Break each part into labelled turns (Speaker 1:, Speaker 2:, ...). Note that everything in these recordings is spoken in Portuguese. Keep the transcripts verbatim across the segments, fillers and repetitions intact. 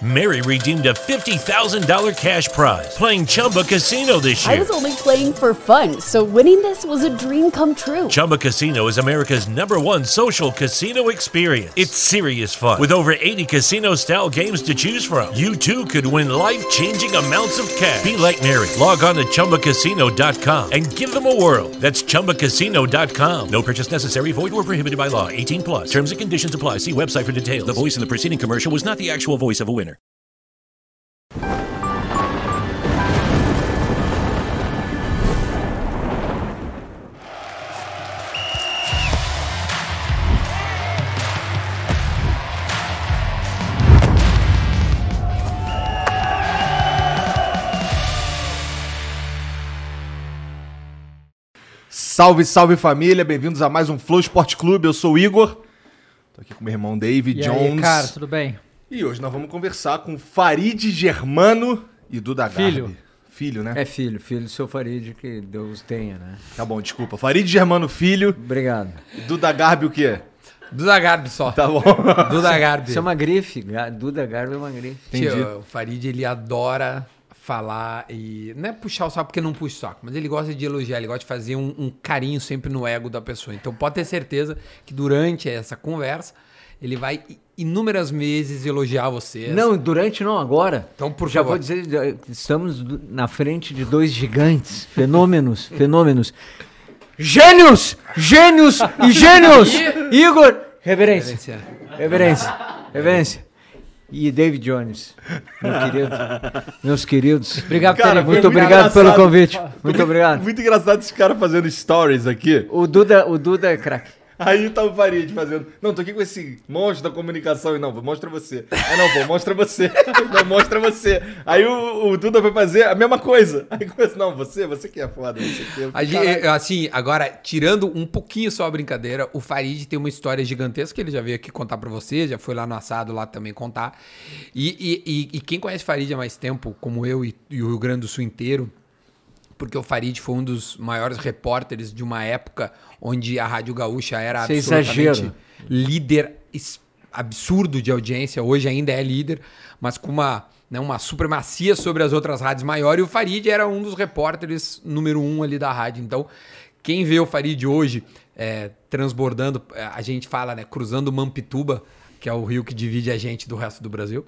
Speaker 1: Mary redeemed a fifty thousand dollars cash prize playing Chumba Casino this year.
Speaker 2: I was only playing for fun, so winning this was a dream come true.
Speaker 1: Chumba Casino is America's number one social casino experience. It's serious fun. With over eighty casino-style games to choose from, you too could win life-changing amounts of cash. Be like Mary. Log on to Chumba Casino dot com and give them a whirl. That's Chumba Casino dot com. No purchase necessary. Void or prohibited by law. eighteen plus. Terms and conditions apply. See website for details. The voice in the preceding commercial was not the actual voice of a winner.
Speaker 3: Salve, salve família, bem-vindos a mais um Flow Esporte Clube, eu sou o Igor, tô aqui com meu irmão David
Speaker 4: e
Speaker 3: Jones.
Speaker 4: Aí, cara, tudo bem?
Speaker 3: E hoje nós vamos conversar com Farid Germano e Duda Garbi.
Speaker 4: Filho.
Speaker 3: Filho, né?
Speaker 5: É filho, filho do seu Farid, que Deus tenha, né?
Speaker 3: Tá bom, desculpa. Farid Germano, filho.
Speaker 5: Obrigado.
Speaker 3: Duda Garbi o quê?
Speaker 6: Duda Garbi só.
Speaker 3: Tá bom.
Speaker 6: Duda Garbi.
Speaker 5: Isso é uma grife, Duda Garbi é uma grife.
Speaker 3: Entendi.
Speaker 6: Tio, o Farid, ele adora falar e... Não é puxar o saco porque não puxa o saco, mas ele gosta de elogiar, ele gosta de fazer um, um carinho sempre no ego da pessoa. Então pode ter certeza que durante essa conversa, ele vai inúmeras vezes elogiar você.
Speaker 5: Não, durante não, agora.
Speaker 6: Então, por
Speaker 5: Já
Speaker 6: favor.
Speaker 5: vou dizer, estamos na frente de dois gigantes, fenômenos, fenômenos. Gênios! Gênios e gênios! Igor! Reverência. Reverência. Reverência. E David Jones, meu querido, meus queridos.
Speaker 4: Obrigado,
Speaker 3: Cara,
Speaker 4: Terry.
Speaker 3: foi
Speaker 5: Muito obrigado pelo
Speaker 3: engraçado.
Speaker 5: convite. Muito obrigado.
Speaker 3: Muito engraçado esse cara fazendo stories aqui.
Speaker 5: O Duda, o Duda é craque.
Speaker 3: Aí tá o Farid fazendo. Não, tô aqui com esse monstro da comunicação. E não, mostra você. Ah, não, pô, mostra você. Não, mostra você. Aí o, o Duda vai fazer a mesma coisa. Aí começa, não, você, você que é foda. Você que é...
Speaker 6: A gente, assim, agora, tirando um pouquinho só a brincadeira, o Farid tem uma história gigantesca que ele já veio aqui contar pra você, já foi lá no assado lá também contar. E, e, e, e quem conhece Farid há mais tempo, como eu e, e o Rio Grande do Sul inteiro, porque o Farid foi um dos maiores repórteres de uma época onde a Rádio Gaúcha era
Speaker 5: Isso é
Speaker 6: absolutamente
Speaker 5: exagero.
Speaker 6: líder es- absurdo de audiência, hoje ainda é líder, mas com uma, né, uma supremacia sobre as outras rádios maior, e o Farid era um dos repórteres número um ali da rádio. Então, quem vê o Farid hoje é, transbordando, a gente fala, né, cruzando o Mampituba, que é o rio que divide a gente do resto do Brasil,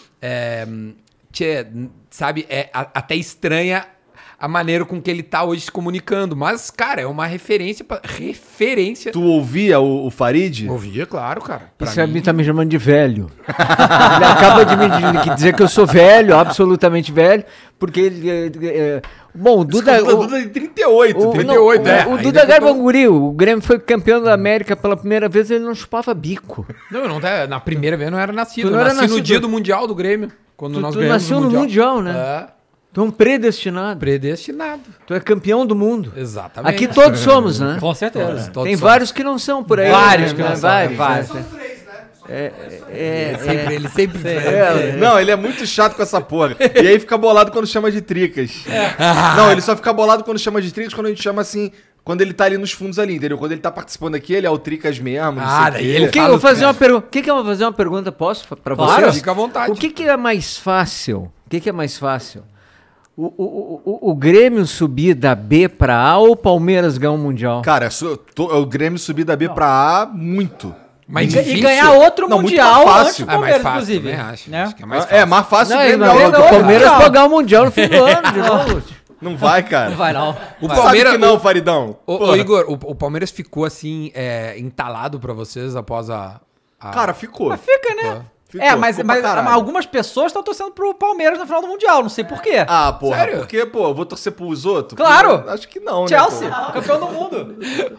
Speaker 6: é, tchê, sabe, é a- até estranha a maneira com que ele tá hoje se comunicando. Mas, cara, é uma referência. Pra... Referência.
Speaker 3: Tu ouvia o, o Farid?
Speaker 6: Ouvia, claro, cara. Pra
Speaker 5: Isso
Speaker 6: mim...
Speaker 5: me tá me chamando de velho. Ele acaba de me de- dizer que eu sou velho, absolutamente velho, porque ele... é, é, bom, o Duda...
Speaker 3: O
Speaker 5: O,
Speaker 3: Duda tem trinta e oito.
Speaker 5: o,
Speaker 3: trinta e
Speaker 5: não,
Speaker 3: oito,
Speaker 5: o,
Speaker 3: é.
Speaker 5: o
Speaker 6: Ainda
Speaker 5: Duda
Speaker 6: que
Speaker 5: Garbi é
Speaker 6: eu
Speaker 5: um
Speaker 6: tô-
Speaker 5: guri. O Grêmio foi campeão da América pela primeira vez, ele não chupava bico.
Speaker 6: Não, eu não tá, na primeira vez eu não era nascido.
Speaker 5: Tu não
Speaker 6: eu
Speaker 5: era
Speaker 6: nasci no
Speaker 5: nascido.
Speaker 6: dia do Mundial do Grêmio. Quando
Speaker 5: Tu,
Speaker 6: nós
Speaker 5: tu
Speaker 6: ganhamos
Speaker 5: nasceu
Speaker 6: o
Speaker 5: no
Speaker 6: mundial.
Speaker 5: Mundial, né?
Speaker 6: É,
Speaker 5: Tu é um predestinado.
Speaker 6: predestinado.
Speaker 5: Tu é campeão do mundo.
Speaker 6: Exatamente.
Speaker 5: Aqui todos somos, né?
Speaker 4: Com certeza.
Speaker 6: Todos, todos
Speaker 5: Tem
Speaker 6: somos.
Speaker 5: vários que não são por aí.
Speaker 6: Vários
Speaker 5: né?
Speaker 6: que não são,
Speaker 5: vários,
Speaker 6: vários.
Speaker 5: né? É, é,
Speaker 6: Ele sempre, ele sempre
Speaker 5: é,
Speaker 3: Não, ele é muito chato com essa porra. E aí fica bolado quando chama de tricas. Não, ele só fica bolado quando chama de tricas quando a gente chama assim... Quando ele tá ali nos fundos ali, entendeu? Quando ele tá participando aqui, ele é o tricas mesmo. não
Speaker 6: Ah,
Speaker 3: sei o
Speaker 6: daí
Speaker 3: quê.
Speaker 6: ele
Speaker 5: O que,
Speaker 6: fala
Speaker 5: eu vou
Speaker 6: os
Speaker 5: fazer uma
Speaker 6: caras.
Speaker 5: pergunta. O que, que eu vou fazer uma pergunta? Posso pra
Speaker 6: Claro,
Speaker 5: vocês?
Speaker 6: fica à vontade.
Speaker 5: O que, que é mais fácil? O que, que é mais fácil? O, o, o, o Grêmio subir da B pra A ou o Palmeiras ganhar um Mundial?
Speaker 3: Cara, su- to- o Grêmio subir da B pra A muito.
Speaker 6: Mas
Speaker 4: E,
Speaker 6: difícil.
Speaker 4: e ganhar outro
Speaker 3: Não, muito
Speaker 4: Mundial
Speaker 3: mais
Speaker 4: antes
Speaker 3: fácil.
Speaker 4: do
Speaker 6: É mais
Speaker 4: Palmeiras,
Speaker 6: fácil,
Speaker 4: inclusive.
Speaker 6: também acho.
Speaker 4: Né?
Speaker 6: Acho que é mais fácil.
Speaker 3: É, mais fácil
Speaker 5: Não,
Speaker 3: o Grêmio
Speaker 5: não,
Speaker 3: ganhar
Speaker 5: o
Speaker 3: outro.
Speaker 5: Palmeiras
Speaker 4: Mundial.
Speaker 5: pagar o Mundial no fim do ano de novo.
Speaker 3: Não vai, cara.
Speaker 4: Não vai, não.
Speaker 6: O
Speaker 3: Sabe
Speaker 6: Palmeiras...
Speaker 3: que não, Faridão.
Speaker 6: Ô, ô,
Speaker 3: Porra.
Speaker 6: Igor, o, o Palmeiras ficou assim, é, entalado pra vocês após a... a-
Speaker 3: Cara, ficou.
Speaker 4: Fica, né?
Speaker 3: Ficou,
Speaker 4: é, mas,
Speaker 3: ficou pra
Speaker 4: mas
Speaker 3: caralho.
Speaker 4: algumas pessoas estão torcendo pro Palmeiras na final do Mundial, não sei por quê.
Speaker 3: Ah, porra,
Speaker 6: Sério?
Speaker 3: porque, pô, eu vou torcer pros outros?
Speaker 4: Claro!
Speaker 3: Pô, acho que não,
Speaker 4: Chelsea,
Speaker 3: né? pô?
Speaker 4: campeão do mundo.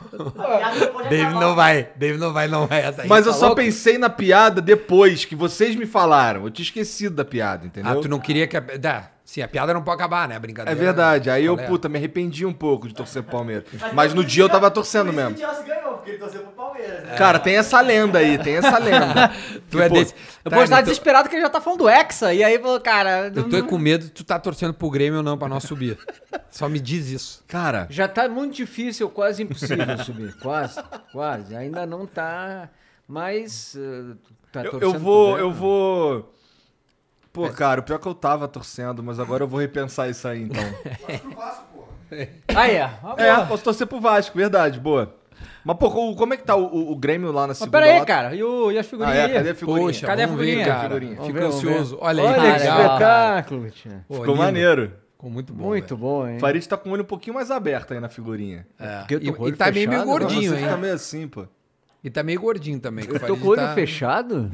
Speaker 6: David não vai, David não vai, não vai. Essa aí,
Speaker 3: Mas eu
Speaker 6: tá
Speaker 3: só
Speaker 6: louco?
Speaker 3: pensei na piada depois que vocês me falaram. Eu tinha esquecido da piada, entendeu?
Speaker 6: Ah, tu não queria que a... Dá, sim, a piada não pode acabar, né? A
Speaker 3: É
Speaker 6: brincadeira.
Speaker 3: verdade. Aí eu,
Speaker 6: Qual é?
Speaker 3: puta, me arrependi um pouco de torcer pro Palmeiras. Mas no dia eu tava torcendo mesmo.
Speaker 7: O Chelsea ganhou, porque ele torceu pro Palmeiras, né?
Speaker 3: Cara, tem essa lenda aí, tem essa lenda.
Speaker 6: Tu é
Speaker 3: pô,
Speaker 6: desse...
Speaker 4: Eu
Speaker 6: Tá,
Speaker 4: posso estar
Speaker 6: então-
Speaker 4: desesperado que ele já tá falando do Hexa, e aí, falou, cara...
Speaker 6: Eu tô com medo de tu tá torcendo pro Grêmio ou não pra nós subir. Só me diz isso.
Speaker 3: Cara,
Speaker 5: Já tá muito difícil, quase impossível subir. Quase, quase. Ainda não tá, mas... uh, tá
Speaker 3: eu,
Speaker 5: torcendo
Speaker 3: eu
Speaker 5: pro
Speaker 3: vou,
Speaker 5: Grêmio.
Speaker 3: eu vou... Pô, cara, o pior é que eu tava torcendo, mas agora eu vou repensar isso aí, então.
Speaker 4: Aí, ó.
Speaker 3: É, posso torcer pro Vasco, verdade, boa. Mas, pô, o- como é que tá o, o- o Grêmio lá na
Speaker 4: Mas
Speaker 3: segunda?
Speaker 4: pera aí,
Speaker 3: lá?
Speaker 4: cara. E, o, e as
Speaker 3: Ah,
Speaker 4: figurinhas
Speaker 3: é,
Speaker 4: aí?
Speaker 3: cadê a figurinha?
Speaker 6: Poxa,
Speaker 4: Cadê a
Speaker 6: vamos ver,
Speaker 4: figurinha?
Speaker 6: cara.
Speaker 3: Figurinha.
Speaker 6: Fico
Speaker 5: Vamos ver,
Speaker 6: ansioso. Olha aí,
Speaker 5: Olha
Speaker 6: que
Speaker 5: que
Speaker 6: legal.
Speaker 5: espetáculo, Tia.
Speaker 6: Pô,
Speaker 3: Ficou
Speaker 6: lindo.
Speaker 3: maneiro.
Speaker 6: Ficou muito bom.
Speaker 5: Muito
Speaker 6: velho.
Speaker 5: bom, hein?
Speaker 3: O Farid tá com o olho um pouquinho mais aberto aí na figurinha.
Speaker 6: É.
Speaker 5: Porque eu tô com o
Speaker 6: E, e
Speaker 5: olho
Speaker 6: tá meio, meio
Speaker 5: fechado,
Speaker 6: gordinho,
Speaker 3: Você
Speaker 6: hein?
Speaker 3: fica meio assim, pô.
Speaker 6: E tá meio gordinho também. que o
Speaker 5: Eu tô
Speaker 6: Farid
Speaker 5: com o olho
Speaker 6: tá-
Speaker 5: fechado?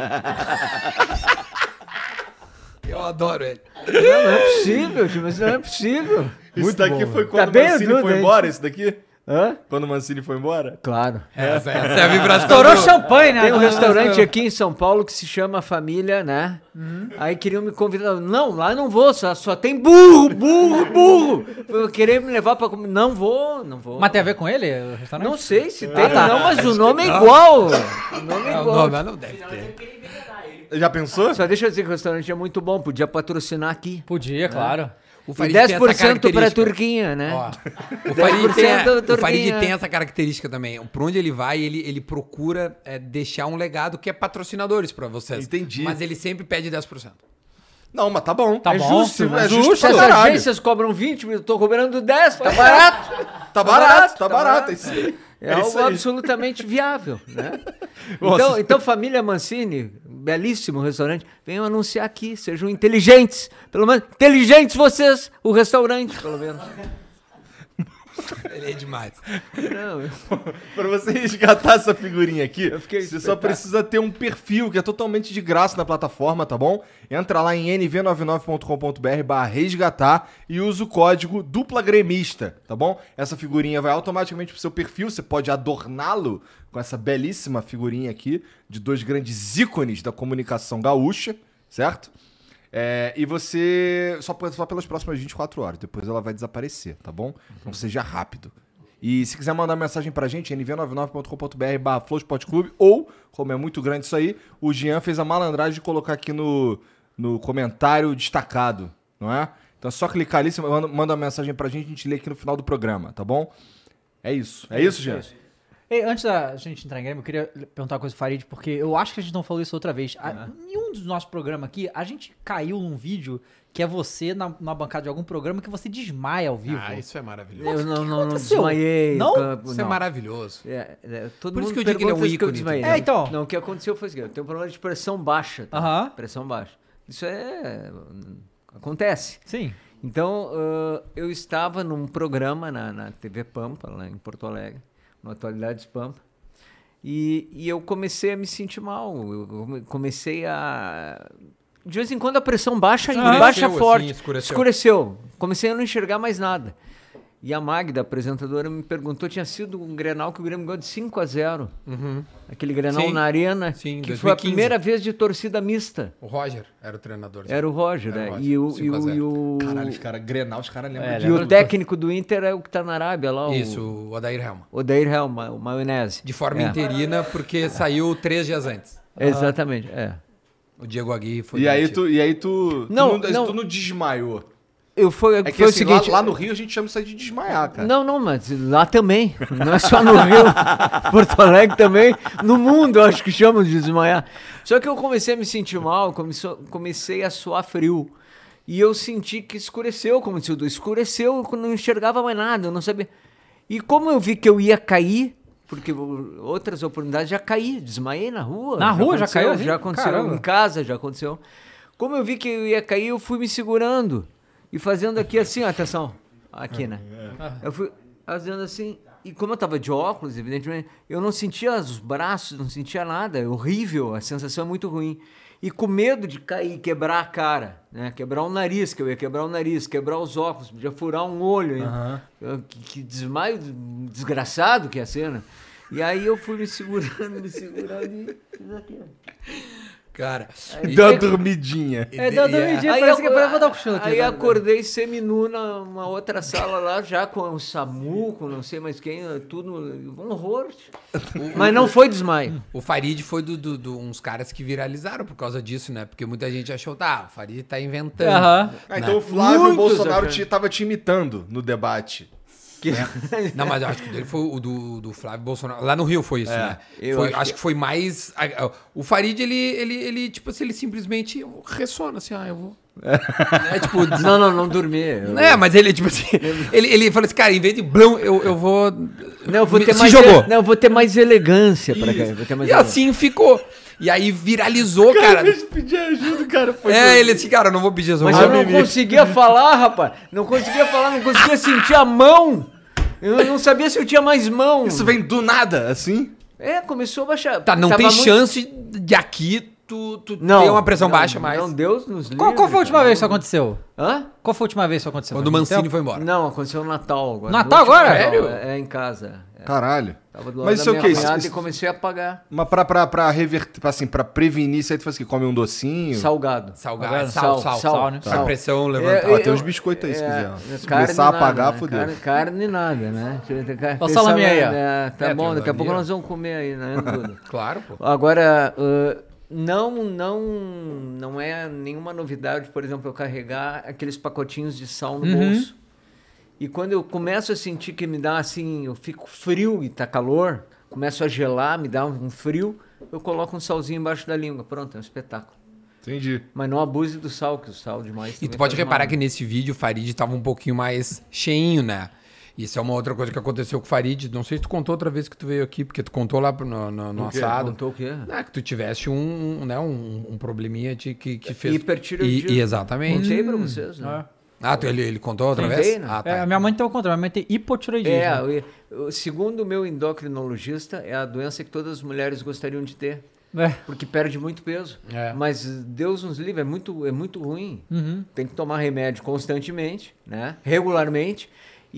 Speaker 6: Eu adoro ele.
Speaker 5: Não, não é possível, tio, mas não é possível.
Speaker 3: Isso daqui foi quando
Speaker 5: Tá
Speaker 3: o
Speaker 5: bem,
Speaker 3: Mancini
Speaker 5: Edu,
Speaker 3: foi
Speaker 5: né?
Speaker 3: embora, isso daqui?
Speaker 5: Hã?
Speaker 3: Quando o Mancini foi embora?
Speaker 5: Claro.
Speaker 6: Essa, essa é a vibração.
Speaker 4: Estourou
Speaker 6: do-
Speaker 4: champanhe, né?
Speaker 5: Tem um
Speaker 4: Do-
Speaker 5: restaurante aqui em São Paulo que se chama Família, né? Aí queriam me convidar. Não, lá não vou, só, só tem burro, burro, burro. Eu querer me levar pra comer. Não vou, não vou.
Speaker 4: Mas tem a ver com ele, o restaurante?
Speaker 5: Não sei se tem,
Speaker 4: tá.
Speaker 5: não, mas o nome é igual. O nome é
Speaker 6: É, o
Speaker 5: igual.
Speaker 6: nome, mas não deve ter.
Speaker 3: Já pensou?
Speaker 5: Só deixa eu dizer que o restaurante é muito bom, podia patrocinar aqui.
Speaker 4: Podia, claro.
Speaker 6: O
Speaker 5: E
Speaker 6: Farid tem
Speaker 5: dez por
Speaker 6: essa
Speaker 5: cento pra
Speaker 6: característica.
Speaker 5: Turquinha, né?
Speaker 6: Ó, o Farid tem, a-
Speaker 5: da
Speaker 6: o Farid
Speaker 5: Turquinha.
Speaker 6: tem essa característica também. Por onde ele vai, ele, ele procura é, deixar um legado que é patrocinadores pra vocês.
Speaker 3: Entendi.
Speaker 6: Mas ele sempre pede dez por cento.
Speaker 3: Não, mas tá bom.
Speaker 4: Tá
Speaker 3: é
Speaker 4: bom,
Speaker 3: justo,
Speaker 4: é
Speaker 3: é
Speaker 4: justo,
Speaker 3: justo
Speaker 5: Se
Speaker 3: pra
Speaker 5: as
Speaker 3: caralho.
Speaker 5: agências cobram vinte, eu tô cobrando dez, tá barato.
Speaker 3: Tá barato, tá
Speaker 5: tá
Speaker 3: barato.
Speaker 5: barato.
Speaker 3: É isso aí.
Speaker 5: É,
Speaker 3: É
Speaker 5: algo
Speaker 3: isso aí.
Speaker 5: absolutamente viável, né?
Speaker 3: Nossa.
Speaker 5: Então, então, família Mancini, belíssimo restaurante, venham anunciar aqui, sejam inteligentes, pelo menos, inteligentes vocês, o restaurante, pelo menos.
Speaker 6: Ele é demais.
Speaker 5: Não, eu-
Speaker 3: Pra você resgatar essa figurinha aqui,
Speaker 5: fiquei
Speaker 3: você só
Speaker 5: espetáculo.
Speaker 3: precisa ter um perfil que é totalmente de graça na plataforma, tá bom? Entra lá em n v nove nove ponto com ponto b r barra resgatar e usa o código dupla gremista, tá bom? Essa figurinha vai automaticamente pro seu perfil, você pode adorná-lo com essa belíssima figurinha aqui de dois grandes ícones da comunicação gaúcha, certo? É, e você. Só, só pelas próximas vinte e quatro horas. Depois ela vai desaparecer, tá bom? Então seja rápido. E se quiser mandar mensagem pra gente, n v nove nove ponto com ponto b r barra Flow Sport Clube, ou, como é muito grande isso aí, o Jean fez a malandragem de colocar aqui no, no comentário destacado, não é? Então é só clicar ali, você manda, manda uma mensagem pra gente, a gente lê aqui no final do programa, tá bom? É isso. É isso, Jean?
Speaker 4: Ei, antes da gente entrar em Grêmio, eu queria perguntar uma coisa pro Farid, porque eu acho que a gente não falou isso outra vez. A- Em um dos nossos programas aqui, a gente caiu num vídeo que é você na, na bancada de algum programa que você desmaia ao vivo.
Speaker 6: Ah, isso é maravilhoso.
Speaker 5: eu não, não, não
Speaker 4: aconteceu?
Speaker 5: desmaiei.
Speaker 4: Não?
Speaker 5: campo,
Speaker 6: Isso é
Speaker 5: não.
Speaker 6: maravilhoso.
Speaker 5: É, é, todo
Speaker 6: Por isso
Speaker 5: mundo
Speaker 6: que eu digo que ele é um
Speaker 5: pergunta se eu
Speaker 6: ícone,
Speaker 5: desmaiei.
Speaker 4: É, então.
Speaker 5: Não, o que aconteceu foi assim, eu tenho um problema de pressão baixa. tá?
Speaker 4: Aham.
Speaker 5: Pressão baixa. Isso é... acontece.
Speaker 4: Sim.
Speaker 5: Então, ãh, eu estava num programa na, na T V Pampa, lá em Porto Alegre, no Atualidades Pampa, e, e eu comecei a me sentir mal. Eu come- comecei a... De vez em quando a pressão baixa e
Speaker 6: Escureceu,
Speaker 5: baixa
Speaker 6: assim,
Speaker 5: forte.
Speaker 6: escureceu.
Speaker 5: escureceu. Comecei a não enxergar mais nada. E a Magda, a apresentadora, me perguntou, tinha sido um Grenal que o Grêmio ganhou de cinco a zero. Aquele Grenal
Speaker 6: Sim.
Speaker 5: na Arena,
Speaker 6: Sim,
Speaker 5: que
Speaker 6: dois
Speaker 5: foi
Speaker 6: mil
Speaker 5: a
Speaker 6: e quinze.
Speaker 5: primeira vez de torcida mista.
Speaker 6: O Roger era o treinador.
Speaker 5: Era o Roger,
Speaker 6: Era o
Speaker 5: né?
Speaker 6: Roger,
Speaker 5: E o, e
Speaker 6: cinco a
Speaker 5: o,
Speaker 6: zero.
Speaker 5: e o,
Speaker 3: Caralho, os caras, Grenal, os caras lembram
Speaker 4: É,
Speaker 3: disso.
Speaker 5: e o
Speaker 4: lembra
Speaker 5: técnico do Inter é o que tá na Arábia lá, o
Speaker 6: Isso, o Odair Helma.
Speaker 5: Odair Helma, o maionese.
Speaker 6: De forma
Speaker 5: É.
Speaker 6: interina, porque saiu três dias antes.
Speaker 5: Exatamente, é.
Speaker 6: O Diego Aguirre foi
Speaker 3: E aí
Speaker 6: demitido.
Speaker 3: tu, e aí tu,
Speaker 5: Não,
Speaker 3: tu, não,
Speaker 5: não.
Speaker 3: tu não desmaiou.
Speaker 5: Eu foi,
Speaker 3: É que
Speaker 5: foi
Speaker 3: assim,
Speaker 5: o seguinte...
Speaker 3: lá, lá no Rio a gente chama isso aí de desmaiar, cara.
Speaker 5: Não, não, mas lá também. Não é só no Rio, Porto Alegre também. No mundo, eu acho que chamam de desmaiar. Só que eu comecei a me sentir mal, começou, comecei a suar frio. E eu senti que escureceu, como disse o Du. Escureceu, eu não enxergava mais nada, eu não sabia. E como eu vi que eu ia cair, porque eu- outras oportunidades já caí, desmaiei na rua.
Speaker 4: Na rua já
Speaker 5: aconteceu,
Speaker 4: caiu assim?
Speaker 5: Já aconteceu,
Speaker 4: Caramba.
Speaker 5: em casa já aconteceu. Como eu vi que eu ia cair, eu fui me segurando. E fazendo aqui assim, ó, atenção, aqui, né? Eu fui fazendo assim, e como eu tava de óculos, evidentemente, eu não sentia os braços, não sentia nada, é horrível, a sensação é muito ruim. E com medo de cair, quebrar a cara, né? Quebrar o nariz, que eu ia quebrar o nariz, quebrar os óculos, podia furar um olho, hein? Eu- Que, que desmaio desgraçado que ia ser, né? E aí eu fui me segurando, me segurando e fiz aqui, ó.
Speaker 6: Cara,
Speaker 3: Deu uma dormidinha.
Speaker 4: É, deu dormidinha,
Speaker 5: Aí
Speaker 4: parece que
Speaker 5: eu-
Speaker 4: eu vou dar um cochilo aqui.
Speaker 5: Aí
Speaker 4: agora.
Speaker 5: acordei seminu numa outra sala lá, já com o SAMU, com não sei mais quem, tudo, um horror. Mas não foi desmaio.
Speaker 6: o Farid foi do, do- do- uns caras que viralizaram por causa disso, né? Porque muita gente achou, tá, o Farid tá inventando.
Speaker 4: Aham.
Speaker 3: Ah, então o Flávio
Speaker 5: Muitos
Speaker 3: Bolsonaro
Speaker 5: achando.
Speaker 3: te, tava te imitando no debate.
Speaker 5: Que-
Speaker 6: Não, mas eu acho que o dele foi o do, do Flávio Bolsonaro. Lá no Rio foi isso, né?
Speaker 5: eu
Speaker 6: Foi-
Speaker 5: acho
Speaker 6: acho,
Speaker 5: que-
Speaker 6: que... foi mais. a- a- O Farid, ele, ele, ele, tipo assim, ele simplesmente ressona assim, ah, eu vou. É tipo.
Speaker 5: Não, não, não dormir. Eu-
Speaker 6: É, mas ele, tipo assim, ele, ele falou assim, cara, em vez de blum, eu, eu vou.
Speaker 5: Não, eu vou
Speaker 6: me-
Speaker 5: ter
Speaker 6: se
Speaker 5: mais
Speaker 6: jogou.
Speaker 5: Não, eu vou ter mais elegância pra cá. eu Vou ter mais
Speaker 6: E
Speaker 5: elegância.
Speaker 6: assim ficou. E aí viralizou, cara.
Speaker 3: pedir ajuda, cara. Foi
Speaker 6: É, ele assim, cara, eu não vou pedir ajuda.
Speaker 5: Mas eu não conseguia falar, rapaz. Não conseguia falar, não conseguia sentir a mão. Eu não sabia se eu tinha mais mão.
Speaker 3: Isso vem do nada, assim?
Speaker 5: É, começou a baixar.
Speaker 6: Tá, não
Speaker 5: Tava
Speaker 6: tem
Speaker 5: muito-
Speaker 6: chance de aqui tu, tu
Speaker 5: Não,
Speaker 6: ter uma pressão
Speaker 5: não,
Speaker 6: baixa mais.
Speaker 5: Não, Deus nos livre.
Speaker 4: Qual, qual foi a última
Speaker 5: cara.
Speaker 4: vez que isso aconteceu?
Speaker 5: Hã?
Speaker 4: Qual foi a última vez que isso aconteceu?
Speaker 6: Quando o
Speaker 4: Faz muito
Speaker 6: Mancini
Speaker 4: tempo?
Speaker 6: foi embora.
Speaker 5: Não, aconteceu no Natal agora.
Speaker 4: Natal
Speaker 5: No último
Speaker 4: agora?
Speaker 5: Natal,
Speaker 6: Sério?
Speaker 5: É, é em casa. É.
Speaker 3: Caralho.
Speaker 5: Tava do lado
Speaker 3: Mas
Speaker 5: da
Speaker 3: isso é o
Speaker 5: minha
Speaker 3: quê? Isso-
Speaker 5: cunhada
Speaker 3: isso-
Speaker 5: e comecei a pagar.
Speaker 3: Mas pra, pra, pra reverter, pra, assim, pra prevenir isso aí, tu faz o quê? Come um docinho?
Speaker 5: Salgado.
Speaker 6: Salgado, sal, sal, sal,
Speaker 4: sal, né?
Speaker 6: Pra pressão levantar.
Speaker 3: Ó, tem uns biscoitos aí, se quiser. Se começar a pagar, fudeu.
Speaker 5: Carne, carne nada, né?
Speaker 4: Ó, o salame aí, ó.
Speaker 5: É, tá
Speaker 6: É,
Speaker 5: bom,
Speaker 6: tem
Speaker 5: daqui a pouco
Speaker 6: ali, ó.
Speaker 5: nós vamos comer aí, né, Duda?
Speaker 6: Claro, pô.
Speaker 5: Agora, ãh, não, não, não é nenhuma novidade, por exemplo, eu carregar aqueles pacotinhos de sal no
Speaker 4: Uhum.
Speaker 5: bolso. E quando eu começo a sentir que me dá assim, eu fico frio e tá calor, começo a gelar, me dá um frio, eu coloco um salzinho embaixo da língua. Pronto, é um espetáculo.
Speaker 3: Entendi.
Speaker 5: Mas não abuse do sal, que o sal demais
Speaker 6: E
Speaker 5: também
Speaker 6: tu pode
Speaker 5: faz
Speaker 6: reparar
Speaker 5: mal.
Speaker 6: que nesse vídeo o Farid tava um pouquinho mais cheinho, né? Isso é uma outra coisa que aconteceu com o Farid. Não sei se tu contou outra vez que tu veio aqui, porque tu contou lá pro- no, no, no
Speaker 5: O quê?
Speaker 6: assado.
Speaker 5: Contou o quê?
Speaker 6: É, que tu tivesse um, um, né, um, um probleminha de, que, que fez...
Speaker 5: Hipertireoidismo.
Speaker 6: E, e exatamente.
Speaker 5: Contei pra vocês, né?
Speaker 6: Ah, tu, ele, ele contou outra
Speaker 5: Contei,
Speaker 6: vez?
Speaker 5: né?
Speaker 6: Ah, tá.
Speaker 4: É, a minha mãe tem o contrário, minha mãe tem hipotireoidismo.
Speaker 5: É, o- o- segundo o meu endocrinologista, é a doença que todas as mulheres gostariam de ter.
Speaker 4: É.
Speaker 5: Porque perde muito peso.
Speaker 6: É.
Speaker 5: Mas Deus nos livre, é muito, é muito ruim.
Speaker 4: Uhum.
Speaker 5: Tem que tomar remédio constantemente, né? Regularmente.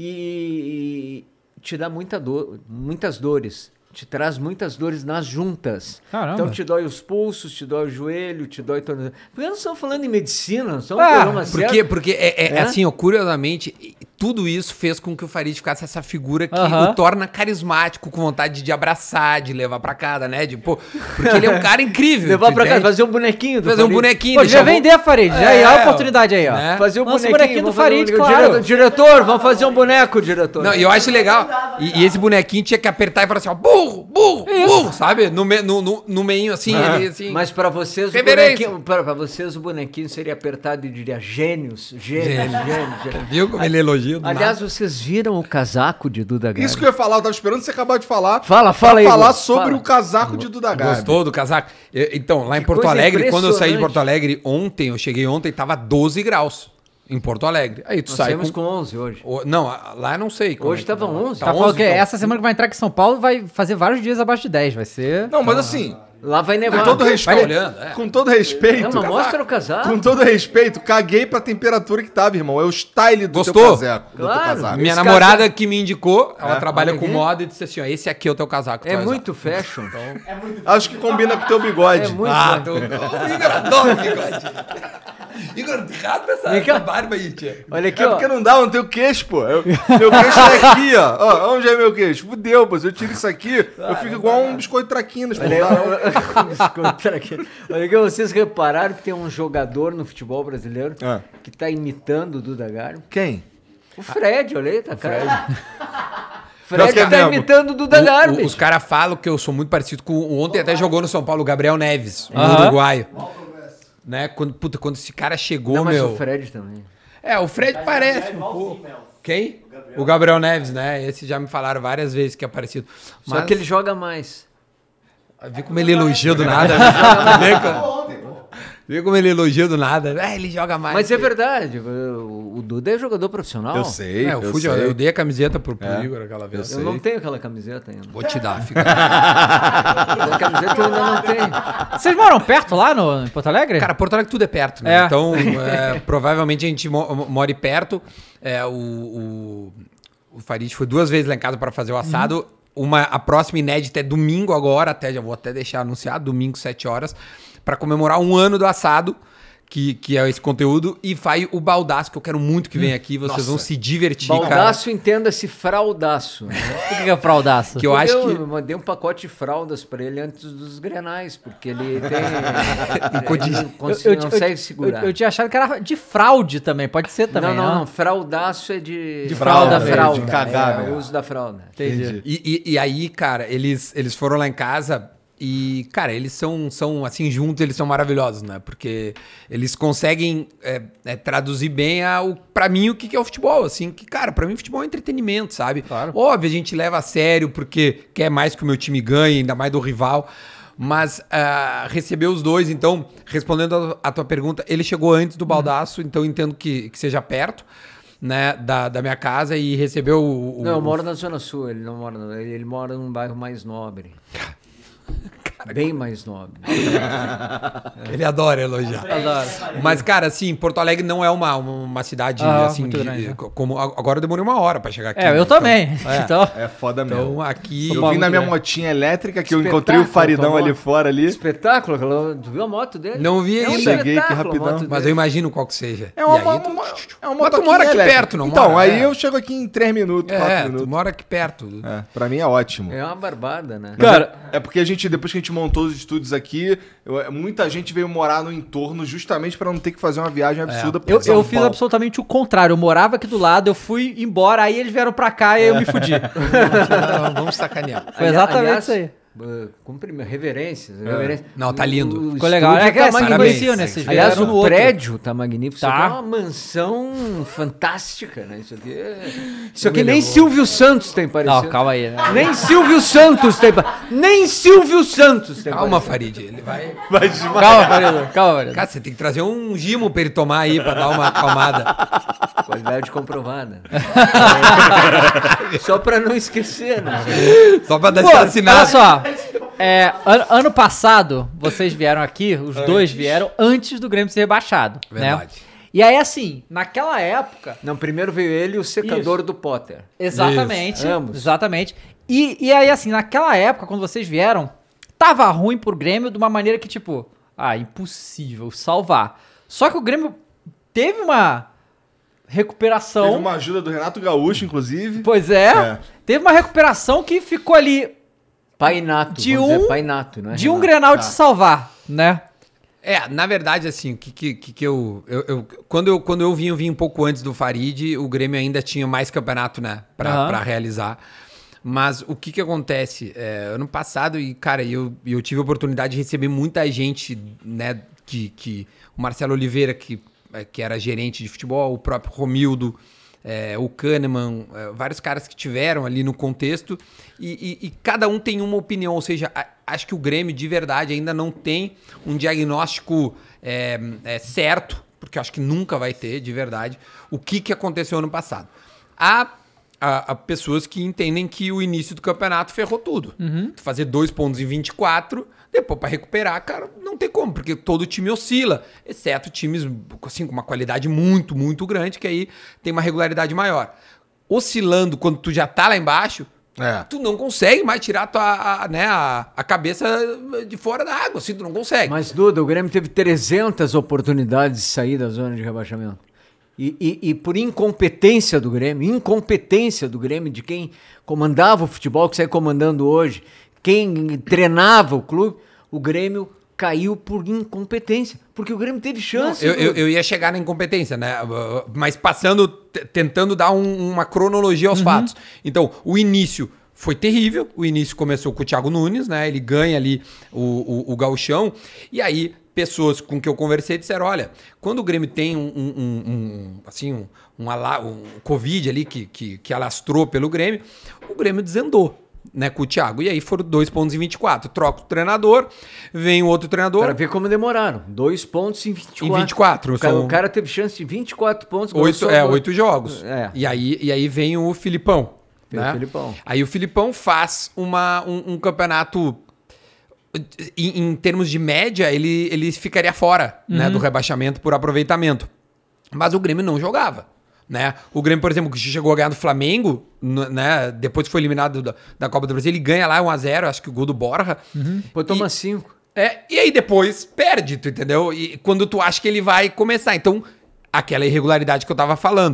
Speaker 5: E, e te dá muita dor, muitas dores. Te traz muitas dores nas juntas.
Speaker 4: Caramba.
Speaker 5: Então te dói os pulsos, te dói o joelho, te dói o tornozelo. Porque nós estamos falando em medicina, nós estamos
Speaker 4: Ah,
Speaker 5: no programa
Speaker 6: Por
Speaker 5: sério.
Speaker 6: quê? Porque é, é-
Speaker 5: É?
Speaker 6: assim, ó, curiosamente, tudo isso fez com que o Farid ficasse essa figura que
Speaker 4: Aham.
Speaker 6: o torna carismático, com vontade de abraçar, de levar pra casa, né? De, pô, porque ele é um cara incrível.
Speaker 5: Levar
Speaker 6: tu
Speaker 5: pra casa,
Speaker 6: entende?
Speaker 5: fazer um bonequinho. do
Speaker 6: Fazer um
Speaker 5: Farid.
Speaker 6: bonequinho.
Speaker 4: Pô,
Speaker 6: deixar
Speaker 4: já
Speaker 6: o-
Speaker 4: vender a Farid, já
Speaker 6: É,
Speaker 4: é a oportunidade aí, ó.
Speaker 6: né?
Speaker 5: Fazer um
Speaker 4: Lança o
Speaker 5: bonequinho,
Speaker 4: bonequinho do
Speaker 5: vamos fazer um
Speaker 4: Farid,
Speaker 5: bonequinho.
Speaker 4: claro.
Speaker 5: Diretor, diretor, vamos fazer um boneco, diretor.
Speaker 6: Não, e eu acho legal. E, e esse bonequinho tinha que apertar e falar assim, ó, burro, burro, burro, sabe? No, me, no, no, no meio, assim, ele, assim.
Speaker 5: Mas pra vocês, o
Speaker 6: Reverência.
Speaker 5: bonequinho, pra, pra vocês, o bonequinho seria apertado e diria gênios, gênios, gênios. gênios.
Speaker 6: Viu como ele elogia do
Speaker 5: Aliás,
Speaker 6: nada?
Speaker 5: vocês viram o casaco de Duda Garbi?
Speaker 3: Isso que eu ia falar, eu tava esperando você acabar de falar.
Speaker 5: Fala, fala
Speaker 3: pra
Speaker 5: aí,
Speaker 3: falar
Speaker 5: Igor,
Speaker 3: sobre
Speaker 5: fala.
Speaker 3: o casaco de Duda Garbi.
Speaker 6: Gostou do casaco? Eu- Então, lá em
Speaker 5: Que
Speaker 6: Porto
Speaker 5: coisa
Speaker 6: Alegre, quando eu saí de
Speaker 5: impressionante.
Speaker 6: Porto Alegre ontem, eu cheguei ontem, tava doze graus em Porto Alegre. Aí tu
Speaker 5: Nós
Speaker 6: sai
Speaker 5: saímos
Speaker 6: com...
Speaker 5: com onze hoje.
Speaker 6: O- Não, lá eu não sei. como
Speaker 5: Hoje
Speaker 6: é que
Speaker 5: tava
Speaker 6: tá.
Speaker 5: onze.
Speaker 6: Tá
Speaker 4: Tá falando
Speaker 6: onze,
Speaker 4: que
Speaker 6: então.
Speaker 4: essa semana que vai entrar aqui em São Paulo vai fazer vários dias abaixo de dez, vai ser...
Speaker 3: Não, mas assim,
Speaker 5: Lá vai
Speaker 3: com
Speaker 5: nevar.
Speaker 3: todo
Speaker 6: Vai
Speaker 3: respeito,
Speaker 6: olhando, é.
Speaker 3: com todo respeito,
Speaker 5: Não, mas mostra o casaco.
Speaker 3: com todo respeito, caguei pra temperatura que tava, irmão. É o style do
Speaker 6: Gostou?
Speaker 3: teu casaco. do teu
Speaker 5: Claro.
Speaker 3: casaco.
Speaker 6: Minha
Speaker 5: Esse
Speaker 6: namorada
Speaker 5: casaco-
Speaker 6: que me indicou, ela
Speaker 3: É?
Speaker 6: trabalha
Speaker 5: Olha
Speaker 6: com
Speaker 5: aqui.
Speaker 6: moda e disse assim, ó, esse aqui é o teu casaco. que tu
Speaker 5: É
Speaker 6: vai usar.
Speaker 5: muito fashion.
Speaker 3: Acho que combina com o teu bigode.
Speaker 5: É muito
Speaker 6: Ah,
Speaker 5: fashion.
Speaker 6: tu... o Igor adora o bigode. Igor, raspa essa,
Speaker 5: Vem cá.
Speaker 6: essa barba aí, tia.
Speaker 5: Olha aqui,
Speaker 3: É
Speaker 5: ó.
Speaker 3: porque não dá, eu não tenho queixo, pô. Eu- meu queixo é aqui, ó. ó. Onde é meu queixo? Fudeu, pô. Se eu tiro isso aqui, eu fico igual um biscoito traquinas, pô.
Speaker 5: Olha,
Speaker 3: Não dá, não.
Speaker 5: olha aqui. Olha aqui, vocês repararam que tem um jogador no futebol brasileiro
Speaker 3: Ah.
Speaker 5: que tá imitando o Duda Garbi?
Speaker 3: Quem?
Speaker 5: O Fred, olha aí, tá cara.
Speaker 3: Pior
Speaker 5: Fred
Speaker 3: que é
Speaker 5: tá
Speaker 3: mesmo.
Speaker 5: imitando o Duda
Speaker 6: O-
Speaker 5: Garbi.
Speaker 6: o- os caras falam que eu sou muito parecido com... o- Ontem até jogou no São Paulo o Gabriel Neves, o
Speaker 4: Aham.
Speaker 6: uruguaio. Né? Quando, puta, quando esse cara chegou,
Speaker 5: Não, mas
Speaker 6: meu...
Speaker 5: o Fred também.
Speaker 6: É, o Fred parece um pouco. Quem? O Gabriel Neves, né? Esse já me falaram várias vezes que é parecido.
Speaker 5: Só
Speaker 6: Mas
Speaker 5: que ele joga mais.
Speaker 6: Vê como ele elogia do nada. Vê como, vê como ele elogia do nada. É, ele joga mais.
Speaker 5: Mas é verdade, o, o Duda é jogador profissional.
Speaker 3: Eu sei,
Speaker 6: É, eu,
Speaker 3: eu
Speaker 6: fui,
Speaker 3: sei.
Speaker 6: eu dei a camiseta pro, pro
Speaker 3: É,
Speaker 6: Igor aquela vez.
Speaker 5: Eu
Speaker 3: sei.
Speaker 5: não tenho aquela camiseta ainda.
Speaker 6: Vou te dar, fica.
Speaker 5: Aquela camiseta eu ainda não tenho.
Speaker 4: Vocês moram perto lá no, em Porto Alegre?
Speaker 6: Cara, Porto Alegre tudo é perto, né?
Speaker 4: É.
Speaker 6: Então, é, provavelmente a gente mo mora perto. É, o, o, o Farid foi duas vezes lá em casa para fazer o assado. Uma, a próxima inédita é domingo agora, até já vou até deixar anunciado, domingo, sete horas, para comemorar um ano do assado, que, que é esse conteúdo, e vai o Baldaço, que eu quero muito que venha aqui, vocês
Speaker 3: Nossa.
Speaker 6: vão se divertir,
Speaker 5: Baldaço, entenda-se fraldaço. Né?
Speaker 4: O que que é fraldaço?
Speaker 6: cara. Que eu acho
Speaker 5: eu,
Speaker 6: que...
Speaker 5: eu mandei um pacote de fraldas pra ele antes dos Grenais, porque ele tem... ele não cons-
Speaker 4: Eu- eu-
Speaker 5: consegue
Speaker 4: eu-
Speaker 5: segurar.
Speaker 4: Eu, eu tinha achado que era de fraude também, pode ser também.
Speaker 5: não, não,
Speaker 4: né?
Speaker 5: não. Fraldaço é de...
Speaker 3: De fralda,
Speaker 5: fralda,
Speaker 3: é,
Speaker 5: fralda.
Speaker 3: de cagar,
Speaker 5: é,
Speaker 3: né?
Speaker 5: o uso da fralda.
Speaker 4: Entendi.
Speaker 6: E, e, e aí, cara, eles, eles foram lá em casa e, cara, eles são, são, assim, juntos, eles são maravilhosos, né? Porque eles conseguem é, é, traduzir bem a, o, pra mim o que, que é o futebol, assim, que, cara, pra mim futebol é entretenimento, sabe?
Speaker 4: Claro.
Speaker 6: Óbvio, a gente leva a sério porque quer mais que o meu time ganhe, ainda mais do rival. Mas uh, recebeu os dois, então, respondendo a, a tua pergunta, ele chegou antes do Baldaço, então entendo que, que seja perto, né, da, da minha casa, e recebeu o... o-
Speaker 5: Não, eu moro na Zona Sul, ele não mora... no- Ele, ele mora num bairro mais nobre. Bem mais nobre.
Speaker 6: Ele adora elogiar.
Speaker 4: Adoro.
Speaker 6: Mas, cara, assim, Porto Alegre não é uma, uma cidade,
Speaker 4: Ah,
Speaker 6: assim,
Speaker 4: muito
Speaker 6: de-
Speaker 4: grande, né?
Speaker 6: como agora eu demorei uma hora pra chegar aqui.
Speaker 4: É,
Speaker 6: né?
Speaker 4: eu também.
Speaker 6: é.
Speaker 4: Então,
Speaker 3: É foda mesmo.
Speaker 6: Então, aqui...
Speaker 3: eu
Speaker 4: Paulo
Speaker 3: vim na minha
Speaker 4: Guilherme.
Speaker 3: motinha elétrica, que eu
Speaker 5: Espetáculo,
Speaker 3: encontrei o Faridão
Speaker 5: tomou.
Speaker 3: ali fora ali.
Speaker 5: Espetáculo, aquela- tu viu a moto dele?
Speaker 6: Não vi
Speaker 5: É um
Speaker 6: ainda.
Speaker 3: Cheguei aqui
Speaker 5: espetáculo a
Speaker 3: rapidão.
Speaker 5: moto
Speaker 6: Mas eu
Speaker 5: dele.
Speaker 6: imagino qual que seja.
Speaker 3: É uma,
Speaker 6: E aí,
Speaker 3: uma,
Speaker 6: tu-
Speaker 3: uma, é uma
Speaker 6: Mas tu
Speaker 3: motoquinha
Speaker 6: mora aqui
Speaker 3: elétrica.
Speaker 6: perto, não
Speaker 3: Então,
Speaker 6: mora?
Speaker 3: aí
Speaker 6: É.
Speaker 3: eu chego aqui em três minutos, quatro
Speaker 6: É, tu
Speaker 3: minutos.
Speaker 6: mora aqui perto.
Speaker 3: É, pra mim é ótimo.
Speaker 5: É uma barbada, né?
Speaker 3: Mas
Speaker 4: Cara-
Speaker 3: é, é porque a gente, depois que a gente montou os estúdios aqui, eu- muita gente veio morar no entorno justamente pra não ter que fazer uma viagem absurda pra
Speaker 4: eu,
Speaker 3: São
Speaker 4: eu fiz
Speaker 3: Paulo.
Speaker 4: absolutamente o contrário. Eu morava aqui do lado, eu fui embora, aí eles vieram pra cá e eu me fudi.
Speaker 6: Não, não, vamos sacanear.
Speaker 4: Foi exatamente isso aí.
Speaker 5: Uh, cumpri reverências, reverências.
Speaker 6: Não, tá lindo.
Speaker 5: O- o
Speaker 4: Ficou legal.
Speaker 5: estúdio
Speaker 4: É que
Speaker 5: tá
Speaker 4: é, vocês
Speaker 5: magnífico.
Speaker 4: conheciam, né? Vocês
Speaker 5: Aliás,
Speaker 4: vieram no
Speaker 5: o
Speaker 4: outro.
Speaker 5: prédio tá magnífico. Isso
Speaker 4: Tá.
Speaker 5: aqui é uma mansão fantástica, né? Isso aqui é... Isso aqui nem Silvio Santos tem parecido.
Speaker 4: Não, calma aí. né?
Speaker 5: Nem Silvio Santos tem pa- Nem Silvio Santos tem
Speaker 6: Calma,
Speaker 5: parecido.
Speaker 6: Farid. Ele vai...
Speaker 3: Vai desmaiar.
Speaker 4: Calma, Marido. Calma, Marido.
Speaker 6: Cara, você tem que trazer um gimo pra ele tomar aí, pra dar uma acalmada.
Speaker 5: Qualidade comprovada. Só pra não esquecer, né?
Speaker 6: Só pra
Speaker 4: Pô,
Speaker 6: deixar
Speaker 4: olha
Speaker 6: assinado.
Speaker 4: só. É, ano, ano passado, vocês vieram aqui, os dois vieram antes do Grêmio ser rebaixado. Né?
Speaker 6: Verdade.
Speaker 4: E aí, assim, naquela época.
Speaker 5: Não, primeiro veio ele e o secador do Potter.
Speaker 4: Exatamente.
Speaker 5: Isso, ambos.
Speaker 4: Exatamente. E, e aí, assim, naquela época, quando vocês vieram, tava ruim pro Grêmio de uma maneira que, tipo, ah, impossível salvar. Só que o Grêmio teve uma recuperação.
Speaker 3: Teve uma ajuda do Renato Gaúcho, inclusive.
Speaker 4: Pois é,
Speaker 3: É.
Speaker 4: Teve uma recuperação que ficou ali
Speaker 5: Painato,
Speaker 4: De
Speaker 5: vamos
Speaker 4: um-
Speaker 5: dizer Painato, não é
Speaker 4: de um
Speaker 5: Renato?
Speaker 4: Grenal de se salvar, né?
Speaker 6: É, na verdade, assim, o que, que, que, que eu, eu, eu- quando eu. Quando eu vim, eu vim um pouco antes do Farid, o Grêmio ainda tinha mais campeonato, né? Pra,
Speaker 4: Aham.
Speaker 6: pra realizar. Mas o que que acontece? É, ano passado, e, cara, eu, eu tive a oportunidade de receber muita gente, né? Que, que o Marcelo Oliveira, que, é, que era gerente de futebol, o próprio Romildo. É, o Kahneman, é, vários caras que tiveram ali no contexto e, e- e cada um tem uma opinião, ou seja, a- acho que o Grêmio de verdade ainda não tem um diagnóstico é, é, certo, porque eu acho que nunca vai ter de verdade, o que, que aconteceu ano passado. Há, há- há pessoas que entendem que o início do campeonato ferrou tudo. Tu fazer dois pontos em vinte e quatro, depois para recuperar, cara, não tem como, porque todo time oscila, exceto times assim, com uma qualidade muito, muito grande, que aí tem uma regularidade maior. Oscilando quando tu já tá lá embaixo,
Speaker 3: É.
Speaker 6: tu não consegue mais tirar tua, a, né, a, a cabeça de fora da água, assim, tu não consegue.
Speaker 5: Mas, Duda, o Grêmio teve trezentas oportunidades de sair da zona de rebaixamento. E, e- e por incompetência do Grêmio, incompetência do Grêmio, de quem comandava o futebol, que sai comandando hoje, quem treinava o clube, o Grêmio caiu por incompetência. Porque o Grêmio teve chance.
Speaker 6: Eu, eu,
Speaker 5: Duda.
Speaker 6: eu ia chegar na incompetência, né? Uh, Mas passando, t- tentando dar um- uma cronologia aos fatos. Então, o início foi terrível. O início começou com o Thiago Nunes, né? Ele ganha ali o, o, o gauchão. E aí, pessoas com que eu conversei disseram, olha, quando o Grêmio tem um, um- um- um, assim, um, um, ala- um Covid ali que, que, que alastrou pelo Grêmio, o Grêmio desandou. Né, com o Thiago. E aí foram dois pontos em vinte e quatro. Troca o treinador, vem o outro treinador.
Speaker 5: Para ver como demoraram. Dois pontos em vinte e quatro.
Speaker 6: Em vinte e quatro,
Speaker 5: O cara,
Speaker 6: são-
Speaker 5: o cara teve chance de vinte e quatro pontos. ganhou
Speaker 6: Oito,
Speaker 5: só
Speaker 6: é,
Speaker 5: dois.
Speaker 6: oito jogos.
Speaker 5: É.
Speaker 6: E, aí, e aí vem o Filipão.
Speaker 5: Vem o
Speaker 6: né?
Speaker 5: Filipão.
Speaker 6: Aí o Filipão faz uma, um, um campeonato. Em, em termos de média, ele, ele ficaria fora né, do rebaixamento por aproveitamento. Mas o Grêmio não jogava. Né? O Grêmio, por exemplo, que chegou a ganhar do Flamengo, n- né? Depois que foi eliminado da, da Copa do Brasil, ele ganha lá um a zero, acho que o gol do Borja.
Speaker 5: Depois toma cinco.
Speaker 6: É, e aí depois perde, tu entendeu? E quando tu acha que ele vai começar. Então, aquela irregularidade que eu tava falando.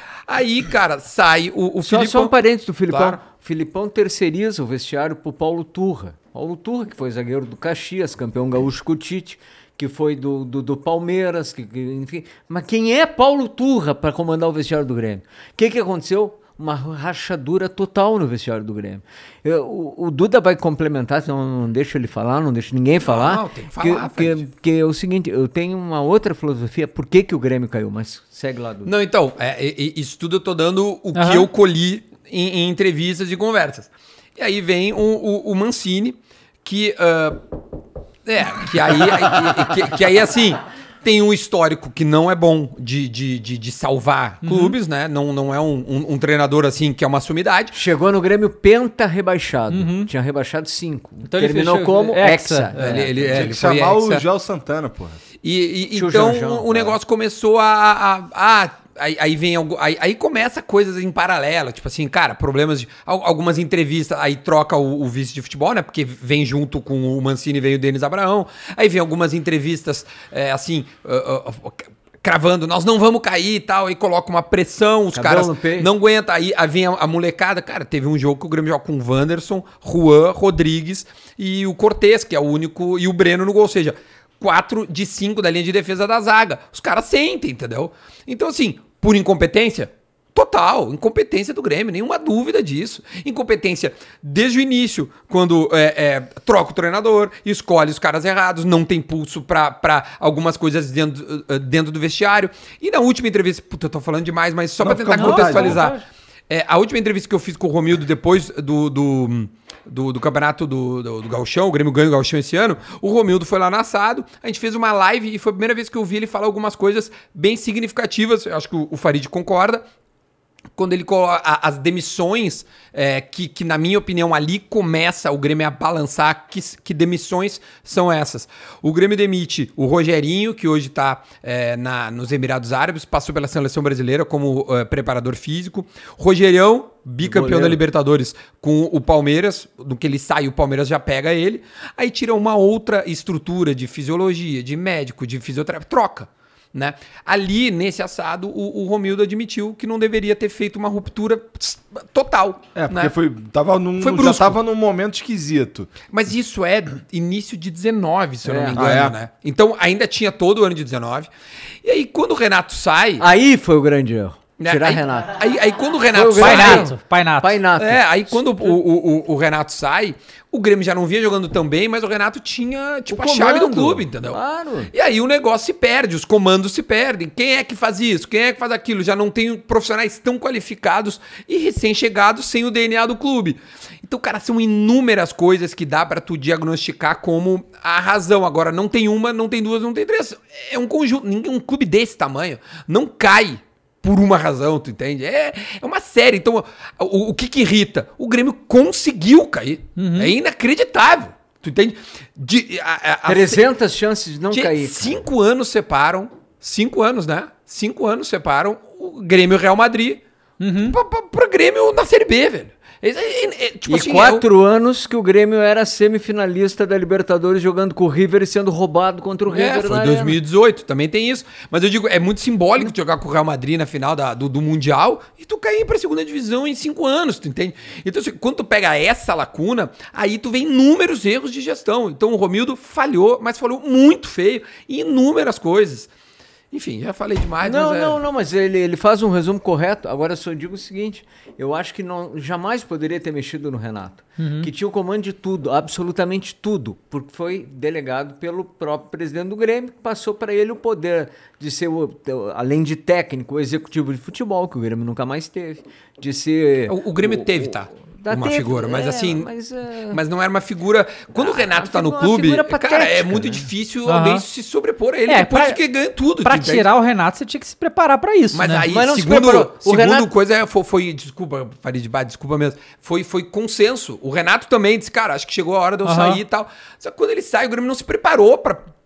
Speaker 6: Aí, cara, sai o, o
Speaker 5: Só,
Speaker 6: Filipão...
Speaker 5: só um parênteses do Filipão.
Speaker 6: Claro.
Speaker 5: O Filipão terceiriza o vestiário pro Paulo Turra. Paulo Turra, que foi zagueiro do Caxias, campeão gaúcho com o Tite, que foi do, do, do Palmeiras, que, que, enfim. Mas quem é Paulo Turra para comandar o vestiário do Grêmio? O que, que aconteceu? Uma rachadura total no vestiário do Grêmio. Eu, o, o Duda vai complementar, senão não deixa ele falar, não deixa ninguém falar.
Speaker 6: Não, tem que falar,
Speaker 5: que, que, que é o seguinte, eu tenho uma outra filosofia, por que, que o Grêmio caiu? Mas segue lá, Duda.
Speaker 6: Não, então, é, é, isso tudo eu tô dando o
Speaker 4: Uhum.
Speaker 6: que eu colhi em, em entrevistas e conversas. E aí vem o, o, o Mancini, que... Uh, é, que aí, que, que aí assim... Tem um histórico que não é bom de, de, de, de salvar uhum. clubes, né? Não, não é um, um, um treinador assim que é uma sumidade.
Speaker 5: Chegou no Grêmio penta rebaixado. Uhum. Tinha rebaixado cinco.
Speaker 4: Então
Speaker 5: terminou
Speaker 4: ele
Speaker 5: como
Speaker 4: Hexa.
Speaker 5: Hexa.
Speaker 6: É. Ele, ele, é,
Speaker 3: Tinha
Speaker 6: ele
Speaker 3: que
Speaker 6: foi
Speaker 3: chamar
Speaker 6: Hexa.
Speaker 3: o Joel Santana, porra.
Speaker 6: E, e,
Speaker 5: Tio
Speaker 6: então
Speaker 5: Janjão,
Speaker 6: o negócio é. começou a... a, a, a aí, aí vem algo, aí, aí começa coisas em paralelo, tipo assim, cara, problemas de algumas entrevistas, aí troca o, o vice de futebol, né? Porque vem junto com o Mancini, veio o Denis Abraão. Aí vem algumas entrevistas é, assim, uh, uh, cravando, nós não vamos cair e tal, aí coloca uma pressão, os
Speaker 5: Cabelo
Speaker 6: caras não aguentam, aí, aí vem a, a molecada, cara, teve um jogo que o Grêmio joga com o Wanderson, Juan, Rodrigues e o Cortez, que é o único, e o Breno no gol, ou seja, quatro de cinco da linha de defesa da zaga. Os caras sentem, entendeu? Então, assim, por incompetência, total, incompetência do Grêmio, nenhuma dúvida disso. Incompetência desde o início, quando é, é, troca o treinador, escolhe os caras errados, não tem pulso pra, pra algumas coisas dentro, dentro do vestiário. E na última entrevista, puta, eu tô falando demais, mas só
Speaker 3: não,
Speaker 6: pra tentar contextualizar. É, a última entrevista que eu fiz com o Romildo depois do... do Do, do campeonato do, do, do Gauchão, o Grêmio ganha o Gauchão esse ano, o Romildo foi lá no assado, a gente fez uma live e foi a primeira vez que eu vi ele falar algumas coisas bem significativas, eu acho que o, o Farid concorda, quando ele coloca as demissões, é, que, que na minha opinião ali começa o Grêmio a balançar, que, que demissões são essas? O Grêmio demite o Rogerinho, que hoje está é, na, nos Emirados Árabes, passou pela seleção brasileira como é, preparador físico. Rogerião, bicampeão da Libertadores com o Palmeiras, no que ele sai o Palmeiras já pega ele, aí tira uma outra estrutura de fisiologia, de médico, de fisioterapia, troca. Né? Ali, nesse assado, o, o Romildo admitiu que não deveria ter feito uma ruptura total.
Speaker 3: É, porque
Speaker 6: né?
Speaker 3: foi, tava num,
Speaker 6: foi
Speaker 3: já tava num momento esquisito.
Speaker 6: Mas isso é início de dezenove, se eu
Speaker 5: É.
Speaker 6: não me engano,
Speaker 3: Ah, é?
Speaker 6: né? Então ainda tinha todo o ano de dezenove. E aí, quando o Renato sai...
Speaker 5: Aí foi o grande erro.
Speaker 6: né,
Speaker 5: Tirar
Speaker 6: aí,
Speaker 5: Renato.
Speaker 6: Aí, aí quando o Renato
Speaker 5: Foi o
Speaker 6: sai...
Speaker 5: grande
Speaker 4: Painato, Painato.
Speaker 5: Painato.
Speaker 6: É, aí quando o, o, o, o Renato sai, o Grêmio já não vinha jogando tão bem, mas o Renato tinha, tipo,
Speaker 5: O
Speaker 6: a chave do
Speaker 5: comando.
Speaker 6: clube, entendeu?
Speaker 5: Claro.
Speaker 6: E aí o negócio se perde, os comandos se perdem. Quem é que faz isso? Quem é que faz aquilo? Já não tem profissionais tão qualificados e recém-chegados sem o D N A do clube. Então, cara, são inúmeras coisas que dá pra tu diagnosticar como a razão. Agora, não tem uma, não tem duas, não tem três. É um conjunto. Ninguém, um clube desse tamanho não cai por uma razão, tu entende? É, é uma série. Então, o, o que que irrita? O Grêmio conseguiu cair.
Speaker 5: Uhum.
Speaker 6: É inacreditável. Tu entende? De, a, a, a,
Speaker 5: trezentas chances de não
Speaker 6: Tinha
Speaker 5: cair.
Speaker 6: Cinco anos separam. Cinco anos, né? Cinco anos separam o Grêmio e o Real Madrid
Speaker 5: Uhum.
Speaker 6: pra, pra, pro Grêmio na Série B, velho. É, é, é, tipo
Speaker 5: E
Speaker 6: assim,
Speaker 5: quatro anos que o Grêmio era semifinalista da Libertadores jogando com o River e sendo roubado contra o
Speaker 6: É,
Speaker 5: River
Speaker 6: foi
Speaker 5: na
Speaker 6: dois mil e
Speaker 5: Arena.
Speaker 6: dezoito, também tem isso. Mas eu digo, é muito simbólico de jogar com o Real Madrid na final da- do, do Mundial e tu cair pra segunda divisão em cinco anos, tu entende? Então, assim, quando tu pega essa lacuna, aí tu vê inúmeros erros de gestão. Então o Romildo falhou, mas falhou muito feio em inúmeras coisas. Enfim, já falei demais,
Speaker 5: Não,
Speaker 6: mas é...
Speaker 5: não, não, mas ele, ele faz um resumo correto. Agora eu só digo o seguinte: eu acho que não, jamais poderia ter mexido no Renato, que tinha o comando de tudo, absolutamente tudo, porque foi delegado pelo próprio presidente do Grêmio, que passou para ele o poder de ser, o, além de técnico, o executivo de futebol, que o Grêmio nunca mais teve, de ser.
Speaker 6: O, o Grêmio teve, tá?
Speaker 5: Tá,
Speaker 6: uma
Speaker 5: teve,
Speaker 6: figura, mas
Speaker 5: é,
Speaker 6: assim,
Speaker 5: mas, é,
Speaker 6: mas não era uma figura. Quando o Renato
Speaker 5: uma
Speaker 6: tá no
Speaker 5: figura-
Speaker 6: clube,
Speaker 5: uma figura
Speaker 6: cara, é
Speaker 5: patética,
Speaker 6: muito
Speaker 5: né?
Speaker 6: difícil
Speaker 4: Aham.
Speaker 6: alguém se sobrepor a ele
Speaker 4: É,
Speaker 6: depois
Speaker 4: pra-
Speaker 6: que ganha tudo.
Speaker 4: Pra
Speaker 6: tu entende?
Speaker 4: tirar o Renato, você tinha que se preparar pra isso,
Speaker 6: Mas
Speaker 4: né?
Speaker 6: aí,
Speaker 5: Mas não se
Speaker 6: segundo,
Speaker 5: preparou. O
Speaker 6: segundo
Speaker 5: Renato-
Speaker 6: coisa, é, foi, foi- desculpa, Farid, bah, desculpa mesmo, foi, foi consenso. O Renato também disse, cara, acho que chegou a hora de eu
Speaker 4: Aham.
Speaker 6: sair e tal. Só que quando ele sai, o Grêmio não se preparou pra,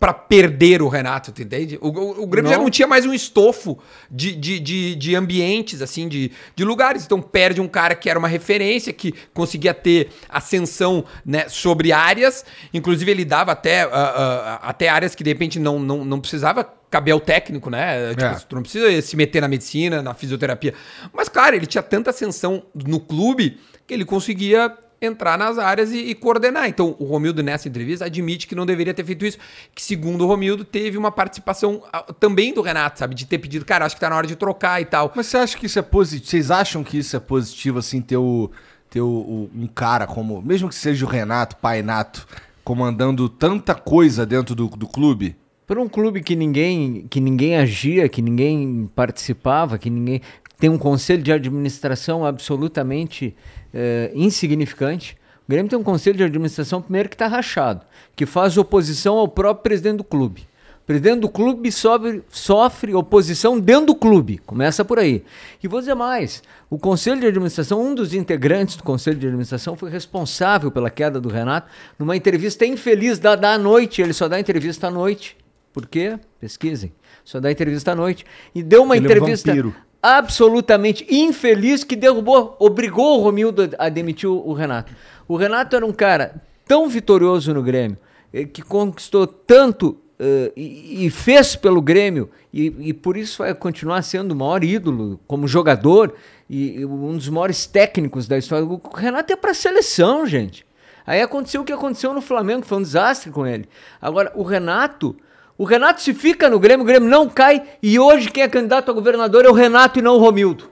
Speaker 6: pra perder o Renato, tu entende? O, o, o Grêmio não. já não tinha mais um estofo de, de, de, de ambientes, assim, de, de lugares. Então perde um cara que era uma referência, que conseguia ter ascensão, né, sobre áreas. Inclusive ele dava até, uh, uh, até áreas que de repente não, não, não precisava caber ao técnico, né? Tipo, é. Tu não precisa se meter na medicina, na fisioterapia. Mas, cara, ele tinha tanta ascensão no clube que ele conseguia entrar nas áreas e, e coordenar. Então, o Romildo, nessa entrevista, admite que não deveria ter feito isso, que, segundo o Romildo, teve uma participação uh, também do Renato, sabe? De ter pedido, cara, acho que tá na hora de trocar e tal.
Speaker 3: Mas você acha que isso é positivo? Vocês acham que isso é positivo, assim, ter, o, ter o, o, um cara como, mesmo que seja o Renato, pai Nato, comandando tanta coisa dentro do, do clube?
Speaker 5: Para um clube que ninguém, que ninguém agia, que ninguém participava, que ninguém... Tem um conselho de administração absolutamente eh, insignificante. O Grêmio tem um conselho de administração, primeiro, que está rachado, que faz oposição ao próprio presidente do clube. O presidente do clube sofre, sofre oposição dentro do clube. Começa por aí. E vou dizer mais. O conselho de administração, um dos integrantes do conselho de administração foi responsável pela queda do Renato numa entrevista infeliz dada à noite. Ele só dá entrevista à noite. Por quê? Pesquisem. Só dá entrevista à noite. E deu uma Ele entrevista... É um absolutamente infeliz que derrubou, obrigou o Romildo a demitir o, o Renato. O Renato era um cara tão vitorioso no Grêmio, eh, que conquistou tanto uh, e, e fez pelo Grêmio, e, e por isso vai continuar sendo o maior ídolo como jogador e, e um dos maiores técnicos da história. O Renato é para a seleção, gente. Aí aconteceu o que aconteceu no Flamengo, foi um desastre com ele. Agora, o Renato... O Renato se fica no Grêmio, o Grêmio não cai, e hoje quem é candidato a governador é o Renato e não o Romildo.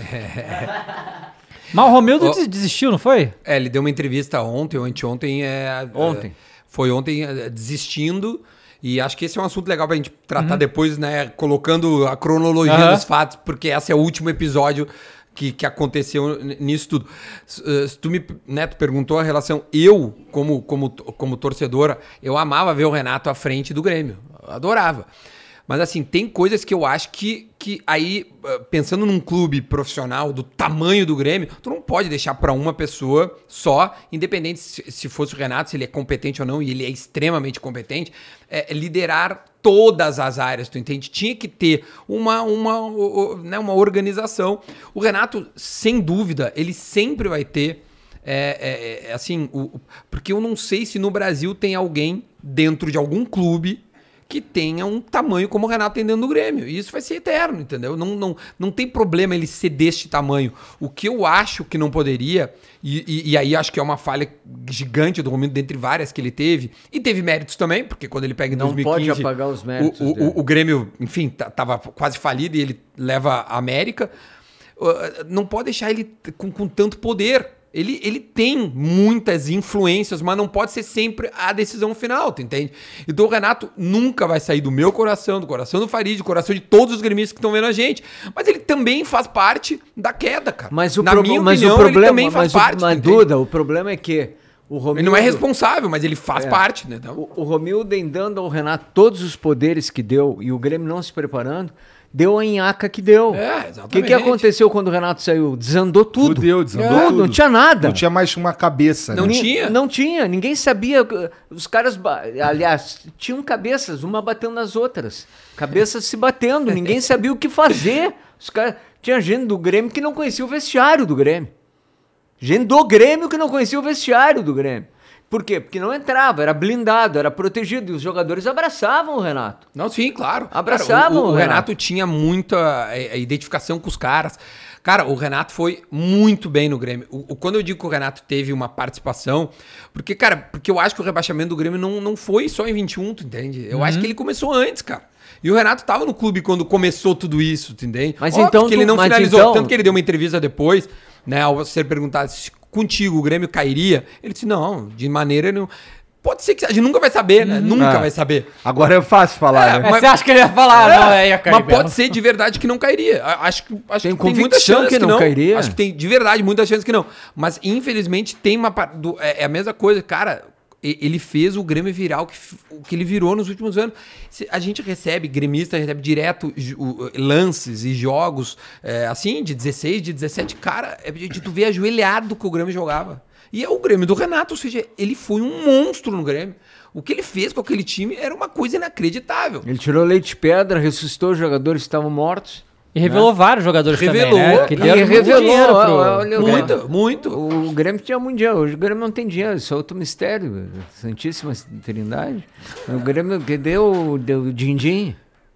Speaker 4: Mas o Romildo oh, desistiu, não foi?
Speaker 6: É, ele deu uma entrevista ontem ou anteontem. É,
Speaker 5: ontem.
Speaker 6: É, foi ontem é, desistindo, e acho que esse é um assunto legal pra gente tratar uhum. depois, né, colocando a cronologia uhum. dos fatos, porque esse é o último episódio que, que aconteceu nisso tudo. Se tu me né, tu perguntou a relação, eu, como, como, como torcedora, eu amava ver o Renato à frente do Grêmio. Adorava. Mas assim, tem coisas que eu acho que, que aí, pensando num clube profissional do tamanho do Grêmio, tu não pode deixar para uma pessoa só, independente se, se fosse o Renato, se ele é competente ou não, e ele é extremamente competente, é, liderar todas as áreas, tu entende? Tinha que ter uma, uma, né, uma organização. O Renato, sem dúvida, ele sempre vai ter, é, é, assim, o, porque eu não sei se no Brasil tem alguém dentro de algum clube que tenha um tamanho como o Renato tem dentro do Grêmio. E isso vai ser eterno, entendeu? Não, não, não tem problema ele ser deste tamanho. O que eu acho que não poderia, e, e, e aí acho que é uma falha gigante do Romildo, dentre várias que ele teve, e teve méritos também, porque quando ele pega em
Speaker 5: não
Speaker 6: dois mil e quinze...
Speaker 5: Não pode apagar os méritos
Speaker 6: o, o, o, o Grêmio, enfim, tava quase falido e ele leva a América. Não pode deixar ele com, com tanto poder. Ele, ele tem muitas influências, mas não pode ser sempre a decisão final, tu entende? Então o Renato nunca vai sair do meu coração, do coração do Farid, do coração de todos os gremistas que estão vendo a gente. Mas ele também faz parte da queda, cara.
Speaker 5: Mas o,
Speaker 6: Na
Speaker 5: pro...
Speaker 6: minha
Speaker 5: mas
Speaker 6: opinião,
Speaker 5: o problema,
Speaker 6: ele também faz
Speaker 5: mas
Speaker 6: parte.
Speaker 5: O... Mas, Duda, o problema é que o Romildo...
Speaker 6: Ele não é responsável, mas ele faz
Speaker 5: é.
Speaker 6: parte, né? Então...
Speaker 5: O, o Romildo, em dando ao Renato todos os poderes que deu, e o Grêmio não se preparando, deu a nhaca que deu.
Speaker 6: É, exatamente.
Speaker 5: O que, que aconteceu quando o Renato saiu? Desandou tudo.
Speaker 3: Fudeu, desandou
Speaker 5: é,
Speaker 3: tudo.
Speaker 5: Não tinha nada.
Speaker 3: Não tinha mais uma cabeça.
Speaker 6: Não
Speaker 3: né?
Speaker 6: tinha.
Speaker 5: Não tinha. Ninguém sabia. Os caras, aliás, tinham cabeças, uma batendo nas outras. Cabeças se batendo. Ninguém sabia o que fazer. Os caras... Tinha gente do Grêmio que não conhecia o vestiário do Grêmio. Gente do Grêmio que não conhecia o vestiário do Grêmio. Por quê? Porque não entrava, era blindado, era protegido. E os jogadores abraçavam o Renato.
Speaker 6: Não, sim, claro.
Speaker 5: Abraçavam
Speaker 6: Cara, o, o,
Speaker 5: o
Speaker 6: o
Speaker 5: Renato.
Speaker 6: Renato tinha muita é, identificação com os caras. Cara, o Renato foi muito bem no Grêmio. O, o, quando eu digo que o Renato teve uma participação... Porque, cara, porque eu acho que o rebaixamento do Grêmio não, não foi só em vinte e um, tu entende? Eu uhum. acho que ele começou antes, cara. E o Renato tava no clube quando começou tudo isso, tu entende?
Speaker 5: Mas
Speaker 6: Óbvio
Speaker 5: então...
Speaker 6: que ele não
Speaker 5: mas
Speaker 6: finalizou.
Speaker 5: então...
Speaker 6: Tanto que ele deu uma entrevista depois, né? Ao ser perguntado se contigo o Grêmio cairia. Ele disse, não, de maneira nenhuma. Pode ser que a gente nunca vai saber, né? Hum, nunca
Speaker 3: é.
Speaker 6: vai saber.
Speaker 3: Agora é fácil falar,
Speaker 6: é,
Speaker 3: né?
Speaker 4: Mas você acha que ele ia falar,
Speaker 6: é,
Speaker 4: não, é, ia cair
Speaker 6: mas pode
Speaker 4: mesmo.
Speaker 6: ser de verdade que não cairia. Acho, acho
Speaker 5: tem
Speaker 6: que tem muita
Speaker 5: convicção
Speaker 6: chance
Speaker 5: que não,
Speaker 6: que não
Speaker 5: cairia.
Speaker 6: Acho que tem de verdade muita chance que não. Mas infelizmente tem uma... Do, é, é a mesma coisa, cara... ele fez o Grêmio virar o que, o que ele virou nos últimos anos. A gente recebe, gremista recebe direto lances e jogos, é, assim, de dezesseis, de dezessete, cara, é de tu ver ajoelhado que o Grêmio jogava. E é o Grêmio do Renato, ou seja, ele foi um monstro no Grêmio. O que ele fez com aquele time era uma coisa inacreditável.
Speaker 5: Ele tirou leite de pedra, ressuscitou os jogadores que estavam mortos.
Speaker 4: E revelou né? vários jogadores
Speaker 6: revelou,
Speaker 4: também, né? Que deram
Speaker 5: e revelou,
Speaker 4: dinheiro pro...
Speaker 5: olha,
Speaker 6: muito,
Speaker 5: Grêmio,
Speaker 6: muito.
Speaker 5: O Grêmio tinha muito dinheiro, hoje o Grêmio não tem dinheiro, isso é outro mistério, Santíssima Trindade. O Grêmio que deu, deu din-din,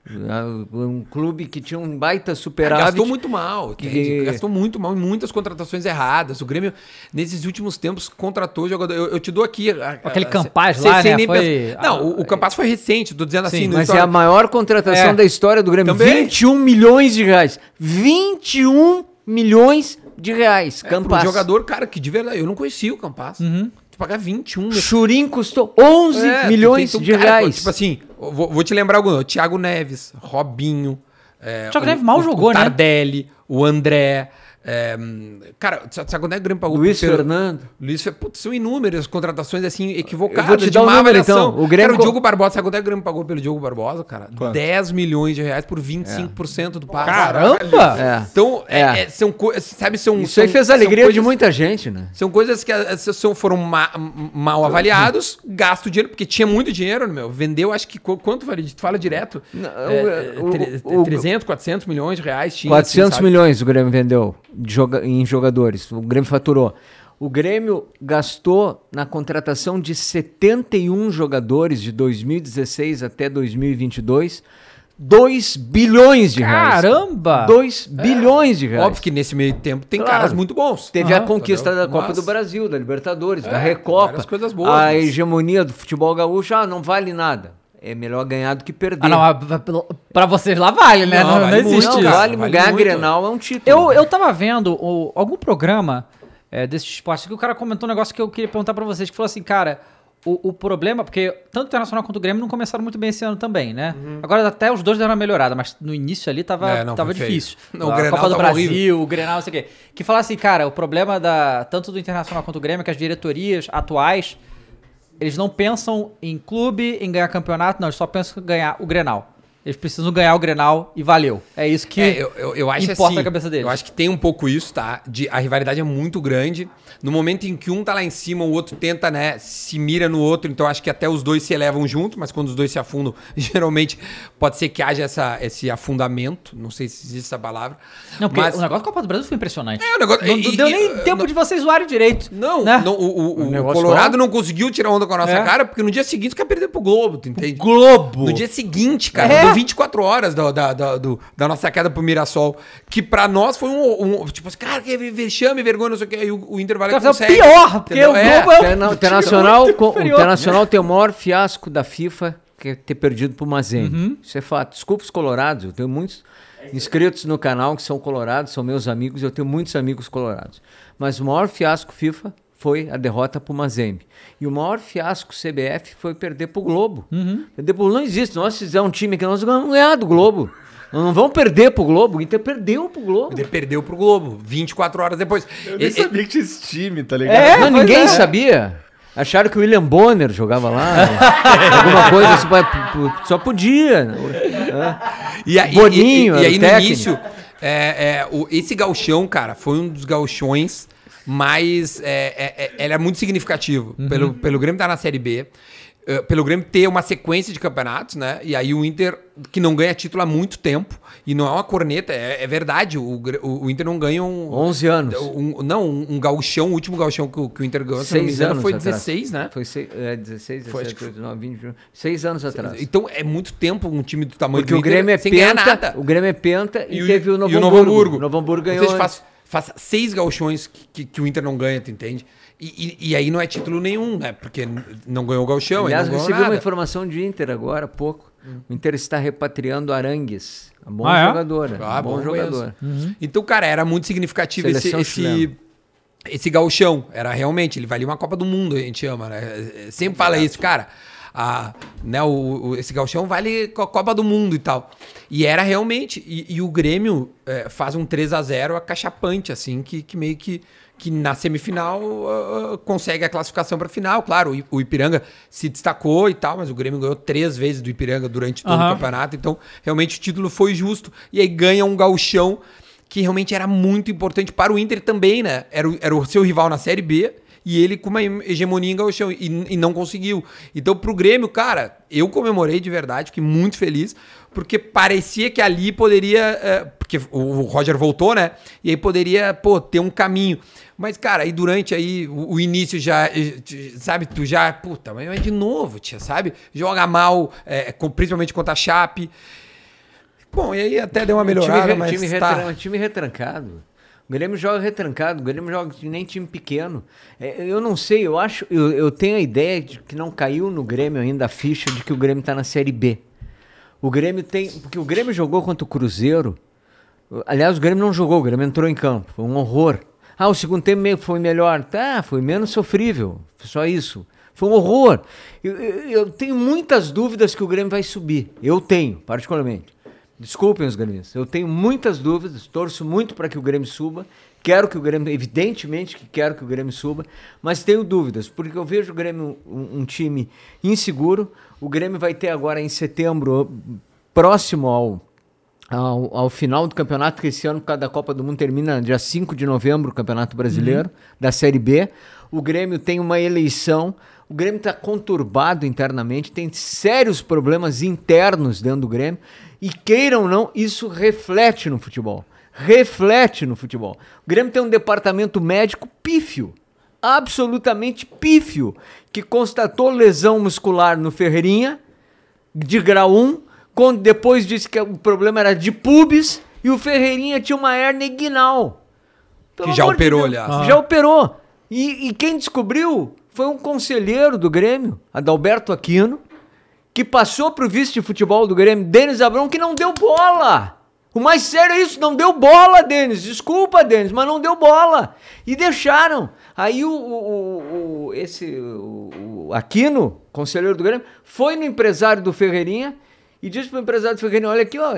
Speaker 5: um clube que tinha um baita superávit.
Speaker 6: Gastou muito mal,
Speaker 5: que...
Speaker 6: gastou muito mal em muitas contratações erradas. O Grêmio, nesses últimos tempos, contratou jogador. Eu, eu te dou aqui... A,
Speaker 4: Aquele
Speaker 6: a,
Speaker 4: Campaz
Speaker 6: a,
Speaker 4: lá, né?
Speaker 6: Nem
Speaker 4: Foi...
Speaker 6: Não, ah, o, o Campaz foi recente, tô dizendo
Speaker 5: sim,
Speaker 6: assim...
Speaker 5: mas
Speaker 6: história...
Speaker 5: é a maior contratação
Speaker 6: é.
Speaker 5: da história do Grêmio.
Speaker 6: Também?
Speaker 5: vinte e um milhões de reais. vinte e um milhões de reais,
Speaker 6: é,
Speaker 5: Campaz.
Speaker 6: Um jogador, cara, que de verdade... Eu não conhecia o Campaz.
Speaker 4: Uhum.
Speaker 6: Pagar vinte e um...
Speaker 5: Churim custou onze é, milhões tem, de cara, reais.
Speaker 6: Tipo assim, vou, vou te lembrar algum. Thiago Neves, Robinho... É,
Speaker 4: Thiago
Speaker 6: o,
Speaker 4: Neves mal
Speaker 6: o,
Speaker 4: jogou,
Speaker 6: o
Speaker 4: né?
Speaker 6: Tardelli, o André... É, cara, sabe quando é que o Grêmio pagou?
Speaker 5: Luiz
Speaker 6: pelo,
Speaker 5: Fernando.
Speaker 6: Luiz Putz, são inúmeras contratações assim, equivocadas.
Speaker 5: Eu vou te dar
Speaker 6: de
Speaker 5: um
Speaker 6: má
Speaker 5: número,
Speaker 6: avaliação.
Speaker 5: então. O Grêmio...
Speaker 6: Cara, o Diogo Barbosa, sabe quanto é que o Grêmio pagou pelo Diogo Barbosa, cara?
Speaker 3: Quanto?
Speaker 6: dez milhões de reais por vinte e cinco por cento é. do passe.
Speaker 4: Caramba!
Speaker 5: É.
Speaker 6: Então, é.
Speaker 5: É.
Speaker 6: É, são coisas, sabe, são...
Speaker 5: Isso
Speaker 6: são,
Speaker 5: aí fez a alegria
Speaker 6: coisas,
Speaker 5: de muita gente, né?
Speaker 6: São coisas que são, foram ma, mal avaliados, gasto dinheiro, porque tinha muito dinheiro, meu. Vendeu, acho que, quanto, Farid? Tu fala direto?
Speaker 5: Não,
Speaker 6: é,
Speaker 5: o,
Speaker 6: tre,
Speaker 5: o,
Speaker 6: trezentos, quatrocentos milhões de reais tinha.
Speaker 5: quatrocentos
Speaker 6: assim,
Speaker 5: milhões o Grêmio vendeu de joga, em jogadores. O Grêmio faturou. O Grêmio gastou na contratação de setenta e um jogadores de dois mil e dezesseis até dois mil e vinte e dois, dois bilhões de reais.
Speaker 4: Caramba!
Speaker 5: dois bilhões de reais.
Speaker 6: Óbvio que nesse meio tempo tem
Speaker 5: Claro.
Speaker 6: caras muito bons.
Speaker 5: Teve
Speaker 4: Aham.
Speaker 5: a conquista
Speaker 6: Entendeu?
Speaker 5: da Copa
Speaker 6: Mas-
Speaker 5: do Brasil, da Libertadores, da
Speaker 6: É,
Speaker 5: Recopa.
Speaker 6: várias coisas boas,
Speaker 5: a
Speaker 6: mas-
Speaker 5: hegemonia do futebol gaúcho, ah, não vale nada. É melhor ganhar do que perder.
Speaker 4: Ah, não, mas pra vocês lá vale, né?
Speaker 6: Não,
Speaker 4: Não,
Speaker 6: vale
Speaker 4: não
Speaker 6: muito,
Speaker 4: existe
Speaker 5: Não,
Speaker 4: isso.
Speaker 6: cara.
Speaker 5: vale,
Speaker 6: vale
Speaker 5: ganhar
Speaker 6: muito.
Speaker 5: Grenal é um título.
Speaker 4: Eu, eu tava vendo o- algum programa é, desse esporte que o cara comentou um negócio que eu queria perguntar pra vocês, que falou assim, cara, o, o problema, porque tanto o Internacional quanto o Grêmio não começaram muito bem esse ano também, né? Agora até os dois deram uma melhorada, mas no início ali tava,
Speaker 6: É, não,
Speaker 4: tava
Speaker 6: foi feio.
Speaker 4: difícil.
Speaker 6: Não, o
Speaker 4: a
Speaker 6: Grenal
Speaker 4: Copa do
Speaker 6: tava
Speaker 4: Brasil,
Speaker 6: horrível.
Speaker 4: o Grenal, não sei o quê. Que fala assim, cara, o problema da, tanto do Internacional quanto do Grêmio é que as diretorias atuais, eles não pensam em clube, em ganhar campeonato, não, eles só pensam em ganhar o Grenal. Eles precisam ganhar o Grenal e valeu. É isso que
Speaker 6: É, eu, eu, eu acho
Speaker 4: importa
Speaker 6: assim,
Speaker 4: na cabeça deles.
Speaker 6: Eu acho que tem um pouco isso, tá? De, a rivalidade é muito grande. No momento em que um tá lá em cima, o outro tenta, né? Se mira no outro. Então acho que até os dois se elevam junto, mas quando os dois se afundam, geralmente pode ser que haja essa, esse afundamento. Não sei se existe essa palavra.
Speaker 4: Não, porque
Speaker 6: mas,
Speaker 4: o negócio da Copa do Brasil foi impressionante.
Speaker 6: É, o negócio-
Speaker 4: Não,
Speaker 6: e-
Speaker 4: não deu
Speaker 6: e-
Speaker 4: nem tempo
Speaker 6: não-
Speaker 4: de vocês zoarem direito.
Speaker 6: Não,
Speaker 4: né?
Speaker 6: não, o, o-
Speaker 5: O
Speaker 6: o
Speaker 5: negócio
Speaker 6: Colorado
Speaker 5: qual?
Speaker 6: não conseguiu tirar onda com a nossa
Speaker 4: É.
Speaker 6: cara, porque no dia seguinte quer perder pro Globo, tu entende?
Speaker 4: Globo!
Speaker 6: No dia seguinte, cara,
Speaker 4: É.
Speaker 6: deu vinte e quatro horas da, da, da, do- da nossa queda pro Mirassol, que pra nós foi um, um tipo assim, cara, que vexame, vergonha, não sei o que, aí o, o Intervalo
Speaker 4: Cara, foi
Speaker 6: consegue.
Speaker 4: pior, porque
Speaker 6: entendeu?
Speaker 4: o
Speaker 6: É.
Speaker 4: Globo é um
Speaker 5: Interna-
Speaker 4: time
Speaker 5: Internacional,
Speaker 4: muito
Speaker 5: co- o
Speaker 4: inferior.
Speaker 5: Internacional tem o maior fiasco da FIFA, que é ter perdido pro Mazembe.
Speaker 4: Uhum.
Speaker 5: Isso é fato. Desculpa os colorados, eu tenho muitos inscritos no canal que são colorados, são meus amigos, eu tenho muitos amigos colorados. Mas o maior fiasco FIFA foi a derrota pro Mazembe. E o maior fiasco C B F foi perder pro Globo.
Speaker 4: Uhum.
Speaker 5: Perder pro Globo não existe. Nós fizemos um time que nós vamos ganhar do Globo. Nós não vamos perder pro Globo. O Inter perdeu pro Globo.
Speaker 6: Ele perdeu pro Globo, vinte e quatro horas depois.
Speaker 3: Eu nem
Speaker 6: E-
Speaker 3: sabia que tinha esse time, tá ligado?
Speaker 4: É,
Speaker 5: Não,
Speaker 4: pois
Speaker 5: ninguém
Speaker 4: é.
Speaker 5: sabia. Acharam que o William Bonner jogava lá. Alguma coisa assim, mas p- p- só podia. né?
Speaker 6: E, aí-
Speaker 5: Boninho
Speaker 6: e, e,
Speaker 5: era
Speaker 6: aí
Speaker 5: o
Speaker 6: no
Speaker 5: técnico.
Speaker 6: início, é, é, o, esse gauchão, cara, foi um dos gauchões mais... É, é, é, ele é muito significativo. Pelo, pelo Grêmio estar na Série B, eh, pelo Grêmio ter uma sequência de campeonatos, né? E aí o Inter, que não ganha título há muito tempo, e não é uma corneta, é, é verdade, o, Gr- o, o Inter não ganha um...
Speaker 5: onze anos.
Speaker 6: um- não, um, um gauchão, o último gauchão que o, que o Inter ganhou, se não me
Speaker 5: Seis
Speaker 6: engano,
Speaker 5: anos
Speaker 6: foi
Speaker 5: atrás.
Speaker 6: dezesseis, né?
Speaker 5: Foi seis, é, dezesseis,
Speaker 6: Foi, acho
Speaker 5: dezessete,
Speaker 6: que
Speaker 5: dezenove, vinte, vinte e um. Seis anos atrás.
Speaker 6: Então é muito tempo um time do tamanho
Speaker 5: Porque
Speaker 6: do
Speaker 5: o Grêmio é
Speaker 6: sem ganhar
Speaker 5: penta,
Speaker 6: nada.
Speaker 5: o Grêmio é penta e,
Speaker 6: E o-
Speaker 5: teve o Novo
Speaker 6: e o
Speaker 5: Hamburgo.
Speaker 6: Novo Hamburgo.
Speaker 5: O Novo Hamburgo ganhou.
Speaker 6: Ou seja,
Speaker 5: antes.
Speaker 6: faz, faz seis gauchões que, que, que o Inter não ganha, tu entende? E, e, e aí não é título nenhum, né? Porque n- não ganhou o gauchão, aí
Speaker 5: Aliás,
Speaker 6: não ganhou
Speaker 5: recebi uma
Speaker 6: nada.
Speaker 5: informação de Inter agora há pouco. O Inter está repatriando Arangues. Um bom
Speaker 4: Ah, é?
Speaker 5: jogador.
Speaker 6: Ah,
Speaker 5: um bom,
Speaker 6: bom
Speaker 5: jogador.
Speaker 6: Então, cara, era muito significativo esse,
Speaker 5: Seleção
Speaker 6: esse,
Speaker 5: chilena.
Speaker 6: esse gauchão. Era realmente, ele valia uma Copa do Mundo, a gente ama, né? Sempre fala isso, cara. a, né, o, o, esse gauchão vale com a Copa do Mundo e tal. E era realmente, e, e o Grêmio é, faz um três a zero acachapante, assim, que, que meio que, que na semifinal uh, consegue a classificação para a final. Claro, o, o Ipiranga se destacou e tal, mas o Grêmio ganhou três vezes do Ipiranga durante todo uhum. o campeonato, então realmente o título foi justo. E aí ganha um gauchão que realmente era muito importante para o Inter também, né? Era o, era o seu rival na Série B e ele com uma hegemonia em gauchão e, e não conseguiu. Então, pro Grêmio, cara, eu comemorei de verdade, fiquei muito feliz, porque parecia que ali poderia... É, porque o Roger voltou, né? E aí poderia, pô, ter um caminho. Mas, cara, aí durante aí o, o início já, sabe, tu já... Puta, mas é de novo, tia, sabe? Joga mal, é, principalmente contra a Chape. Bom, e aí até deu uma melhorada,
Speaker 5: time,
Speaker 6: mas
Speaker 5: time,
Speaker 6: tá...
Speaker 5: retran, time retrancado. O Grêmio joga retrancado, o Grêmio joga nem time pequeno. É, eu não sei, eu acho, eu, eu tenho a ideia de que não caiu no Grêmio ainda a ficha de que o Grêmio tá na Série B. O Grêmio tem, porque o Grêmio jogou contra o Cruzeiro, aliás, o Grêmio não jogou, o Grêmio entrou em campo, foi um horror. Ah, o segundo tempo meio foi melhor, tá, foi menos sofrível, só isso. Foi um horror. Eu, eu, eu tenho muitas dúvidas que o Grêmio vai subir, eu tenho, particularmente. Desculpem os gremistas, eu tenho muitas dúvidas, torço muito para que o Grêmio suba, quero que o Grêmio, evidentemente que quero que o Grêmio suba, mas tenho dúvidas, porque eu vejo o Grêmio um, um time inseguro. O Grêmio vai ter agora em setembro, próximo ao, ao, ao final do campeonato, que esse ano, por causa da Copa do Mundo, termina dia cinco de novembro, o Campeonato Brasileiro, uhum. da Série B. O Grêmio tem uma eleição, o Grêmio está conturbado internamente, tem sérios problemas internos dentro do Grêmio, e queiram ou não, isso reflete no futebol. Reflete no futebol. O Grêmio tem um departamento médico pífio, absolutamente pífio, que constatou lesão muscular no Ferreirinha, de grau um, quando depois disse que o problema era de pubis, e o Ferreirinha tinha uma hérnia inguinal.
Speaker 6: Que já operou, aliás.
Speaker 5: Ah. Já operou. E, e quem descobriu foi um conselheiro do Grêmio, Adalberto Aquino, que passou pro vice de futebol do Grêmio, Denis Abrão, que não deu bola. O mais sério é isso, não deu bola, Denis. Desculpa, Denis, mas não deu bola. E deixaram. Aí o, o, o, esse, o, o Aquino, conselheiro do Grêmio, foi no empresário do Ferreirinha e disse pro empresário do Ferreirinha, olha aqui, ó,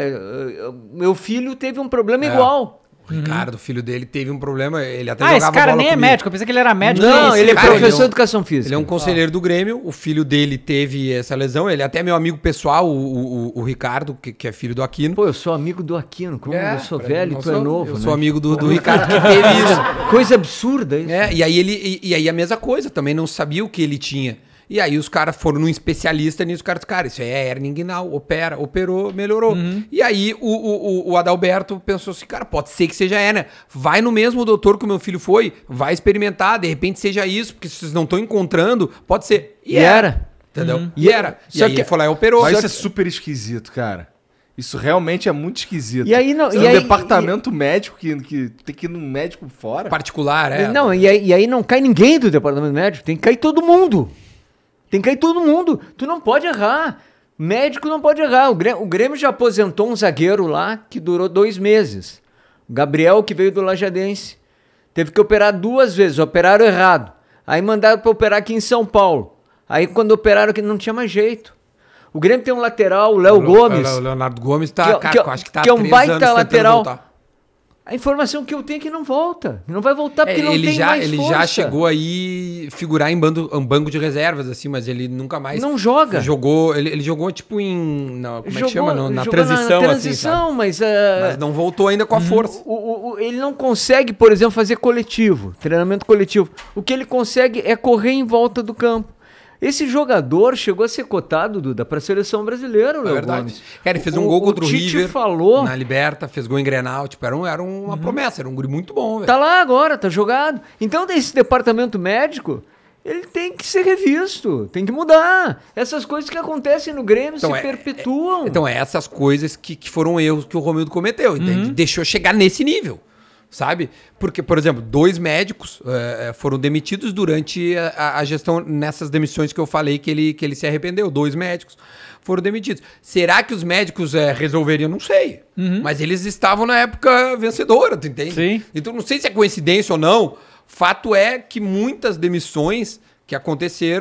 Speaker 5: meu filho teve um problema é. igual.
Speaker 6: O Ricardo, o filho dele, teve um problema, ele até
Speaker 4: ah,
Speaker 6: jogava bola
Speaker 4: Ah, esse cara nem
Speaker 6: comigo.
Speaker 4: é médico, eu pensei que ele era médico.
Speaker 5: Não, ele é
Speaker 6: cara,
Speaker 5: professor
Speaker 6: ele é um,
Speaker 5: de educação física.
Speaker 6: Ele é um conselheiro ah. do Grêmio, o filho dele teve essa lesão, ele é até meu amigo pessoal, o, o, o Ricardo, que, que é filho do Aquino.
Speaker 5: Pô, eu sou amigo do Aquino, como é, eu sou velho, tu
Speaker 6: sou,
Speaker 5: é novo,
Speaker 6: Eu
Speaker 5: né?
Speaker 6: sou amigo do, do Ricardo, que teve isso.
Speaker 5: Coisa absurda isso.
Speaker 6: É, e aí ele e, e aí a mesma coisa, também não sabia o que ele tinha. E aí os caras foram num especialista nisso, os caras, cara, isso aí é hérnia inguinal, opera, operou, melhorou. Uhum. E aí o, o, o Adalberto pensou assim, cara, pode ser que seja hérnia. Vai no mesmo doutor que o meu filho foi, vai experimentar, de repente seja isso, porque vocês não estão encontrando, pode ser.
Speaker 5: E, e era. era.
Speaker 6: Entendeu? Uhum. E era. E Só aí que ele foi lá e operou.
Speaker 3: Mas
Speaker 6: Só
Speaker 3: isso
Speaker 6: que...
Speaker 3: é super esquisito, cara. Isso realmente é muito esquisito.
Speaker 5: E aí não,
Speaker 3: Você
Speaker 5: e
Speaker 3: é um
Speaker 5: aí,
Speaker 3: departamento
Speaker 5: e...
Speaker 3: médico que, que tem que ir num médico fora.
Speaker 6: Particular, é.
Speaker 5: Não, e aí, e aí não cai ninguém do departamento médico, tem que cair todo mundo. Tem que cair todo mundo. Tu não pode errar. Médico não pode errar. O Grêmio, o Grêmio já aposentou um zagueiro lá que durou dois meses. O Gabriel, que veio do Lajadense. Teve que operar duas vezes. Operaram errado. Aí mandaram para operar aqui em São Paulo. Aí quando operaram aqui não tinha mais jeito. O Grêmio tem um lateral, o Léo Gomes.
Speaker 6: O Leonardo Gomes tá,
Speaker 5: que, que,
Speaker 6: acho que tá
Speaker 5: que é um baita lateral.
Speaker 6: Voltar.
Speaker 5: A informação que eu tenho é que não volta. Não vai voltar porque é, não
Speaker 6: ele
Speaker 5: tem
Speaker 6: já,
Speaker 5: mais
Speaker 6: ele
Speaker 5: força.
Speaker 6: já chegou aí figurar em bando, um banco de reservas, assim, mas ele nunca mais...
Speaker 5: Não joga.
Speaker 6: Jogou, ele, ele jogou, tipo, em... Não, como jogou, é que chama? No, na
Speaker 5: transição,
Speaker 6: transição,
Speaker 5: na transição,
Speaker 6: assim,
Speaker 5: mas... Uh,
Speaker 6: mas não voltou ainda com a força.
Speaker 5: O, o, o, ele não consegue, por exemplo, fazer coletivo, treinamento coletivo. O que ele consegue é correr em volta do campo. Esse jogador chegou a ser cotado, Duda, para a seleção brasileira, o Léo
Speaker 6: é
Speaker 5: Gomes.
Speaker 6: Cara, ele fez um o, gol contra o, o River
Speaker 5: falou,
Speaker 6: na Liberta, fez gol em Grenal, tipo, era, um, era uma uhum. promessa, era um guri muito bom, velho.
Speaker 5: Tá lá agora, tá jogado. Então, esse departamento médico, ele tem que ser revisto, tem que mudar. Essas coisas que acontecem no Grêmio então, se é, perpetuam.
Speaker 6: É, então, é essas coisas que, que foram erros que o Romildo cometeu, entende? Uhum. Deixou chegar nesse nível. Sabe? Porque, por exemplo, dois médicos uh, foram demitidos durante a, a gestão, nessas demissões que eu falei que ele, que ele se arrependeu. Dois médicos foram demitidos. Será que os médicos uh, resolveriam? Não sei. Uhum. Mas eles estavam na época vencedora, tu entende?
Speaker 4: Sim.
Speaker 6: Então, não sei se é coincidência ou não. Fato é que muitas demissões que aconteceram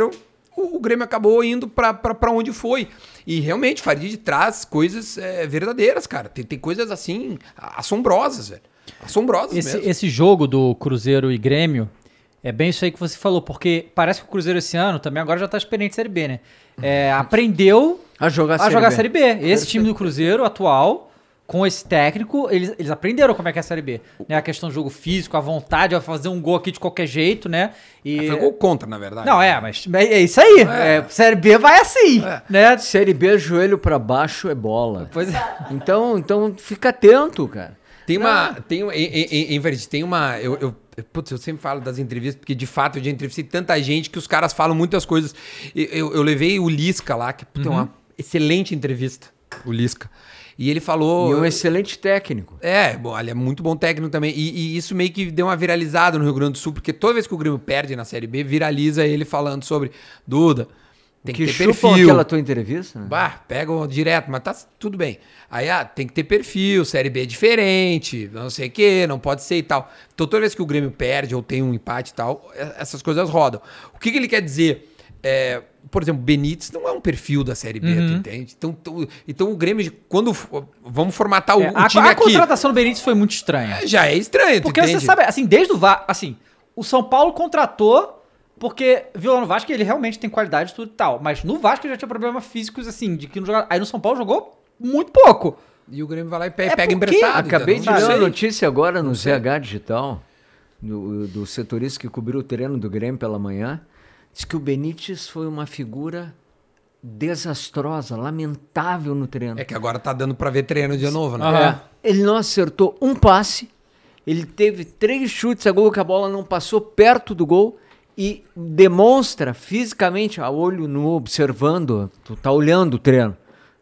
Speaker 6: o, o Grêmio acabou indo pra, pra, pra onde foi. E realmente, Farid traz coisas é, verdadeiras, cara. Tem, tem coisas assim, assombrosas, velho. Assombrosas
Speaker 4: Esse,
Speaker 6: mesmo.
Speaker 4: esse jogo do Cruzeiro e Grêmio é bem isso aí que você falou, porque parece que o Cruzeiro esse ano também agora já tá experiente em Série B, né? É, aprendeu
Speaker 5: A jogar
Speaker 4: a jogar a Série B. Esse time do Cruzeiro atual, com esse técnico, eles, eles aprenderam como é que é a Série B. Né? A questão do jogo físico, a vontade de fazer um gol aqui de qualquer jeito, né? E...
Speaker 6: Foi gol contra, na verdade.
Speaker 4: Não, é, mas é isso aí.
Speaker 6: É.
Speaker 4: É, Série B vai assim,
Speaker 6: É.
Speaker 4: né?
Speaker 5: Série B, joelho pra baixo é bola.
Speaker 4: Pois é.
Speaker 5: Então, então fica atento, cara.
Speaker 6: Tem uma. Tem, um- em, em, em verdade, tem uma. Eu, eu, putz, eu sempre falo das entrevistas, porque de fato eu já entrevistei tanta gente que os caras falam muitas coisas. Eu, eu, eu levei o Lisca lá, que puta, é uma excelente entrevista, o Lisca. E ele falou.
Speaker 5: E um excelente técnico.
Speaker 6: É, bom, ele é muito bom técnico também. E, e isso meio que deu uma viralizada no Rio Grande do Sul, porque toda vez que o Grêmio perde na Série B, viraliza ele falando sobre Duda. Tem que,
Speaker 5: Que
Speaker 6: ter
Speaker 5: chupam
Speaker 6: perfil.
Speaker 5: aquela tua entrevista, né?
Speaker 6: Bah, pegam direto, mas tá tudo bem. Aí, ah, tem que ter perfil, Série B é diferente, não sei o quê, não pode ser e tal. Então, toda vez que o Grêmio perde ou tem um empate e tal, é- essas coisas rodam. O que, que ele quer dizer? É, por exemplo, Benítez não é um perfil da Série B, tu entende? Então, tu- então o Grêmio, quando... f- Vamos formatar o,
Speaker 4: É,
Speaker 6: o
Speaker 4: a,
Speaker 6: time
Speaker 4: a
Speaker 6: aqui.
Speaker 4: contratação do Benítez foi muito estranha.
Speaker 6: Já é estranho,
Speaker 4: Porque
Speaker 6: tu
Speaker 4: você
Speaker 6: entende?
Speaker 4: sabe, assim, desde o Vasco, assim, o São Paulo contratou porque viu lá no Vasco que ele realmente tem qualidade e tudo e tal. Mas no Vasco já tinha problemas físicos, assim, de que não jogava. Aí no São Paulo jogou muito pouco.
Speaker 6: E o Grêmio vai lá e pe-
Speaker 4: É
Speaker 6: pega
Speaker 4: porque-
Speaker 6: emprestado.
Speaker 5: Acabei de
Speaker 6: entendeu?
Speaker 5: ler
Speaker 6: Não
Speaker 5: uma
Speaker 6: sei.
Speaker 5: notícia agora no Z H Digital, do, do setorista que cobriu o treino do Grêmio pela manhã. Diz que o Benítez foi uma figura desastrosa, lamentável no treino.
Speaker 6: É que agora tá dando pra ver treino de novo, né?
Speaker 4: Aham.
Speaker 5: É, ele não acertou um passe, ele teve três chutes a gol que a bola não passou perto do gol e demonstra fisicamente, a olho nu, observando, tu tá olhando o treino,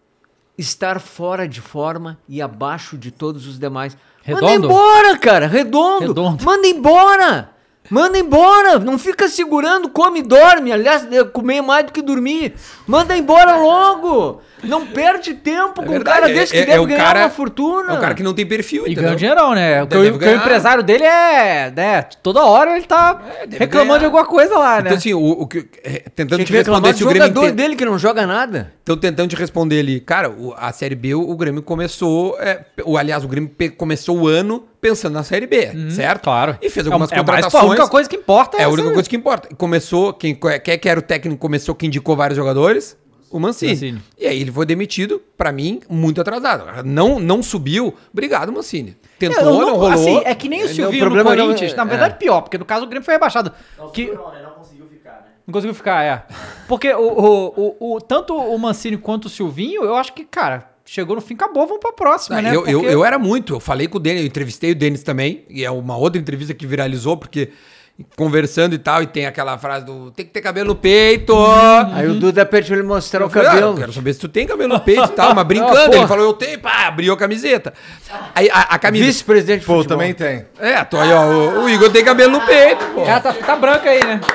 Speaker 5: estar fora de forma e abaixo de todos os demais. Manda
Speaker 4: Redondo?
Speaker 5: embora, cara, redondo.
Speaker 4: Redondo.
Speaker 5: Manda embora. Manda embora, não fica segurando, come e dorme. Aliás, eu comer mais do que dormir. Manda embora logo. Não perde tempo
Speaker 6: É
Speaker 5: com um
Speaker 6: verdade,
Speaker 5: cara desse que
Speaker 6: é- é
Speaker 5: deve
Speaker 6: o
Speaker 5: ganhar
Speaker 6: cara-
Speaker 5: uma fortuna.
Speaker 6: É um cara que não tem perfil,
Speaker 4: E
Speaker 6: entendeu?
Speaker 4: ganhou dinheirão, né? O que,
Speaker 6: Deve
Speaker 4: o, que o
Speaker 6: ganhar.
Speaker 4: empresário dele é, né? Toda hora ele tá
Speaker 6: É, deve
Speaker 4: reclamando
Speaker 6: ganhar.
Speaker 4: de alguma coisa lá, né?
Speaker 6: Então, assim, o, o que, é, tentando
Speaker 5: Tinha
Speaker 6: te
Speaker 5: que reclamar
Speaker 6: responder
Speaker 5: do
Speaker 6: se o Grêmio...
Speaker 5: jogador
Speaker 6: inte-
Speaker 5: dele que não joga nada.
Speaker 6: Então, tentando te responder ali, cara, o- a Série B, o, o Grêmio começou... É, o, aliás, o Grêmio pe- começou o ano pensando na Série B, certo?
Speaker 4: Claro.
Speaker 6: E fez
Speaker 4: É o-
Speaker 6: algumas
Speaker 4: é, mas, pô,
Speaker 6: contratações.
Speaker 4: a única coisa que importa é
Speaker 6: É a
Speaker 4: essa-
Speaker 6: única coisa que importa. Começou, quem quer que era o técnico, começou que indicou vários jogadores? O Mancini.
Speaker 4: Mancini.
Speaker 6: E aí ele foi demitido, pra mim, muito atrasado. Não, não subiu, obrigado, Mancini. Tentou,
Speaker 4: Eu
Speaker 6: não, rolou.
Speaker 4: Assim, é que nem o
Speaker 5: É,
Speaker 4: Silvinho
Speaker 5: o
Speaker 4: no
Speaker 5: problema não é-
Speaker 4: Corinthians. Na verdade, pior, porque no caso o Grêmio foi rebaixado.
Speaker 7: Não,
Speaker 4: que...
Speaker 7: não, né? Não conseguiu ficar, né?
Speaker 4: Não conseguiu ficar, é. Porque o, o, o, o- tanto o Mancini quanto o Silvinho, eu acho que, cara, chegou no fim, acabou, vamos pra próxima,
Speaker 6: Ah,
Speaker 4: né?
Speaker 6: eu, eu,
Speaker 4: Porque-
Speaker 6: eu era muito, eu falei com o Denis, eu entrevistei o Denis também, e é uma outra entrevista que viralizou, porque conversando e tal, e tem aquela frase do tem que ter cabelo no peito.
Speaker 5: Aí o Duda pede pra ele mostrar
Speaker 6: Eu
Speaker 5: o
Speaker 6: falei, ah,
Speaker 5: cabelo.
Speaker 6: eu quero saber se tu tem cabelo no peito e tal, mas brincando.
Speaker 5: Ah, porra.
Speaker 6: Ele falou, eu tenho, pá, abriu a camiseta. Aí a, a camisa.
Speaker 5: Vice-presidente de
Speaker 3: Pô,
Speaker 5: futebol.
Speaker 3: também tem.
Speaker 6: É, tô aí, ó. O, o Igor tem cabelo no peito, pô.
Speaker 4: Ela tá, tá branca aí, né?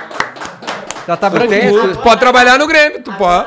Speaker 4: Já tá branca.
Speaker 5: tem,
Speaker 6: Tu pode trabalhar no Grêmio, tu pode.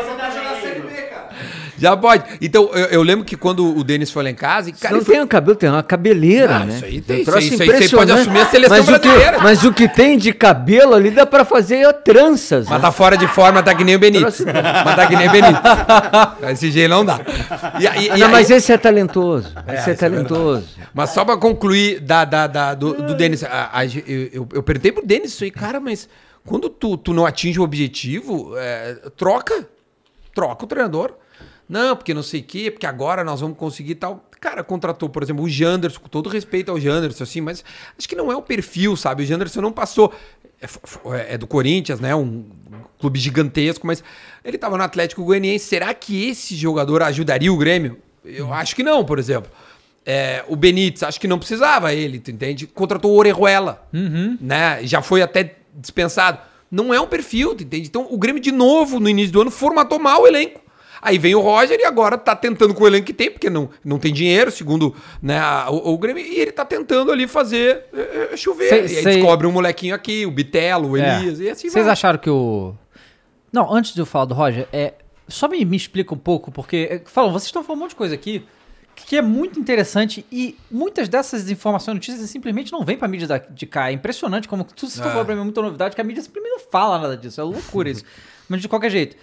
Speaker 6: Já pode. Então, eu, eu lembro que quando o Denis foi lá em casa, e, cara,
Speaker 5: não
Speaker 6: ele foi-
Speaker 5: tem o cabelo, tem uma cabeleira,
Speaker 6: Ah,
Speaker 5: né?
Speaker 6: isso aí tem,
Speaker 5: Um
Speaker 6: isso
Speaker 5: troço
Speaker 6: aí- isso aí você pode
Speaker 5: impressionante.
Speaker 6: assumir a seleção
Speaker 5: mas o que,
Speaker 6: brasileira.
Speaker 5: mas o que tem de cabelo ali dá pra fazer tranças.
Speaker 6: Mas
Speaker 5: né?
Speaker 6: tá fora de forma, tá que nem o Benítez. Mas tá que nem o Benítez. Esse jeito não dá. E, e- e
Speaker 5: Ah, não,
Speaker 6: aí-
Speaker 5: mas esse é talentoso. esse é,
Speaker 6: isso é
Speaker 5: talentoso.
Speaker 6: Mas só pra concluir da, da, da- do, do Denis, a- a- eu, eu, eu perguntei pro Denis isso aí, cara, mas quando tu, tu não atinge o objetivo, é, troca. Troca o treinador. Não, porque não sei o quê, porque agora nós vamos conseguir e tal. Cara, contratou, por exemplo, o Janderson, com todo respeito ao Janderson, assim, mas acho que não é o perfil, sabe? O Janderson não passou. É, f- f- é do Corinthians, né? Um clube gigantesco, mas ele tava no Atlético Goianiense. Será que esse jogador ajudaria o Grêmio? Eu acho que não, por exemplo. É, o Benítez, acho que não precisava ele, tu entende? Contratou o Orejuela, né? Já foi até dispensado. Não é um perfil, tu entende? Então o Grêmio, de novo, no início do ano, formatou mal o elenco. Aí vem o Roger e agora tá tentando com o elenco que tem, porque não, não tem dinheiro, segundo né, a- o, o Grêmio, e ele tá tentando ali fazer é, é, chover.
Speaker 4: Sei-
Speaker 6: e aí
Speaker 4: sei-
Speaker 6: descobre um molequinho aqui, o Bitelo, o
Speaker 4: É.
Speaker 6: Elias, e assim
Speaker 4: Vocês
Speaker 6: vai.
Speaker 4: acharam que o... Não, antes de eu falar do Roger, é... só me, me explica um pouco, porque... é, Falam, vocês estão falando um monte de coisa aqui que é muito interessante e muitas dessas informações, notícias, simplesmente não vêm pra mídia da, de cá. É impressionante como tudo isso que
Speaker 6: É.
Speaker 4: falou pra mim é muita novidade, que a mídia simplesmente não fala nada disso. É loucura isso. Mas de qualquer jeito.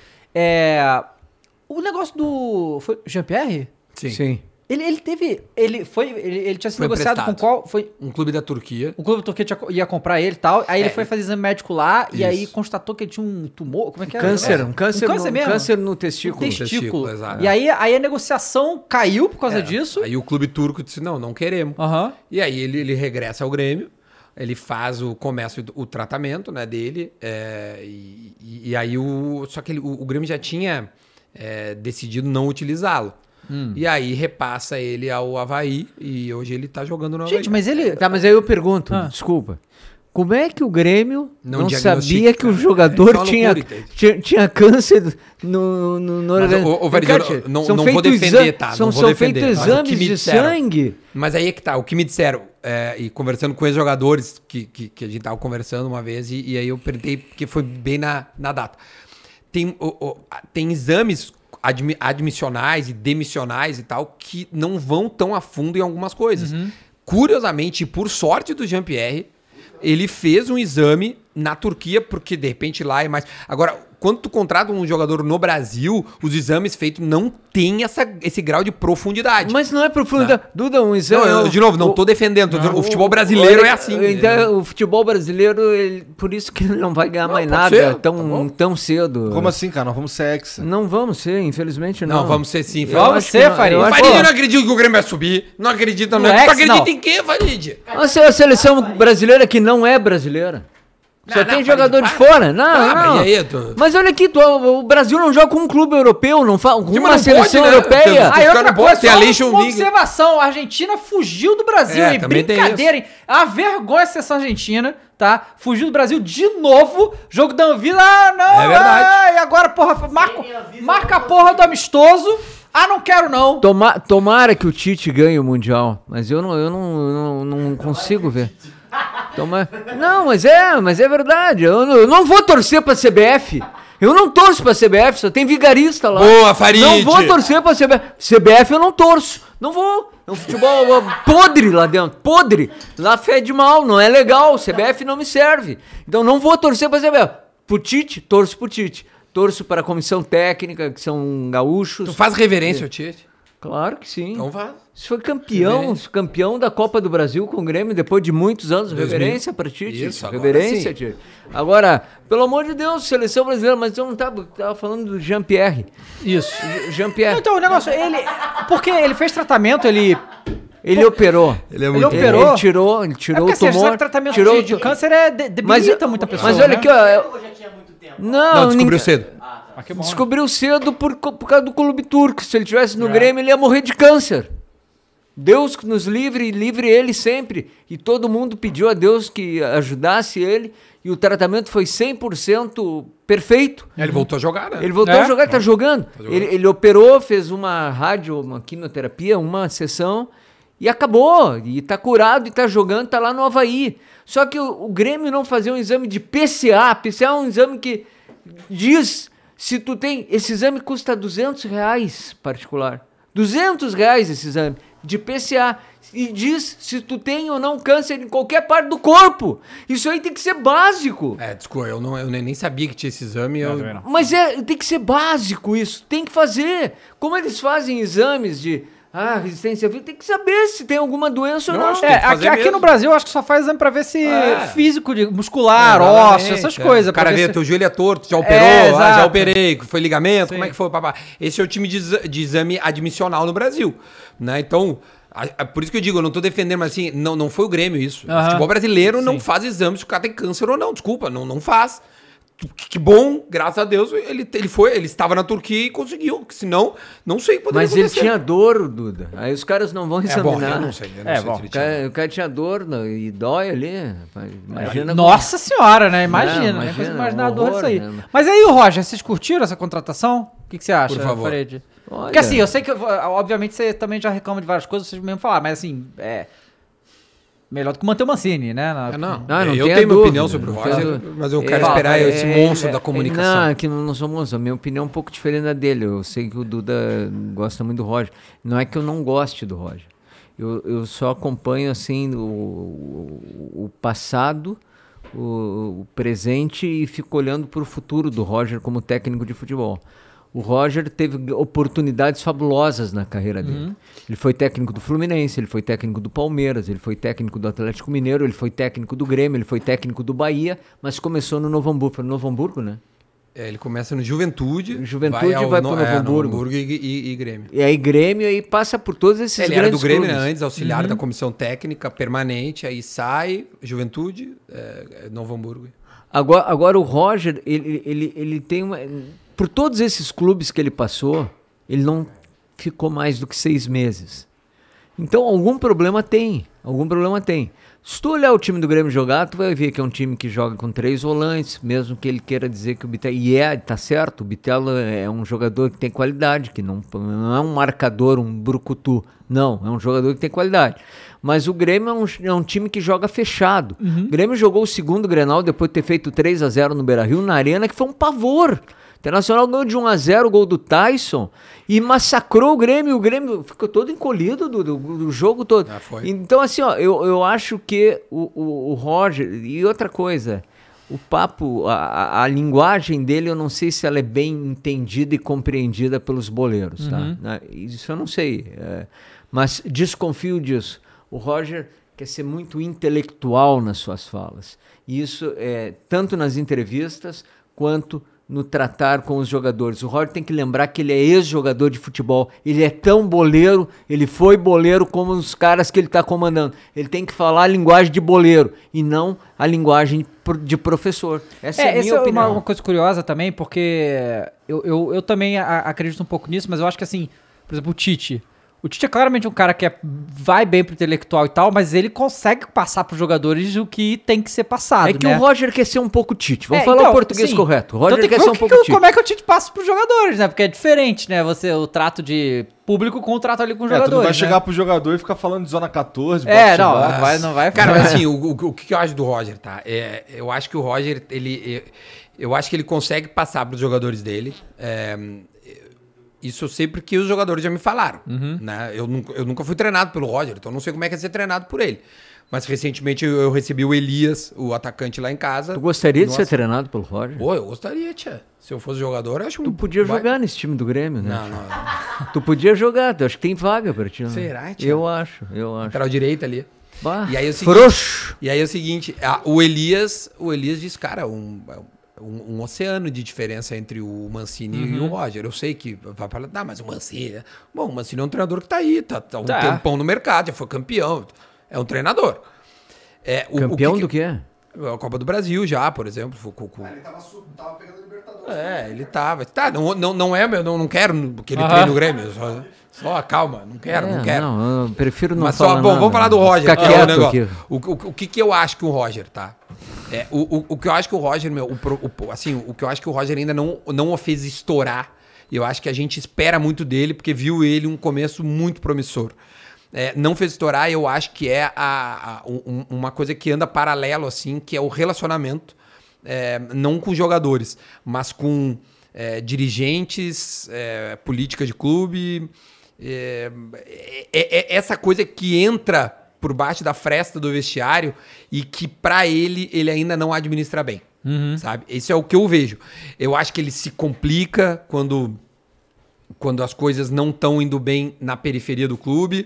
Speaker 4: É, o negócio do... Foi Jean-Pierre?
Speaker 6: Sim.
Speaker 4: Ele, ele teve... Ele foi... Ele, ele tinha sido
Speaker 6: Foi
Speaker 4: negociado
Speaker 6: emprestado.
Speaker 4: com qual... Foi...
Speaker 6: Um clube da Turquia.
Speaker 4: O clube turco tinha- ia comprar ele e tal. Aí ele
Speaker 6: É,
Speaker 4: foi fazer exame médico lá e
Speaker 6: isso.
Speaker 4: aí constatou que ele tinha um tumor. Como é que era?
Speaker 5: Câncer, um câncer,
Speaker 4: um câncer
Speaker 5: no,
Speaker 4: mesmo.
Speaker 5: câncer no
Speaker 4: Um
Speaker 5: testículo.
Speaker 4: testículo.
Speaker 6: testículo, exato.
Speaker 4: E aí, aí a negociação caiu por causa
Speaker 6: É.
Speaker 4: disso.
Speaker 6: Aí o clube turco disse, não, não queremos.
Speaker 4: Aham.
Speaker 6: E aí ele, ele regressa ao Grêmio, ele faz o começa o, o tratamento, né, dele, é, e, e- e aí o só que ele- o, o Grêmio já tinha é, decidido não utilizá-lo.
Speaker 4: Hum.
Speaker 6: E aí repassa ele ao Avaí e hoje ele tá jogando no Avaí.
Speaker 4: Gente, mas ele...
Speaker 5: Tá, mas aí eu pergunto,
Speaker 4: Ah.
Speaker 5: desculpa. Como é que o Grêmio
Speaker 6: Não
Speaker 5: não,
Speaker 6: diagnostica.
Speaker 5: sabia que o
Speaker 6: É,
Speaker 5: jogador
Speaker 6: isso é uma
Speaker 5: tinha,
Speaker 6: loucura, entende?
Speaker 5: tinha, tinha câncer no, no, no
Speaker 6: Mas,
Speaker 5: organ-
Speaker 6: ô, ô, Varid,
Speaker 5: Ricardo,
Speaker 6: eu não-
Speaker 5: são
Speaker 6: não vou
Speaker 5: feitos
Speaker 6: defender,
Speaker 5: exa-
Speaker 6: tá? Não
Speaker 5: São,
Speaker 6: vou
Speaker 5: são
Speaker 6: defender,
Speaker 5: feitos
Speaker 6: mas o que
Speaker 5: exames
Speaker 6: me
Speaker 5: de
Speaker 6: disseram-
Speaker 5: sangue.
Speaker 6: Mas aí é que tá, o que me disseram, é, e conversando com ex-jogadores, que, que, que a gente tava conversando uma vez, e, e aí eu perguntei, porque foi bem na, na data. Tem, o- o- tem exames admi- admissionais e demissionais e tal, que não vão tão a fundo em algumas coisas. Curiosamente, e por sorte do Jean-Pierre, ele fez um exame na Turquia, porque de repente lá é mais... Agora, quando tu contrata um jogador no Brasil, os exames feitos não têm essa, esse grau de profundidade.
Speaker 5: Mas não é profunda. Duda, um
Speaker 6: Não,
Speaker 5: exame...
Speaker 6: eu, de novo, não
Speaker 5: o-
Speaker 6: tô defendendo. tô dizendo, o futebol brasileiro
Speaker 5: Olha,
Speaker 6: é assim.
Speaker 5: Então, o futebol brasileiro, ele- por isso que ele não vai ganhar
Speaker 6: Não,
Speaker 5: mais
Speaker 6: pode
Speaker 5: nada
Speaker 6: ser,
Speaker 5: tão,
Speaker 6: tá bom.
Speaker 5: tão cedo.
Speaker 3: Como assim, cara? Nós vamos ser ex.
Speaker 5: Não vamos ser, infelizmente não.
Speaker 6: Não, vamos ser sim.
Speaker 5: Eu
Speaker 4: Vamos
Speaker 5: acho
Speaker 4: ser,
Speaker 5: que não-
Speaker 4: Farid.
Speaker 5: eu acho-
Speaker 6: Farid,
Speaker 5: Pô,
Speaker 6: eu não acredito que o Grêmio vai subir. Não acredito, não.
Speaker 4: No
Speaker 6: Tu
Speaker 4: ex,
Speaker 6: acredita
Speaker 4: não.
Speaker 6: em quê, Farid?
Speaker 5: Nossa, é a seleção brasileira que não é brasileira. Só
Speaker 6: Não,
Speaker 5: tem
Speaker 6: não,
Speaker 5: jogadores
Speaker 6: Farid, para.
Speaker 5: fora. Não,
Speaker 6: Ah,
Speaker 5: não.
Speaker 6: mas e aí, tu-
Speaker 5: Mas olha aqui, tu- o Brasil não joga com um clube europeu, não faz com
Speaker 6: mas
Speaker 5: uma
Speaker 6: não
Speaker 5: seleção
Speaker 6: pode, né?
Speaker 5: europeia.
Speaker 6: Tem-
Speaker 4: Aí
Speaker 6: Os
Speaker 4: outra
Speaker 6: caras
Speaker 4: coisa,
Speaker 6: tem a
Speaker 4: só
Speaker 6: Nation
Speaker 4: uma
Speaker 6: League.
Speaker 4: observação, a Argentina fugiu do Brasil,
Speaker 6: É,
Speaker 4: hein?
Speaker 6: também tem
Speaker 4: Brincadeira, hein? É uma vergonha essa seleção argentina, tá? Fugiu do Brasil de novo, jogo da Anvisa, ah, não,
Speaker 6: É verdade.
Speaker 4: ah, e agora, porra, marca, marca a porra do amistoso, ah, não quero não.
Speaker 5: Toma- tomara que o Tite ganhe o Mundial, mas eu não, eu não, não, não consigo ver. Toma- Não, mas é, mas é verdade. Eu não, eu não vou torcer pra C B F. Eu não torço pra C B F, só tem vigarista lá.
Speaker 6: Boa, Farid.
Speaker 5: Não vou torcer pra C B F. C B F eu não torço. Não vou. É um futebol ó, podre lá dentro. Podre. Lá fede mal, não é legal. C B F não me serve. Então não vou torcer pra C B F. Pro Tite, torço pro Tite. Torço para a comissão técnica, que são gaúchos.
Speaker 6: Tu faz reverência ao Tite?
Speaker 5: Claro que sim.
Speaker 6: Então faz.
Speaker 5: Isso foi campeão, campeão da Copa do Brasil com o Grêmio depois de muitos anos.
Speaker 6: dois mil.
Speaker 5: Reverência para Tite.
Speaker 6: Isso, agora
Speaker 5: reverência,
Speaker 6: sim.
Speaker 5: Tite. Agora, pelo amor de Deus, seleção brasileira, mas eu não tava, tava falando do Jean-Pierre.
Speaker 4: Isso.
Speaker 5: Jean-Pierre,
Speaker 4: Então, o negócio, ele... Porque ele fez tratamento, ele...
Speaker 5: ele operou.
Speaker 6: Ele é
Speaker 4: Ele
Speaker 6: muito...
Speaker 5: Ele,
Speaker 4: operou?
Speaker 5: ele tirou, ele
Speaker 4: É
Speaker 5: tirou
Speaker 4: porque
Speaker 5: o
Speaker 4: assim, a gente
Speaker 5: tumor.
Speaker 4: sabe que tratamento
Speaker 5: tirou
Speaker 4: de, de
Speaker 5: o tu-
Speaker 4: câncer é de, debilita muita pessoa,
Speaker 5: Mas olha
Speaker 4: né?
Speaker 5: aqui, ó. eu-
Speaker 7: Ou já tinha muito tempo?
Speaker 5: Não,
Speaker 6: Não, descobriu
Speaker 5: ninguém-
Speaker 6: cedo.
Speaker 4: Ah, que bom, né?
Speaker 5: Descobriu cedo por, co- por causa do clube turco. Se ele tivesse
Speaker 6: É.
Speaker 5: no Grêmio, ele ia morrer de câncer. Deus que nos livre e livre ele sempre. E todo mundo pediu a Deus que ajudasse ele. E o tratamento foi cem por cento perfeito.
Speaker 6: Ele voltou a jogar, né?
Speaker 5: Ele voltou
Speaker 4: É?
Speaker 5: a jogar, tá jogando.
Speaker 6: jogando.
Speaker 5: Ele, ele operou, fez uma rádio, uma quimioterapia, uma sessão e acabou. E tá curado e tá jogando, tá lá no Avaí. Só que o, o Grêmio não fazia um exame de P C A. P C A é um exame que diz se tu tem... Esse exame custa duzentos reais particular. duzentos reais esse exame de P C A. E diz se tu tem ou não câncer em qualquer parte do corpo. Isso aí tem que ser básico.
Speaker 6: É, desculpa, eu, não, eu nem nem sabia que tinha esse exame. Eu...
Speaker 5: Mas é, tem que ser básico isso, tem que fazer. Como eles fazem exames de ah, resistência à vida, tem que saber se tem alguma doença ou
Speaker 6: Eu
Speaker 5: não.
Speaker 6: acho que
Speaker 4: É,
Speaker 6: tem que
Speaker 4: aqui,
Speaker 6: fazer
Speaker 4: aqui
Speaker 6: mesmo.
Speaker 4: no Brasil, acho que só faz exame pra ver se
Speaker 6: É.
Speaker 4: físico, de, muscular,
Speaker 6: Exatamente,
Speaker 4: ósseo, essas
Speaker 6: é.
Speaker 4: coisas.
Speaker 6: O cara
Speaker 4: pra ver
Speaker 6: vê,
Speaker 4: se-
Speaker 6: teu joelho é torto, já operou,
Speaker 4: É,
Speaker 6: ah, já
Speaker 4: exato.
Speaker 6: operei, foi ligamento,
Speaker 4: Sim.
Speaker 6: como é que foi, papá? Esse é o time de, exa- de exame admissional no Brasil, né? Então, a- a- por isso que eu digo, eu não tô defendendo, mas assim, não, não foi o Grêmio isso. O
Speaker 4: Aham.
Speaker 6: futebol brasileiro não
Speaker 4: Sim.
Speaker 6: faz exame se o cara tem câncer ou não, desculpa, não, não faz. Que, que bom, graças a Deus, ele, ele foi, ele estava na Turquia e conseguiu, que senão, não sei o que poderia
Speaker 5: Mas ele
Speaker 6: acontecer.
Speaker 5: tinha dor, Duda. Aí os caras não vão
Speaker 6: É
Speaker 5: examinar.
Speaker 6: bom, eu não sei, eu não
Speaker 4: É,
Speaker 6: sei
Speaker 4: bom.
Speaker 6: se ele
Speaker 5: O
Speaker 6: tinha.
Speaker 5: cara, o cara tinha dor no- e dói ali. rapaz. Imagina.
Speaker 4: Nossa senhora, né? Imagina,
Speaker 5: Não,
Speaker 4: né?
Speaker 5: imagina,
Speaker 4: Você imaginar a dor
Speaker 5: horror,
Speaker 4: disso aí.
Speaker 5: né?
Speaker 4: Mas aí, Roger, vocês curtiram essa contratação? O que, que você acha,
Speaker 6: Por favor.
Speaker 4: Farid?
Speaker 5: Olha.
Speaker 4: Porque assim, eu sei que, obviamente, você também já reclama de várias coisas, vocês mesmo falaram, mas assim, é... melhor do que manter o Mancini, né? Na...
Speaker 6: Ah, não,
Speaker 5: Não, não
Speaker 6: eu
Speaker 5: tenha
Speaker 6: tenho minha
Speaker 5: dúvida,
Speaker 6: opinião sobre o
Speaker 5: não tenha
Speaker 6: Roger,
Speaker 5: dúvida.
Speaker 6: mas eu quero
Speaker 5: É,
Speaker 6: esperar
Speaker 5: é,
Speaker 6: esse
Speaker 5: é,
Speaker 6: monstro
Speaker 5: é,
Speaker 6: da comunicação.
Speaker 5: Não, é que não, não sou monstro. A minha opinião é um pouco diferente da dele. Eu sei que o Duda gosta muito do Roger. Não é que eu não goste do Roger. Eu, eu só acompanho assim o, o, o passado, o, o presente e fico olhando para o futuro do Roger como técnico de futebol. O Roger teve oportunidades fabulosas na carreira dele. Uhum. Ele foi técnico do Fluminense, ele foi técnico do Palmeiras, ele foi técnico do Atlético Mineiro, ele foi técnico do Grêmio, ele foi técnico do Bahia, mas começou no Novo Hamburgo. Foi no Novo Hamburgo, né?
Speaker 6: É, ele começa no Juventude,
Speaker 5: Juventude vai,
Speaker 6: vai
Speaker 5: para o
Speaker 6: no,
Speaker 5: Novo
Speaker 6: é,
Speaker 5: Hamburgo.
Speaker 6: Novo Hamburgo e, e, e Grêmio.
Speaker 5: E aí Grêmio, aí passa por todos esses
Speaker 6: é, ele
Speaker 5: grandes
Speaker 6: era do Grêmio, né,
Speaker 5: clubes.
Speaker 6: antes, auxiliar
Speaker 5: Uhum.
Speaker 6: da comissão técnica permanente, aí sai, Juventude, é, Novo Hamburgo.
Speaker 5: Agora, agora o Roger, ele, ele, ele tem uma... Por todos esses clubes que ele passou, ele não ficou mais do que seis meses. Então, algum problema tem. Algum problema tem. Se tu olhar o time do Grêmio jogar, tu vai ver que é um time que joga com três volantes, mesmo que ele queira dizer que o Bitelo... E é, tá certo, o Bitelo é um jogador que tem qualidade, que não, não é um marcador, um brucutu. Não, é um jogador que tem qualidade. Mas o Grêmio é um, é um time que joga fechado. Uhum. O Grêmio jogou o segundo Grenal, depois de ter feito três a zero no Beira-Rio, na Arena, que foi um pavor. O Internacional ganhou de um a zero o gol do Tyson e massacrou o Grêmio. O Grêmio ficou todo encolhido do, do, do jogo todo.
Speaker 6: Ah, foi.
Speaker 5: Então, assim, ó, eu, eu acho que o, o, o Roger... E outra coisa, o papo, a, a, a linguagem dele, eu não sei se ela é bem entendida e compreendida pelos boleiros, tá?
Speaker 4: Uhum.
Speaker 5: Isso eu não sei. É, mas desconfio disso. O Roger quer ser muito intelectual nas suas falas. E isso é tanto nas entrevistas quanto no tratar com os jogadores. O Roger tem que lembrar que ele é ex-jogador de futebol. Ele é tão boleiro, ele foi boleiro como os caras que ele está comandando. Ele tem que falar a linguagem de boleiro e não a linguagem de professor. Essa é, é a minha
Speaker 4: essa
Speaker 5: opinião.
Speaker 4: É uma, uma coisa curiosa também, porque eu, eu, eu também a, acredito um pouco nisso, mas eu acho que assim, por exemplo, o Tite... O Tite é claramente um cara que é, vai bem pro intelectual e tal, mas ele consegue passar pros jogadores o que tem que ser passado,
Speaker 5: É que
Speaker 4: né?
Speaker 5: o Roger quer ser um pouco Tite. Vamos
Speaker 4: É,
Speaker 5: falar
Speaker 4: então,
Speaker 5: o português
Speaker 4: sim.
Speaker 5: correto. O Roger
Speaker 4: Então tem que
Speaker 5: quer
Speaker 4: ver
Speaker 5: ser
Speaker 4: o
Speaker 5: um
Speaker 4: que
Speaker 5: pouco
Speaker 4: que,
Speaker 5: Tite.
Speaker 4: como é que o Tite passa pros jogadores, né? Porque é diferente, né? Você, o trato de público com o trato ali com os
Speaker 3: É, tu
Speaker 4: jogadores,
Speaker 3: não vai
Speaker 4: né?
Speaker 3: chegar pro jogador e ficar falando de zona catorze,
Speaker 4: É,
Speaker 3: boxe,
Speaker 4: não,
Speaker 3: boxe.
Speaker 4: não vai, não vai.
Speaker 6: Cara, mas assim, o, o, o que eu acho do Roger, tá? É, eu acho que o Roger, ele... Eu, eu acho que ele consegue passar pros jogadores dele. É, isso eu sei porque os jogadores já me falaram. Uhum. Né? Eu, nunca, eu nunca fui treinado pelo Roger, então eu não sei como é que é ser treinado por ele. Mas recentemente eu, eu recebi o Elias, o atacante lá em casa.
Speaker 5: Tu gostaria
Speaker 6: Nossa.
Speaker 5: de ser treinado pelo Roger?
Speaker 6: Pô, eu gostaria, tia. Se eu fosse jogador, eu acho...
Speaker 5: Tu
Speaker 6: um
Speaker 5: podia
Speaker 6: vai-
Speaker 5: jogar nesse time do Grêmio, né?
Speaker 6: Não, não. não.
Speaker 5: Tu podia jogar, tu acho que tem vaga pra ti. Né?
Speaker 6: Será, tia?
Speaker 5: Eu acho, eu acho.
Speaker 6: Lateral direito ali.
Speaker 5: Bah,
Speaker 6: E aí é o seguinte-
Speaker 5: frouxo.
Speaker 6: E aí é o seguinte, a- o Elias, o Elias diz, cara, um, um, um oceano de diferença entre o Mancini
Speaker 4: Uhum.
Speaker 6: e o Roger. Eu sei que vai falar, ah, mas o Mancini... né?" Bom, o Mancini é um treinador que tá aí, tá, tá um
Speaker 4: Tá.
Speaker 6: tempão no mercado, já foi campeão, é um treinador. É, o,
Speaker 5: Campeão
Speaker 6: o que
Speaker 5: do
Speaker 6: que,
Speaker 5: quê?
Speaker 6: A Copa do Brasil já, por exemplo. Foi com, com...
Speaker 7: Ele tava, su- tava pegando Libertadores.
Speaker 6: É, ele tava. Tá, não, não, não é, meu, não, não quero que ele
Speaker 4: Aham.
Speaker 6: treine no Grêmio. Só, só calma, não quero,
Speaker 5: É,
Speaker 6: não quero.
Speaker 5: Não, eu prefiro não
Speaker 6: Mas
Speaker 5: falar
Speaker 6: só, bom,
Speaker 5: nada.
Speaker 6: vamos falar do
Speaker 5: Vou
Speaker 6: Roger.
Speaker 5: Ficar
Speaker 6: que é o
Speaker 5: quieto
Speaker 6: negócio.
Speaker 5: aqui.
Speaker 6: O, o, o que que eu acho que o Roger, tá? É, o, o, o que eu acho que o Roger, meu, o, pro- o- assim, o que eu acho que o Roger ainda não, não o fez estourar. E eu acho que a gente espera muito dele, porque viu ele um começo muito promissor. É, não fez estourar, eu acho que é a, a- um- uma coisa que anda paralelo, assim, que é o relacionamento, é, não com jogadores, mas com é, dirigentes, é, política de clube. É, é- é essa coisa que entra por baixo da fresta do vestiário e que pra ele, ele ainda não administra bem, sabe? Isso é o que eu vejo. Eu acho que ele se complica quando, quando as coisas não estão indo bem na periferia do clube.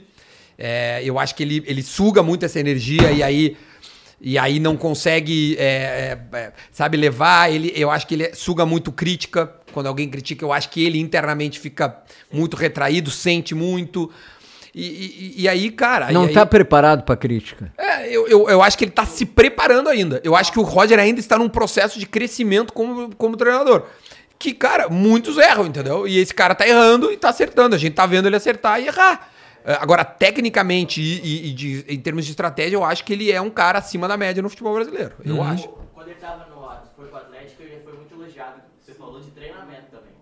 Speaker 6: É, eu acho que ele, ele suga muito essa energia e aí, e aí não consegue, é, é, é, sabe, levar. Ele, eu acho que ele suga muito crítica. Quando alguém critica, eu acho que ele internamente fica muito retraído, sente muito. E, e- e aí, cara...
Speaker 5: Não
Speaker 6: e aí,
Speaker 5: tá preparado pra crítica.
Speaker 6: é, eu, eu, eu acho que ele tá se preparando ainda. Eu acho que o Roger ainda está num processo de crescimento como, como treinador. Que, cara, muitos erram, entendeu? E esse cara tá errando e tá acertando. A gente tá vendo ele acertar e errar. É, agora, tecnicamente e, e- e de- em termos de estratégia, eu acho que ele é um cara acima da média no futebol brasileiro. Eu acho.
Speaker 8: Quando ele tava no foi pro Atlético, ele foi muito elogiado. Você falou de treinamento também.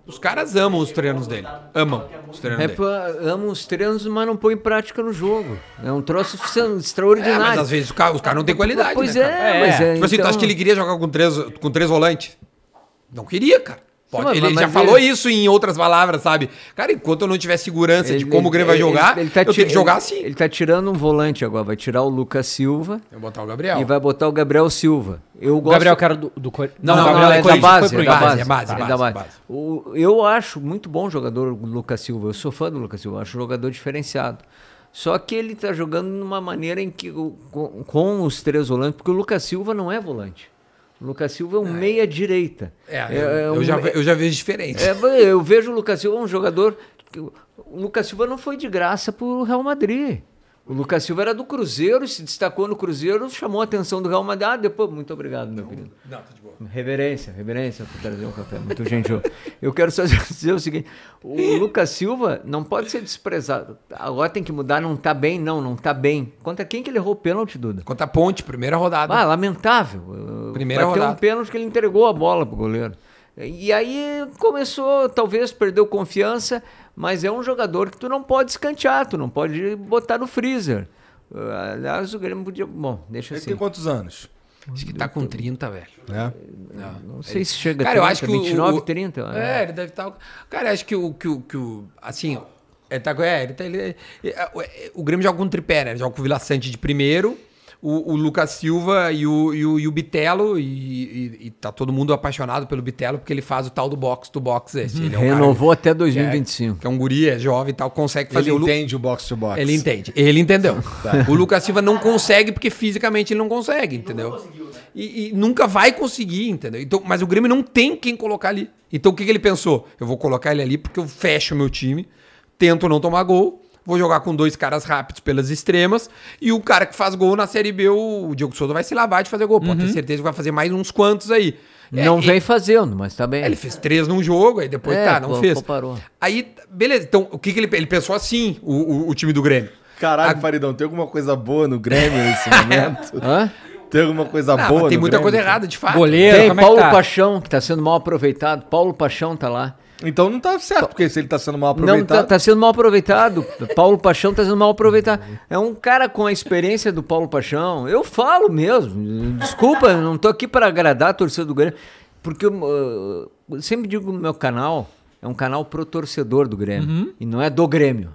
Speaker 6: Os caras amam os treinos dele. Amam os treinos
Speaker 5: É,
Speaker 6: dele.
Speaker 5: pô, amam os treinos, mas não põe em prática no jogo. É um troço extraordinário.
Speaker 6: É, mas às vezes o cara, os caras não têm qualidade,
Speaker 5: Pois
Speaker 6: né,
Speaker 5: é,
Speaker 6: cara?
Speaker 5: mas é.
Speaker 6: Tipo assim, tu
Speaker 5: então-
Speaker 6: acha que ele queria jogar com três, com três volantes? Não queria, cara. Pode-
Speaker 5: Sim, mas-
Speaker 6: ele
Speaker 5: mas
Speaker 6: já
Speaker 5: ele-
Speaker 6: falou isso em outras palavras, sabe? Cara, enquanto eu não tiver segurança de
Speaker 5: Ele-
Speaker 6: como o Grêmio vai
Speaker 5: ele-
Speaker 6: jogar,
Speaker 5: ele tá
Speaker 6: eu tenho
Speaker 5: ti-
Speaker 6: que jogar
Speaker 5: ele-
Speaker 6: assim.
Speaker 5: Ele tá tirando um volante agora, vai tirar o Lucas Silva
Speaker 6: Eu vou botar o Gabriel.
Speaker 5: e vai botar o Gabriel Silva. Eu
Speaker 4: O
Speaker 5: gosto...
Speaker 4: Gabriel, cara do, do Cor-
Speaker 6: Não,
Speaker 5: Não,
Speaker 6: não,
Speaker 5: não,
Speaker 6: Gabriel
Speaker 5: é
Speaker 6: é
Speaker 5: da
Speaker 6: Corinthians,
Speaker 5: base,
Speaker 6: foi
Speaker 5: é
Speaker 6: pro
Speaker 5: da
Speaker 6: base,
Speaker 5: base,
Speaker 6: é base,
Speaker 5: é
Speaker 6: base,
Speaker 5: da base.
Speaker 6: base.
Speaker 5: O- eu acho muito bom jogador o Lucas Silva, eu sou fã do Lucas Silva, eu acho um jogador diferenciado. Só que ele tá jogando numa maneira em que, o- com, com os três volantes, porque o Lucas Silva não é volante. O Lucas Silva é um meia-direita.
Speaker 6: É, eu, eu
Speaker 5: um
Speaker 6: já,
Speaker 5: me-
Speaker 6: ve- eu já vejo diferente.
Speaker 5: É, eu vejo o Lucas Silva um jogador. que O o Lucas Silva não foi de graça pro Real Madrid. O Lucas Silva era do Cruzeiro, se destacou no Cruzeiro, chamou a atenção do Real Madrid. Ah, depois, muito obrigado, meu querido.
Speaker 6: Não, tá de boa.
Speaker 5: Reverência, reverência por trazer um café. Muito gentil. Eu quero só dizer o seguinte: o Lucas Silva não pode ser desprezado. Agora tem que mudar, não tá bem, não, não tá bem. Contra quem que ele errou o pênalti, Duda?
Speaker 6: Contra a Ponte, primeira rodada.
Speaker 5: Ah, lamentável.
Speaker 6: Primeira
Speaker 5: Bateu
Speaker 6: rodada.
Speaker 5: um pênalti que ele entregou a bola pro goleiro. E aí começou, talvez perdeu confiança, mas é um jogador que tu não pode escantear, tu não pode botar no freezer. Uh, Aliás, o Grêmio podia... Bom, deixa
Speaker 3: Ele
Speaker 5: assim.
Speaker 3: tem quantos anos?
Speaker 6: Acho que tá com trinta, velho.
Speaker 3: É.
Speaker 5: Não sei se chega
Speaker 6: Cara, eu
Speaker 5: a
Speaker 6: acho que o-
Speaker 5: vinte e nove,
Speaker 6: o-
Speaker 5: trinta.
Speaker 6: É, ele deve estar. Cara, eu acho que o. Que o, que o assim, ele tá com. É, ele tá, ele, é- é- o Grêmio joga com um tripé, né? Ele joga com o Vila Sante de primeiro, o, o Lucas Silva e o, e o, e o Bitelo. E, e, e tá todo mundo apaixonado pelo Bitelo, porque ele faz o tal do box to box esse. Ele é um cara
Speaker 5: Renovou até
Speaker 6: que-
Speaker 5: dois mil e vinte e cinco.
Speaker 6: Que é um guri, é jovem e tal, consegue fazer
Speaker 3: Ele
Speaker 6: o Lu-
Speaker 3: entende o box to box.
Speaker 6: Ele entende. Ele entendeu. O Lucas Silva não consegue porque fisicamente ele não consegue, entendeu? E, e nunca vai conseguir, entendeu? Então, mas o Grêmio não tem quem colocar ali. Então o que, que ele pensou? Eu vou colocar ele ali porque eu fecho o meu time, tento não tomar gol, vou jogar com dois caras rápidos pelas extremas e o cara que faz gol na Série B, o Diego Souza, vai se lavar de fazer gol. Pode ter certeza que vai fazer mais uns quantos aí. É,
Speaker 5: Não
Speaker 6: e-
Speaker 5: vem fazendo, mas tá bem.
Speaker 6: ele fez três num jogo, aí depois,
Speaker 5: É,
Speaker 6: tá, não
Speaker 5: pô,
Speaker 6: fez.
Speaker 5: pô, parou.
Speaker 6: Aí, beleza. Então, o que, que ele... Ele pensou assim, o, o, o time do Grêmio.
Speaker 3: Caralho, Faridão, tem alguma coisa boa no Grêmio nesse momento?
Speaker 5: Hã?
Speaker 3: Tem alguma coisa
Speaker 6: Não,
Speaker 3: boa
Speaker 6: mas tem
Speaker 3: no
Speaker 6: muita
Speaker 3: Grêmio?
Speaker 6: coisa errada, de fato.
Speaker 4: Goleiro,
Speaker 5: Tem
Speaker 4: como é
Speaker 5: Paulo
Speaker 4: que tá?
Speaker 5: Paixão, que tá sendo mal aproveitado. Paulo Paixão tá lá.
Speaker 3: Então não tá certo, porque se ele tá sendo mal
Speaker 5: Não,
Speaker 3: aproveitado...
Speaker 5: tá, tá sendo mal aproveitado. Paulo Paixão tá sendo mal aproveitado. É um cara com a experiência do Paulo Paixão. Eu falo mesmo. Desculpa, eu não tô aqui para agradar a torcida do Grêmio. Porque eu, uh, eu sempre digo no meu canal, é um canal pro torcedor do Grêmio. E não é do Grêmio.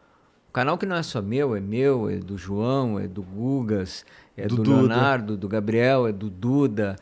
Speaker 5: O canal que não é só meu, é meu, é do João, é do Gugas, é
Speaker 3: Do
Speaker 5: do,
Speaker 3: Duda.
Speaker 5: Leonardo, do Gabriel, é do Duda,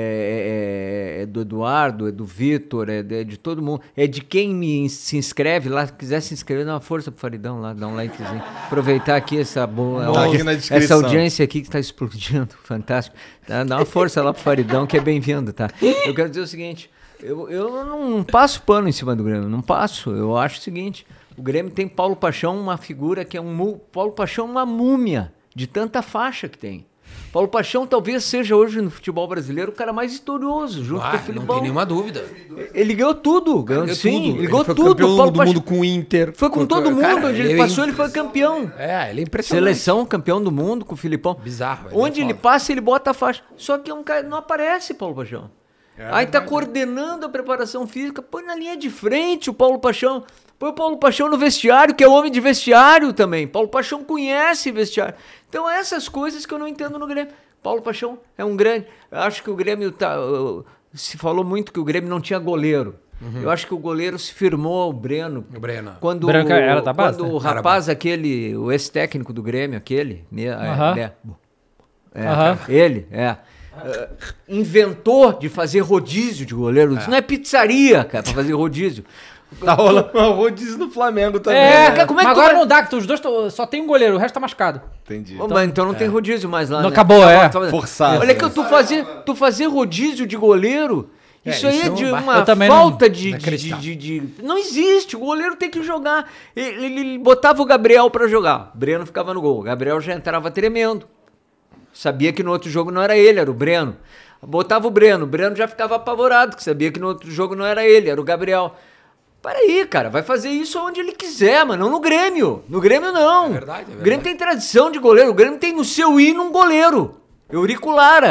Speaker 5: é, é- é do Eduardo, é do Vitor, é, de- é de todo mundo. É de quem me in- se inscreve lá, quiser se inscrever, dá uma força pro Faridão lá, dá um likezinho. Aproveitar aqui essa boa
Speaker 3: Tá aqui na
Speaker 5: essa
Speaker 3: descrição.
Speaker 5: audiência aqui que tá explodindo, fantástico. Dá, dá uma força lá pro Faridão, que é bem-vindo, tá? Eu quero dizer o seguinte, eu, eu não, não passo pano em cima do Grêmio, não passo. Eu acho o seguinte, o Grêmio tem Paulo Paixão, uma figura que é um... mu- Paulo Paixão é uma múmia de tanta faixa que tem. Paulo Paixão talvez seja hoje no futebol brasileiro o cara mais vitorioso, junto
Speaker 6: Ah,
Speaker 5: com o
Speaker 6: não
Speaker 5: Filipão.
Speaker 6: tem nenhuma dúvida.
Speaker 5: Ele ganhou tudo, ganhou,
Speaker 6: Ganhou
Speaker 5: sim,
Speaker 6: tudo.
Speaker 5: ele ganhou
Speaker 6: foi
Speaker 5: tudo.
Speaker 6: campeão
Speaker 5: Paulo
Speaker 6: do
Speaker 5: Paixão
Speaker 6: mundo com o Inter.
Speaker 5: foi com todo mundo,
Speaker 6: Cara,
Speaker 5: onde ele
Speaker 6: é
Speaker 5: passou
Speaker 6: in-
Speaker 5: ele foi campeão.
Speaker 6: É, ele é impressionante.
Speaker 5: Seleção, campeão do mundo com o Filipão.
Speaker 6: Bizarro, ele é
Speaker 5: Onde ele
Speaker 6: foda.
Speaker 5: passa, ele bota a faixa. Só que é um cara, não aparece, Paulo Paixão.
Speaker 6: É
Speaker 5: Aí tá coordenando a preparação física, põe na linha de frente o Paulo Paixão. Põe o Paulo Paixão no vestiário, que é homem de vestiário também. Paulo Paixão conhece vestiário. Então, essas coisas que eu não entendo no Grêmio. Paulo Paixão é um grande... Eu acho que o Grêmio tá... uh, se falou muito que o Grêmio não tinha goleiro. Eu acho que o goleiro se firmou ao Breno.
Speaker 6: O Breno.
Speaker 5: Quando,
Speaker 4: Branca era da base,
Speaker 5: quando
Speaker 4: né?
Speaker 5: o rapaz, aquele, o ex-técnico do Grêmio, aquele, né, é,
Speaker 4: Aham.
Speaker 5: né, é,
Speaker 4: Aham.
Speaker 5: ele, é, é, inventou de fazer rodízio de goleiro. Isso não é pizzaria, cara, pra fazer rodízio.
Speaker 3: Tá rolando um rodízio no Flamengo também.
Speaker 4: É,
Speaker 3: né?
Speaker 5: como é que
Speaker 4: mas
Speaker 5: tu
Speaker 4: agora
Speaker 5: vai-
Speaker 4: não dá, que os dois tão- só tem um goleiro, o resto tá machucado.
Speaker 3: Entendi.
Speaker 5: Então, mas então não tem rodízio mais lá,
Speaker 4: Não,
Speaker 5: né?
Speaker 4: acabou, é.
Speaker 3: Forçado.
Speaker 5: Olha que eu tu fazer, tu fazer rodízio de goleiro,
Speaker 6: É,
Speaker 5: isso aí
Speaker 6: isso
Speaker 5: é
Speaker 6: é
Speaker 5: de
Speaker 6: uma-
Speaker 5: uma
Speaker 4: eu também não-
Speaker 5: falta de,
Speaker 6: não
Speaker 5: de,
Speaker 6: acreditava.
Speaker 5: de, de- de- Não existe, o goleiro tem que jogar. Ele, ele- ele botava o Gabriel pra jogar, Breno ficava no gol, o Gabriel já entrava tremendo. Sabia que no outro jogo não era ele, era o Breno. Botava o Breno, o Breno já ficava apavorado, que sabia que no outro jogo não era ele, era o Gabriel. Para aí, cara, vai fazer isso onde ele quiser, mas não no Grêmio. No Grêmio não.
Speaker 6: É verdade, é verdade.
Speaker 5: O Grêmio tem tradição de goleiro, o Grêmio tem no seu hino um goleiro, Eurico Lara.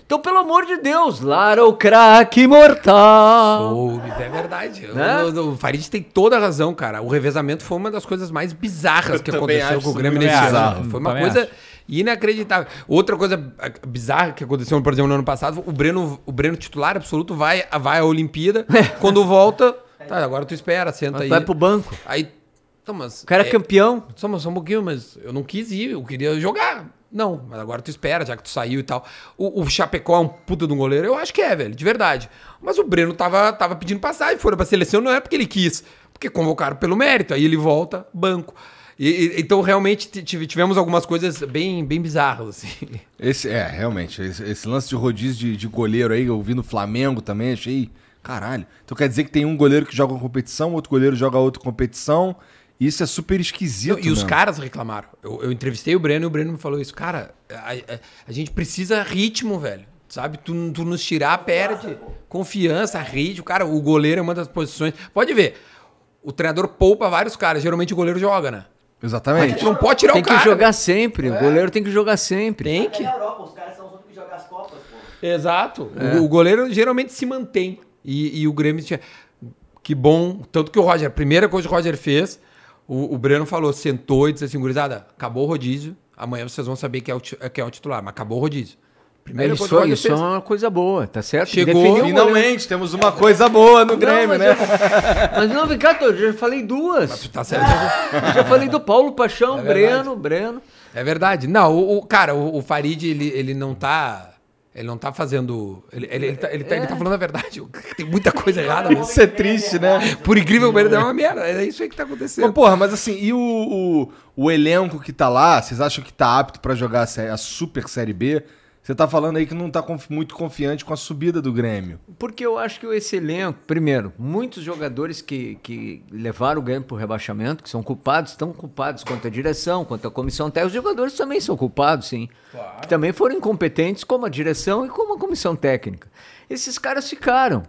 Speaker 5: Então, pelo amor de Deus, Lara o craque imortal.
Speaker 6: Soube, é verdade.
Speaker 5: Né?
Speaker 6: O, o, o Farid tem toda a razão, cara. O revezamento foi uma das coisas mais bizarras
Speaker 3: Eu
Speaker 6: que
Speaker 3: também
Speaker 6: aconteceu
Speaker 3: acho
Speaker 6: com o
Speaker 3: isso
Speaker 6: Grêmio
Speaker 3: muito
Speaker 6: nesse
Speaker 3: bizarro.
Speaker 6: ano. Foi uma
Speaker 4: Também
Speaker 6: coisa
Speaker 4: acho.
Speaker 6: inacreditável. Outra coisa bizarra que aconteceu, por exemplo, no ano passado, o Breno, o Breno titular absoluto vai, vai à Olimpíada, quando volta, tá, agora tu espera, senta aí.
Speaker 5: Vai pro banco.
Speaker 6: Aí, então, mas...
Speaker 5: O cara é
Speaker 6: é,
Speaker 5: campeão.
Speaker 6: Só, só um pouquinho, mas eu não quis ir, eu queria jogar. Não, mas agora tu espera, já que tu saiu e tal. O, o Chapecó é um puta de um goleiro? Eu acho que é, velho, de verdade. Mas o Breno tava, tava pedindo passagem, foram pra seleção, não é porque ele quis, porque convocaram pelo mérito, aí ele volta, banco. E, e, então, realmente, tivemos algumas coisas bem, bem bizarras, assim.
Speaker 3: Esse, é, realmente, esse, esse lance de rodízio de, de goleiro aí, eu vi no Flamengo também, achei, caralho. Então quer dizer que tem um goleiro que joga uma competição, outro goleiro joga outra competição, isso é super esquisito,
Speaker 6: Não, e os
Speaker 3: mesmo.
Speaker 6: caras reclamaram. Eu, eu entrevistei o Breno e o Breno me falou isso. Cara, a, a, a gente precisa ritmo, velho. Sabe? Tu, tu nos tirar, perde confiança, ritmo. Cara, o goleiro é uma das posições... Pode ver, o treinador poupa vários caras. Geralmente o goleiro joga, né?
Speaker 3: Exatamente.
Speaker 6: Tu não pode tirar
Speaker 5: Tem
Speaker 6: o cara.
Speaker 5: que jogar
Speaker 6: velho.
Speaker 5: sempre. O goleiro tem que jogar sempre.
Speaker 6: Tem que...
Speaker 7: Na Europa, os caras são os únicos que jogam as Copas, pô.
Speaker 6: Exato. O, o goleiro geralmente se mantém. E, e o Grêmio tinha... Que bom. Tanto que o Roger... A primeira coisa que o Roger fez... O, o Breno falou, sentou e disse assim, gurizada, acabou o rodízio, amanhã vocês vão saber quem é o, quem é o titular, mas acabou o rodízio. Primeira
Speaker 5: É
Speaker 6: coisa
Speaker 5: isso,
Speaker 6: que o Roger
Speaker 5: isso é
Speaker 6: fez.
Speaker 5: uma coisa boa, tá certo?
Speaker 6: Chegou,
Speaker 5: Definiu o goleiro.
Speaker 3: Finalmente, temos uma coisa boa no Grêmio,
Speaker 5: mas
Speaker 3: né?
Speaker 5: eu- Mas não, vem cá, eu já falei duas.
Speaker 6: Tá certo.
Speaker 5: Eu já falei do Paulo Paixão,
Speaker 6: É verdade.
Speaker 5: Breno, Breno.
Speaker 6: É verdade. Não, o, o- cara, o, o Farid, ele, ele não tá... Ele não tá fazendo... Ele, ele, ele, tá, ele, tá, ele tá falando a verdade. Tem muita coisa errada. Mas,
Speaker 3: Isso é triste, né?
Speaker 6: por incrível que pareça, é uma merda. É isso aí que tá
Speaker 3: Mas,
Speaker 6: acontecendo.
Speaker 3: porra, mas assim, e o, o, o elenco que tá lá, vocês acham que tá apto pra jogar a, sé- a Super Série B? Você tá falando aí que não tá confi- muito confiante com a subida do Grêmio.
Speaker 5: Porque eu acho que esse elenco, primeiro, muitos jogadores que, que levaram o Grêmio pro rebaixamento, que são culpados, estão culpados quanto a direção, quanto a comissão técnica. Os jogadores também são culpados, sim. Que também foram incompetentes como a direção e como a comissão técnica. Esses caras ficaram.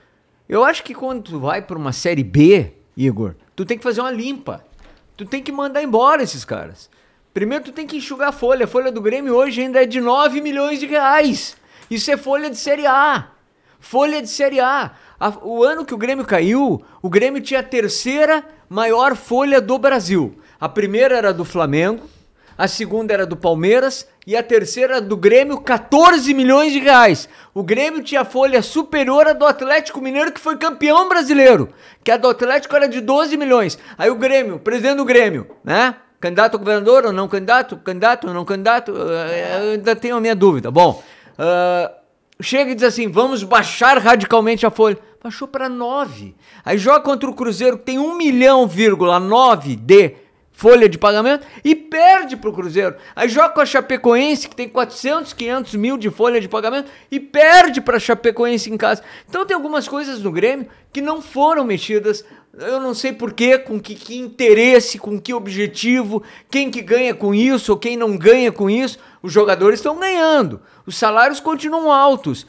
Speaker 5: Eu acho que quando tu vai para uma Série B, Igor, tu tem que fazer uma limpa. Tu tem que mandar embora esses caras. Primeiro tu tem que enxugar a folha. A folha do Grêmio hoje ainda é de nove milhões de reais. Isso é folha de Série A. Folha de Série A. A- o ano que o Grêmio caiu, o Grêmio tinha a terceira maior folha do Brasil. A primeira era do Flamengo, a segunda era do Palmeiras e a terceira era do Grêmio, catorze milhões de reais. O Grêmio tinha a folha superior à do Atlético Mineiro, que foi campeão brasileiro, que a do Atlético era de doze milhões. Aí o Grêmio, presidente do Grêmio, né? Candidato a governador ou não candidato? Candidato ou não candidato? Eu ainda tenho a minha dúvida. Bom, ah, chega e diz assim, vamos baixar radicalmente a folha. Baixou para nove. Aí joga contra o Cruzeiro, que tem um milhão, vírgula nove de folha de pagamento e perde pro Cruzeiro. Aí joga com a Chapecoense, que tem quatrocentos, quinhentos mil de folha de pagamento e perde pra Chapecoense em casa. Então tem algumas coisas no Grêmio que não foram mexidas. Eu não sei porquê, com que, que interesse, com que objetivo, quem que ganha com isso ou quem não ganha com isso. Os jogadores estão ganhando, os salários continuam altos.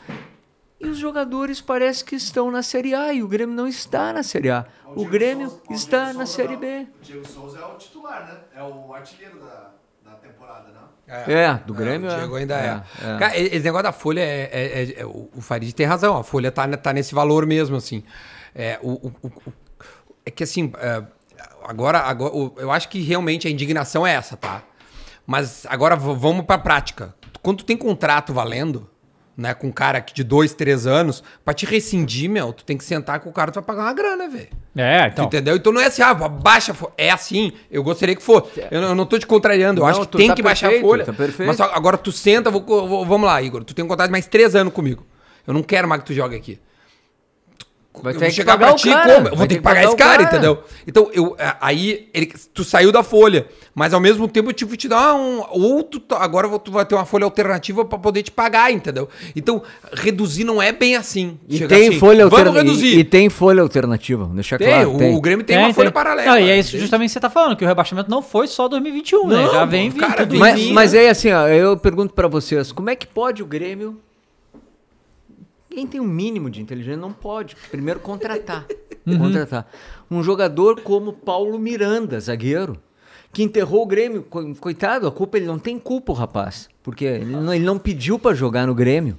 Speaker 5: E os jogadores parece que estão na Série A e o Grêmio não está na Série A. O Grêmio está na Série B.
Speaker 7: O Diego Souza é o titular, né? É o artilheiro da, da temporada, né?
Speaker 5: É, do Grêmio
Speaker 6: o
Speaker 5: é.
Speaker 6: Diego ainda é.
Speaker 5: É, é.
Speaker 6: Cara, esse negócio da folha, é, é- é- é- o o Farid tem razão, a folha tá, tá nesse valor mesmo, assim. É, o, o- o- o- é que assim, é, agora, agora o- eu acho que realmente a indignação é essa, tá? Mas agora v- vamos pra prática. Quando tu tem contrato valendo, né, com um cara aqui de dois, três anos, pra te rescindir, meu, tu tem que sentar com o cara, tu vai pagar uma grana, velho.
Speaker 4: É,
Speaker 6: Tu
Speaker 4: então.
Speaker 6: entendeu? Então não é assim, ah, baixa a folha. É assim, eu gostaria que fosse. Eu, não- eu não tô te contrariando, eu
Speaker 5: Não,
Speaker 6: acho que
Speaker 5: tu
Speaker 6: tem
Speaker 5: tá
Speaker 6: que baixar a
Speaker 5: perfeito,
Speaker 6: folha.
Speaker 5: tá perfeito.
Speaker 6: Mas só- agora tu senta, vou, vou- vamos lá, Igor. Tu tem um contrato de mais três anos comigo. Eu não quero mais que tu jogue aqui.
Speaker 5: Vai
Speaker 6: Eu
Speaker 5: ter
Speaker 6: vou
Speaker 5: que
Speaker 6: chegar
Speaker 5: pagar
Speaker 6: pra
Speaker 5: o
Speaker 6: ti
Speaker 5: cara.
Speaker 6: como? Eu vou
Speaker 5: Vai
Speaker 6: ter que pagar esse
Speaker 5: o
Speaker 6: cara, entendeu? Então, eu, a- aí, ele, tu saiu da folha, mas ao mesmo tempo eu tive que te dar um. Ou tu, tá- agora tu vai ter uma folha alternativa pra poder te pagar, entendeu? Então, reduzir não é bem assim.
Speaker 5: E
Speaker 6: Chegar
Speaker 5: tem,
Speaker 6: assim,
Speaker 5: folha
Speaker 6: vamos
Speaker 5: alternativa.
Speaker 6: reduzir.
Speaker 5: E, e tem folha alternativa, vamos deixar
Speaker 6: Tem,
Speaker 5: claro.
Speaker 6: o,
Speaker 5: tem.
Speaker 6: o Grêmio tem
Speaker 4: É,
Speaker 6: uma folha
Speaker 4: tem.
Speaker 6: paralela.
Speaker 4: Não, e é isso
Speaker 6: Tem.
Speaker 4: justamente que você tá falando, que o rebaixamento não foi só dois mil e vinte e um, né?
Speaker 6: Não,
Speaker 4: Já vem vindo.
Speaker 6: cara,
Speaker 4: tudo
Speaker 6: vem
Speaker 5: Mas,
Speaker 4: vindo.
Speaker 5: mas é assim, ó, eu pergunto pra vocês, como é que pode o Grêmio... Quem tem um mínimo de inteligência não pode, primeiro, contratar. Contratar. Um jogador como Paulo Miranda, zagueiro, que enterrou o Grêmio. Co- Coitado, a culpa, ele não tem culpa, o rapaz. Porque ele não, ele não pediu pra jogar no Grêmio.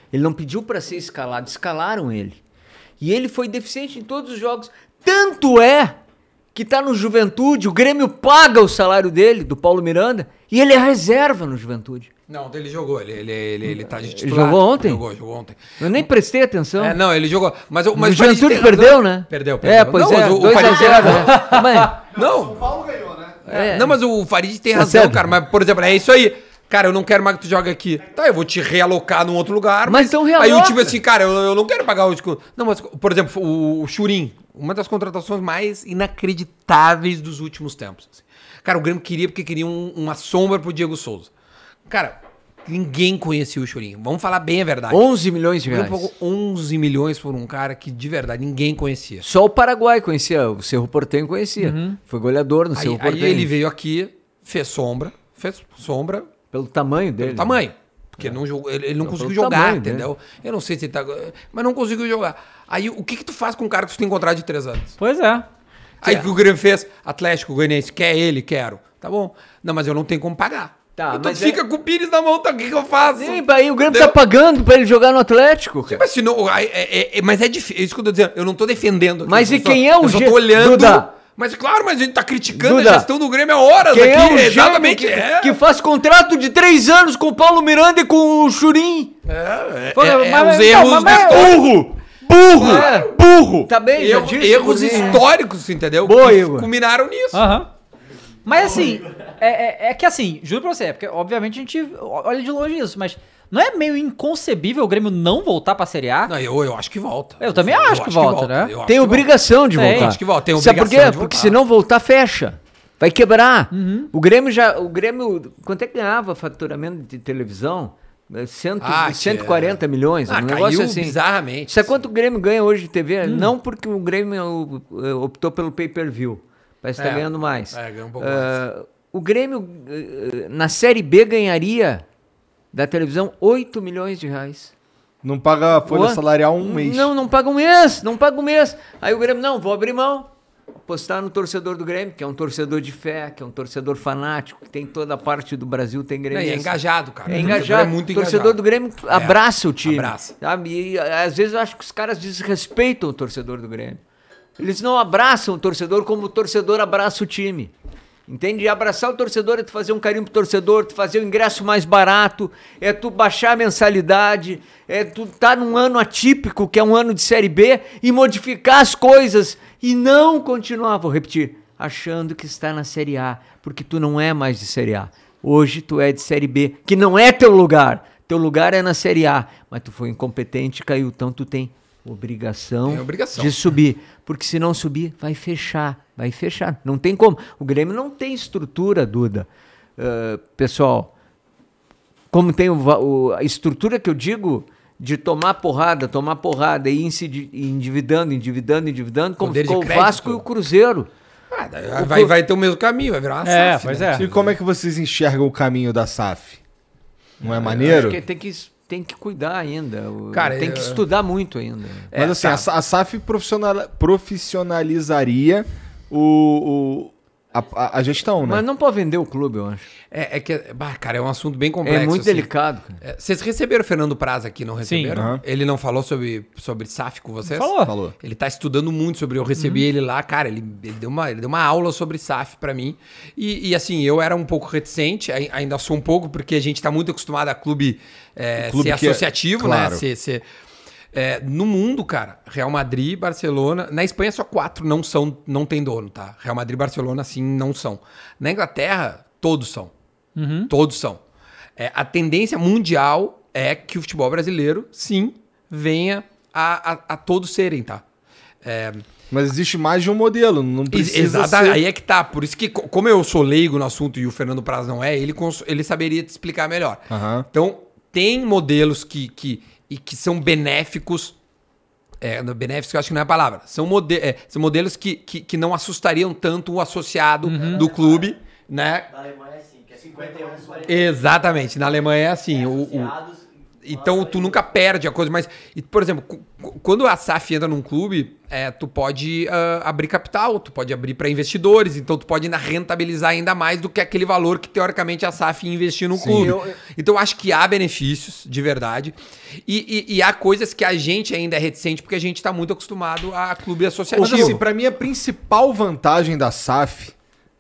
Speaker 5: Ele não pediu para ser escalado, escalaram ele. E ele foi deficiente em todos os jogos. Tanto é que tá no Juventude, o Grêmio paga o salário dele, do Paulo Miranda, e ele é reserva no Juventude.
Speaker 6: Não, ele jogou, ele, ele, ele, ele tá de
Speaker 5: Ele
Speaker 6: titular.
Speaker 5: jogou ontem?
Speaker 6: Jogou, jogou ontem.
Speaker 5: Eu nem prestei atenção.
Speaker 6: É, não, ele jogou. Mas, o-
Speaker 5: Mas
Speaker 6: mas
Speaker 5: o Juventude
Speaker 6: tem
Speaker 5: perdeu,
Speaker 6: razão.
Speaker 5: né?
Speaker 6: Perdeu, perdeu.
Speaker 5: É, pois
Speaker 6: não,
Speaker 5: é,
Speaker 6: mas o, o
Speaker 5: dois a
Speaker 6: Farid tem
Speaker 5: zero,
Speaker 6: razão.
Speaker 5: né? Mas-
Speaker 6: Não,
Speaker 7: São Paulo ganhou, né?
Speaker 5: É.
Speaker 6: não, mas o Farid tem
Speaker 5: Tá
Speaker 6: razão,
Speaker 5: certo.
Speaker 6: cara. Mas, por exemplo, é isso aí. Cara, eu não quero mais que tu jogue aqui. Tá, eu vou te realocar num outro lugar.
Speaker 5: Mas então
Speaker 6: Aí
Speaker 5: realoca.
Speaker 6: o time assim, cara, eu, eu não quero pagar o... tipo, Não, mas, por exemplo, o, o Churin. Uma das contratações mais inacreditáveis dos últimos tempos. assim. Cara, o Grêmio queria porque queria um- uma sombra pro Diego Souza. Cara, ninguém conhecia o Churin. Vamos falar bem a verdade.
Speaker 5: onze milhões de
Speaker 6: O Grêmio
Speaker 5: reais.
Speaker 6: pagou onze milhões por um cara que, de verdade, ninguém conhecia.
Speaker 5: Só o Paraguai conhecia, o Cerro Porteño conhecia. Foi goleador no
Speaker 6: Aí,
Speaker 5: Cerro
Speaker 6: aí
Speaker 5: Porteño.
Speaker 6: ele veio aqui, fez sombra, fez sombra
Speaker 5: Pelo tamanho dele.
Speaker 6: pelo tamanho. Porque não jogou, ele, ele não
Speaker 5: Pelo
Speaker 6: conseguiu jogar,
Speaker 5: tamanho
Speaker 6: entendeu? Eu não sei se ele tá... Mas não conseguiu jogar. Aí o que que tu faz com um cara que tu tem contrato de três anos?
Speaker 4: Pois é.
Speaker 6: Aí o que o Grêmio fez? Atlético Goianiense, quer ele? Quero. Tá bom. Não, mas eu não tenho como pagar.
Speaker 5: Tá,
Speaker 6: então
Speaker 5: mas
Speaker 6: fica
Speaker 5: é-
Speaker 6: com o Pires na mão, tá? O que que eu faço?
Speaker 5: Sim, aí o Grêmio
Speaker 6: Entendeu?
Speaker 5: tá pagando pra ele jogar no Atlético, cara.
Speaker 6: Mas, se não, aí, é, é- é- mas é difícil, é isso que eu tô dizendo. Eu não tô defendendo. aqui,
Speaker 5: Mas
Speaker 6: eu
Speaker 5: e
Speaker 6: só-
Speaker 5: quem é o
Speaker 6: Eu só
Speaker 5: gê-
Speaker 6: tô olhando...
Speaker 5: Duda?
Speaker 6: Mas claro, mas a gente tá criticando
Speaker 5: Duda,
Speaker 6: a gestão do Grêmio há horas
Speaker 5: Quem
Speaker 6: aqui.
Speaker 5: é o
Speaker 6: exatamente.
Speaker 5: gênio que,
Speaker 6: é.
Speaker 5: que faz contrato de três anos com o Paulo Miranda e com o Churin?
Speaker 6: É,
Speaker 4: Pô,
Speaker 6: é, é
Speaker 4: mas-
Speaker 6: os
Speaker 4: não,
Speaker 6: erros
Speaker 4: mas-
Speaker 6: da
Speaker 4: mas-
Speaker 6: história.
Speaker 3: Burro! Burro!
Speaker 5: É.
Speaker 3: Burro!
Speaker 5: Tá bem, já
Speaker 6: Erro-
Speaker 5: disse,
Speaker 6: erros
Speaker 5: Churin.
Speaker 6: históricos, entendeu?
Speaker 5: Boa,
Speaker 6: que
Speaker 5: Igor.
Speaker 6: culminaram nisso.
Speaker 4: Aham. Mas assim, é, é- é que assim, juro pra você, é porque obviamente a gente olha de longe isso, mas não é meio inconcebível o Grêmio não voltar pra Série A?
Speaker 6: Não, eu, eu acho que volta.
Speaker 4: Eu também acho que volta, né?
Speaker 6: Eu acho
Speaker 5: Tem
Speaker 6: que
Speaker 5: obrigação de
Speaker 4: Tem.
Speaker 5: voltar.
Speaker 6: Acho que volta, tem
Speaker 5: Sabe por quê?
Speaker 6: obrigação de
Speaker 5: Porque
Speaker 6: voltar.
Speaker 5: se não voltar, fecha. Vai quebrar.
Speaker 6: Uhum.
Speaker 5: O Grêmio já. O Grêmio. Quanto é que ganhava faturamento de televisão? É Cento,
Speaker 6: Ah, que
Speaker 5: cento e quarenta milhões.
Speaker 6: Ah,
Speaker 5: um negócio
Speaker 6: caiu
Speaker 5: assim.
Speaker 6: bizarramente.
Speaker 5: Sabe quanto o Grêmio ganha hoje de T V?
Speaker 6: Hum.
Speaker 5: Não porque o Grêmio uh, optou pelo pay-per-view. Parece que está
Speaker 6: É.
Speaker 5: ganhando mais.
Speaker 6: É, ganha um pouco
Speaker 5: Ah, o Grêmio, uh, na Série B, ganharia da televisão oito milhões de reais.
Speaker 3: Não paga folha
Speaker 5: Boa.
Speaker 3: salarial um mês.
Speaker 5: Não, não paga um mês, não paga um mês. Aí o Grêmio, não, vou abrir mão. Apostar no torcedor do Grêmio, que é um torcedor de fé, que é um torcedor fanático, que tem toda a parte do Brasil, tem
Speaker 6: Não,
Speaker 5: Grêmio.
Speaker 6: e é engajado, cara.
Speaker 5: É
Speaker 6: O
Speaker 5: engajado.
Speaker 6: torcedor é muito
Speaker 5: o torcedor
Speaker 6: engajado.
Speaker 5: do Grêmio abraça o time.
Speaker 6: abraça.
Speaker 5: Sabe? E às vezes eu acho que os caras desrespeitam o torcedor do Grêmio. Eles não abraçam o torcedor como o torcedor abraça o time. Entende? E abraçar o torcedor é tu fazer um carinho pro torcedor, tu fazer o ingresso mais barato, é tu baixar a mensalidade, é tu tá num ano atípico, que é um ano de Série B, e modificar as coisas e não continuar, vou repetir, achando que está na Série A, porque tu não é mais de Série A. Hoje tu é de Série B, que não é teu lugar. Teu lugar é na Série A, mas tu foi incompetente e caiu, então tu tem obrigação,
Speaker 6: Tem obrigação.
Speaker 5: de subir, porque se não subir, vai fechar, vai fechar, não tem como. O Grêmio não tem estrutura, Duda. Uh, pessoal, como tem o, va- o- a estrutura que eu digo de tomar porrada, tomar porrada e ir se di- endividando, endividando, endividando, como
Speaker 6: Poder de
Speaker 5: ficou o
Speaker 6: crédito.
Speaker 5: Vasco e o Cruzeiro.
Speaker 6: Ah, daí vai, vai ter o mesmo caminho, vai virar uma
Speaker 4: É,
Speaker 6: S A F,
Speaker 4: pois
Speaker 6: né?
Speaker 4: é.
Speaker 3: E como é que vocês enxergam o caminho da S A F? Não é
Speaker 5: Acho
Speaker 3: maneiro?
Speaker 5: que tem que, tem que cuidar ainda, o-
Speaker 6: Cara,
Speaker 5: tem que
Speaker 6: eu-
Speaker 5: estudar muito ainda.
Speaker 6: É,
Speaker 3: Mas assim,
Speaker 6: tá.
Speaker 3: a, Sa- a S A F profissional- profissionalizaria o, o- a, a- a gestão, né?
Speaker 5: Mas não pode vender o clube, eu acho.
Speaker 6: É, é que, bah, cara, é um assunto bem complexo.
Speaker 5: É muito
Speaker 6: assim.
Speaker 5: delicado, cara.
Speaker 6: É, vocês receberam o Fernando Praz aqui, não receberam?
Speaker 3: Aham.
Speaker 6: Ele não falou sobre, sobre S A F com vocês?
Speaker 4: Falou.
Speaker 3: Falou.
Speaker 6: Ele tá estudando muito sobre. Eu recebi ele lá, cara. Ele, ele, deu uma, ele deu uma aula sobre S A F pra mim. E, e, assim, eu era um pouco reticente, ai- ainda sou um pouco, porque a gente tá muito acostumado a clube, é,
Speaker 3: O clube
Speaker 6: ser
Speaker 3: que é-
Speaker 6: associativo,
Speaker 3: claro.
Speaker 6: né? Ser, ser- é, no mundo, cara, Real Madrid, Barcelona. Na Espanha, só quatro não são, não tem dono, tá? Real Madrid e Barcelona, sim, não são. Na Inglaterra, todos são. Todos são. É, a tendência mundial é que o futebol brasileiro, sim, venha a, a, a todos serem, tá? É,
Speaker 3: Mas existe mais de um modelo, não precisa
Speaker 6: exata,
Speaker 3: ser...
Speaker 6: aí é que tá. Por isso que, co- como eu sou leigo no assunto e o Fernando Praz não é, ele, cons- ele saberia te explicar melhor.
Speaker 3: Aham.
Speaker 6: Então, tem modelos que, que, e que são benéficos. É, no- benéficos eu acho que não é a palavra. São, mode é, são modelos que, que, que não assustariam tanto o associado do clube, né?
Speaker 8: Na Alemanha é assim, que é cinquenta e um, quarenta
Speaker 6: Exatamente. Na Alemanha é assim. O, o-
Speaker 8: associados.
Speaker 6: Então tu nunca perde a coisa, mas, e, por exemplo, cu- cu- quando a S A F entra num clube, é, tu pode ah, abrir capital, tu pode abrir para investidores, então tu pode ainda rentabilizar ainda mais do que aquele valor que teoricamente a S A F ia investir no clube.
Speaker 5: eu- eu-
Speaker 6: Então eu acho que há benefícios, de verdade, e, e- e há coisas que a gente ainda é reticente porque a gente está muito acostumado a clube associativo.
Speaker 3: Mas assim, pra mim a principal vantagem da S A F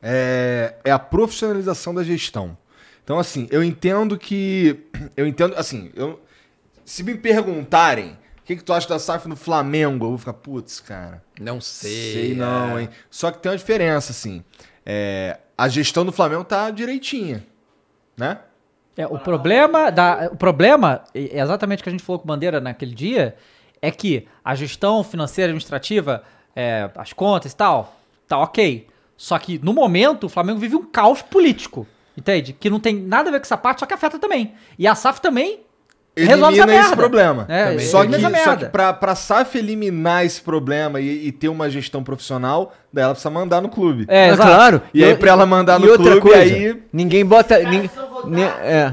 Speaker 3: é, é a profissionalização da gestão. Então, assim, eu entendo que. Eu entendo, assim, eu, se me perguntarem o que, que tu acha da S A F no Flamengo, eu vou ficar, putz, cara.
Speaker 6: Não sei.
Speaker 3: Sei não,
Speaker 6: é.
Speaker 3: hein? Só que tem uma diferença, assim. É, a gestão do Flamengo tá direitinha, né?
Speaker 4: É, o problema, da, o problema, é exatamente o que a gente falou com o Bandeira naquele dia, é que a gestão financeira administrativa, é, as contas e tal, tá ok. Só que, no momento, o Flamengo vive um caos político, entende? Que não tem nada a ver com essa parte, só que afeta também. E a S A F também resolve essa
Speaker 3: Elimina esse
Speaker 4: merda.
Speaker 3: problema.
Speaker 4: É,
Speaker 3: Também. Só que,
Speaker 4: elimina essa
Speaker 3: só
Speaker 4: merda.
Speaker 3: que pra, pra S A F eliminar esse problema e, e ter uma gestão profissional, daí ela precisa mandar no clube.
Speaker 4: É,
Speaker 5: É,
Speaker 4: exato.
Speaker 5: claro.
Speaker 3: E aí, pra ela mandar
Speaker 5: e
Speaker 3: no
Speaker 5: outra
Speaker 3: clube,
Speaker 5: coisa,
Speaker 3: aí-
Speaker 5: ninguém bota... Ninguém, ne- é.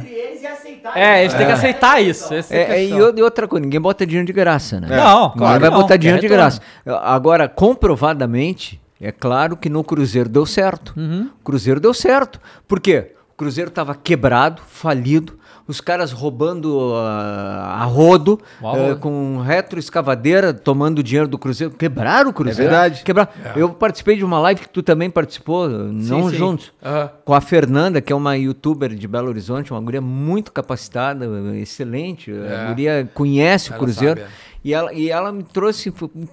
Speaker 4: É, eles têm que aceitar isso. essa é a
Speaker 5: É, é, e
Speaker 4: questão.
Speaker 5: o- e outra coisa, ninguém bota dinheiro de graça, né?
Speaker 4: Não,
Speaker 5: Ninguém
Speaker 4: claro
Speaker 5: vai
Speaker 4: que não,
Speaker 5: botar dinheiro
Speaker 4: quer
Speaker 5: de
Speaker 4: retorno.
Speaker 5: graça. Agora, comprovadamente, é claro que no Cruzeiro deu certo.
Speaker 4: Uhum.
Speaker 5: O Cruzeiro deu certo. Por quê? O Cruzeiro estava quebrado, falido, os caras roubando ah, a rodo,
Speaker 4: Uau.
Speaker 5: eh, com retroescavadeira, tomando dinheiro do Cruzeiro. Quebraram o Cruzeiro.
Speaker 3: verdade.
Speaker 5: Quebraram. Eu participei de uma live que tu também participou, não
Speaker 6: sim.
Speaker 5: juntos,
Speaker 6: Aham.
Speaker 5: com a Fernanda, que é uma youtuber de Belo Horizonte, uma guria muito capacitada, excelente. A guria conhece o
Speaker 6: Ela
Speaker 5: Cruzeiro.
Speaker 6: sabe, é.
Speaker 5: E ela, e ela me trouxe.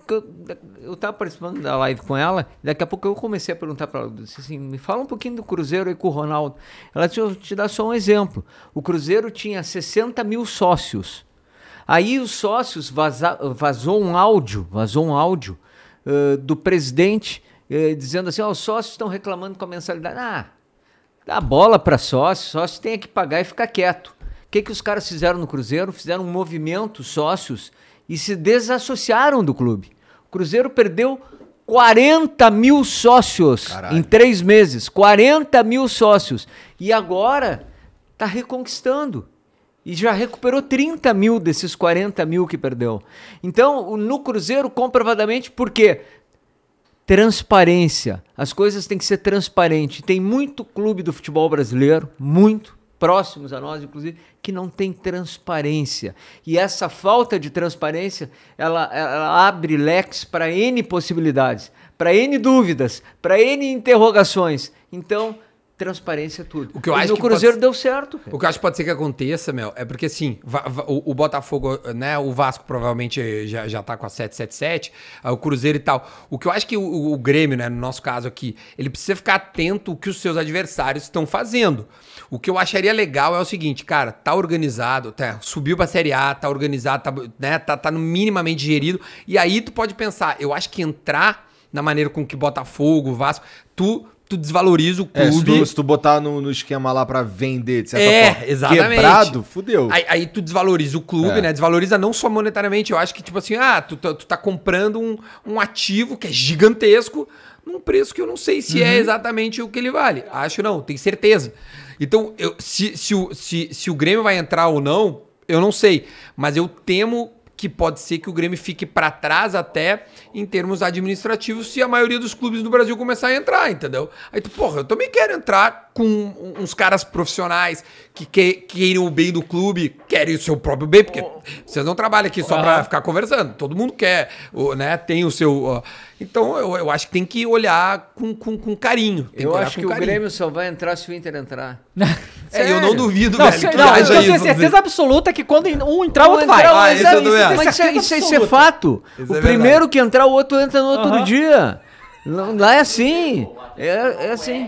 Speaker 5: Eu estava participando da live com ela, daqui a pouco eu comecei a perguntar para ela, disse assim, me fala um pouquinho do Cruzeiro aí com o Ronaldo. Ela disse, eu vou te dar só um exemplo. O Cruzeiro tinha sessenta mil sócios. Aí os sócios vaza, vazou um áudio, vazou um áudio uh, do presidente uh, dizendo assim, ó, os sócios estão reclamando com a mensalidade. Ah, dá bola para sócio, sócio tem que pagar e ficar quieto. O que, que os caras fizeram no Cruzeiro? Fizeram um movimento, sócios, e se desassociaram do clube. O Cruzeiro perdeu quarenta mil sócios
Speaker 3: Caralho.
Speaker 5: em três meses. quarenta mil sócios. E agora está reconquistando. E já recuperou trinta mil desses quarenta mil que perdeu. Então, o- no Cruzeiro, comprovadamente, por quê? Transparência. As coisas têm que ser transparentes. Tem muito clube do futebol brasileiro, muito, próximos a nós, inclusive, que não tem transparência. E essa falta de transparência, ela, ela abre leques para N possibilidades, para N dúvidas, para N interrogações. Então, transparência é tudo.
Speaker 6: O que eu
Speaker 5: E
Speaker 6: acho
Speaker 5: no
Speaker 6: que
Speaker 5: Cruzeiro
Speaker 6: pode-
Speaker 5: deu certo. cara.
Speaker 6: O que eu acho que pode ser que aconteça, Mel, é porque assim, va- va- o, o Botafogo, né, o Vasco provavelmente já, já tá com a sete sete sete, ah, o Cruzeiro e tal. O que eu acho que o, o- o Grêmio, né, no nosso caso aqui, ele precisa ficar atento ao que os seus adversários estão fazendo. O que eu acharia legal é o seguinte, cara, tá organizado, tá, subiu pra Série A, tá organizado, tá, né, tá, tá no minimamente gerido, e aí tu pode pensar, eu acho que entrar na maneira com que Botafogo, Vasco, tu... tu desvaloriza o
Speaker 3: É, se
Speaker 6: clube.
Speaker 3: tu, se tu botar no, no esquema lá pra vender, de certa
Speaker 6: É,
Speaker 3: forma,
Speaker 6: exatamente.
Speaker 3: quebrado, fudeu.
Speaker 6: Aí, aí tu desvaloriza o clube,
Speaker 3: É.
Speaker 6: né? Desvaloriza não só monetariamente. Eu acho que, tipo assim, ah, tu, tu, tu tá comprando um, um ativo que é gigantesco num preço que eu não sei se é exatamente o que ele vale. Acho não, tenho certeza. Então, eu, se, se, o, se, se o Grêmio vai entrar ou não, eu não sei. Mas eu temo que pode ser que o Grêmio fique para trás até em termos administrativos se a maioria dos clubes do Brasil começar a entrar, entendeu? Aí tu, porra, eu também quero entrar com uns caras profissionais que, que querem o bem do clube, querem o seu próprio bem, porque vocês não trabalham aqui só para ficar conversando, todo mundo quer, o, né, tem o seu... ó. Então eu, eu acho que tem que olhar com, com, com carinho. Tem
Speaker 5: Eu
Speaker 6: olhar
Speaker 5: acho
Speaker 6: com
Speaker 5: que o
Speaker 6: carinho.
Speaker 5: Grêmio só vai entrar se o Inter entrar.
Speaker 6: É, eu não duvido,
Speaker 4: Não,
Speaker 6: velho,
Speaker 4: se-
Speaker 6: que
Speaker 4: não, eu
Speaker 6: haja
Speaker 4: tenho
Speaker 6: isso.
Speaker 4: certeza absoluta que quando um entrar, o outro
Speaker 5: Não
Speaker 4: vai.
Speaker 5: entrar,
Speaker 6: Ah, isso eu também acho.
Speaker 5: Mas isso, é- isso, é- isso é
Speaker 4: absoluta.
Speaker 5: fato.
Speaker 6: Isso
Speaker 5: o
Speaker 6: é
Speaker 5: primeiro
Speaker 6: verdade.
Speaker 5: que entrar, o outro entra no outro
Speaker 4: Aham.
Speaker 5: dia. Lá lá é assim. É, é assim.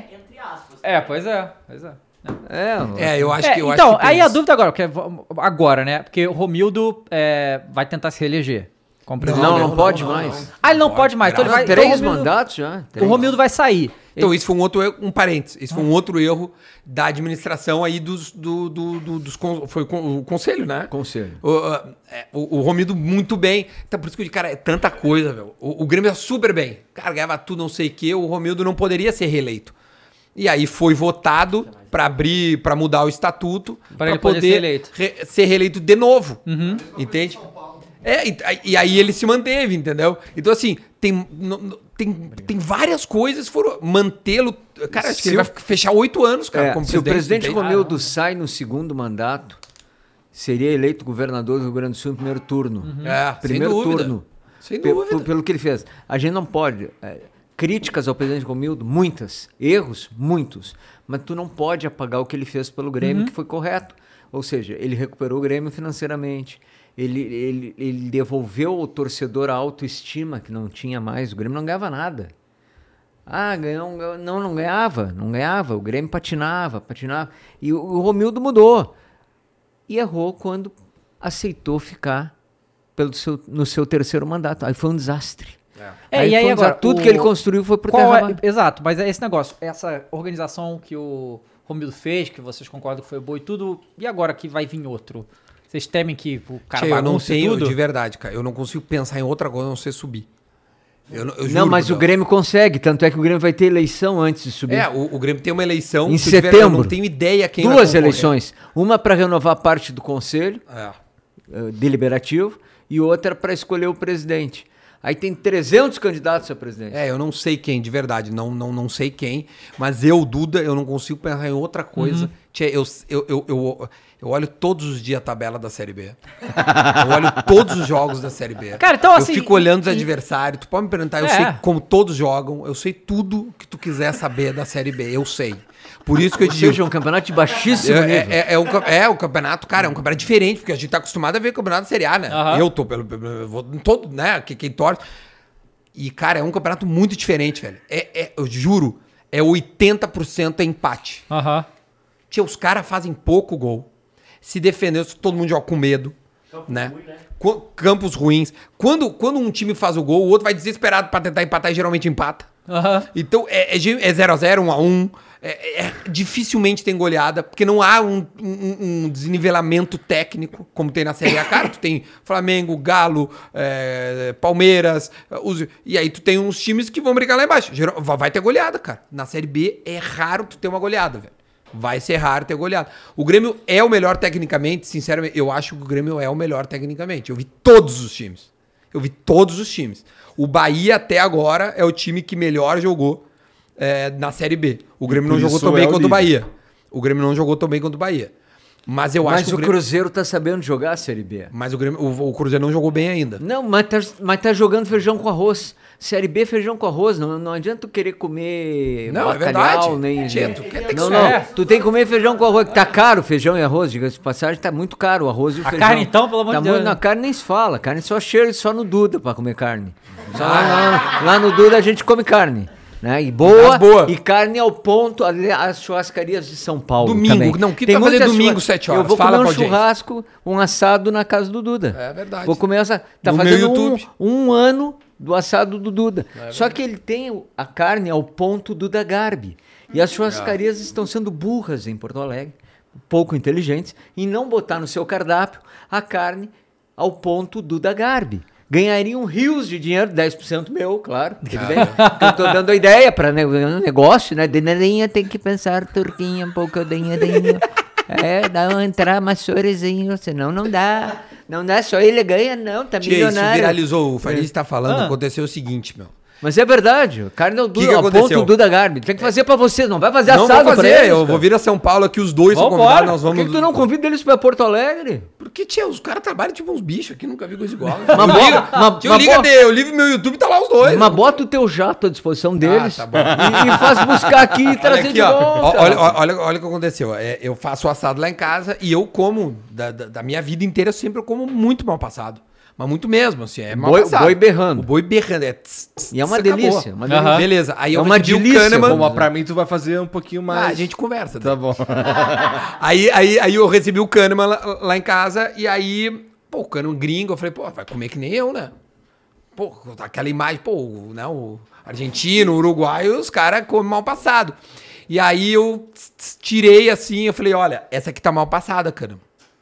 Speaker 4: É, pois é, pois é.
Speaker 5: É,
Speaker 6: É, eu acho
Speaker 4: É,
Speaker 6: que eu
Speaker 4: então,
Speaker 6: acho que tem
Speaker 4: aí a
Speaker 6: isso.
Speaker 4: dúvida agora, porque agora, né? Porque o Romildo é, vai tentar se reeleger. como presidente.
Speaker 5: não, não,
Speaker 6: não,
Speaker 5: pode
Speaker 6: não,
Speaker 5: mais.
Speaker 4: Ah, ele não pode mais. Então ele vai,
Speaker 5: Três
Speaker 4: então o Romildo-
Speaker 5: mandatos já.
Speaker 4: O
Speaker 5: Três.
Speaker 4: Romildo vai sair.
Speaker 6: Então, isso foi um outro erro, um parênteses, isso foi um outro erro da administração aí dos, do, do, do- dos, con- foi o con- o conselho, né?
Speaker 5: Conselho.
Speaker 6: O, uh, é, o, o Romildo muito bem, então por isso que eu digo, cara, é tanta coisa, velho. O, o Grêmio é super bem, cara, ganhava tudo, não sei o quê, o Romildo não poderia ser reeleito. E aí foi votado pra abrir, pra mudar o estatuto,
Speaker 4: Pra ele poder ser eleito.
Speaker 6: re- ser reeleito de novo.
Speaker 4: Uhum.
Speaker 6: Entende? É, e, e aí ele se manteve, entendeu? Então, assim, tem, no- no- tem, tem várias coisas que foram mantê-lo. Cara, acho que
Speaker 5: Se
Speaker 6: ele
Speaker 5: o-
Speaker 6: vai fechar oito anos, cara,
Speaker 5: É,
Speaker 6: como
Speaker 5: se o presidente
Speaker 6: entende?
Speaker 5: Romildo sai no segundo mandato, seria eleito governador do Rio Grande do Sul no primeiro turno.
Speaker 6: É, sem
Speaker 5: Primeiro
Speaker 6: dúvida.
Speaker 5: turno.
Speaker 6: Sem
Speaker 5: Pe-
Speaker 6: dúvida.
Speaker 5: pe- Pelo que ele fez. A gente não pode. é, críticas ao presidente Romildo, muitas. Erros, muitos. Mas tu não pode apagar o que ele fez pelo Grêmio, que foi correto. Ou seja, ele recuperou o Grêmio financeiramente. Ele, ele, ele devolveu ao torcedor a autoestima que não tinha mais. O Grêmio não ganhava nada. Ah, ganhou, ganhou- não, não ganhava, não ganhava. O Grêmio patinava, patinava. E o, o Romildo mudou. E errou quando aceitou ficar pelo seu, no seu terceiro mandato. Aí foi um desastre.
Speaker 4: É,
Speaker 5: aí
Speaker 4: e aí
Speaker 5: foi um
Speaker 4: agora,
Speaker 5: desastre. Tudo
Speaker 4: o-
Speaker 5: que ele construiu foi pro
Speaker 4: Qual
Speaker 5: terra
Speaker 4: é-
Speaker 5: abaixo.
Speaker 4: Exato, mas é esse negócio, essa organização que o Romildo fez, que vocês concordam que foi boa e tudo, e agora que vai vir outro? Vocês temem que o cara
Speaker 6: Tchê, eu não
Speaker 4: bagunce
Speaker 6: tenho,
Speaker 4: tudo?
Speaker 6: de verdade, cara. Eu não consigo pensar em outra coisa a não ser subir. Eu, não- eu
Speaker 5: Não,
Speaker 6: juro
Speaker 5: mas
Speaker 6: por
Speaker 5: o
Speaker 6: Deus.
Speaker 5: Grêmio consegue. Tanto é que o Grêmio vai ter eleição antes de subir.
Speaker 6: É, o, o Grêmio tem uma eleição
Speaker 5: Em
Speaker 6: que, de verdade,
Speaker 5: setembro.
Speaker 6: eu não tenho ideia quem vai
Speaker 5: Duas
Speaker 6: concorrer.
Speaker 5: eleições. Uma para renovar parte do conselho
Speaker 6: É.
Speaker 5: eh, deliberativo e outra para escolher o presidente. Aí tem trezentos candidatos a presidente.
Speaker 6: É, eu não sei quem, de verdade, não, não, não sei quem, mas eu, Duda, eu não consigo pensar em outra coisa. Tchê, eu, eu, eu, eu, eu olho todos os dias a tabela da Série B. Eu olho todos os jogos da Série B.
Speaker 4: Cara, então, assim,
Speaker 6: Eu fico olhando os
Speaker 4: e-
Speaker 6: adversários, tu pode me perguntar, eu
Speaker 4: É.
Speaker 6: sei como todos jogam, eu sei tudo que tu quiser saber da Série B, eu sei. Por isso que eu
Speaker 5: Ou
Speaker 6: te digo...
Speaker 5: seja, um campeonato de baixíssimo
Speaker 6: É,
Speaker 5: nível.
Speaker 6: é, é, é, o, cam- é o campeonato, cara, é um campeonato diferente, porque a gente tá acostumado a ver o campeonato da Série A, né?
Speaker 4: Aham.
Speaker 6: Eu tô pelo, pelo- eu vou em todo, né? que- Quem torce. E, cara, é um campeonato muito diferente, velho. É, é, eu juro, é oitenta por cento é empate.
Speaker 4: Aham.
Speaker 6: Tia, os caras fazem pouco gol. Se defendendo, todo mundo joga com medo. Né? Qu- Campos ruins. Quando, quando um time faz o gol, o outro vai desesperado pra tentar empatar e geralmente empata.
Speaker 4: Aham.
Speaker 6: Então é zero a zero, um a um. É, é- dificilmente tem goleada, porque não há um, um- um desnivelamento técnico, como tem na Série A. Cara, tu tem Flamengo, Galo, é, Palmeiras, os- e aí tu tem uns times que vão brigar lá embaixo. Geral- vai ter goleada, cara. Na Série B é raro tu ter uma goleada, velho. Vai ser raro ter goleada. O Grêmio é o melhor tecnicamente, sinceramente, eu acho que o Grêmio é o melhor tecnicamente. Eu vi todos os times. Eu vi todos os times. O Bahia até agora é o time que melhor jogou é, na Série B. O Grêmio não
Speaker 3: por
Speaker 6: jogou
Speaker 3: isso
Speaker 6: tão bem
Speaker 3: é o
Speaker 6: quanto o
Speaker 3: líder.
Speaker 6: Bahia. O Grêmio não jogou tão bem quanto o Bahia. Mas eu acho
Speaker 5: Mas
Speaker 6: que
Speaker 5: o
Speaker 6: o Grêmio...
Speaker 5: Cruzeiro tá sabendo jogar a Série B.
Speaker 6: Mas o, Grêmio, o, o Cruzeiro não jogou bem ainda.
Speaker 5: Não, mas tá, mas tá jogando feijão com arroz. Série B, feijão com arroz. Não, não adianta tu querer comer
Speaker 6: Não, é
Speaker 5: bacalhau,
Speaker 6: verdade.
Speaker 5: nem...
Speaker 6: Tchê, tu quer ter que
Speaker 5: não,
Speaker 6: ser.
Speaker 5: não.
Speaker 6: É.
Speaker 5: Tu tem que comer feijão com arroz. Tá caro feijão e arroz, diga-se de passagem. Tá muito caro o arroz e o
Speaker 4: A
Speaker 5: feijão.
Speaker 4: carne, então, pelo amor
Speaker 5: tá
Speaker 4: de Deus,
Speaker 5: muito-
Speaker 4: né?
Speaker 5: Na carne nem se fala. Carne só cheira só no Duda pra comer carne. Só lá, lá- lá no Duda a gente come carne. Né? E boa,
Speaker 6: Mas boa.
Speaker 5: e carne ao ponto, ali, as churrascarias de São Paulo
Speaker 6: Domingo.
Speaker 5: também.
Speaker 6: Não, o que tu
Speaker 5: Tem
Speaker 6: vai fazer
Speaker 5: muitas
Speaker 6: domingo,
Speaker 5: churras-
Speaker 6: sete horas?
Speaker 5: Eu vou
Speaker 6: Fala
Speaker 5: comer
Speaker 6: pra
Speaker 5: um
Speaker 6: audiência.
Speaker 5: churrasco, um assado na casa do Duda.
Speaker 6: É verdade.
Speaker 5: Vou comer essa. Tá
Speaker 6: No
Speaker 5: fazendo
Speaker 6: meu
Speaker 5: um,
Speaker 6: YouTube.
Speaker 5: um ano do assado do Duda. Só que ele tem o- a carne ao ponto Duda Garbi. E as churrascarias estão sendo burras em Porto Alegre, pouco inteligentes, em não botar no seu cardápio a carne ao ponto Duda Garbi. Ganhariam rios de dinheiro, dez por cento meu, claro. evidente. Porque eu tô dando a ideia para um negócio, né? Denadinha tem que pensar, turquinha, um pouco denadinha. É, dá um entrar mais sorezinho, senão não dá. Não dá, só ele ganha, não, tá
Speaker 6: Tchê, isso
Speaker 5: milionário.
Speaker 6: viralizou. O Farid tá falando,
Speaker 4: Ah.
Speaker 6: aconteceu o seguinte, meu.
Speaker 5: Mas é verdade, carne é o
Speaker 6: Que
Speaker 5: Duda,
Speaker 6: que
Speaker 5: ao
Speaker 6: aconteceu?
Speaker 5: ponto Duda Garbi. Tem que fazer pra você, não vai fazer
Speaker 6: Não
Speaker 5: assado
Speaker 6: vou
Speaker 5: pra
Speaker 6: fazer,
Speaker 5: eles.
Speaker 6: eu
Speaker 5: cara.
Speaker 6: vou vir a São Paulo aqui, os dois são
Speaker 4: Vambora.
Speaker 6: convidados, nós
Speaker 5: Por
Speaker 6: vamos...
Speaker 5: que, que tu não convida eles pra Porto Alegre?
Speaker 6: Porque, tia, os caras trabalham tipo uns bichos aqui, nunca vi coisa igual.
Speaker 5: Uma
Speaker 6: eu
Speaker 5: boa-
Speaker 6: ligo,
Speaker 5: uma-
Speaker 6: tio,
Speaker 5: uma
Speaker 6: liga
Speaker 5: boa-
Speaker 6: de, eu ligo meu YouTube, tá lá os dois.
Speaker 5: Mas bota o teu jato à disposição deles
Speaker 6: tá bom.
Speaker 5: e, e faz buscar aqui e
Speaker 6: Olha
Speaker 5: trazer
Speaker 6: aqui,
Speaker 5: de
Speaker 6: ó.
Speaker 5: volta.
Speaker 6: Ó, Olha, olha, olha, olha o que aconteceu. É, eu faço assado lá em casa e eu como, da, da, da minha vida inteira, sempre eu como muito mal passado. Mas muito mesmo, assim, é mal
Speaker 5: Boi-
Speaker 6: passado.
Speaker 5: boi berrando.
Speaker 6: O boi berrando, é... tss, tss,
Speaker 5: E é uma
Speaker 6: tss, acabou.
Speaker 5: delícia, uma
Speaker 4: delícia.
Speaker 6: Aham. Beleza, aí
Speaker 5: É
Speaker 6: eu
Speaker 5: uma
Speaker 6: recebi o
Speaker 5: delícia,
Speaker 6: Kahneman.
Speaker 3: Bom, mas pra mim tu vai fazer um pouquinho
Speaker 6: Ah,
Speaker 3: mais.
Speaker 6: a gente conversa.
Speaker 3: Tá bom.
Speaker 6: Aí, aí, aí eu recebi o Kahneman lá, lá em casa e aí, pô, o Kahneman gringo, eu falei, pô, vai comer que nem eu, né? Pô, aquela imagem, pô, o, né, o argentino, o uruguaio, os caras comem mal passado. E aí eu tss, tss, tirei assim, eu falei, olha, essa aqui tá mal passada, Kahneman.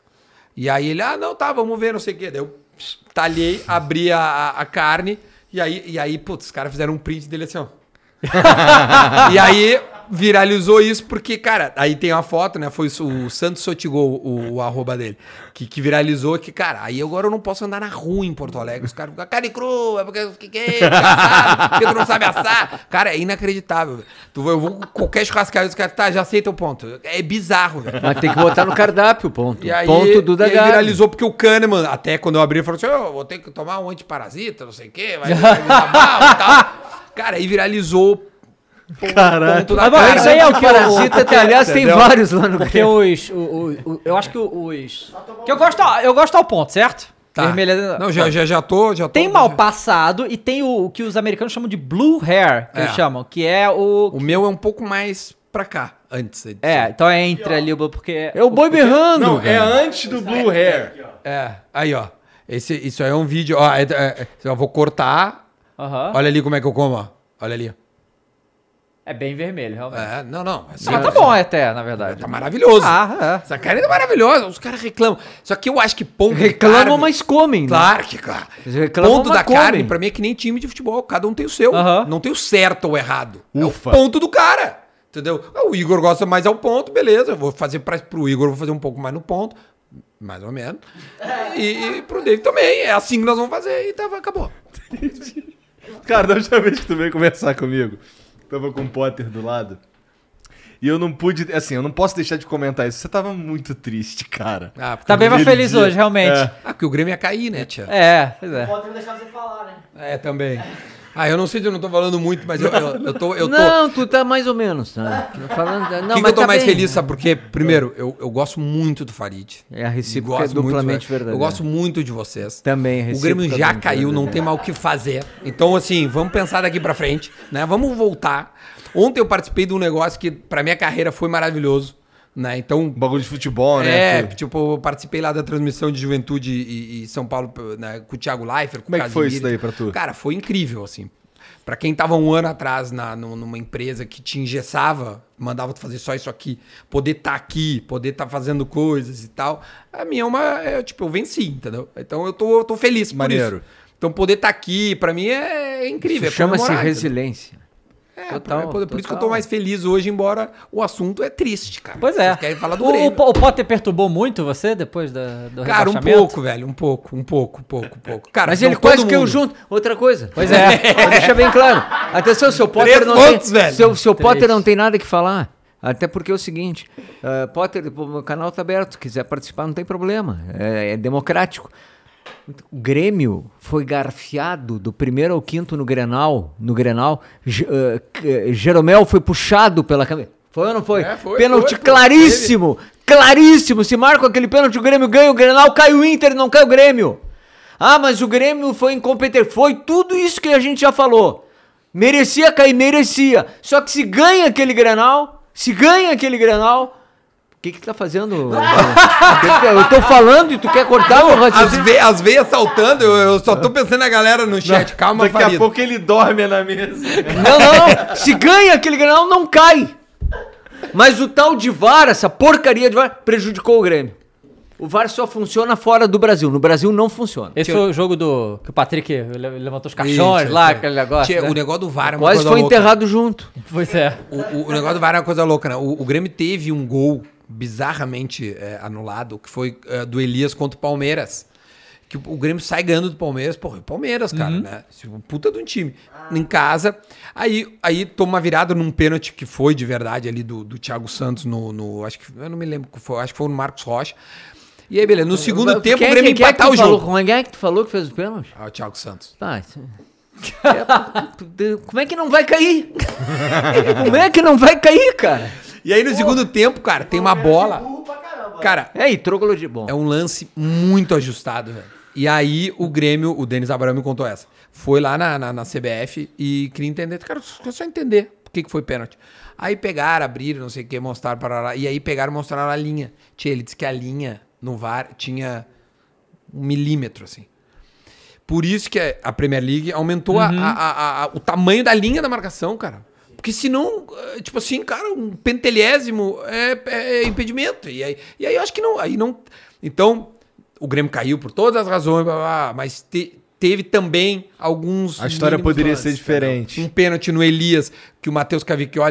Speaker 6: E aí ele, ah, não, tá, vamos ver, não sei o quê. Daí eu pss, talhei, abri a, a, a carne e aí, e aí, putz, os caras fizeram um print dele assim, ó. E aí, viralizou isso porque, cara, aí tem uma foto, né? Foi o Santos Sotigol, o, o arroba dele, que, que viralizou que, cara, aí agora eu não posso andar na rua em Porto Alegre. Os caras ficam, carne crua, porque que, que é? Assado, porque tu não sabe assar. Cara, é inacreditável. Tu, eu vou qualquer churrascaria, os caras, tá, já aceita o ponto. É bizarro, velho.
Speaker 5: Mas tem que botar no cardápio o ponto.
Speaker 6: E aí,
Speaker 5: ponto do
Speaker 6: e aí
Speaker 5: Dagado.
Speaker 6: viralizou porque o Kahneman, até quando eu abri, ele falou assim, oh, vou ter que tomar um antiparasita, não sei o quê, vai, vai me dar mal e tal. Cara, aí viralizou.
Speaker 3: Caralho.
Speaker 6: Ponto da
Speaker 4: Ah, bom,
Speaker 6: cara.
Speaker 4: isso aí é o que eu...
Speaker 5: Parasita, tem, aliás, tem
Speaker 3: Entendeu?
Speaker 5: vários lá no
Speaker 4: Porque os... O, o, o- eu acho que os... Que eu gosto, eu gosto ao ponto, certo?
Speaker 6: Tá.
Speaker 4: Vermelha...
Speaker 6: Não, já, já, já tô, já tô.
Speaker 4: Tem
Speaker 6: já-
Speaker 4: mal passado e tem o, o que os americanos chamam de blue hair, que
Speaker 6: É.
Speaker 4: eles chamam, que é o...
Speaker 6: O meu é um pouco mais pra cá, antes. de-
Speaker 4: É, então é entre ali, porque...
Speaker 5: É o boi berrando.
Speaker 3: Não, é
Speaker 5: velho.
Speaker 3: antes do Blue Hair.
Speaker 6: É, aí, ó. Esse, isso aí é um vídeo, ó. É, é, eu vou cortar.
Speaker 4: Aham.
Speaker 6: Olha ali como é que eu como, ó. Olha ali.
Speaker 4: É bem vermelho, realmente.
Speaker 6: É, não, não. Assim,
Speaker 4: Ah, tá bom até, na verdade.
Speaker 6: Tá maravilhoso.
Speaker 4: Ah,
Speaker 6: Essa carne tá maravilhosa. Os caras reclamam. Só que eu acho que ponto de
Speaker 5: Reclamam,
Speaker 6: carne-
Speaker 5: mas comem. né?
Speaker 6: Claro que, cara.
Speaker 5: Eles reclamam,
Speaker 6: Ponto
Speaker 5: mas
Speaker 6: da
Speaker 5: comem.
Speaker 6: carne, pra mim, é que nem time de futebol. Cada um tem o seu.
Speaker 4: Aham.
Speaker 6: Não tem o certo ou errado.
Speaker 3: Ufa.
Speaker 6: É o ponto do cara. Entendeu? O Igor gosta mais ao ponto, beleza. Eu vou fazer pra, pro Igor, eu vou fazer um pouco mais no ponto. Mais ou menos. E, e pro David também. É assim que nós vamos fazer e tá, acabou.
Speaker 3: Cara, da última vez que tu veio conversar comigo, tava com o Potter do lado. E eu não pude, assim, eu não posso deixar de comentar isso. Você tava muito triste, cara.
Speaker 6: Ah, porque
Speaker 4: Tá bem mais
Speaker 3: Aquele
Speaker 4: feliz
Speaker 3: dia.
Speaker 4: hoje, realmente.
Speaker 3: É.
Speaker 6: Ah, porque o Grêmio ia cair, né, tia?
Speaker 4: É, pois é.
Speaker 8: Pode deixar você falar, né?
Speaker 6: É, também. Ah, eu não sei se eu não tô falando muito, mas eu, eu, eu tô... Eu tô...
Speaker 5: Não, tu tá mais ou menos. Tá? Tô falando, não,
Speaker 6: Por que,
Speaker 5: mas
Speaker 6: que eu tô
Speaker 5: tá
Speaker 6: mais
Speaker 5: bem.
Speaker 6: feliz, sabe? Porque, primeiro, eu, eu gosto muito do Farid.
Speaker 5: É, a recíproca é
Speaker 6: Gosto muito,
Speaker 5: duplamente
Speaker 6: velho.
Speaker 5: verdadeira.
Speaker 6: Eu gosto muito de vocês.
Speaker 5: Também, a
Speaker 6: O
Speaker 5: recíproca
Speaker 6: Grêmio
Speaker 5: é
Speaker 6: já
Speaker 5: duplamente
Speaker 6: caiu, não
Speaker 5: verdadeira.
Speaker 6: tem mais o que fazer. Então, assim, vamos pensar daqui pra frente, né? Vamos voltar. Ontem eu participei de um negócio que, pra minha carreira, foi maravilhoso, né? Então,
Speaker 3: Bagulho de futebol, né?
Speaker 6: é,
Speaker 3: Tu-
Speaker 6: tipo, eu participei lá da transmissão de Juventude e, e São Paulo, né, com o Thiago Leifert, com
Speaker 3: Como é
Speaker 6: o
Speaker 3: que foi
Speaker 6: Casimiro.
Speaker 3: isso daí pra tu?
Speaker 6: Cara, foi incrível, assim. Pra quem tava um ano atrás na, nu- numa empresa que te engessava, mandava tu fazer só isso aqui, poder estar aqui, poder estar fazendo coisas e tal, a minha é uma, é, tipo, eu venci, entendeu? Então eu tô, eu tô feliz por
Speaker 3: Maneiro.
Speaker 6: isso. Então poder estar aqui, pra mim, é, é incrível.
Speaker 5: Isso
Speaker 6: é
Speaker 5: chama-se
Speaker 6: comemorar, entendeu?
Speaker 5: resiliência.
Speaker 6: É,
Speaker 5: Total,
Speaker 6: pra- por, por isso que eu tô
Speaker 5: total.
Speaker 6: mais feliz hoje, embora o assunto é triste, cara.
Speaker 4: Pois é.
Speaker 6: Vocês querem falar do
Speaker 4: O,
Speaker 6: Grêmio.
Speaker 4: o, o Potter perturbou muito você depois da, do
Speaker 6: Cara, um
Speaker 4: rebaixamento?
Speaker 6: pouco, velho, um pouco, um pouco, um pouco, um pouco. Cara,
Speaker 5: Mas
Speaker 6: não
Speaker 5: ele
Speaker 6: todo
Speaker 5: quase caiu
Speaker 6: mundo.
Speaker 5: junto. Outra coisa.
Speaker 4: Pois é.
Speaker 5: Pra deixar bem claro. Atenção, seu Potter
Speaker 6: Três
Speaker 5: não
Speaker 6: pontos,
Speaker 5: tem.
Speaker 6: velho.
Speaker 5: Seu, seu Potter
Speaker 4: Três.
Speaker 5: não tem nada que falar. Até porque é o seguinte, ah, Potter, o meu canal tá aberto, quiser participar não tem problema, é, é democrático. O Grêmio foi garfiado do primeiro ao quinto no Grenal, no Grenal. Ge- ah, c- Jeromel foi puxado pela câmera. Foi ou não foi?
Speaker 6: É, foi,
Speaker 5: Pênalti
Speaker 6: foi, pô.
Speaker 5: claríssimo, claríssimo. Se marca aquele pênalti, o Grêmio ganha o Grenal, cai o Inter, não cai o Grêmio. Ah, mas o Grêmio foi incompetente. Foi tudo isso que a gente já falou. Merecia cair, merecia. Só que se ganha aquele Grenal, se ganha aquele Grenal, o que que tá fazendo? Eu tô falando e tu quer cortar o
Speaker 6: As,
Speaker 5: raciocínio?
Speaker 6: ve as veias saltando, eu, eu só tô pensando na galera no chat. Calma,
Speaker 3: Daqui
Speaker 6: Farid.
Speaker 3: a pouco ele dorme na mesa.
Speaker 5: Não, não, não. Se ganha aquele Grenal, não cai. Mas o tal de V A R, essa porcaria de V A R, prejudicou o Grêmio. O V A R só funciona fora do Brasil. No Brasil não funciona.
Speaker 4: Esse foi o jogo do que o Patrick le- levantou os caixões
Speaker 6: Isso,
Speaker 4: lá,
Speaker 6: é.
Speaker 4: aquele negócio.
Speaker 6: Tia,
Speaker 4: né?
Speaker 6: O negócio do V A R é uma
Speaker 5: Quase
Speaker 6: coisa
Speaker 5: foi
Speaker 6: louca.
Speaker 5: enterrado junto.
Speaker 4: Pois é.
Speaker 6: O, o- o negócio do V A R é uma coisa louca, né? O, o Grêmio teve um gol bizarramente é, anulado, que foi é, do Elias contra o Palmeiras. Que o, o Grêmio sai ganhando do Palmeiras. Porra, o Palmeiras, cara, né? Esse puta de um time. Em casa. Aí, aí toma uma virada num pênalti que foi de verdade ali do, do Thiago Santos no, no... Acho que... Eu não me lembro qual foi. Acho que foi no Marcos Rocha. E aí, beleza. No segundo tempo,
Speaker 5: Quem
Speaker 6: o
Speaker 5: é
Speaker 6: Grêmio
Speaker 5: que- quem é que
Speaker 6: empatar
Speaker 5: tu
Speaker 6: o
Speaker 5: falou?
Speaker 6: jogo.
Speaker 5: Como é que tu falou que fez o pênalti?
Speaker 6: Ah, o Thiago Santos.
Speaker 5: Tá. isso- É, Como é que não vai cair? Como é que não vai cair, cara?
Speaker 6: E aí, no segundo tempo, cara, tem uma bola.
Speaker 8: Burro pra caramba.
Speaker 6: Cara,
Speaker 5: É aí, troglodia. Bom.
Speaker 6: é um lance muito ajustado, velho. E aí o Grêmio, o Denis Abraão me contou essa. Foi lá na, na, na C B F e queria entender. Cara, eu quero só entender por que, que foi pênalti. Aí pegaram, abriram, não sei o que, mostraram para lá. E aí pegaram e mostraram a linha. Tia, ele disse que a linha no V A R tinha um milímetro, assim. Por isso que a Premier League aumentou a- a- a- a- o tamanho da linha da marcação, cara. Porque senão, eh, tipo assim, cara, um pentelésimo é, é impedimento. E aí, e aí eu acho que não. Aí não. Então, o Grêmio caiu por todas as razões, blá, blá, blá, mas te- teve também alguns.
Speaker 3: A história
Speaker 6: mínimos
Speaker 3: poderia
Speaker 6: lances,
Speaker 3: ser diferente.
Speaker 6: entendeu? Um pênalti no Elias, que o Matheus Cavicchioli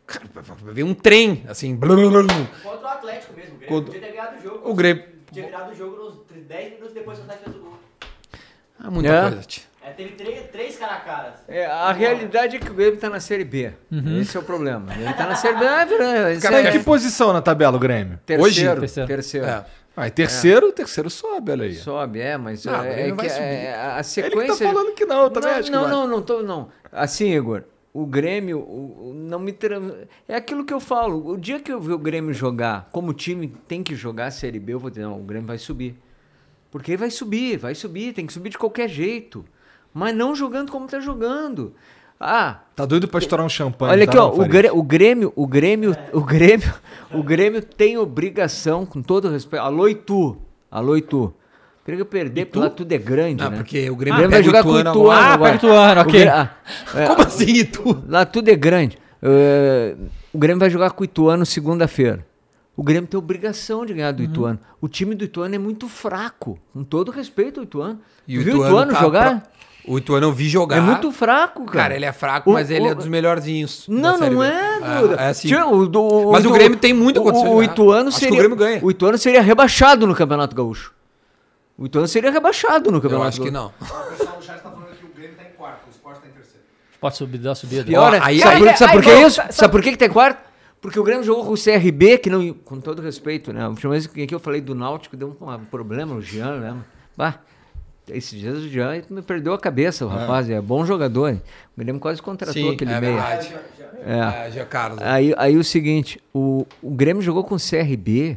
Speaker 6: Cara, vai ver um trem, assim. Blá, blá, blá.
Speaker 5: Contra o Atlético mesmo. O Grêmio
Speaker 6: Contra-
Speaker 5: podia ter ganhado o jogo.
Speaker 6: O Grêmio...
Speaker 5: Podia virado o jogo nos dez minutos depois que o Atlético fez o gol.
Speaker 6: Ah, muita
Speaker 5: É.
Speaker 6: coisa, tio.
Speaker 5: É, teve três, três cara a caras.
Speaker 8: É, a realidade é que o Grêmio tá na Série B.
Speaker 4: Uhum.
Speaker 8: Esse é o problema. Ele tá na Série B. Ah, virou- isso
Speaker 3: Tá
Speaker 8: é
Speaker 3: em que posição na tabela o Grêmio?
Speaker 8: Terceiro.
Speaker 4: Terceiro.
Speaker 8: Terceiro.
Speaker 6: É.
Speaker 3: Ah, e terceiro, terceiro sobe, olha aí.
Speaker 8: Sobe, é, mas
Speaker 3: Não,
Speaker 8: é,
Speaker 3: ele
Speaker 8: é
Speaker 3: não vai
Speaker 8: que
Speaker 3: subir.
Speaker 8: é, a
Speaker 3: Ele
Speaker 8: sequência...
Speaker 3: que tá falando que não, eu também
Speaker 8: não,
Speaker 3: acho que
Speaker 8: não,
Speaker 3: vai.
Speaker 8: não, não tô, não. Assim, Igor, o Grêmio o, o- não me... Tra... É aquilo que eu falo. O dia que eu ver o Grêmio jogar, como o time tem que jogar a Série B, eu vou dizer, não, o Grêmio vai subir. Porque vai subir, vai subir, tem que subir de qualquer jeito. Mas não jogando como tá jogando. Ah,
Speaker 3: Tá doido pra estourar um champanhe.
Speaker 8: olha
Speaker 3: tá,
Speaker 8: aqui, ó,
Speaker 3: não,
Speaker 8: o,
Speaker 3: Farid?
Speaker 8: Grê- o Grêmio, o Grêmio, o Grêmio, o Grêmio tem obrigação, com todo respeito. Alô, Itu. Alô, Itu. Pega perder, porque lá tudo é grande,
Speaker 6: Não,
Speaker 8: né?
Speaker 6: porque o
Speaker 8: O
Speaker 6: Grêmio
Speaker 8: Grêmio vai
Speaker 6: pega o
Speaker 8: jogar com o
Speaker 6: Ituano
Speaker 8: Ituano
Speaker 6: agora.
Speaker 4: Ah,
Speaker 8: agora.
Speaker 4: pega o Ituano,
Speaker 8: O
Speaker 4: ok.
Speaker 8: Grê- ah, é,
Speaker 6: Como assim, Itu?
Speaker 8: Lá tudo é grande. É, o Grêmio vai jogar com o Ituano segunda-feira. O Grêmio tem obrigação de ganhar do Ituano. O time do Ituano é muito fraco. Com todo respeito ao Ituano.
Speaker 6: E
Speaker 8: Tu
Speaker 6: o
Speaker 8: viu o
Speaker 6: Ituano
Speaker 8: Ituano
Speaker 6: tá
Speaker 8: jogar?
Speaker 6: pra- O Ituano eu vi jogar.
Speaker 8: É muito fraco, cara.
Speaker 6: Cara, ele é fraco,
Speaker 8: O-
Speaker 6: mas ele é
Speaker 8: o-
Speaker 6: dos melhorzinhos. da
Speaker 8: Não,
Speaker 6: Série
Speaker 8: não
Speaker 6: B.
Speaker 8: é, Duda.
Speaker 6: É, é assim.
Speaker 8: Tio, o do-
Speaker 6: Mas o
Speaker 8: do-
Speaker 6: Grêmio tem muita condição de
Speaker 8: O, o
Speaker 6: ganhar.
Speaker 8: Ituano
Speaker 6: Acho que
Speaker 8: seria,
Speaker 6: o Grêmio ganha.
Speaker 8: o Ituano seria rebaixado no Campeonato Gaúcho. O Ituano seria rebaixado no
Speaker 6: Eu
Speaker 8: Campeonato
Speaker 6: acho que
Speaker 8: Gaúcho.
Speaker 6: não.
Speaker 7: O pessoal do chat tá falando que o Grêmio tá em quarto, o Sport tá em terceiro.
Speaker 4: Pode subir, dá uma subida.
Speaker 8: Pior,
Speaker 6: Ó,
Speaker 8: né?
Speaker 6: aí-
Speaker 8: sabe,
Speaker 6: aí-
Speaker 8: por, sabe
Speaker 4: aí-
Speaker 8: por que
Speaker 4: aí-
Speaker 8: isso?
Speaker 4: sabe-
Speaker 8: Sabe por que, que tem quarto? Porque o Grêmio jogou com o C R B, que não. Com todo respeito, né? A última vez que eu falei do Náutico, deu um, um problema, o Jean, né? Bah, esses dias o Jean me perdeu a cabeça, o rapaz. É bom jogador. Hein? O Grêmio quase contratou
Speaker 6: Sim,
Speaker 8: aquele
Speaker 6: é
Speaker 8: meia.
Speaker 6: verdade.
Speaker 8: É.
Speaker 6: É, Jean Carlos.
Speaker 8: Aí, aí o seguinte, o, o Grêmio jogou com o C R B.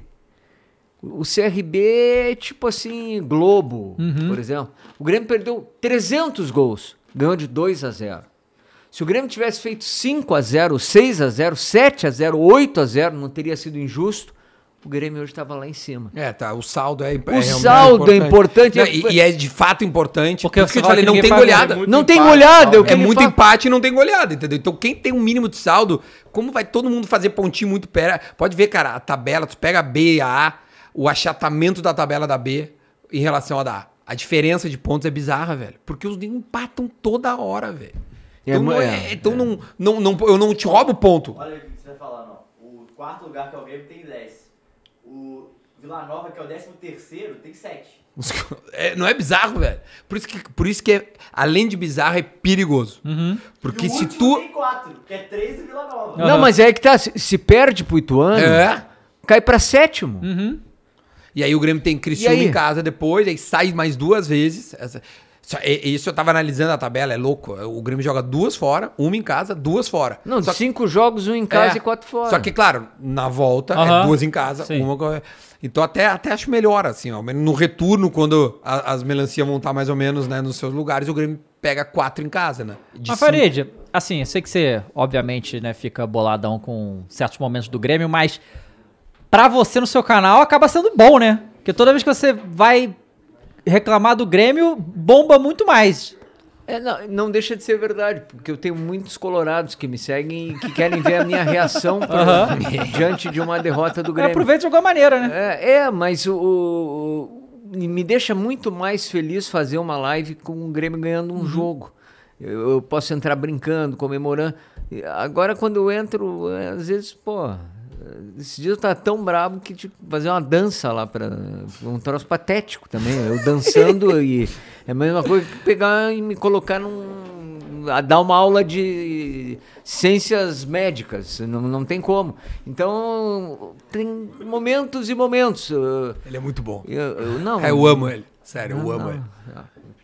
Speaker 8: O C R B é tipo assim, Globo, por exemplo. O Grêmio perdeu trezentos gols, ganhou de dois a zero. Se o Grêmio tivesse feito cinco a zero, seis a zero, sete a zero, oito a zero, não teria sido injusto. O Grêmio hoje estava lá em cima.
Speaker 6: É, tá. O saldo é, é
Speaker 8: O
Speaker 6: realmente
Speaker 8: saldo é importante.
Speaker 6: Não, e, e é de fato importante.
Speaker 4: Porque
Speaker 6: Por isso que
Speaker 4: você
Speaker 6: eu te falei,
Speaker 4: fala
Speaker 6: não
Speaker 4: que
Speaker 6: tem
Speaker 4: ninguém faz
Speaker 6: goleada.
Speaker 3: muito
Speaker 8: Não tem
Speaker 3: empate,
Speaker 8: goleada.
Speaker 3: tal.
Speaker 8: o que
Speaker 6: É
Speaker 8: ele
Speaker 6: muito
Speaker 8: fala-
Speaker 6: empate e não tem goleada, entendeu? Então quem tem um mínimo de saldo, como vai todo mundo fazer pontinho muito perto? Pode ver, cara, a tabela, tu pega a B e a A, o achatamento da tabela da B em relação à da A. A diferença de pontos é bizarra, velho. Porque os empatam toda hora, velho.
Speaker 8: É,
Speaker 6: Então, não,
Speaker 8: é,
Speaker 6: é- então não, não, não, eu não te roubo ponto.
Speaker 5: Olha o que você vai falando, ó. O quarto lugar, que é o Grêmio, tem dez. O Vila Nova, que é o décimo terceiro, tem sete.
Speaker 6: Os- é, não é bizarro, velho. Por isso que, por isso que é, além de bizarro, é perigoso. Porque
Speaker 5: E o
Speaker 6: se
Speaker 5: último
Speaker 6: tu.
Speaker 5: tem quatro, que é três do Vila Nova.
Speaker 8: Não, mas é que tá. Se, se perde pro Ituano,
Speaker 6: É.
Speaker 8: cai pra sétimo.
Speaker 6: E aí o Grêmio tem Criciúma
Speaker 8: E aí?
Speaker 6: em casa depois, aí sai mais duas vezes. Essa- só- e- Isso eu tava analisando a tabela, é louco. O Grêmio joga duas fora, uma em casa, duas fora.
Speaker 8: Não,
Speaker 6: Só
Speaker 8: cinco jogos, um em casa
Speaker 6: É.
Speaker 8: e quatro fora.
Speaker 6: Só que, claro, na volta
Speaker 4: Aham.
Speaker 6: é duas em casa,
Speaker 4: Sim.
Speaker 6: uma. co- Então até, até acho melhor, assim, ó. No retorno, quando a- as melancias vão estar mais ou menos, né, nos seus lugares, o Grêmio pega quatro em casa, né? De
Speaker 4: Mas,
Speaker 6: cinco.
Speaker 4: Farid, assim, eu sei que você, obviamente, né, fica boladão com certos momentos do Grêmio, mas pra você no seu canal acaba sendo bom, né? Porque toda vez que você vai reclamar do Grêmio, bomba muito mais.
Speaker 8: É, não, não deixa de ser verdade, porque eu tenho muitos colorados que me seguem e que querem ver a minha reação pra- diante de uma derrota do Grêmio.
Speaker 4: Aproveita de alguma maneira, né?
Speaker 8: É, é, mas o, o- me deixa muito mais feliz fazer uma live com o Grêmio ganhando um jogo. Eu, eu posso entrar brincando, comemorando. E agora, quando eu entro, é, às vezes, pô, esse dia eu tava tão brabo que tipo, fazer uma dança lá para um troço patético também. Eu dançando e é a mesma coisa que pegar e me colocar num a dar uma aula de ciências médicas, não, não tem como. Então, tem momentos e momentos. Eu,
Speaker 6: Ele é muito bom.
Speaker 8: eu- eu- não,
Speaker 6: É, eu amo ele. Sério, eu
Speaker 8: não,
Speaker 6: amo
Speaker 8: não.
Speaker 6: ele.
Speaker 8: Ah,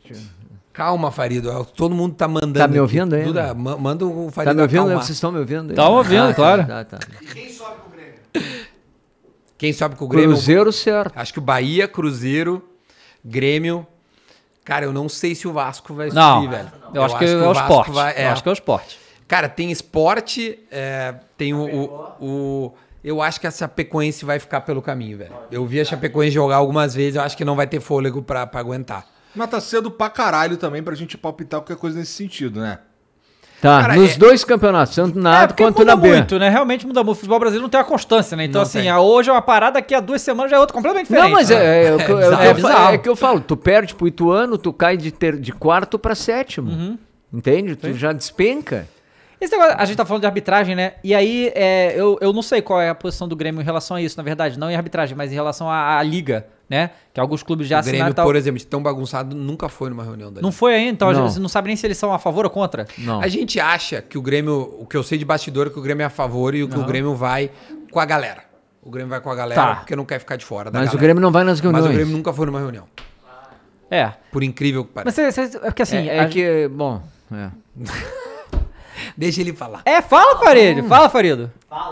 Speaker 6: Calma, Farido. Todo mundo tá mandando.
Speaker 8: Tá me
Speaker 6: aqui.
Speaker 8: ouvindo aí?
Speaker 6: Duda, ma- manda o Farido
Speaker 8: Tá me ouvindo?
Speaker 6: acalmar.
Speaker 8: Vocês estão me ouvindo? aí?
Speaker 4: Tá ouvindo,
Speaker 8: Ah,
Speaker 4: claro.
Speaker 8: Tá, tá.
Speaker 7: E quem sobe com o Grêmio?
Speaker 6: Quem sobe com o Grêmio?
Speaker 8: Cruzeiro certo.
Speaker 6: Acho que o Bahia, Cruzeiro, Grêmio. Cara, eu não sei se o Vasco vai
Speaker 4: Não,
Speaker 6: subir, velho.
Speaker 4: eu, acho que é o
Speaker 6: Vasco
Speaker 4: esporte.
Speaker 6: vai- é.
Speaker 4: Eu acho que é o esporte.
Speaker 6: Cara, tem esporte, é, tem o, o, o- Eu acho que a Chapecoense vai ficar pelo caminho, velho. Eu vi a Chapecoense jogar algumas vezes, eu acho que não vai ter fôlego pra, pra aguentar.
Speaker 3: Mas tá cedo pra caralho também pra gente palpitar qualquer coisa nesse sentido, né?
Speaker 8: Tá,
Speaker 6: Cara,
Speaker 8: nos
Speaker 6: é-
Speaker 8: dois campeonatos, tanto na A
Speaker 4: porque
Speaker 8: quanto
Speaker 4: muda
Speaker 8: na B.
Speaker 4: muito, né? Realmente muda muito. O futebol brasileiro não tem a constância, né? Então,
Speaker 6: Não
Speaker 4: assim,
Speaker 6: tem.
Speaker 4: a hoje é uma parada, daqui a duas semanas já é outra completamente diferente.
Speaker 8: Não, mas
Speaker 4: né?
Speaker 8: é, é, o que eu- é o que
Speaker 4: É
Speaker 8: eu fa-
Speaker 4: bizarro.
Speaker 8: é que eu falo, tu perde pro Ituano, tu cai de, ter, de quarto pra sétimo.
Speaker 4: Uhum.
Speaker 8: Entende? Tu já despenca.
Speaker 4: Esse negócio, a gente tá falando de arbitragem, né? E aí, é, eu, eu não sei qual é a posição do Grêmio em relação a isso, na verdade. Não em arbitragem, mas em relação à, à liga, né? Que alguns clubes já
Speaker 6: O
Speaker 4: assinaram
Speaker 6: Grêmio,
Speaker 4: e tal.
Speaker 6: por exemplo, de tão bagunçado, nunca foi numa reunião da
Speaker 4: Não
Speaker 6: Liga.
Speaker 4: foi ainda, então a
Speaker 5: Não.
Speaker 4: gente não sabe nem se eles são a favor ou contra.
Speaker 5: Não.
Speaker 6: A gente acha que o Grêmio, o que eu sei de bastidor é que o Grêmio é a favor e o que o Grêmio vai com a galera. O Grêmio vai com a galera
Speaker 4: Tá.
Speaker 6: porque não quer ficar de fora da
Speaker 5: Mas
Speaker 6: galera.
Speaker 5: o Grêmio não vai nas
Speaker 6: Mas
Speaker 5: reuniões.
Speaker 6: o Grêmio nunca foi numa reunião.
Speaker 4: É.
Speaker 6: Por incrível que
Speaker 4: Mas
Speaker 6: pareça.
Speaker 4: cê, cê, é porque assim...
Speaker 5: É, é
Speaker 4: a-
Speaker 5: que, bom, é.
Speaker 6: Deixa ele falar.
Speaker 4: É, fala, Farido. Fala, Farido.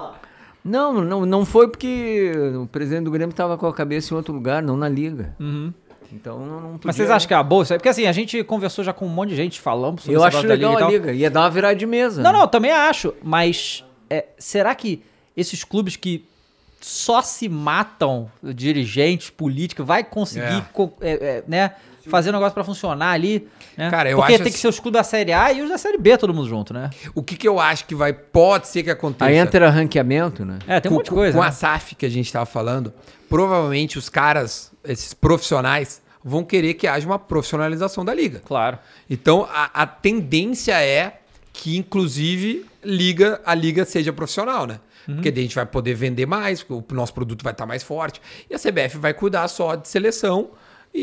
Speaker 5: Não, não, não foi porque o presidente do Grêmio estava com a cabeça em outro lugar, não na liga. Então não, não podia...
Speaker 4: Mas vocês acham que é uma boa isso aí? Porque assim, a gente conversou já com um monte de gente, falamos sobre
Speaker 5: Eu
Speaker 4: esse
Speaker 5: acho
Speaker 4: negócio da
Speaker 5: legal
Speaker 4: liga e
Speaker 5: a
Speaker 4: tal.
Speaker 5: liga. Ia dar uma virada de mesa.
Speaker 4: Não,
Speaker 5: né?
Speaker 4: não, também acho. Mas é, será que esses clubes que só se matam, dirigentes, políticos, vai conseguir
Speaker 6: É.
Speaker 4: co- é, é, né, fazer o negócio pra funcionar ali? Né?
Speaker 6: Cara, eu
Speaker 4: Porque
Speaker 6: acho
Speaker 4: tem que
Speaker 6: assim-
Speaker 4: ser os clubes da Série A e os da Série B, todo mundo junto, né?
Speaker 6: O que, que eu acho que vai, pode ser que aconteça.
Speaker 5: Aí entra ranqueamento, né?
Speaker 4: É, tem um
Speaker 6: com,
Speaker 4: monte de coisa.
Speaker 6: Com
Speaker 4: né?
Speaker 6: a S A F que a gente tava falando, provavelmente os caras, esses profissionais, vão querer que haja uma profissionalização da liga.
Speaker 4: Claro.
Speaker 6: Então, a, a tendência é que, inclusive, liga, a liga seja profissional, né? Porque daí a gente vai poder vender mais, o nosso produto vai estar mais forte. E a C B F vai cuidar só de seleção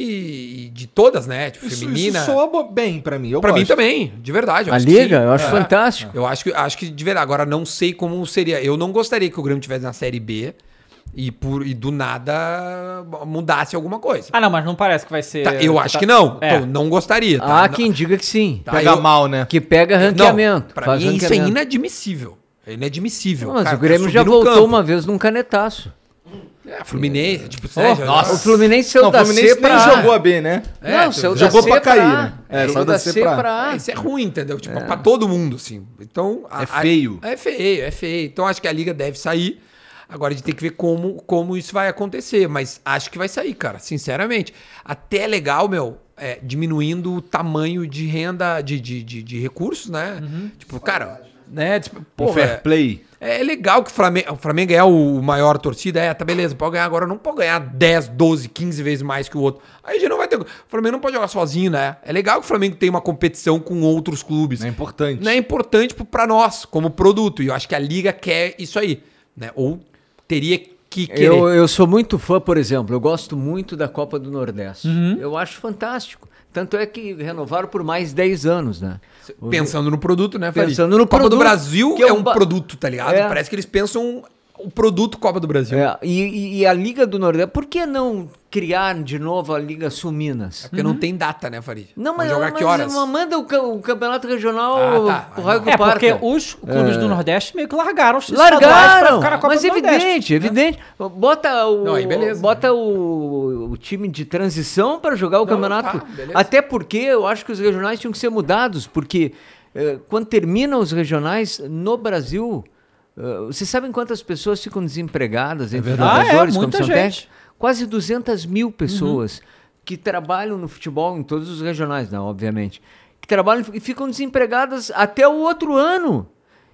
Speaker 6: e, e de todas, né? Tipo,
Speaker 3: Isso,
Speaker 6: feminina.
Speaker 3: isso soa bo- bem pra mim. Eu
Speaker 6: Pra mim
Speaker 3: gosto.
Speaker 6: também, de verdade. eu
Speaker 5: A
Speaker 6: acho que
Speaker 5: liga,
Speaker 6: sim.
Speaker 5: eu acho
Speaker 6: É.
Speaker 5: fantástico.
Speaker 6: Eu acho que, acho que de verdade. Agora, não sei como seria. Eu não gostaria que o Grêmio tivesse na Série B e, por, e do nada mudasse alguma coisa.
Speaker 4: Ah, não, mas não parece que vai ser...
Speaker 6: Tá, eu acho
Speaker 4: tá-
Speaker 6: que não.
Speaker 4: É.
Speaker 6: Então, não gostaria. Tá?
Speaker 5: Há quem diga que sim.
Speaker 6: Tá,
Speaker 3: Pega
Speaker 6: eu-
Speaker 3: mal, né?
Speaker 5: Que pega ranqueamento.
Speaker 6: Não, pra
Speaker 5: faz
Speaker 6: mim isso é
Speaker 5: ranqueamento.
Speaker 6: inadmissível. É inadmissível.
Speaker 5: Não, mas
Speaker 6: Cara,
Speaker 5: o Grêmio
Speaker 6: subir
Speaker 5: já
Speaker 6: no
Speaker 5: voltou
Speaker 6: campo.
Speaker 5: uma vez num canetaço.
Speaker 6: É, Fluminense, tipo,
Speaker 5: Oh,
Speaker 6: né, já-
Speaker 5: nossa. O Fluminense saiu
Speaker 3: Não, o
Speaker 5: da
Speaker 3: Fluminense
Speaker 5: C
Speaker 3: nem
Speaker 5: pra A.
Speaker 3: jogou a B, né?
Speaker 6: É,
Speaker 5: Não, saiu da
Speaker 3: jogou
Speaker 5: C
Speaker 3: pra cair,
Speaker 5: A.
Speaker 3: né? É,
Speaker 5: Saiu
Speaker 3: saiu
Speaker 5: da
Speaker 3: da
Speaker 5: C
Speaker 3: C pra A.
Speaker 5: pra A.
Speaker 6: É, isso é ruim, entendeu? Tipo, pra todo mundo, assim. Então, a-
Speaker 3: É feio.
Speaker 6: a- é feio, é feio. Então, acho que a liga deve sair. Agora a gente tem que ver como, como isso vai acontecer. Mas acho que vai sair, cara, sinceramente. Até é legal, meu, é, diminuindo o tamanho de renda, de, de, de, de recursos, né? Tipo, cara, né? Tipo,
Speaker 3: Um
Speaker 6: pô,
Speaker 3: fair
Speaker 6: é,
Speaker 3: play.
Speaker 6: é legal que o Flamengo, o Flamengo é o maior torcida, é, tá beleza, pode ganhar agora, não pode ganhar dez, doze, quinze vezes mais que o outro. Aí a gente não vai ter. O Flamengo não pode jogar sozinho, né? É legal que o Flamengo tenha uma competição com outros clubes.
Speaker 3: É importante.
Speaker 6: Não é importante pro- pra nós, como produto. E eu acho que a Liga quer isso aí, né? Ou teria que querer.
Speaker 5: Eu, eu sou muito fã, por exemplo, eu gosto muito da Copa do Nordeste. Eu acho fantástico. Tanto é que renovaram por mais dez anos, né? Os-
Speaker 6: Pensando no produto, né, Farid?
Speaker 5: Pensando no
Speaker 6: Copa do
Speaker 5: produto,
Speaker 6: Brasil
Speaker 5: que é
Speaker 6: é
Speaker 5: um
Speaker 6: um
Speaker 5: ba-
Speaker 6: produto, tá ligado?
Speaker 5: É.
Speaker 6: Parece que eles pensam o produto Copa do Brasil.
Speaker 5: É, e, e- e a Liga do Nordeste, por que não criar de novo a Liga Sul-Minas?
Speaker 6: É porque não tem data, né, Farid?
Speaker 5: Não,
Speaker 6: Vão
Speaker 5: mas,
Speaker 6: jogar
Speaker 5: mas
Speaker 6: que horas?
Speaker 5: manda o, ca- o campeonato regional
Speaker 6: Ah, tá.
Speaker 5: pro raio que
Speaker 4: É,
Speaker 5: parta.
Speaker 4: porque os clubes do Nordeste meio que largaram os estaduais pra
Speaker 5: Largaram,
Speaker 4: ficar na Copa
Speaker 5: mas
Speaker 4: do Nordeste.
Speaker 5: evidente, evidente. Bota o,
Speaker 6: Não, aí beleza.
Speaker 5: bota o, o time de transição para jogar o
Speaker 6: Não,
Speaker 5: campeonato.
Speaker 6: tá, beleza.
Speaker 5: Até porque eu acho que os regionais tinham que ser mudados, porque eh, quando terminam os regionais no Brasil, eh, vocês sabem quantas pessoas ficam desempregadas entre
Speaker 4: verdade.
Speaker 5: jogadores,
Speaker 4: Ah, é, muita
Speaker 5: comissão
Speaker 4: gente.
Speaker 5: técnica? Quase duzentas mil pessoas que trabalham no futebol, em todos os regionais, não, obviamente, que trabalham e ficam desempregadas até o outro ano.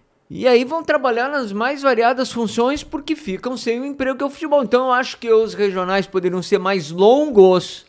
Speaker 5: E aí vão trabalhar nas mais variadas funções porque ficam sem o emprego que é o futebol. Então eu acho que os regionais poderiam ser mais longos,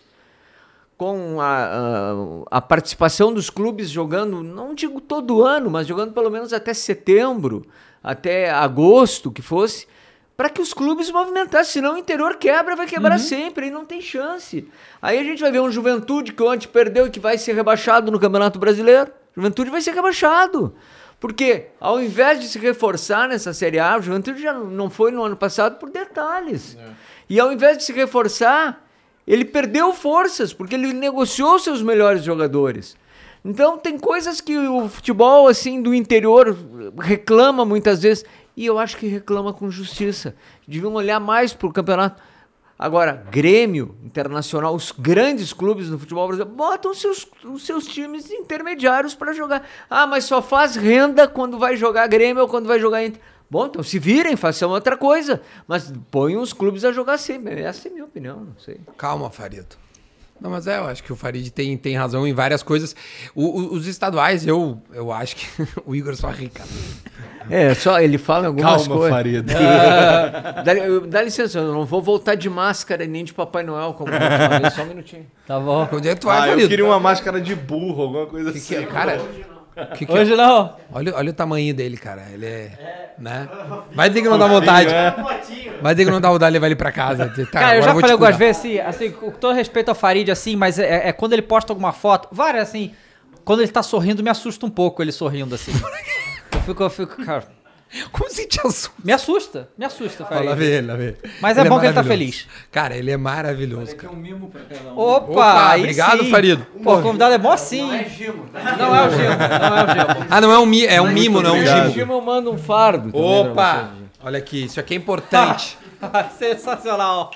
Speaker 5: com a, a, a participação dos clubes jogando, não digo todo ano, mas jogando pelo menos até setembro, até agosto que fosse, para que os clubes movimentassem, senão o interior quebra, vai quebrar sempre, e não tem chance. Aí a gente vai ver um Juventude que ontem perdeu e que vai ser rebaixado no Campeonato Brasileiro. Juventude vai ser rebaixado. Porque ao invés de se reforçar nessa Série A, o Juventude já não foi no ano passado por detalhes. E ao invés de se reforçar, ele perdeu forças, porque ele negociou seus melhores jogadores. Então tem coisas que o futebol assim do interior reclama muitas vezes, e eu acho que reclama com justiça. Deviam olhar mais para o campeonato. Agora, Grêmio, Internacional, os grandes clubes do futebol brasileiro, botam seus, os seus times intermediários para jogar. Ah, mas só faz renda quando vai jogar Grêmio ou quando vai jogar Inter. Bom, então se virem, façam outra coisa. Mas põem os clubes a jogar sempre. Essa é a minha opinião, não sei.
Speaker 6: Calma, Farido. Não, mas é, eu acho que o Farid tem, tem razão em várias coisas. O- o- os estaduais, eu, eu acho que o Igor só ri, cara.
Speaker 5: É, só ele fala algumas
Speaker 3: Calma,
Speaker 5: coisas.
Speaker 3: Farido.
Speaker 5: Ah, dá, eu- dá licença, eu não vou voltar de máscara nem de Papai Noel, como da última vez, só um minutinho.
Speaker 4: Tá bom.
Speaker 6: Onde é que tu vai,
Speaker 3: Ah, eu
Speaker 6: Farido?
Speaker 3: queria uma máscara de burro, alguma coisa
Speaker 6: Que
Speaker 3: assim.
Speaker 6: que é, cara? Que que
Speaker 4: Hoje
Speaker 6: é?
Speaker 4: não.
Speaker 6: Olha, olha o tamanho dele, cara. Ele é. Né? Vai dizer que não dá vontade. Vai dizer que não dá vontade de levar ele pra casa. Tá,
Speaker 4: Cara, eu
Speaker 6: agora
Speaker 4: já
Speaker 6: vou te
Speaker 4: falei algumas
Speaker 6: cuidar.
Speaker 4: vezes assim, assim, com todo respeito ao Farid, assim, mas é, é quando ele posta alguma foto, várias assim, quando ele tá sorrindo, me assusta um pouco ele sorrindo assim. Eu fico, eu fico, cara,
Speaker 6: Como se te assusta?
Speaker 4: me assusta, me assusta,
Speaker 6: Ó,
Speaker 4: Farid.
Speaker 6: lá vem ele, lá vem ele.
Speaker 4: Mas é bom que ele tá
Speaker 6: maravilhoso.
Speaker 4: feliz.
Speaker 6: Cara, ele é maravilhoso, cara.
Speaker 4: Opa,
Speaker 6: Opa,
Speaker 4: aí
Speaker 6: obrigado,
Speaker 4: sim.
Speaker 6: Farido.
Speaker 4: Pô, o convidado é mó sim. Não é o Gimo, não é o Gimo.
Speaker 6: Ah, não é um, mi é um mimo, não é um
Speaker 3: obrigado.
Speaker 6: gimo.
Speaker 8: Gimo manda um fardo. também pra
Speaker 6: Opa! Olha aqui, isso aqui é importante.
Speaker 4: Sensacional.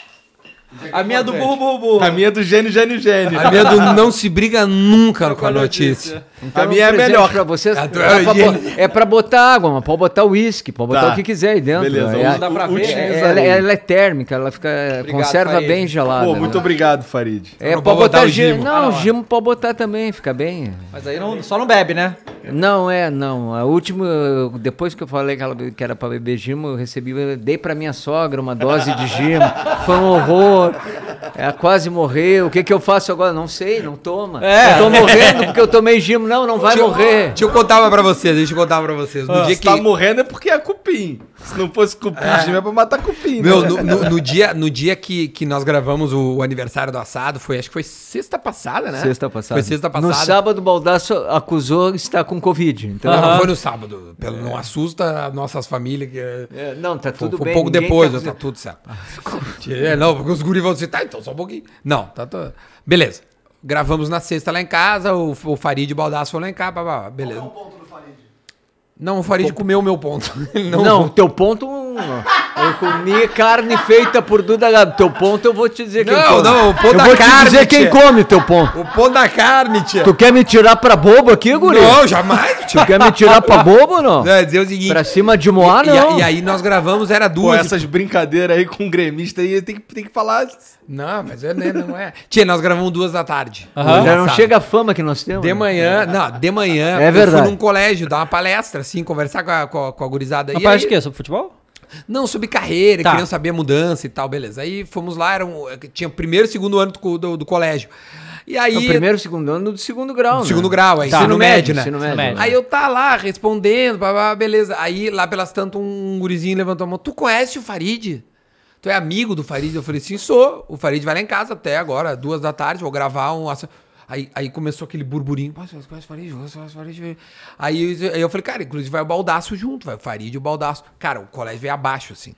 Speaker 4: A minha é do burro, burro, burro.
Speaker 3: A minha é do gênio, gênio, gênio.
Speaker 6: A minha do não se briga nunca com a notícia.
Speaker 8: Então,
Speaker 3: A minha é
Speaker 8: um presente
Speaker 3: melhor.
Speaker 8: Pra vocês,
Speaker 6: A
Speaker 8: é,
Speaker 6: tua é
Speaker 8: pra,
Speaker 6: gênio.
Speaker 8: bo- é pra botar água, mas pode botar uísque, pode botar
Speaker 3: Tá.
Speaker 8: o que quiser aí dentro.
Speaker 3: Beleza,
Speaker 8: É,
Speaker 3: dá pra
Speaker 8: é-
Speaker 3: ver,
Speaker 8: é-
Speaker 3: né?
Speaker 8: ela, ela é térmica, ela fica conserva
Speaker 4: Farid.
Speaker 8: bem gelada.
Speaker 3: Pô,
Speaker 8: né?
Speaker 3: muito obrigado, Farid.
Speaker 8: É,
Speaker 6: Não
Speaker 8: pode
Speaker 6: pode botar
Speaker 8: botar
Speaker 6: o
Speaker 8: gimo.
Speaker 6: gimo.
Speaker 8: Não,
Speaker 4: Ah, não,
Speaker 8: o
Speaker 4: é.
Speaker 8: gimo pode botar também, fica bem.
Speaker 4: Mas aí não, só não bebe, né?
Speaker 8: Não, é, não. A última, depois que eu falei que, ela, que era pra beber gimo, eu recebi, eu dei pra minha sogra uma dose de gimo. Foi um horror. Ela quase morreu. O que que eu faço agora? Não sei, não toma.
Speaker 4: É.
Speaker 8: Eu tô morrendo porque eu tomei gimo. Não, não vai
Speaker 6: Deixa eu-
Speaker 8: morrer.
Speaker 6: Deixa eu contar pra vocês, deixa eu contar pra vocês. No dia
Speaker 3: Se
Speaker 6: que.
Speaker 3: tá morrendo é porque é cupim. Se não fosse cupim, é, é pra matar cupim.
Speaker 6: Meu,
Speaker 3: né?
Speaker 6: no, no- no dia, no dia que, que nós gravamos o, o aniversário do assado, foi, acho que foi sexta passada, né?
Speaker 8: Sexta passada.
Speaker 6: Foi sexta passada.
Speaker 8: No sábado, o Baldasso acusou estar com Covid. Então,
Speaker 6: Não, não foi no sábado. Pelo, Não assusta nossas famílias. Que, é-
Speaker 8: É, não, tá
Speaker 6: foi,
Speaker 8: tudo
Speaker 6: foi
Speaker 8: bem.
Speaker 6: um pouco
Speaker 8: ninguém
Speaker 6: depois,
Speaker 8: tá
Speaker 6: tá tudo certo. É, não, porque os guris vão dizer, tá, então só um pouquinho. Não, tá tudo. Beleza. Gravamos na sexta lá em casa, o, o Farid e o Baldasso foram lá em casa, pá, pá, pá, beleza. Não, o Farid comeu o meu ponto. Ele
Speaker 8: Não,
Speaker 6: não,
Speaker 8: o teu ponto. Eu comi carne feita por Duda Gabi. Teu ponto eu vou te dizer quem
Speaker 6: Não,
Speaker 8: come.
Speaker 6: não, o ponto
Speaker 8: eu
Speaker 6: da
Speaker 8: vou
Speaker 6: carne,
Speaker 8: te dizer quem
Speaker 6: tia.
Speaker 8: come teu ponto.
Speaker 6: O ponto da carne, tia.
Speaker 8: Tu quer me tirar pra bobo aqui, guri?
Speaker 6: Não, jamais,
Speaker 8: Tu
Speaker 6: tia.
Speaker 8: quer me tirar pra bobo ou não?
Speaker 6: É, dizer o seguinte.
Speaker 8: Pra cima de Moá,
Speaker 6: e, e,
Speaker 8: não.
Speaker 6: e aí nós gravamos, era
Speaker 3: Pô,
Speaker 6: duas.
Speaker 3: essas brincadeiras aí com gremista aí, tem que, tem que falar.
Speaker 6: Não, mas é, né, não é. Tia, nós gravamos duas da tarde.
Speaker 4: Aham.
Speaker 8: Já não
Speaker 6: Passado.
Speaker 8: chega a fama que nós temos.
Speaker 6: De
Speaker 8: né?
Speaker 6: manhã, não, de manhã,
Speaker 8: É
Speaker 6: eu
Speaker 8: verdade.
Speaker 6: fui num colégio, dar uma palestra, assim, conversar com a, com a, com a gurizada.
Speaker 4: Não
Speaker 6: E
Speaker 4: parece
Speaker 6: aí-
Speaker 4: de quê? Sobre futebol?
Speaker 6: Não, sobre carreira,
Speaker 4: Tá.
Speaker 6: queriam saber a mudança e tal, beleza. Aí fomos lá, era um, tinha o primeiro e segundo ano do, do, do colégio. E aí...
Speaker 8: O primeiro e segundo ano do segundo grau,
Speaker 6: do
Speaker 8: né?
Speaker 6: segundo grau, aí,
Speaker 8: Tá.
Speaker 6: ensino médio, né?
Speaker 8: Ensino médio.
Speaker 4: médio.
Speaker 6: Aí eu tá lá respondendo, blá, blá, beleza. Aí lá pelas tantas um gurizinho levantou a mão. Tu conhece o Farid? Tu é amigo do Farid? Eu falei, sim, sou. O Farid vai lá em casa até agora, duas da tarde, vou gravar um... ass- Aí, aí começou aquele burburinho. Pô, você conhece o Farid? Você conhece o Farid? Aí, eu- aí eu falei, cara, inclusive vai o Baldaço junto, vai o Farid e o Baldaço. Cara, o colégio veio abaixo, assim.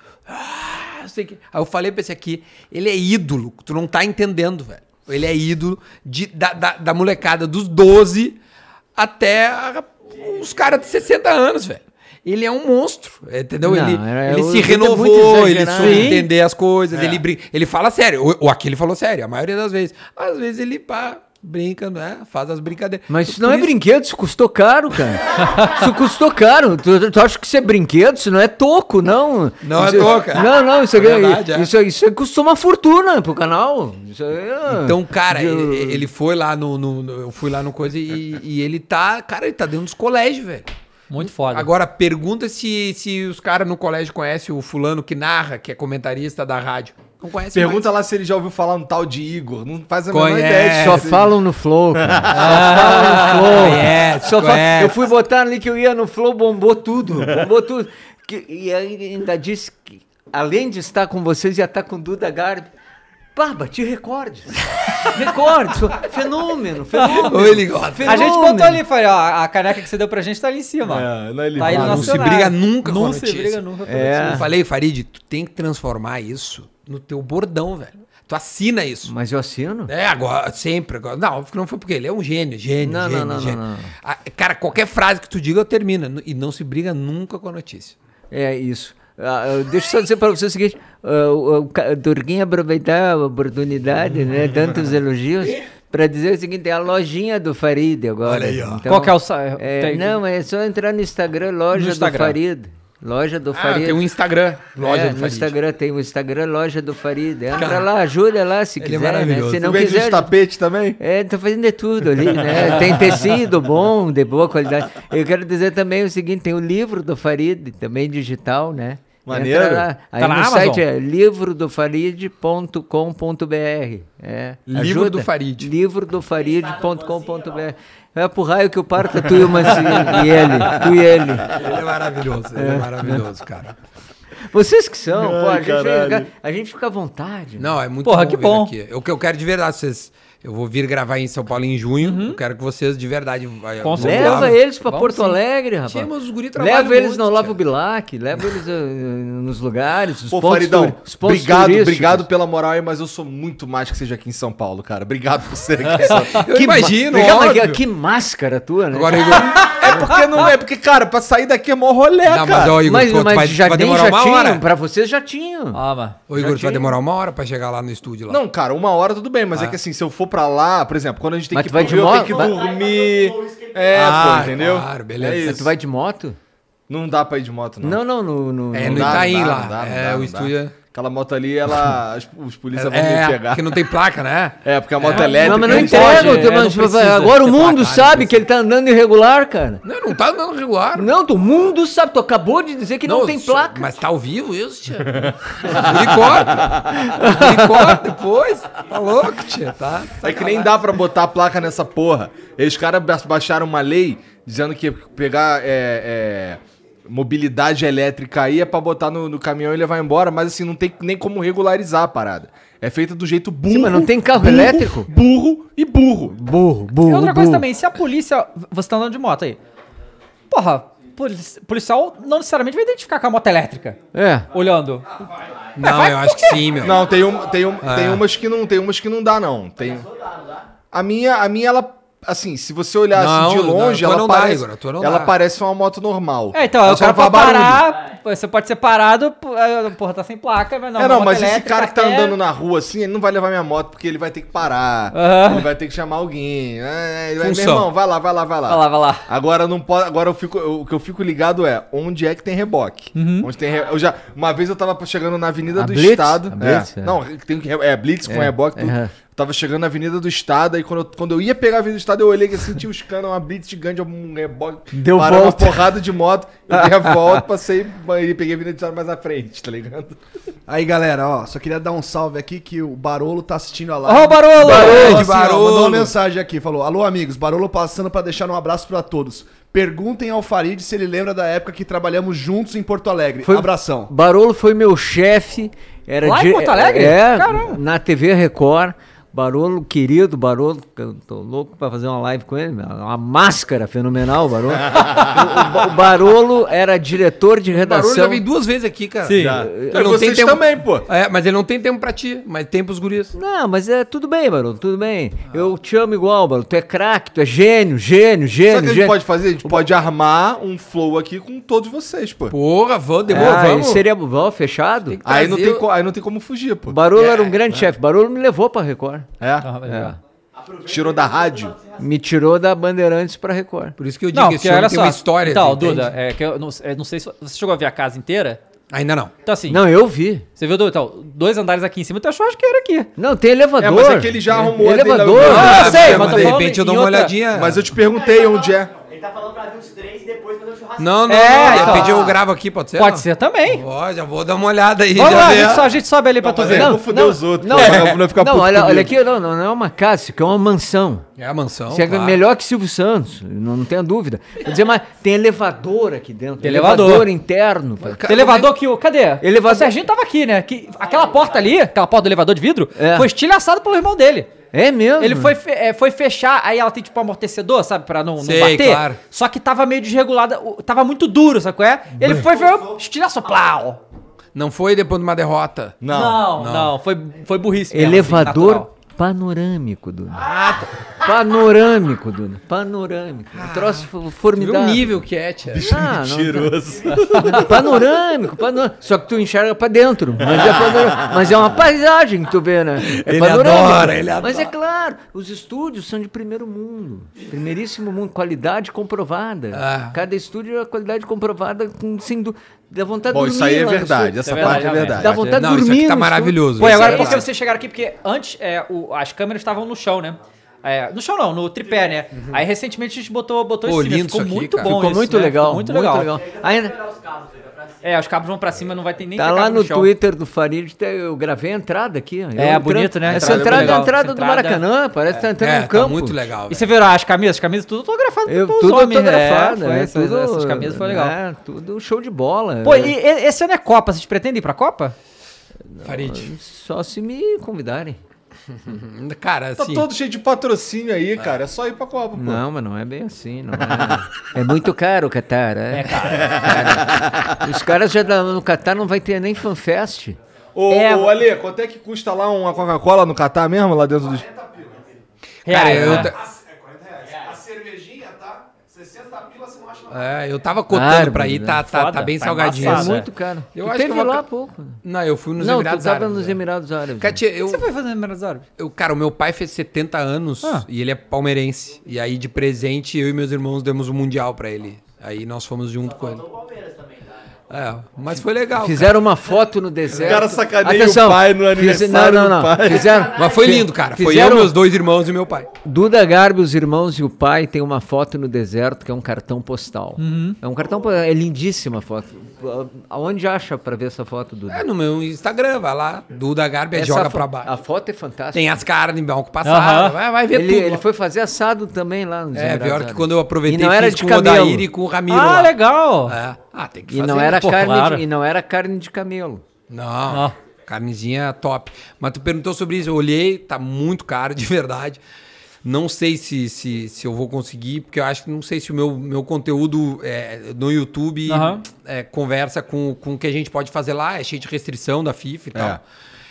Speaker 6: Ah, não sei o que. Aí eu falei pra esse aqui, ele é ídolo, tu não tá entendendo, velho. Ele é ídolo de, da, da, da molecada dos doze até a- os caras de sessenta anos, velho. Ele é um monstro, entendeu?
Speaker 8: Não,
Speaker 6: ele
Speaker 8: é-
Speaker 6: ele
Speaker 8: o
Speaker 6: se
Speaker 8: Duda é muito
Speaker 6: renovou, ele
Speaker 8: exagerado.
Speaker 6: soube
Speaker 8: Sim.
Speaker 6: entender as coisas, ele brinca, ele fala sério. O, o aqui ele falou sério, a maioria das vezes. Às vezes ele pá, brinca, né? Faz as brincadeiras.
Speaker 8: Mas isso
Speaker 6: Por
Speaker 8: não é brinquedo, isso custou caro, cara. Isso custou caro. Tu, tu acha que isso é brinquedo? Isso não é toco, não.
Speaker 6: Não é
Speaker 8: Isso-
Speaker 6: toco, é.
Speaker 8: Não, não, isso aqui
Speaker 6: É verdade, é.
Speaker 8: isso, isso aí custou uma fortuna pro canal. Isso aí é-
Speaker 6: Então, cara,
Speaker 8: de-
Speaker 6: ele, ele foi lá no, no- no- Eu fui lá no coisa e, e ele tá. Cara, ele tá dentro dos colégios, velho.
Speaker 4: Muito foda.
Speaker 6: Agora, pergunta se, se os caras no colégio conhecem o fulano que narra, que é comentarista da rádio. Não conhece
Speaker 3: Pergunta lá se ele já ouviu falar um tal de Igor. Não faz a
Speaker 6: Conhece.
Speaker 3: menor ideia.
Speaker 8: Só
Speaker 3: disso.
Speaker 8: falam no Flow, cara. Só falam no Flow.
Speaker 6: Conhece,
Speaker 8: Só fala-
Speaker 6: conhece.
Speaker 8: Eu fui botar ali que eu ia no Flow, bombou tudo. Bombou tudo. Que- e aí ainda disse que, além de estar com vocês, ia estar com Duda Garbi. Pá, bati recordes. Recordes. Fenômeno, fenômeno.
Speaker 6: Ou ele gosta.
Speaker 4: A gente
Speaker 8: Fenômeno.
Speaker 4: botou ali, foi, ó, a caneca que você deu pra gente tá ali em cima.
Speaker 3: É, não é ele
Speaker 4: Tá aí no
Speaker 3: fala.
Speaker 6: Não
Speaker 4: nosso
Speaker 6: se
Speaker 4: cenário.
Speaker 6: briga nunca com a
Speaker 4: Não se
Speaker 6: notícia.
Speaker 4: briga nunca com a
Speaker 8: É.
Speaker 6: Eu falei, Farid, tu tem que transformar isso no teu bordão, velho. Tu assina isso.
Speaker 8: Mas eu assino?
Speaker 6: É, agora, sempre. Agora. Não, não foi porque ele é um gênio, gênio,
Speaker 8: Não, não,
Speaker 6: gênio,
Speaker 8: não, não,
Speaker 6: gênio.
Speaker 8: não.
Speaker 6: Ah, cara, qualquer frase que tu diga, eu termino. E não se briga nunca com a notícia.
Speaker 8: É isso. Ah, eu- deixa eu só dizer para você o seguinte: ah, o, o Ca- Durguinho aproveitar a oportunidade, né? Tantos elogios, para dizer o seguinte: é a lojinha do Farid agora.
Speaker 6: Olha aí, ó.
Speaker 8: Então,
Speaker 4: Qual que é o... sa-
Speaker 8: é,
Speaker 4: tem-
Speaker 8: Não, é só entrar no Instagram, loja
Speaker 4: No Instagram.
Speaker 8: do Farid. Loja do
Speaker 6: Ah,
Speaker 8: Farid.
Speaker 6: tem um Instagram, loja
Speaker 8: é,
Speaker 6: do
Speaker 8: no
Speaker 6: Farid.
Speaker 8: Instagram tem o Instagram, loja do Farid. Entra
Speaker 6: Cara,
Speaker 8: lá, ajuda lá se
Speaker 6: ele é
Speaker 8: quiser, né?
Speaker 6: maravilhoso.
Speaker 8: Se
Speaker 3: Tu
Speaker 8: não
Speaker 3: vende
Speaker 8: quiser.
Speaker 3: uns tapete também?
Speaker 8: É, tô fazendo de tudo ali, né? Tem tecido bom, de boa qualidade. Eu quero dizer também o seguinte, tem o livro do Farid, também digital, né?
Speaker 3: Maneiro.
Speaker 5: Entra lá. Aí
Speaker 4: Tá na
Speaker 5: no
Speaker 4: Amazon?
Speaker 5: site é livro do farid ponto com ponto b r. É.
Speaker 6: Livro
Speaker 5: Ajuda.
Speaker 6: do Farid.
Speaker 5: livro do farid ponto com ponto b r. É pro raio que eu parta tu e, uma, e ele. Tu e ele.
Speaker 6: Ele é maravilhoso, ele é maravilhoso, cara.
Speaker 5: Vocês que são, pô, a
Speaker 3: Ai,
Speaker 5: gente,
Speaker 3: caralho.
Speaker 5: fica, a gente fica à vontade.
Speaker 6: Não, é muito
Speaker 4: Porra,
Speaker 6: bom
Speaker 4: que
Speaker 6: vir
Speaker 4: bom.
Speaker 6: aqui. O que eu quero de verdade, vocês... Eu vou vir gravar em São Paulo em junho. Eu quero que vocês de verdade... vai-
Speaker 4: Com
Speaker 6: vão
Speaker 4: certeza.
Speaker 6: lá.
Speaker 5: Leva eles pra
Speaker 4: Vamos
Speaker 5: Porto
Speaker 4: sim.
Speaker 5: Alegre, rapaz.
Speaker 6: Tia, mas os guri trabalham
Speaker 5: Leva eles
Speaker 6: muito,
Speaker 5: no Olavo
Speaker 6: tia.
Speaker 5: Bilac, leva eles uh, nos lugares, os
Speaker 3: Pô,
Speaker 5: pontos,
Speaker 3: Faridão,
Speaker 5: turi- os pontos
Speaker 3: obrigado,
Speaker 5: turísticos.
Speaker 3: obrigado pela moral aí, mas eu sou muito mais que seja aqui em São Paulo, cara. Obrigado por ser aqui em São Paulo.
Speaker 6: Eu imagino,
Speaker 5: Legal, mas que,
Speaker 6: óbvio.
Speaker 5: que máscara tua, né?
Speaker 6: Agora, Igor...
Speaker 3: É porque não é, porque, cara, pra sair daqui é mó rolê,
Speaker 6: Não, mas,
Speaker 3: cara.
Speaker 6: ó, Igor,
Speaker 5: mas
Speaker 6: pô, tu
Speaker 5: mas
Speaker 6: vai,
Speaker 5: já
Speaker 6: vai
Speaker 5: nem
Speaker 6: demorar
Speaker 5: já
Speaker 6: uma
Speaker 5: tinham,
Speaker 6: hora.
Speaker 5: pra vocês já tinham.
Speaker 4: Ah, mano.
Speaker 6: Ô, Igor,
Speaker 5: Já
Speaker 6: tu vai
Speaker 5: tinha.
Speaker 6: demorar uma hora pra chegar lá no estúdio lá.
Speaker 3: Não, cara, uma hora tudo bem, mas é que assim, se eu for pra lá, por exemplo, quando a gente tem
Speaker 5: Mas
Speaker 3: que ir
Speaker 5: tu vai
Speaker 3: pro
Speaker 5: de
Speaker 3: Rio, eu tenho
Speaker 5: moto?
Speaker 3: que
Speaker 5: Vai-
Speaker 3: dormir. É,
Speaker 6: Ah,
Speaker 3: pô, entendeu?
Speaker 6: claro, beleza.
Speaker 3: É
Speaker 5: Mas
Speaker 3: isso.
Speaker 5: tu vai de moto?
Speaker 3: Não dá pra ir de moto, não.
Speaker 5: Não, não, no... no
Speaker 6: É,
Speaker 5: no-
Speaker 6: no
Speaker 3: dá,
Speaker 6: Itaim
Speaker 3: não dá,
Speaker 6: lá.
Speaker 3: não dá, não
Speaker 6: é,
Speaker 3: dá,
Speaker 6: o
Speaker 3: não
Speaker 6: estúdio...
Speaker 3: dá. Aquela moto ali, ela. Os, os polícias vão me
Speaker 6: É,
Speaker 3: pegar.
Speaker 6: porque não tem placa, né?
Speaker 3: É, porque a moto elétrica.
Speaker 5: Não, mas não
Speaker 3: eles
Speaker 5: entrega.
Speaker 3: podem-
Speaker 5: tu-
Speaker 4: é,
Speaker 5: mas
Speaker 4: não precisa
Speaker 5: agora o
Speaker 6: ter
Speaker 5: mundo
Speaker 6: placa,
Speaker 5: sabe
Speaker 6: não
Speaker 5: que ele tá andando irregular, cara.
Speaker 6: Não, não tá andando regular.
Speaker 5: Não, tu- o mundo sabe. Tu acabou de dizer que não, tem
Speaker 6: isso-
Speaker 5: placa.
Speaker 6: Mas tá ao vivo isso, tia? Ele corta. Ele corta depois. Tá louco, tia? Tá?
Speaker 3: É que nem dá pra botar a placa nessa porra. Eles caras ba- baixaram uma lei dizendo que pegar é, é, mobilidade elétrica aí é pra botar no, no caminhão e levar embora, mas assim, não tem nem como regularizar a parada. É feita do jeito burro.
Speaker 5: Sim, mas não tem carro
Speaker 3: burro,
Speaker 5: elétrico?
Speaker 3: Burro e burro.
Speaker 5: Burro, burro,
Speaker 4: E outra coisa
Speaker 5: burro.
Speaker 4: também, se a polícia... Você tá andando de moto aí. Porra, polici- policial não necessariamente vai identificar com a moto elétrica.
Speaker 5: É.
Speaker 4: Olhando.
Speaker 6: Não,
Speaker 4: vai
Speaker 6: eu
Speaker 4: por
Speaker 6: acho que sim, meu.
Speaker 3: Não, tem, um, tem, um,
Speaker 6: É.
Speaker 3: tem umas que não, tem umas que não dá, não. Tem... A minha, a minha, ela. Assim, se você olhar
Speaker 6: Não,
Speaker 3: assim de
Speaker 6: não,
Speaker 3: longe,
Speaker 6: a tua
Speaker 3: ela
Speaker 6: não dá,
Speaker 3: parece.
Speaker 6: Igor, a tua não
Speaker 3: ela
Speaker 6: dá.
Speaker 3: parece uma moto normal.
Speaker 4: É, então,
Speaker 3: Ela
Speaker 4: o
Speaker 3: só
Speaker 4: cara
Speaker 3: não
Speaker 4: pode
Speaker 3: faz barulho.
Speaker 4: parar, você pode ser parado, pô, é, porra, tá sem placa, mas não.
Speaker 3: é,
Speaker 4: uma
Speaker 3: não,
Speaker 4: moto
Speaker 3: mas esse
Speaker 4: elétrica
Speaker 3: cara que tá
Speaker 4: até-
Speaker 3: andando na rua assim, ele não vai levar minha moto porque ele vai ter que parar.
Speaker 4: Aham.
Speaker 3: Ele vai ter que chamar alguém. É, ele vai, meu
Speaker 6: Função.
Speaker 3: irmão, vai lá, vai lá, vai lá.
Speaker 4: Vai lá, vai lá.
Speaker 3: Agora não pode. Agora eu fico. eu- o que eu fico ligado é onde é que tem reboque. Onde tem re- eu já Uma vez eu tava chegando na Avenida
Speaker 5: A
Speaker 3: do
Speaker 5: Blitz?
Speaker 3: Estado.
Speaker 5: A Blitz,
Speaker 3: é.
Speaker 5: é.
Speaker 3: Não, tem que é Blitz com
Speaker 5: É,
Speaker 3: reboque. Tudo.
Speaker 5: é.
Speaker 3: Eu tava chegando na Avenida do Estado, aí quando eu, quando eu ia pegar a Avenida do Estado, eu olhei que assim, tinha os canos, uma blitz gigante, um reboque.
Speaker 5: Deu
Speaker 3: parou
Speaker 5: volta.
Speaker 3: uma porrada de moto, eu dei a volta, passei e peguei a Avenida do Estado mais à frente, tá ligado?
Speaker 7: Aí, galera, ó, só queria dar um salve aqui que o Barolo tá assistindo a live.
Speaker 4: Ó, o Barolo!
Speaker 7: Falou assim, ó,
Speaker 6: Barolo!
Speaker 7: mandou uma mensagem aqui, falou: alô, amigos, Barolo passando pra deixar um abraço pra todos. Perguntem ao Farid se ele lembra da época que trabalhamos juntos em Porto Alegre.
Speaker 5: Foi-
Speaker 7: Abração.
Speaker 5: Barolo foi meu chefe. Era
Speaker 4: Lá em
Speaker 5: dire-
Speaker 4: Porto Alegre?
Speaker 5: É,
Speaker 4: Caramba.
Speaker 5: na T V Record. Barolo, querido Barolo, que eu tô louco pra fazer uma live com ele, uma máscara fenomenal, o Barolo. o, o Barolo era diretor de
Speaker 6: O Barulho
Speaker 5: redação.
Speaker 6: já veio duas vezes aqui, cara.
Speaker 4: Sim.
Speaker 3: Já.
Speaker 6: Ele
Speaker 3: E
Speaker 6: não
Speaker 3: vocês
Speaker 6: tem tempo-
Speaker 3: também, pô.
Speaker 6: É, mas ele não tem tempo pra ti, mas tem pros guris.
Speaker 5: Não, mas é tudo bem, Barolo, tudo bem. Eu te amo igual, Barolo. Tu é craque, tu é gênio, gênio,
Speaker 3: Sabe o
Speaker 5: gênio,
Speaker 3: que a gente
Speaker 5: gênio.
Speaker 3: pode fazer? A gente pode armar um flow aqui com todos vocês, pô.
Speaker 6: Porra, vamos, demorou,
Speaker 5: Ah,
Speaker 6: vamos.
Speaker 5: seria bom, fechado?
Speaker 6: Tem que
Speaker 3: Aí não,
Speaker 6: trazer
Speaker 3: tem
Speaker 6: o-
Speaker 3: co- aí não tem como fugir, pô.
Speaker 5: O Barolo era um grande chefe. Barolo me levou pra Record.
Speaker 3: É?
Speaker 5: É.
Speaker 3: Tirou da rádio.
Speaker 5: Me tirou da Bandeirantes pra Record.
Speaker 6: Por isso que eu digo
Speaker 4: Não,
Speaker 6: que esse
Speaker 4: porque
Speaker 6: homem
Speaker 4: olha
Speaker 6: tem
Speaker 4: só.
Speaker 6: uma história.
Speaker 4: Então,
Speaker 6: tu entende?
Speaker 4: Duda, é que eu não, eu não sei se você chegou a ver a casa inteira.
Speaker 6: Ainda não.
Speaker 4: Então, assim,
Speaker 5: Não, eu vi.
Speaker 4: você viu, Duda? Então, dois andares aqui em cima, tem a churrasqueira aqui.
Speaker 5: Não, tem elevador.
Speaker 3: É, mas é que ele já arrumou a dele
Speaker 5: elevador.
Speaker 3: lá.
Speaker 4: Ah, eu sei, mas
Speaker 6: mas
Speaker 4: tô
Speaker 6: de
Speaker 4: falando
Speaker 6: repente eu
Speaker 4: em
Speaker 6: dou uma
Speaker 4: outra-
Speaker 6: olhadinha.
Speaker 3: Mas eu te perguntei onde é.
Speaker 9: Ele tá falando pra vir uns três e depois fazer um churrasco.
Speaker 6: Não, não,
Speaker 4: É,
Speaker 6: não. De
Speaker 4: então.
Speaker 6: repente eu gravo aqui, pode ser?
Speaker 4: Pode ser também.
Speaker 6: Ó, já vou dar uma olhada aí.
Speaker 4: Vamos
Speaker 6: já
Speaker 4: lá, a
Speaker 6: ver.
Speaker 4: gente, só, a gente sobe ali pra tu
Speaker 3: Mas
Speaker 4: ver.
Speaker 3: aí eu vou foder os outros.
Speaker 5: Não,
Speaker 3: pô,
Speaker 5: é-
Speaker 3: pra não ficar
Speaker 5: não,
Speaker 3: puto
Speaker 5: olha, olha
Speaker 3: comigo.
Speaker 5: aqui, não, não, não é uma casa, isso aqui é uma mansão.
Speaker 6: É a mansão.
Speaker 5: Isso é
Speaker 6: claro.
Speaker 5: melhor que Silvio Santos, não, não tenha dúvida. Quer dizer, mas tem elevador aqui dentro.
Speaker 4: Tem elevador.
Speaker 5: interno. pô.
Speaker 4: Tem elevador que o. Cadê?
Speaker 5: Elevador-
Speaker 4: O Serginho tava aqui, né? Que, aquela porta ali, aquela porta do elevador de vidro,
Speaker 5: É.
Speaker 4: foi estilhaçada pelo irmão dele.
Speaker 5: É mesmo?
Speaker 4: Ele foi, fe- é, foi fechar, aí ela tem tipo amortecedor, sabe? Pra não, não
Speaker 6: Sei,
Speaker 4: bater.
Speaker 6: claro.
Speaker 4: Só que tava meio desregulada, o- tava muito duro, sabe qual é? Ele foi, foi estilhaçou, plau.
Speaker 6: Não foi depois de uma derrota.
Speaker 3: Não.
Speaker 4: Não, não, foi, foi burrice mesmo, assim,
Speaker 5: Elevador
Speaker 4: natural.
Speaker 5: panorâmico, Duda. Panorâmico, Duda. Panorâmico. Um troço fo-
Speaker 6: Viu
Speaker 5: formidável.
Speaker 6: o nível que é, tia?
Speaker 5: Ah, não-
Speaker 3: Mentiroso.
Speaker 5: panorâmico, panorâmico. Só que tu enxerga pra dentro. Mas é, panorâmico. Mas é uma paisagem que tu vê, né? É
Speaker 6: Ele
Speaker 5: panorâmico.
Speaker 6: adora, ele
Speaker 5: Mas é claro, os estúdios são de primeiro mundo. Primeiríssimo mundo. Qualidade comprovada.
Speaker 6: Ah.
Speaker 5: Cada estúdio é qualidade comprovada com, sem dú- Dá vontade
Speaker 3: Bom,
Speaker 5: de
Speaker 3: isso
Speaker 5: dormir
Speaker 3: aí é
Speaker 5: lá no
Speaker 3: verdade.
Speaker 5: estúdio.
Speaker 3: Essa
Speaker 4: É
Speaker 3: parte
Speaker 4: verdade,
Speaker 3: é verdade.
Speaker 5: Dá vontade
Speaker 6: Não,
Speaker 5: de
Speaker 6: isso
Speaker 5: dormir
Speaker 6: aqui tá
Speaker 5: no
Speaker 6: maravilhoso.
Speaker 4: Pô, e
Speaker 6: Isso
Speaker 4: agora
Speaker 6: é
Speaker 4: porque
Speaker 6: verdade.
Speaker 4: vocês chegaram aqui, porque antes é, o- as câmeras estavam no chão, né? É, no chão não, no tripé, né? Aí recentemente a gente botou, botou
Speaker 6: Pô,
Speaker 4: esse, né?
Speaker 6: lindo
Speaker 4: Ficou
Speaker 6: isso aqui,
Speaker 4: muito
Speaker 6: cara.
Speaker 4: bom
Speaker 5: Ficou
Speaker 4: isso,
Speaker 5: muito
Speaker 4: né?
Speaker 5: legal,
Speaker 4: Ficou muito legal.
Speaker 5: Ainda,
Speaker 4: É, os cabos vão pra cima, não vai ter nem
Speaker 8: Tá
Speaker 4: ter
Speaker 8: lá
Speaker 4: cabo
Speaker 8: no
Speaker 4: chão.
Speaker 8: Twitter do Farid, tá- eu gravei a entrada aqui. ó.
Speaker 4: É,
Speaker 8: Eu
Speaker 4: bonito,
Speaker 8: entrando-
Speaker 4: né?
Speaker 8: Essa
Speaker 4: Entrada
Speaker 8: entrada é a
Speaker 4: legal.
Speaker 8: entrada
Speaker 4: Essa
Speaker 8: do
Speaker 4: entrada-
Speaker 8: Maracanã, parece que tá entrando
Speaker 6: É,
Speaker 8: no
Speaker 6: tá
Speaker 8: campo.
Speaker 6: muito legal,
Speaker 4: E
Speaker 6: velho.
Speaker 4: você viu as camisas? As camisas tudo autografadas
Speaker 8: Eu,
Speaker 4: pelos
Speaker 8: tudo
Speaker 4: homens.
Speaker 8: autografado,
Speaker 4: é, foi,
Speaker 8: é,
Speaker 4: essas,
Speaker 8: tudo,
Speaker 4: essas camisas foi legal.
Speaker 8: É, tudo show de bola.
Speaker 4: Pô,
Speaker 8: é.
Speaker 4: e, e- esse ano é Copa, vocês pretendem ir pra Copa?
Speaker 6: Farid.
Speaker 8: Só se me convidarem.
Speaker 6: Cara,
Speaker 3: Tá
Speaker 6: assim...
Speaker 3: todo cheio de patrocínio aí, cara. É só ir pra Copa, pô.
Speaker 8: Não, mas não é bem assim, não é. É muito caro o Catar, é. É caro. Os caras já da- no Catar não vai ter nem fanfest.
Speaker 3: Ô,
Speaker 4: É,
Speaker 3: ô, Ale, quanto é que custa lá uma Coca-Cola no Catar mesmo, lá dentro dos...
Speaker 6: Cara,
Speaker 4: Reais,
Speaker 6: eu,
Speaker 4: né?
Speaker 6: ta-
Speaker 7: A cervejinha, tá? sessenta pila você não acha
Speaker 6: é, eu tava cotando
Speaker 8: Claro,
Speaker 6: pra ir, tá, tá,
Speaker 4: foda,
Speaker 6: tá bem
Speaker 4: tá
Speaker 6: salgadinho.
Speaker 8: É
Speaker 4: embaçado.
Speaker 6: assim.
Speaker 8: muito caro.
Speaker 6: Eu
Speaker 8: Tu
Speaker 6: acho que
Speaker 8: teve
Speaker 6: eu vou
Speaker 8: lá há
Speaker 6: ca-
Speaker 8: pouco.
Speaker 6: Não, eu fui nos
Speaker 8: Não, tu
Speaker 6: Emirados
Speaker 8: tava
Speaker 6: Árabes.
Speaker 8: nos
Speaker 6: é.
Speaker 8: Emirados Árabes.
Speaker 6: Katia, eu,
Speaker 4: O que você foi fazer no Emirados Árabes?
Speaker 6: eu, cara, o meu pai fez setenta anos
Speaker 4: Ah.
Speaker 6: e ele é palmeirense. E aí, de presente, eu e meus irmãos demos um mundial pra ele. Aí nós fomos junto com ele. É, mas foi legal.
Speaker 8: Fizeram uma foto no deserto.
Speaker 3: O cara sacaneia
Speaker 8: Atenção,
Speaker 3: o pai no
Speaker 8: fiz-
Speaker 3: aniversário
Speaker 8: não, não,
Speaker 3: do
Speaker 8: não.
Speaker 3: pai.
Speaker 8: Fizeram,
Speaker 6: Cara. Mas foi lindo, cara. Foi
Speaker 8: Fizeram-
Speaker 6: eu, meus dois irmãos e meu pai.
Speaker 8: Duda Garbi, os irmãos e o pai tem uma foto no deserto que é um cartão postal. É um cartão postal, é lindíssima a foto. Aonde acha pra ver essa foto, Duda?
Speaker 6: É, no meu Instagram, vai lá. Duda Garbi,
Speaker 8: Essa
Speaker 6: joga
Speaker 8: fo-
Speaker 6: pra baixo.
Speaker 8: A foto é fantástica.
Speaker 6: Tem as caras de banco passado.
Speaker 4: Aham.
Speaker 6: Vai, vai ver
Speaker 8: ele,
Speaker 6: tudo.
Speaker 8: ele foi fazer assado também lá nos
Speaker 6: É,
Speaker 8: Emirados
Speaker 6: pior que
Speaker 8: Árabes.
Speaker 6: quando eu aproveitei
Speaker 8: E não era
Speaker 6: fiz
Speaker 8: de
Speaker 6: com o
Speaker 8: camelo.
Speaker 6: Odair e com o Ramiro
Speaker 4: Ah,
Speaker 6: lá.
Speaker 4: legal.
Speaker 6: É. Ah, tem que
Speaker 8: E
Speaker 6: fazer.
Speaker 8: não era
Speaker 4: Pô,
Speaker 8: carne
Speaker 4: claro.
Speaker 8: de, e não era carne de camelo.
Speaker 6: Não,
Speaker 4: Ah.
Speaker 6: carnezinha top. Mas tu perguntou sobre isso, eu olhei, tá muito caro, de verdade. Não sei se, se, se eu vou conseguir, porque eu acho que não sei se o meu, meu conteúdo é, no YouTube
Speaker 4: Aham.
Speaker 6: é, conversa com, com o que a gente pode fazer lá, é cheio de restrição da FIFA e tal.
Speaker 3: É.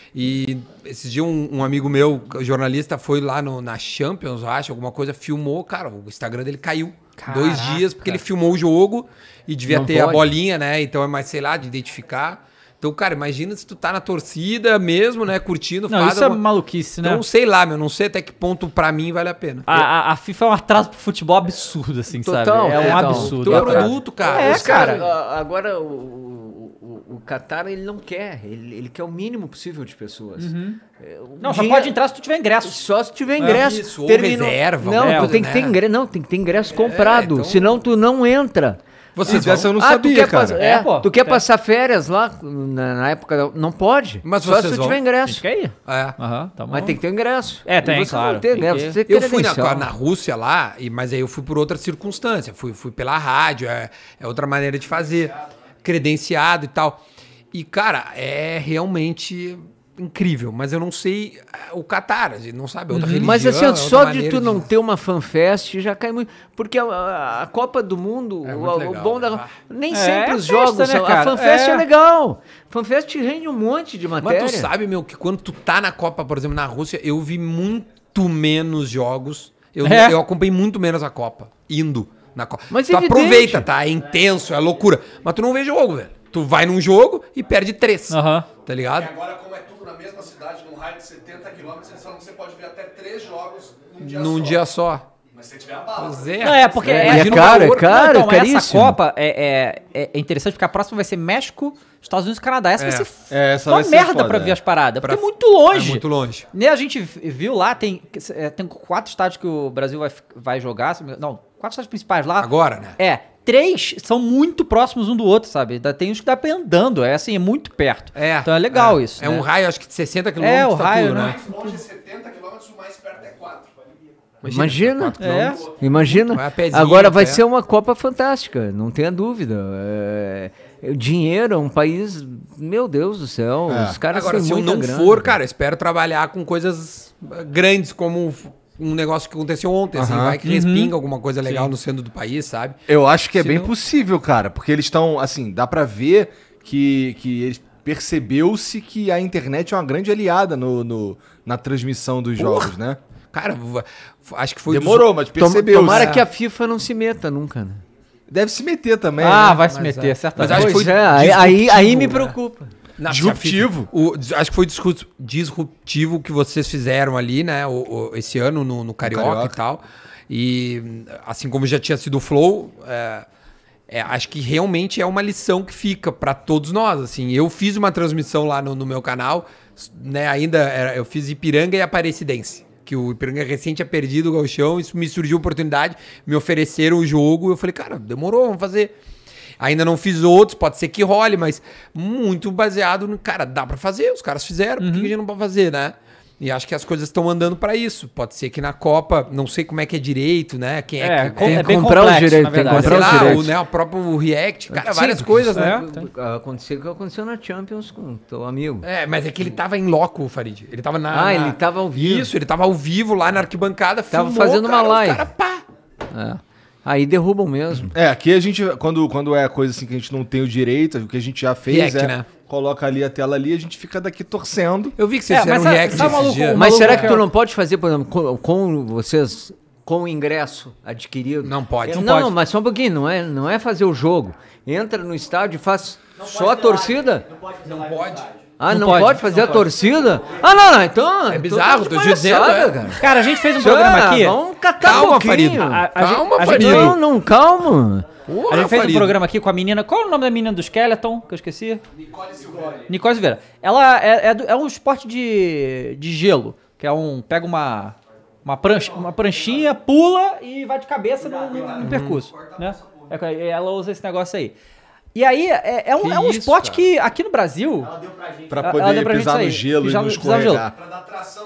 Speaker 6: E esses dias um, um amigo meu, jornalista, foi lá no, na Champions, eu acho, alguma coisa, filmou, cara, o Instagram dele caiu. Dois dias, porque ele filmou o jogo e devia
Speaker 8: Não
Speaker 6: ter a
Speaker 8: pode.
Speaker 6: bolinha, né? Então é mais, sei lá, de identificar. Então, cara, imagina se tu tá na torcida mesmo, né? Curtindo,
Speaker 4: Não,
Speaker 6: faz
Speaker 4: isso é
Speaker 6: alguma-
Speaker 4: maluquice, né?
Speaker 6: Então, sei lá, meu, não sei até que ponto pra mim vale a pena.
Speaker 4: A, a, a FIFA é um atraso pro futebol absurdo, assim,
Speaker 8: Total,
Speaker 4: sabe? É um
Speaker 8: total.
Speaker 4: absurdo.
Speaker 6: Teu
Speaker 4: o atraso.
Speaker 6: produto, cara.
Speaker 4: É,
Speaker 6: Os
Speaker 4: cara.
Speaker 8: a- Agora, o, o, o, o Qatar, ele não quer. Ele, ele quer o mínimo possível de pessoas. É, o
Speaker 4: Não, só
Speaker 8: dinheiro-
Speaker 4: pode entrar se tu tiver ingresso.
Speaker 8: Só se tiver ingresso.
Speaker 6: Isso, ou reserva,
Speaker 8: Não,
Speaker 6: alguma
Speaker 8: tu
Speaker 6: coisa,
Speaker 8: tem que ter
Speaker 6: né?
Speaker 8: ingresso. Não, tem que ter ingresso comprado.
Speaker 6: então-
Speaker 8: Senão tu não entra.
Speaker 6: Vocês
Speaker 3: Essa eu
Speaker 6: vão?
Speaker 3: não
Speaker 8: ah, tu
Speaker 3: sabia,
Speaker 8: quer,
Speaker 3: cara.
Speaker 8: passar-
Speaker 4: É,
Speaker 8: é,
Speaker 4: pô.
Speaker 8: tu quer
Speaker 4: É.
Speaker 8: passar férias lá na, na época? da- Não pode.
Speaker 6: Mas
Speaker 8: Só
Speaker 6: vocês
Speaker 8: se tu
Speaker 6: vão?
Speaker 8: tiver
Speaker 4: A
Speaker 8: ingresso.
Speaker 4: gente quer ir?
Speaker 6: É.
Speaker 4: Aham, tá bom.
Speaker 8: Mas tem que ter ingresso.
Speaker 4: É, tem,
Speaker 8: E você
Speaker 4: claro,
Speaker 8: Não ter,
Speaker 4: tem
Speaker 8: né?
Speaker 4: que-
Speaker 8: Você tem
Speaker 6: Eu fui na,
Speaker 8: credencial.
Speaker 6: na Rússia lá, e, mas aí eu fui por outra circunstância. Fui, fui pela rádio, é, é outra maneira de fazer. Credenciado e tal. E, cara, é realmente incrível. Mas eu não sei é, o Catar, a gente não sabe, é outra religião.
Speaker 8: Mas assim,
Speaker 6: é
Speaker 8: ó,
Speaker 6: outra
Speaker 8: só de
Speaker 6: maneira
Speaker 8: tu não ter uma fanfest já cai muito. Porque a, a- a Copa do Mundo,
Speaker 6: É
Speaker 8: o,
Speaker 6: muito
Speaker 8: o
Speaker 6: legal,
Speaker 8: bom
Speaker 6: né?
Speaker 8: da. Nem
Speaker 4: É,
Speaker 8: sempre os
Speaker 4: festa,
Speaker 8: jogos.
Speaker 4: né,
Speaker 8: são- a
Speaker 4: cara?
Speaker 8: fanfest é.
Speaker 4: É.
Speaker 8: legal. Fanfest rende um monte de matéria.
Speaker 6: Mas tu sabe, meu, que quando tu tá na Copa, por exemplo, na Rússia, eu vi muito menos jogos. Eu,
Speaker 4: É.
Speaker 6: eu acompanhei muito menos a Copa, indo na Copa.
Speaker 8: Mas
Speaker 6: tu
Speaker 8: evidente.
Speaker 6: aproveita, tá? É intenso, é loucura. Mas tu não vê jogo, velho. Tu vai num jogo e perde três.
Speaker 4: Aham.
Speaker 6: Tá ligado?
Speaker 7: Agora, como é tudo na mesma cidade, num raio de setenta quilômetros, eles falam que você pode ver até três jogos num dia
Speaker 6: Num
Speaker 7: só.
Speaker 6: dia só.
Speaker 7: Mas se tiver a bala.
Speaker 6: Pois é.
Speaker 4: Não, é porque
Speaker 8: É,
Speaker 4: é,
Speaker 8: e é
Speaker 6: imagina o
Speaker 8: caro, é
Speaker 6: valor.
Speaker 8: caro,
Speaker 4: Não,
Speaker 8: é
Speaker 4: então, essa
Speaker 8: caríssimo.
Speaker 4: Copa é, é, é interessante porque a próxima vai ser México, Estados Unidos e Canadá. Essa
Speaker 6: É.
Speaker 4: vai ser
Speaker 3: É, essa
Speaker 4: uma
Speaker 3: vai ser
Speaker 4: merda
Speaker 3: foda,
Speaker 4: pra
Speaker 3: é.
Speaker 4: ver as paradas,
Speaker 6: Pra-
Speaker 4: porque é muito longe.
Speaker 6: É muito longe.
Speaker 4: Né, a gente viu lá, tem, é, tem quatro estádios que o Brasil vai, vai jogar. se não me engano- Não, quatro estádios principais lá.
Speaker 6: Agora, né?
Speaker 4: É, três são muito próximos um do outro, sabe? Ainda tem uns que dá pra ir andando, é assim, é muito perto.
Speaker 6: É.
Speaker 4: Então é legal isso.
Speaker 6: É
Speaker 4: né?
Speaker 6: um raio, acho que de sessenta quilômetros.
Speaker 4: É, o
Speaker 6: tá
Speaker 4: raio,
Speaker 6: tudo,
Speaker 4: né?
Speaker 7: Longe é setenta quilômetros, o mais perto é quatro.
Speaker 8: Imagina.
Speaker 6: quatro
Speaker 4: É.
Speaker 6: quilômetros.
Speaker 8: Imagina.
Speaker 6: Vai a pezinho,
Speaker 8: Agora vai
Speaker 6: pé.
Speaker 8: ser uma Copa fantástica, não tenha dúvida. É, o dinheiro é um país, meu Deus do céu,
Speaker 3: É.
Speaker 8: os caras
Speaker 6: Agora,
Speaker 8: têm
Speaker 6: se eu
Speaker 8: muita
Speaker 6: não
Speaker 8: grana.
Speaker 6: for, cara, espero trabalhar com coisas eh, grandes, como um negócio que aconteceu ontem, assim,
Speaker 3: Aham.
Speaker 6: vai que respinga alguma coisa legal no centro do país, sabe?
Speaker 3: Eu acho que é
Speaker 6: Se
Speaker 3: bem
Speaker 6: não-
Speaker 3: possível, cara, porque eles estão, assim, dá pra ver que, que eles percebeu-se que a internet é uma grande aliada no, no- na transmissão dos jogos, né?
Speaker 6: Cara, v- acho que foi dos-
Speaker 3: Demorou, mas
Speaker 8: Tom-
Speaker 3: percebeu.
Speaker 8: Tomara
Speaker 6: né?
Speaker 8: que a FIFA não se meta nunca, né?
Speaker 3: Deve se meter também,
Speaker 4: Ah,
Speaker 3: né?
Speaker 4: vai se
Speaker 6: Mas
Speaker 4: meter,
Speaker 6: é.
Speaker 4: certamente.
Speaker 6: Mas acho que
Speaker 8: Pois
Speaker 6: foi
Speaker 8: é, aí, aí, aí me
Speaker 6: disruptivo, né?
Speaker 8: preocupa.
Speaker 6: Não,
Speaker 3: Disruptivo.
Speaker 6: O, acho que foi disru- disruptivo que vocês fizeram ali, né? o- o- esse ano no, no Carioca,
Speaker 3: Carioca.
Speaker 6: e tal. E assim como já tinha sido o Flow, é, é, acho que realmente é uma lição que fica pra todos nós. Assim, eu fiz uma transmissão lá no, no meu canal, né? Ainda era- eu fiz Ipiranga e Aparecidense. Que o Ipiranga recente tinha perdido o Gauchão, isso me surgiu a oportunidade, me ofereceram o jogo, eu falei, cara, demorou, vamos fazer. Ainda não fiz outros, pode ser que role, mas muito baseado no... Cara, dá pra fazer, os caras fizeram, por que a gente não pode fazer, né? E acho que as coisas estão andando pra isso. Pode ser que na Copa, não sei como é que é direito, né? Quem é,
Speaker 4: É,
Speaker 6: que...
Speaker 4: com-
Speaker 5: Tem
Speaker 4: é
Speaker 5: que
Speaker 4: bem
Speaker 5: comprar os
Speaker 4: complexo,
Speaker 5: direitos,
Speaker 4: na
Speaker 5: tem que
Speaker 4: verdade.
Speaker 6: Sei
Speaker 5: comprar os
Speaker 6: lá, o,
Speaker 5: direitos.
Speaker 6: né, o próprio React, cara,
Speaker 5: Sim,
Speaker 6: várias
Speaker 5: porque
Speaker 6: coisas,
Speaker 5: isso
Speaker 6: né?
Speaker 5: é- Aconteceu o que aconteceu na Champions com o teu amigo.
Speaker 6: É, mas é que ele tava em loco, Farid. Ele tava na...
Speaker 5: Ah,
Speaker 6: na-
Speaker 5: ele tava ao vivo.
Speaker 6: Isso, ele tava ao vivo lá na arquibancada,
Speaker 5: Tava
Speaker 6: filmou,
Speaker 5: fazendo uma
Speaker 6: cara, os
Speaker 5: live.
Speaker 6: cara, pá.
Speaker 5: É. Aí derrubam mesmo.
Speaker 3: É, aqui a gente, quando, quando é coisa assim que a gente não tem o direito, o que a gente já fez
Speaker 6: React,
Speaker 3: é,
Speaker 6: né?
Speaker 3: coloca ali a tela ali, a gente fica daqui torcendo.
Speaker 6: Eu vi que vocês
Speaker 4: É,
Speaker 6: fizeram um
Speaker 4: mas sabe-
Speaker 6: react
Speaker 4: sabe,
Speaker 6: esses
Speaker 4: maluco,
Speaker 6: dias.
Speaker 4: o
Speaker 5: Mas
Speaker 4: maluco
Speaker 5: será que
Speaker 4: que
Speaker 5: tu
Speaker 4: eu-
Speaker 5: não pode fazer, por exemplo, com, com vocês, com o ingresso adquirido?
Speaker 6: Não pode.
Speaker 5: Não,
Speaker 6: Não
Speaker 5: não,
Speaker 4: pode.
Speaker 5: mas só um pouquinho, não é, não é fazer o jogo. Entra no estádio e faz só a torcida?
Speaker 6: Não pode.
Speaker 5: Ah,
Speaker 4: Não
Speaker 5: não,
Speaker 4: pode,
Speaker 5: pode, fazer a torcida? Ah, não, não, então...
Speaker 6: É bizarro, tô te dizendo, é.
Speaker 5: cara.
Speaker 4: Cara, a gente fez um
Speaker 5: Isso
Speaker 4: programa
Speaker 5: é,
Speaker 4: aqui.
Speaker 5: Vamos catar
Speaker 6: Calma,
Speaker 5: um pouquinho.
Speaker 6: Farido.
Speaker 4: A- a
Speaker 6: Calma,
Speaker 4: gente- a gente-
Speaker 6: Farido.
Speaker 5: Não, não, calma.
Speaker 6: Porra,
Speaker 4: A gente fez um
Speaker 6: Farido.
Speaker 4: programa aqui com a menina. Qual é o nome da menina do Skeleton? Que eu esqueci. Nicole Silveira. Nicole Silveira. Ela é, é, do- é um esporte de, de gelo. Que é um. Pega uma. Uma, prancha, uma pranchinha, pula e vai de cabeça no, no- no percurso. Né? É, que ela usa esse negócio aí. E aí, é, é um,
Speaker 6: Que
Speaker 4: é um
Speaker 6: isso,
Speaker 4: esporte
Speaker 6: cara?
Speaker 4: que aqui no Brasil.
Speaker 3: Pra
Speaker 4: Ela-
Speaker 3: poder
Speaker 4: ela deu pra gente
Speaker 3: pisar no
Speaker 4: sair.
Speaker 3: gelo
Speaker 4: Pisar
Speaker 3: e não
Speaker 4: no- pisar no gelo.
Speaker 3: escorregar.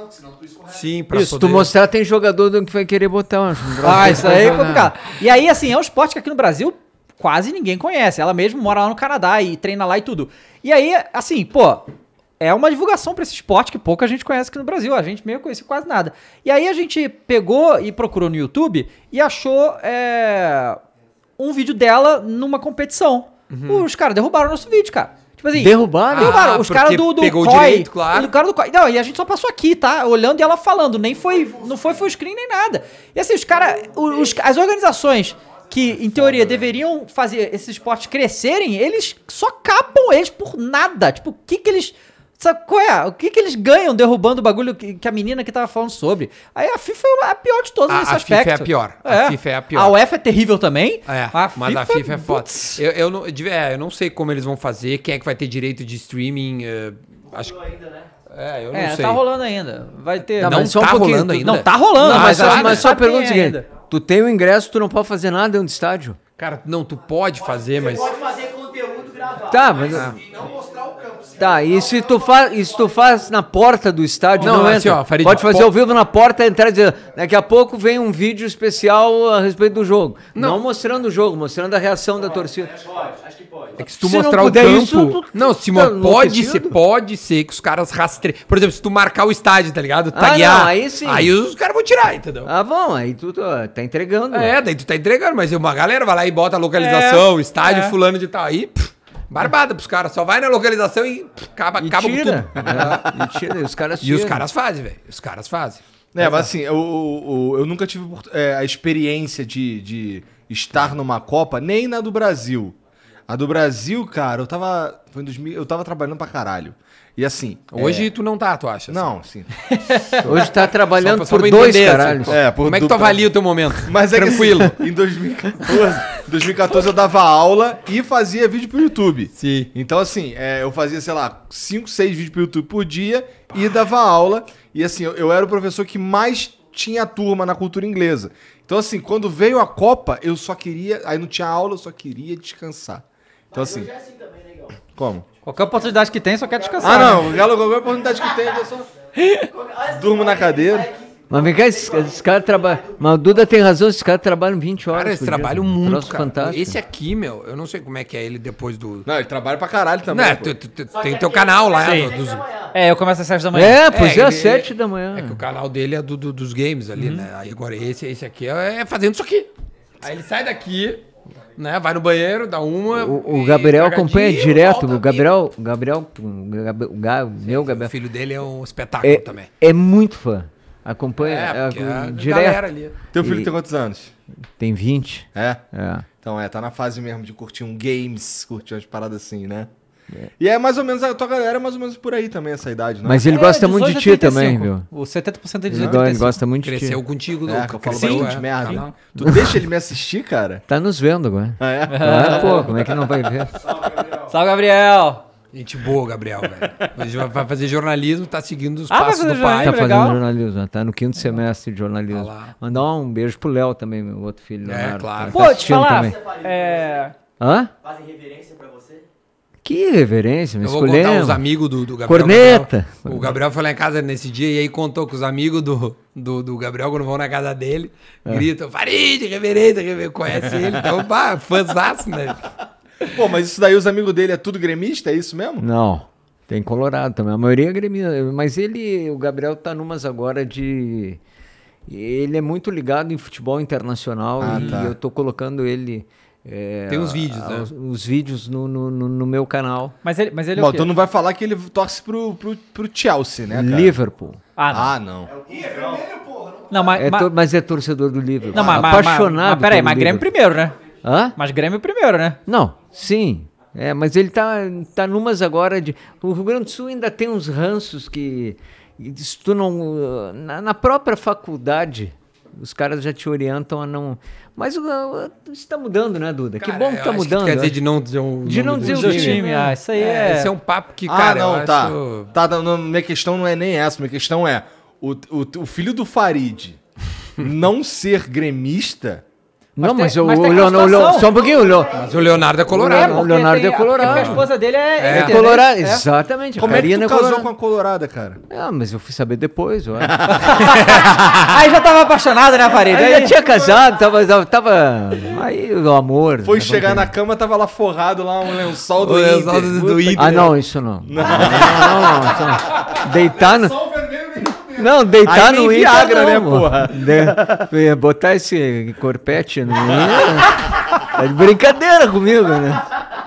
Speaker 6: Sim, pra
Speaker 5: Isso,
Speaker 6: poder...
Speaker 5: tu mostrar, tem jogador que vai querer botar um troço
Speaker 4: Ah,
Speaker 5: desse
Speaker 4: isso aí é
Speaker 5: pra jogar.
Speaker 4: complicado. E aí, assim, é um esporte que aqui no Brasil quase ninguém conhece. Ela mesmo mora lá no Canadá e treina lá e tudo. E aí, assim, pô, é uma divulgação pra esse esporte que pouca gente conhece aqui no Brasil. A gente meio conhece quase nada. E aí a gente pegou e procurou no YouTube e achou é, um vídeo dela numa competição. Os caras derrubaram o nosso vídeo, cara. Tipo assim,
Speaker 5: Derrubaram?
Speaker 4: derrubaram.
Speaker 6: Ah,
Speaker 4: Os caras
Speaker 6: porque
Speaker 4: do, do
Speaker 6: pegou o
Speaker 4: C O I.
Speaker 6: direito, claro.
Speaker 4: O cara do C O I. Não, e a gente só passou aqui, tá? Olhando e ela falando. Nem foi, não foi full screen nem nada. E assim, os caras, os, as organizações que, em teoria, deveriam fazer esses esportes crescerem, eles só capam eles por nada. Tipo, o que que eles... Sabe qual é? O que que eles ganham derrubando o bagulho que, que a menina que tava falando sobre? Aí a FIFA é a pior de todos
Speaker 6: A-
Speaker 4: nesse
Speaker 6: a
Speaker 4: aspecto.
Speaker 6: FIFA é a pior. A FIFA é a pior.
Speaker 4: A UEFA é terrível também.
Speaker 6: É,
Speaker 4: a
Speaker 6: mas a FIFA é foda.
Speaker 4: putz.
Speaker 6: Eu, eu, não, de- é, eu não sei como eles vão fazer, quem é que vai ter direito de streaming. eh, acho que. É, eu não
Speaker 4: É,
Speaker 6: sei.
Speaker 4: tá rolando ainda. Vai ter...
Speaker 5: Tá,
Speaker 6: Não
Speaker 5: mas só um
Speaker 6: tá
Speaker 5: pouquinho,
Speaker 6: rolando
Speaker 5: tu-
Speaker 6: ainda.
Speaker 4: Não, tá rolando.
Speaker 5: Não, mas,
Speaker 4: a
Speaker 5: só,
Speaker 4: gente
Speaker 5: mas só
Speaker 4: sabe
Speaker 5: pergunta o
Speaker 4: quem é
Speaker 5: seguinte:
Speaker 4: ainda.
Speaker 5: tu tem o ingresso, tu não pode fazer nada dentro do estádio?
Speaker 6: Cara, não, tu pode fazer, mas.
Speaker 9: Pode fazer conteúdo gravado.
Speaker 5: Tá, mas. Tá, e se tu faz, e se tu faz na porta do estádio,
Speaker 6: Não,
Speaker 5: não,
Speaker 6: assim,
Speaker 5: entra.
Speaker 6: ó, Farid,
Speaker 5: pode fazer
Speaker 6: po-
Speaker 5: ao vivo na porta, entrar e dizer, daqui a pouco vem um vídeo especial a respeito do jogo. Não, mostrando o jogo, mostrando a reação da torcida.
Speaker 6: É que se tu
Speaker 5: Se não
Speaker 6: mostrar o
Speaker 5: puder
Speaker 6: campo.
Speaker 5: isso, tu-
Speaker 6: não, se
Speaker 5: tá
Speaker 6: mo- pode
Speaker 5: enlouquecido?
Speaker 6: ser, pode ser que os caras rastreiem. Por exemplo, se tu marcar o estádio, tá ligado?
Speaker 5: Ah,
Speaker 6: Taguear.
Speaker 5: não, aí sim.
Speaker 6: Aí os caras vão tirar, entendeu?
Speaker 5: Ah, bom, aí tu tá, tá entregando.
Speaker 6: É, daí tu tá entregando, mas uma galera vai lá e bota a localização,
Speaker 4: É,
Speaker 6: estádio
Speaker 4: é.
Speaker 6: fulano de tal. Aí, pff, barbada pros caras. Só vai na localização e pff, acaba,
Speaker 5: E
Speaker 6: acaba
Speaker 5: tira.
Speaker 6: com tudo.
Speaker 5: É, e tira, e os caras
Speaker 6: E os
Speaker 5: tiram.
Speaker 6: caras fazem, velho. Os caras fazem.
Speaker 3: É, mas assim, eu, eu, eu nunca tive opor- é, a experiência de, de estar numa Copa, nem na do Brasil. A do Brasil, cara, eu tava. Foi em dois mil, eu tava trabalhando pra caralho. E assim.
Speaker 6: Hoje
Speaker 3: é,
Speaker 6: tu não tá, tu acha? assim?
Speaker 3: Não, sim.
Speaker 5: Hoje tá trabalhando
Speaker 6: Só pra- só
Speaker 5: por
Speaker 6: pra
Speaker 5: dois
Speaker 6: entender,
Speaker 5: caralhos.
Speaker 6: assim,
Speaker 3: É, por
Speaker 6: Como é que
Speaker 3: do-
Speaker 6: tu avalia o teu momento?
Speaker 3: Mas é
Speaker 6: Tranquilo.
Speaker 3: que assim, em dois mil e quatorze, dois mil e quatorze eu dava aula e fazia vídeo pro YouTube.
Speaker 6: Sim.
Speaker 3: Então, assim, é, eu fazia, sei lá, cinco, seis vídeos pro YouTube por dia e dava aula. E assim, eu, eu era o professor que mais tinha turma na cultura inglesa. Então, assim, quando veio a Copa, eu só queria. Aí não tinha aula, eu só queria descansar. Então, assim. Como?
Speaker 4: Qualquer oportunidade que tem, só quer descansar.
Speaker 3: Ah,
Speaker 4: né?
Speaker 3: não, Galo, qualquer oportunidade que tem, eu só. Durmo na cadeira.
Speaker 5: Mas vem cá, esses, esses caras trabalham. Mas o Duda tem razão, esses caras trabalham vinte horas.
Speaker 6: Cara, eles
Speaker 5: por dia.
Speaker 6: trabalham
Speaker 5: Um
Speaker 6: muito,
Speaker 5: troço
Speaker 6: cara.
Speaker 5: fantástico.
Speaker 6: Esse aqui, meu, eu não sei como é que é ele depois do...
Speaker 3: Não, ele trabalha pra caralho também.
Speaker 6: Não,
Speaker 3: pô.
Speaker 6: tu, tu- tu- tem o teu canal lá,
Speaker 4: Sim.
Speaker 6: do- dos,
Speaker 4: É, eu começo às sete da manhã.
Speaker 5: É, pois é,
Speaker 6: É,
Speaker 5: às
Speaker 6: ele-
Speaker 5: sete da manhã.
Speaker 6: É que o canal dele é do, do- dos games ali, né? Aí agora esse, esse aqui é, é fazendo isso aqui. Aí ele sai daqui, né? Vai no banheiro, dá uma.
Speaker 5: O, o
Speaker 6: e
Speaker 5: Gabriel
Speaker 6: cagadinho,
Speaker 5: acompanha direto.
Speaker 6: volta
Speaker 5: O Gabriel, o Gabriel, o Gab- o Ga- o meu
Speaker 6: e-
Speaker 5: Gabriel,
Speaker 6: O filho dele é um espetáculo
Speaker 5: é,
Speaker 6: também.
Speaker 5: é muito fã. Acompanha
Speaker 6: É, porque
Speaker 5: é,
Speaker 6: a
Speaker 5: direto.
Speaker 6: galera ali.
Speaker 3: Teu filho
Speaker 5: E-
Speaker 3: tem quantos anos?
Speaker 5: Tem vinte.
Speaker 3: É?
Speaker 5: É.
Speaker 3: Então é, tá na fase mesmo de curtir um games, curtir umas paradas assim, né? E é mais ou menos, a tua galera é mais ou menos por aí também, essa idade, né?
Speaker 5: Mas ele
Speaker 4: É,
Speaker 5: gosta muito de
Speaker 4: dezoito
Speaker 5: ti
Speaker 4: a trinta e cinco.
Speaker 5: também, viu?
Speaker 4: O setenta por cento é
Speaker 5: Ele,
Speaker 4: dezoito a
Speaker 5: go- ele
Speaker 4: trinta e cinco.
Speaker 5: gosta muito de
Speaker 6: Cresceu
Speaker 5: ti.
Speaker 6: contigo,
Speaker 3: É,
Speaker 6: no-
Speaker 3: que eu falo
Speaker 6: cresceu,
Speaker 3: bastante
Speaker 6: é,
Speaker 3: merda.
Speaker 6: canal.
Speaker 3: Tu deixa ele me assistir, cara?
Speaker 5: Tá nos vendo agora.
Speaker 3: Ah, é?
Speaker 5: Ah, pô, como é que não vai ver?
Speaker 4: Salve, Gabriel!
Speaker 6: Gente boa, Gabriel, velho. Mas vai- vai fazer jornalismo, tá seguindo os
Speaker 4: Ah, vai
Speaker 6: passos
Speaker 4: fazer
Speaker 6: do pai.
Speaker 5: Tá
Speaker 4: jornalismo,
Speaker 5: fazendo
Speaker 4: legal.
Speaker 5: jornalismo, tá no quinto semestre de jornalismo.
Speaker 6: Tá lá.
Speaker 5: Mandar um beijo pro Léo também, meu outro filho.
Speaker 6: É,
Speaker 5: Leonardo,
Speaker 6: claro.
Speaker 5: tá
Speaker 4: Pô, te
Speaker 5: assistindo
Speaker 4: falar,
Speaker 5: também.
Speaker 4: é,
Speaker 8: Hã?
Speaker 9: Fazem reverência pra você?
Speaker 8: Que reverência, me
Speaker 6: Eu vou contar
Speaker 8: escolhemos.
Speaker 6: os amigos do, do Gabriel.
Speaker 8: Corneta.
Speaker 6: Gabriel. O Gabriel foi lá em casa nesse dia e aí contou que os amigos do, do, do Gabriel, quando vão na casa dele,
Speaker 8: É.
Speaker 6: gritam, Farid, reverência, reverência, conhece ele. Então, pá, fãzaço, né?
Speaker 3: Pô, mas isso daí, os amigos dele é tudo gremista, é isso mesmo?
Speaker 8: Não, tem Colorado também. A maioria é gremista. Mas ele, o Gabriel tá numas agora de... Ele é muito ligado em futebol internacional
Speaker 3: Ah,
Speaker 8: e
Speaker 3: tá.
Speaker 8: eu tô colocando ele... é,
Speaker 6: Tem uns vídeos, né?
Speaker 8: Os, os vídeos no, no, no- no meu canal.
Speaker 4: Mas ele, mas ele é
Speaker 3: Bom,
Speaker 4: o quê?
Speaker 3: tu não vai falar que ele torce pro, pro, pro Chelsea, né, cara?
Speaker 8: Liverpool.
Speaker 4: Ah, não.
Speaker 3: Ah, não.
Speaker 4: Não, mas...
Speaker 8: É
Speaker 4: mas-
Speaker 8: tor- mas é torcedor do Liverpool.
Speaker 4: Não, mas, mas, mas,
Speaker 8: apaixonado
Speaker 4: mas peraí,
Speaker 8: pelo
Speaker 4: mas Grêmio
Speaker 8: Liverpool.
Speaker 4: primeiro, né?
Speaker 8: Hã?
Speaker 4: Mas Grêmio primeiro, né?
Speaker 8: Não, sim. É, mas ele tá, tá numas agora de... O Rio Grande do Sul ainda tem uns ranços que... Se tu não... Na, na própria faculdade, os caras já te orientam a não... Mas uh, uh, isso tá mudando, né, Duda?
Speaker 6: Cara,
Speaker 8: que bom que
Speaker 6: eu
Speaker 8: tá
Speaker 6: acho
Speaker 8: mudando.
Speaker 6: quer dizer
Speaker 8: né?
Speaker 6: de não dizer um
Speaker 8: De não
Speaker 6: nome
Speaker 8: dizer
Speaker 6: do
Speaker 8: o
Speaker 4: Do
Speaker 8: time,
Speaker 4: time,
Speaker 8: né?
Speaker 4: ah, isso aí
Speaker 6: É,
Speaker 4: é...
Speaker 6: esse é um papo que,
Speaker 3: Ah,
Speaker 6: cara,
Speaker 3: não,
Speaker 6: eu
Speaker 3: tá.
Speaker 6: acho...
Speaker 3: Tá, tá, não, minha questão não é nem essa. Minha questão é o, o, o filho do Farid não ser gremista.
Speaker 8: Não,
Speaker 4: Mas
Speaker 8: mas,
Speaker 4: tem-
Speaker 8: o,
Speaker 4: mas
Speaker 8: o
Speaker 4: tem
Speaker 8: Leonardo...
Speaker 4: aquela situação.
Speaker 8: Só um pouquinho, o Leo-
Speaker 6: Mas o Leonardo é
Speaker 8: É,
Speaker 6: colorado.
Speaker 8: o
Speaker 4: porque
Speaker 8: Leonardo
Speaker 4: tem
Speaker 8: é
Speaker 4: a-
Speaker 8: colorado.
Speaker 4: Porque a esposa dele é...
Speaker 8: É
Speaker 4: Inter, né?
Speaker 8: colorado,
Speaker 4: É.
Speaker 8: exatamente.
Speaker 3: Como é que
Speaker 8: Karina
Speaker 3: tu casou
Speaker 8: colorada.
Speaker 3: com a colorada, cara?
Speaker 8: Ah, mas eu fui saber depois, ué.
Speaker 4: Aí já tava apaixonado, né, Farid?
Speaker 8: Aí
Speaker 4: Aí
Speaker 8: já tinha casado, tava, tava, tava... Aí o amor...
Speaker 3: Foi
Speaker 8: né,
Speaker 3: chegar
Speaker 8: vamos
Speaker 3: na cama, tava lá forrado, lá um lençol do
Speaker 6: O
Speaker 3: Inter.
Speaker 6: lençol do- do
Speaker 3: Puta
Speaker 6: Inter.
Speaker 3: que-
Speaker 8: Ah, não, isso não. Não, não, não. isso não. Deitar no... Não, deitar
Speaker 3: Aí nem
Speaker 8: no Inter
Speaker 3: Viagra,
Speaker 8: não,
Speaker 3: né,
Speaker 8: pô.
Speaker 3: porra?
Speaker 8: De- botar esse corpete no Inter... É de brincadeira comigo, né?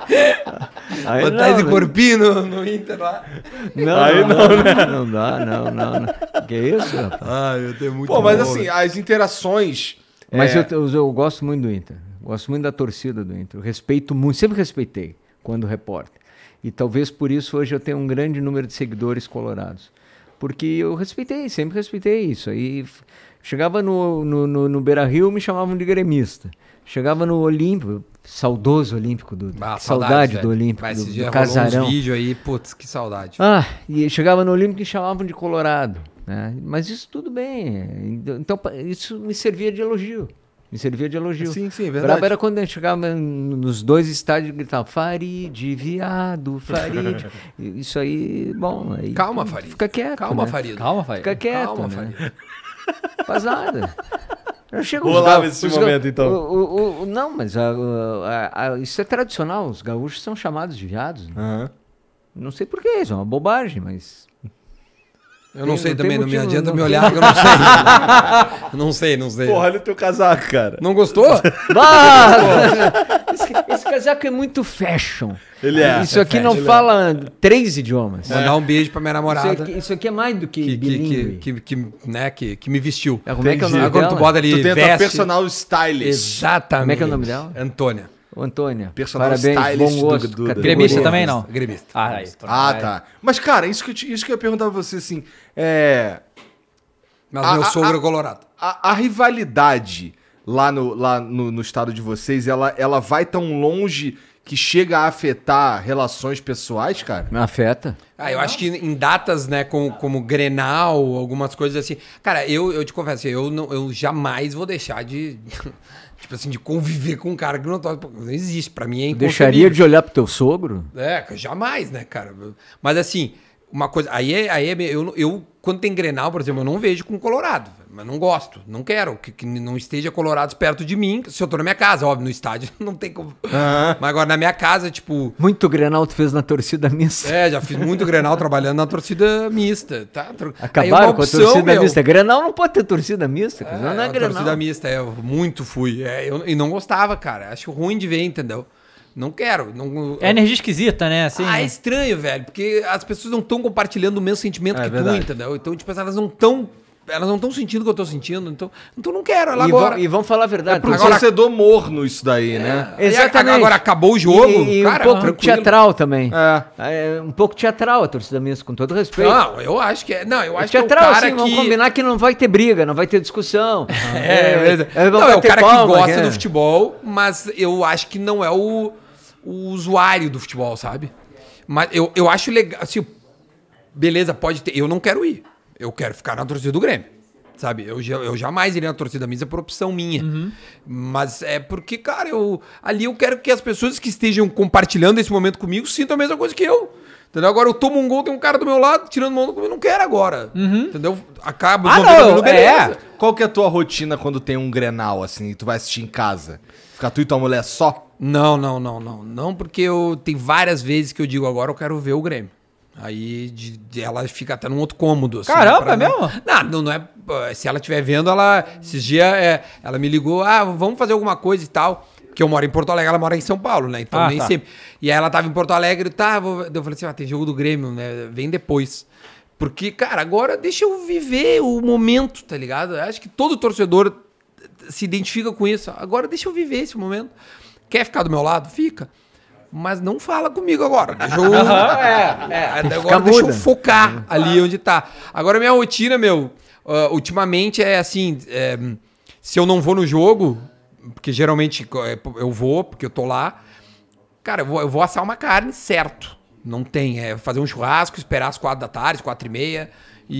Speaker 8: Aí
Speaker 6: Botar
Speaker 8: não,
Speaker 6: esse
Speaker 8: né?
Speaker 6: corpinho no, no Inter lá.
Speaker 8: Não,
Speaker 3: Aí
Speaker 8: não,
Speaker 3: não,
Speaker 8: não,
Speaker 3: né?
Speaker 8: não dá, não, não, não. Que isso, rapaz?
Speaker 6: Ah, eu tenho muito
Speaker 3: Pô, mas
Speaker 6: bom,
Speaker 3: assim,
Speaker 6: né?
Speaker 3: as interações...
Speaker 8: Mas
Speaker 3: é,
Speaker 8: eu, eu, eu gosto muito do Inter. Gosto muito da torcida do Inter. Eu respeito muito, sempre respeitei quando repórter. E talvez por isso hoje eu tenho um grande número de seguidores colorados. Porque eu respeitei, sempre respeitei isso. Aí f- chegava no, no, no, no Beira-Rio, me chamavam de gremista. Chegava no Olímpico, saudoso Olímpico, do,
Speaker 6: Ah,
Speaker 8: que saudade do
Speaker 6: velho.
Speaker 8: Olímpico,
Speaker 6: Mas
Speaker 8: do,
Speaker 6: esse
Speaker 8: do
Speaker 6: dia rolou
Speaker 8: casarão.
Speaker 6: uns vídeos aí, putz, que saudade.
Speaker 8: Ah, e chegava no Olímpico e chamavam de Colorado, né? Mas isso tudo bem. Então pa- isso me servia de elogio. Me servia de elogio.
Speaker 3: Sim, sim, é verdade.
Speaker 8: Brabo era quando a gente chegava nos dois estádios e gritava Farid, viado, Farid. Isso aí, bom. Aí
Speaker 6: Calma,
Speaker 8: tu
Speaker 6: Farid.
Speaker 8: Fica quieto.
Speaker 6: Calma,
Speaker 8: né?
Speaker 6: Farid.
Speaker 4: Calma, Farid.
Speaker 8: Fica quieto.
Speaker 6: Calma,
Speaker 8: né?
Speaker 6: Farid.
Speaker 8: Faz nada. Já chega os
Speaker 3: Rolava
Speaker 8: ga-
Speaker 3: esse
Speaker 8: os
Speaker 3: momento,
Speaker 8: ga-
Speaker 3: então.
Speaker 8: o- o- o- não, mas a- a- a- isso é tradicional. Os gaúchos são chamados de viados. Né?
Speaker 3: Aham.
Speaker 8: Não sei porquê, isso é uma bobagem, mas.
Speaker 6: Eu não
Speaker 8: Tem-
Speaker 6: sei
Speaker 8: não
Speaker 6: também,
Speaker 8: tem
Speaker 6: não me
Speaker 8: motivo,
Speaker 6: adianta
Speaker 8: não
Speaker 6: me
Speaker 8: tem-
Speaker 6: olhar que eu não sei. não sei, não sei.
Speaker 3: Porra, olha o teu casaco, cara.
Speaker 6: Não gostou?
Speaker 8: Bah! esse, esse casaco é muito fashion.
Speaker 3: Ele é.
Speaker 8: Isso
Speaker 3: é
Speaker 8: aqui
Speaker 3: fashion.
Speaker 8: não fala três idiomas.
Speaker 6: Mandar um beijo pra minha
Speaker 8: Isso
Speaker 6: namorada.
Speaker 8: aqui, isso aqui é mais do que,
Speaker 6: Que, que,
Speaker 8: bilíngue.
Speaker 6: que, que, que, né, que, que me vestiu.
Speaker 8: É, como é que é o
Speaker 3: Entendi.
Speaker 8: nome
Speaker 6: Aí quando tu
Speaker 8: dela?
Speaker 6: bota ali,
Speaker 3: Tu tem a tua
Speaker 6: veste...
Speaker 3: personal stylist.
Speaker 6: Exatamente.
Speaker 8: Como é que é o nome dela?
Speaker 6: Antônia.
Speaker 8: Ô, Antônia,
Speaker 3: Personal
Speaker 8: parabéns,
Speaker 3: stylist
Speaker 8: bom
Speaker 3: do-
Speaker 8: gosto.
Speaker 3: do- do-
Speaker 8: categoria.
Speaker 4: Gremista também, não?
Speaker 6: Gremista.
Speaker 4: Ah, aí.
Speaker 3: Ah,
Speaker 4: Aí.
Speaker 3: tá. Mas, cara, isso que, eu, te- isso que eu ia perguntar pra você, assim, é...
Speaker 6: Mas
Speaker 3: Ah,
Speaker 6: meu
Speaker 3: ah,
Speaker 6: sogro
Speaker 3: ah.
Speaker 6: é colorado.
Speaker 3: A, a rivalidade lá, no, lá no, no estado de vocês, ela, ela vai tão longe que chega a afetar relações pessoais, cara?
Speaker 8: Me afeta.
Speaker 6: Ah, eu acho que em datas, né, como, como Grenal, algumas coisas assim. Cara, eu, eu te confesso, eu, não, eu jamais vou deixar de. Tipo assim, de conviver com um cara que não torce. Não existe. Pra mim é inconcebível.
Speaker 8: Deixaria de olhar pro teu sogro?
Speaker 6: É, jamais, né, cara? Mas assim, uma coisa. Aí é. Aí é eu, eu, quando tem Grenal, por exemplo, eu não vejo com Colorado. Mas não gosto, não quero que, que não esteja colorados perto de mim. Se eu tô na minha casa, óbvio, no estádio não tem como. Mas agora na minha casa, tipo.
Speaker 8: Muito Grenal tu fez na torcida mista.
Speaker 6: É, já fiz muito Grenal trabalhando na torcida mista, tá? Aí é
Speaker 8: Acabaram
Speaker 6: uma
Speaker 8: com a
Speaker 6: opção,
Speaker 8: torcida
Speaker 6: meu.
Speaker 8: mista. Grenal não pode ter torcida mista, cara.
Speaker 6: É,
Speaker 8: não, não é
Speaker 6: a
Speaker 8: Grenal.
Speaker 6: torcida mista, é, eu muito fui. É, eu, e não gostava, cara. Acho ruim de ver, entendeu? Não quero. Não,
Speaker 4: É energia esquisita, né? Assim,
Speaker 6: Ah, é estranho, velho, porque as pessoas não estão compartilhando o mesmo sentimento
Speaker 3: É,
Speaker 6: que
Speaker 3: verdade.
Speaker 6: tu, entendeu? Então, tipo, elas não estão. Elas não estão sentindo o que eu tô sentindo, então, então não quero ela
Speaker 8: E,
Speaker 6: agora.
Speaker 8: vão, e vamos falar a verdade.
Speaker 3: É pro
Speaker 6: Agora-
Speaker 3: torcedor morno isso daí, né?
Speaker 6: Aí,
Speaker 8: Exatamente.
Speaker 6: Agora acabou o jogo,
Speaker 8: E, e
Speaker 6: cara,
Speaker 8: um pouco
Speaker 6: tranquilo.
Speaker 8: teatral também.
Speaker 3: É.
Speaker 8: É, um pouco teatral a torcida mista, com todo respeito.
Speaker 6: Não, eu acho que é. Não, eu acho que é o
Speaker 8: teatral,
Speaker 6: cara
Speaker 8: assim, vamos
Speaker 6: que.
Speaker 8: combinar que não vai ter briga, não vai ter discussão.
Speaker 6: É, é, verdade.
Speaker 8: é,
Speaker 6: não, é o
Speaker 8: bater
Speaker 6: cara
Speaker 8: palma,
Speaker 6: que gosta
Speaker 8: é.
Speaker 6: do futebol, mas eu acho que não é o, o usuário do futebol, sabe? Mas eu, eu acho legal, assim, beleza, pode ter. Eu não quero ir. Eu quero ficar na torcida do Grêmio. sabe? Eu, ja- eu jamais iria na torcida mista por opção minha. Mas é porque, cara, eu ali eu quero que as pessoas que estejam compartilhando esse momento comigo sintam a mesma coisa que eu. Entendeu? Agora eu tomo um gol, tem um cara do meu lado tirando mão comigo, eu não quero agora. Entendeu? Acaba os
Speaker 4: Ah,
Speaker 6: noventa
Speaker 4: não,
Speaker 6: minutos, beleza.
Speaker 4: é.
Speaker 3: Qual que é a tua rotina quando tem um Grenal, assim, e tu vai assistir em casa? Fica tu e tua mulher só?
Speaker 6: Não, não, não, não. Não, porque eu tem várias vezes que eu digo agora eu quero ver o Grêmio. Aí de, de- ela fica até num outro cômodo. Assim,
Speaker 4: Caramba,
Speaker 6: pra
Speaker 4: é
Speaker 6: não-
Speaker 4: mesmo?
Speaker 6: Não, não, não é. Se ela estiver vendo, ela. Esses dias é, ela me ligou, ah, vamos fazer alguma coisa e tal. Porque eu moro em Porto Alegre, ela mora em São Paulo, né? Então
Speaker 4: Ah,
Speaker 6: nem
Speaker 4: tá.
Speaker 6: sempre. E aí ela tava em Porto Alegre, tá? Vou... Eu falei assim, ah, tem jogo do Grêmio, né? Vem depois. Porque, cara, agora deixa eu viver o momento, tá ligado? Eu acho que todo torcedor se identifica com isso. Agora deixa eu viver esse momento. Quer ficar do meu lado? Fica. Mas não fala comigo agora. Deixa eu, é, é, agora
Speaker 5: ficar
Speaker 6: deixa eu
Speaker 5: muda.
Speaker 6: focar ali onde tá. Agora, minha rotina, meu, uh, ultimamente é assim: é, se eu não vou no jogo, porque geralmente é, eu vou, porque eu tô lá, cara, eu vou, eu vou assar uma carne, certo. Não tem. É fazer um churrasco, esperar às quatro da tarde, quatro e meia,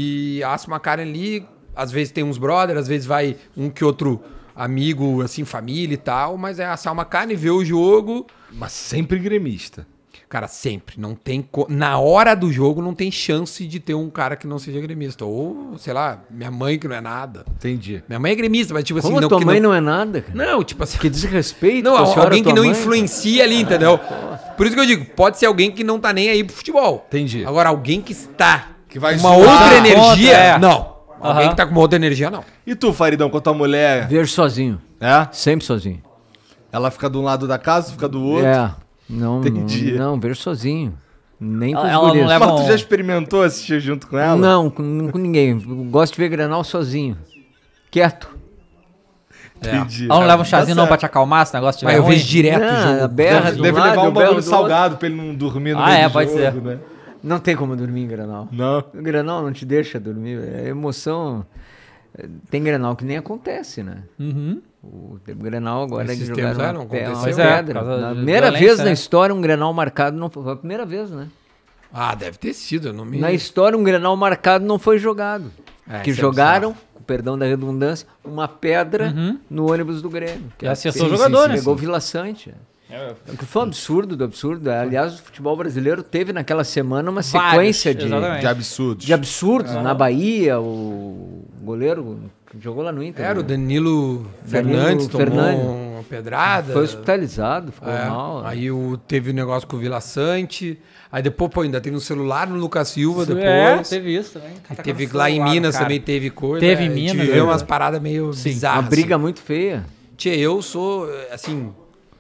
Speaker 6: e asso uma carne ali. Às vezes tem uns brothers, às vezes vai um que outro amigo, assim, família e tal, mas é assar uma carne, ver o jogo.
Speaker 3: Mas sempre gremista.
Speaker 6: Cara, sempre. Não tem. Co... Na hora do jogo não tem chance de ter um cara que não seja gremista. Ou, sei lá, minha mãe que não é nada.
Speaker 3: Entendi.
Speaker 6: Minha mãe é gremista, mas tipo
Speaker 5: Como
Speaker 6: assim.
Speaker 5: a tua
Speaker 6: que
Speaker 5: mãe não... é nada, cara?
Speaker 6: Não, tipo assim.
Speaker 5: Que desrespeito
Speaker 6: Não,
Speaker 5: com a senhora,
Speaker 6: alguém que
Speaker 5: tua
Speaker 6: não
Speaker 5: mãe,
Speaker 6: influencia ali, entendeu? Por isso que eu digo, pode ser alguém que não tá nem aí pro futebol.
Speaker 3: Entendi.
Speaker 6: Agora, alguém que está
Speaker 3: Que vai
Speaker 6: com uma
Speaker 3: zoar
Speaker 6: outra
Speaker 3: contra,
Speaker 6: energia,
Speaker 4: é.
Speaker 6: não. Alguém
Speaker 4: Aham.
Speaker 6: que tá com uma outra energia, não.
Speaker 3: E tu, Faridão, com a tua mulher,
Speaker 5: Vejo sozinho.
Speaker 3: é?
Speaker 5: Sempre sozinho.
Speaker 3: Ela fica de um lado da casa, fica do outro?
Speaker 5: É. Não,
Speaker 3: Entendi.
Speaker 5: não, não, vejo sozinho. Nem com
Speaker 4: Ela-
Speaker 5: os
Speaker 4: ela não
Speaker 5: guris.
Speaker 4: leva-
Speaker 3: Mas tu já experimentou assistir junto com ela?
Speaker 5: Não, com, com ninguém. Eu gosto de ver Grenal sozinho. Quieto.
Speaker 3: Entendi.
Speaker 4: Ela não leva um chazinho
Speaker 3: Tá
Speaker 4: não pra
Speaker 3: certo.
Speaker 4: te acalmar se o negócio
Speaker 6: Mas
Speaker 4: estiver
Speaker 6: eu
Speaker 4: ruim?
Speaker 6: vejo direto o
Speaker 5: Não,
Speaker 6: jogo.
Speaker 5: a berra
Speaker 3: Deve,
Speaker 5: do
Speaker 3: deve
Speaker 5: lado,
Speaker 3: levar
Speaker 5: o
Speaker 3: um
Speaker 5: berro
Speaker 3: bagulho
Speaker 5: do
Speaker 3: salgado pra ele não dormir no
Speaker 4: Ah,
Speaker 3: meio
Speaker 4: é,
Speaker 3: do
Speaker 4: pode
Speaker 3: jogo,
Speaker 4: ser.
Speaker 3: né?
Speaker 5: outro. Não tem como dormir em Grenal.
Speaker 3: Não.
Speaker 5: O Grenal não te deixa dormir. É emoção. Tem Grenal que nem acontece, né?
Speaker 4: Uhum.
Speaker 5: O o Grenal agora é de
Speaker 6: Esses
Speaker 5: jogar
Speaker 6: tempos, é,
Speaker 5: uma
Speaker 6: não
Speaker 5: pe- uma
Speaker 6: aconteceu.
Speaker 4: Pois é,
Speaker 5: pedra.
Speaker 4: por causa
Speaker 5: Na
Speaker 4: de
Speaker 5: primeira
Speaker 4: violência,
Speaker 5: vez na
Speaker 4: né?
Speaker 5: história um Grenal marcado não foi, foi a primeira vez, né?
Speaker 6: Ah, deve ter sido. Eu não me...
Speaker 5: Na história um Grenal marcado não foi jogado.
Speaker 6: É,
Speaker 5: que
Speaker 6: isso é
Speaker 5: jogaram, com perdão da redundância, uma pedra no ônibus do Grêmio.
Speaker 4: E acertou o
Speaker 3: Sim,
Speaker 4: jogador,
Speaker 3: sim,
Speaker 4: né?
Speaker 5: Pegou o Vila Sante. O que foi um absurdo do absurdo. Aliás, o futebol brasileiro teve naquela semana uma
Speaker 4: Vários,
Speaker 5: sequência de,
Speaker 4: exatamente.
Speaker 3: De absurdos.
Speaker 5: de absurdos. Na Bahia, o goleiro que jogou lá no Inter.
Speaker 6: Era o
Speaker 5: né?
Speaker 6: Danilo Fernandes, tomou
Speaker 5: Fernandes.
Speaker 6: uma pedrada.
Speaker 5: Foi hospitalizado, ficou
Speaker 6: É,
Speaker 5: mal.
Speaker 6: aí o, teve o negócio com o Vila Sante. Aí depois, pô, ainda teve um celular no Lucas Silva depois.
Speaker 4: É, teve isso também.
Speaker 6: Aí teve lá em Minas também teve coisa.
Speaker 4: Teve em
Speaker 6: é, a gente
Speaker 4: Minas,
Speaker 6: viveu
Speaker 4: é.
Speaker 6: umas paradas meio bizarras.
Speaker 5: Uma briga
Speaker 6: assim.
Speaker 5: muito feia.
Speaker 6: Tchê, eu sou, assim...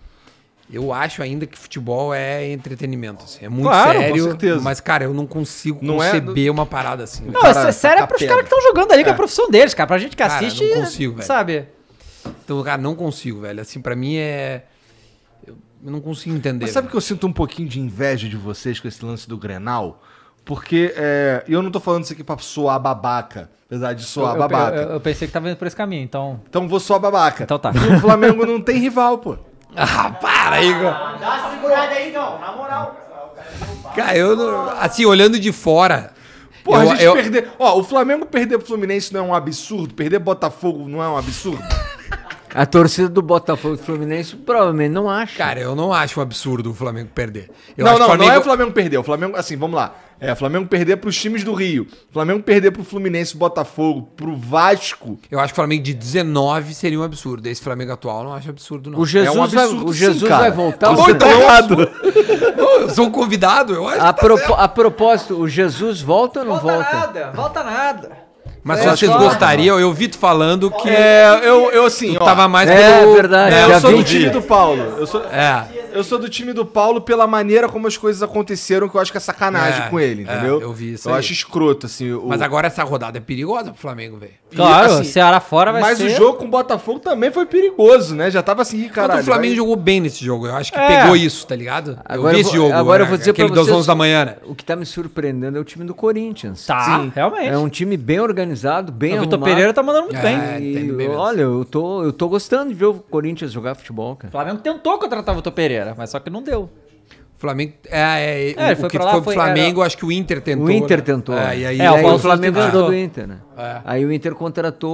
Speaker 6: Eu acho ainda que futebol é entretenimento, assim. É muito
Speaker 3: Claro, com
Speaker 6: sério,
Speaker 3: certeza.
Speaker 6: mas, cara, eu não consigo
Speaker 3: Não é
Speaker 6: conceber uma parada assim.
Speaker 4: Não,
Speaker 3: cara
Speaker 4: isso é sério
Speaker 3: tá
Speaker 4: é pros
Speaker 3: pedra.
Speaker 4: caras que estão jogando ali, que é a profissão deles, cara. Pra gente que
Speaker 6: Cara,
Speaker 4: assiste,
Speaker 6: não consigo, velho.
Speaker 4: sabe?
Speaker 6: Então, cara, não consigo, velho. Assim, pra mim é... Eu eu não consigo entender.
Speaker 3: Mas sabe
Speaker 6: velho.
Speaker 3: que eu sinto um pouquinho de inveja de vocês com esse lance do Grenal? Porque, é, e eu não tô falando isso aqui pra soar babaca, apesar de soar
Speaker 4: eu,
Speaker 3: babaca.
Speaker 4: eu- eu pensei que tava indo por esse caminho, então...
Speaker 3: Então vou soar babaca.
Speaker 4: Então tá.
Speaker 3: O Flamengo não tem rival, pô.
Speaker 6: Ah, para aí, cara.
Speaker 9: Dá uma segurada aí, não, na moral.
Speaker 6: Cara, eu não... Assim, olhando de fora...
Speaker 3: Pô,
Speaker 6: eu,
Speaker 3: a gente
Speaker 6: eu-
Speaker 3: perder... Ó, o Flamengo perder pro Fluminense não é um absurdo? Perder Botafogo não é um absurdo?
Speaker 5: A torcida do Botafogo e do Fluminense provavelmente não acha.
Speaker 6: Cara, eu não acho um absurdo o Flamengo perder. Eu
Speaker 3: não,
Speaker 6: acho
Speaker 3: não,
Speaker 6: que o Flamengo...
Speaker 3: não é o Flamengo perder. O Flamengo, assim, vamos lá. É, o Flamengo perder pros times do Rio. O Flamengo perder pro Fluminense, Botafogo, pro Vasco.
Speaker 6: Eu acho que o Flamengo de dezenove seria um absurdo. Esse Flamengo atual eu não acho absurdo, não.
Speaker 5: O Jesus,
Speaker 3: É um
Speaker 5: vai,
Speaker 3: absurdo
Speaker 5: o
Speaker 3: sim,
Speaker 5: Jesus
Speaker 3: cara.
Speaker 5: vai voltar.
Speaker 3: Tá
Speaker 5: o
Speaker 3: bom,
Speaker 5: Jesus-
Speaker 3: então errado.
Speaker 6: Não, eu sou um convidado, eu acho.
Speaker 5: a, propo- a propósito, o Jesus volta ou não volta?
Speaker 4: nada, volta nada.
Speaker 6: Mas
Speaker 5: É,
Speaker 6: se vocês
Speaker 5: só-
Speaker 6: gostariam, eu vi tu falando que
Speaker 3: É, eu, eu assim,
Speaker 6: tu
Speaker 3: ó.
Speaker 6: tava mais
Speaker 5: É
Speaker 6: pelo-
Speaker 5: verdade,
Speaker 3: É,
Speaker 5: já
Speaker 3: eu sou do
Speaker 5: vi.
Speaker 3: time do Paulo. Eu sou,
Speaker 6: É.
Speaker 3: eu sou do time do Paulo pela maneira como as coisas aconteceram, que eu acho que é sacanagem
Speaker 6: É,
Speaker 3: com ele,
Speaker 6: é,
Speaker 3: entendeu?
Speaker 6: eu vi isso
Speaker 3: Eu
Speaker 6: aí.
Speaker 3: acho escroto, assim. O...
Speaker 6: Mas agora essa rodada é perigosa pro Flamengo, velho.
Speaker 4: Claro,
Speaker 3: assim,
Speaker 4: Ceará fora vai
Speaker 3: Mas
Speaker 4: ser...
Speaker 3: o jogo com o Botafogo também foi perigoso, né? Já tava assim, caralho.
Speaker 6: Mas o Flamengo
Speaker 3: vai-
Speaker 6: jogou bem nesse jogo. Eu acho que
Speaker 4: É.
Speaker 6: pegou isso, tá ligado?
Speaker 5: Agora
Speaker 6: eu vi
Speaker 5: eu
Speaker 6: esse
Speaker 5: vou-
Speaker 6: jogo.
Speaker 5: agora eu
Speaker 6: né?
Speaker 5: vou dizer pra
Speaker 6: Aquele das
Speaker 5: vocês-
Speaker 6: onze da manhã, né?
Speaker 5: O que tá me surpreendendo é o time do Corinthians.
Speaker 4: Tá, realmente.
Speaker 5: É um time bem organizado, bem
Speaker 4: O Vitor
Speaker 5: arrumado.
Speaker 4: Pereira tá mandando muito
Speaker 6: É,
Speaker 4: bem.
Speaker 6: tá indo bem mesmo.
Speaker 5: Olha, eu tô, eu tô gostando de ver o Corinthians jogar futebol,
Speaker 4: O
Speaker 5: cara.
Speaker 4: Flamengo tentou contratar o Vitor Pereira, mas só que não deu.
Speaker 6: Flamengo. É, é,
Speaker 4: É, ele
Speaker 6: o
Speaker 4: foi
Speaker 6: que
Speaker 4: pra lá,
Speaker 6: foi pro
Speaker 4: foi-
Speaker 6: Flamengo, acho que o Inter tentou.
Speaker 5: O Inter
Speaker 6: né?
Speaker 5: tentou.
Speaker 6: É, e aí,
Speaker 4: É,
Speaker 5: É,
Speaker 4: o
Speaker 5: aí
Speaker 4: Paulo
Speaker 5: o Flamengo
Speaker 4: Souza
Speaker 5: entrou
Speaker 4: tentou.
Speaker 5: do Inter, né?
Speaker 6: É.
Speaker 5: Aí o Inter contratou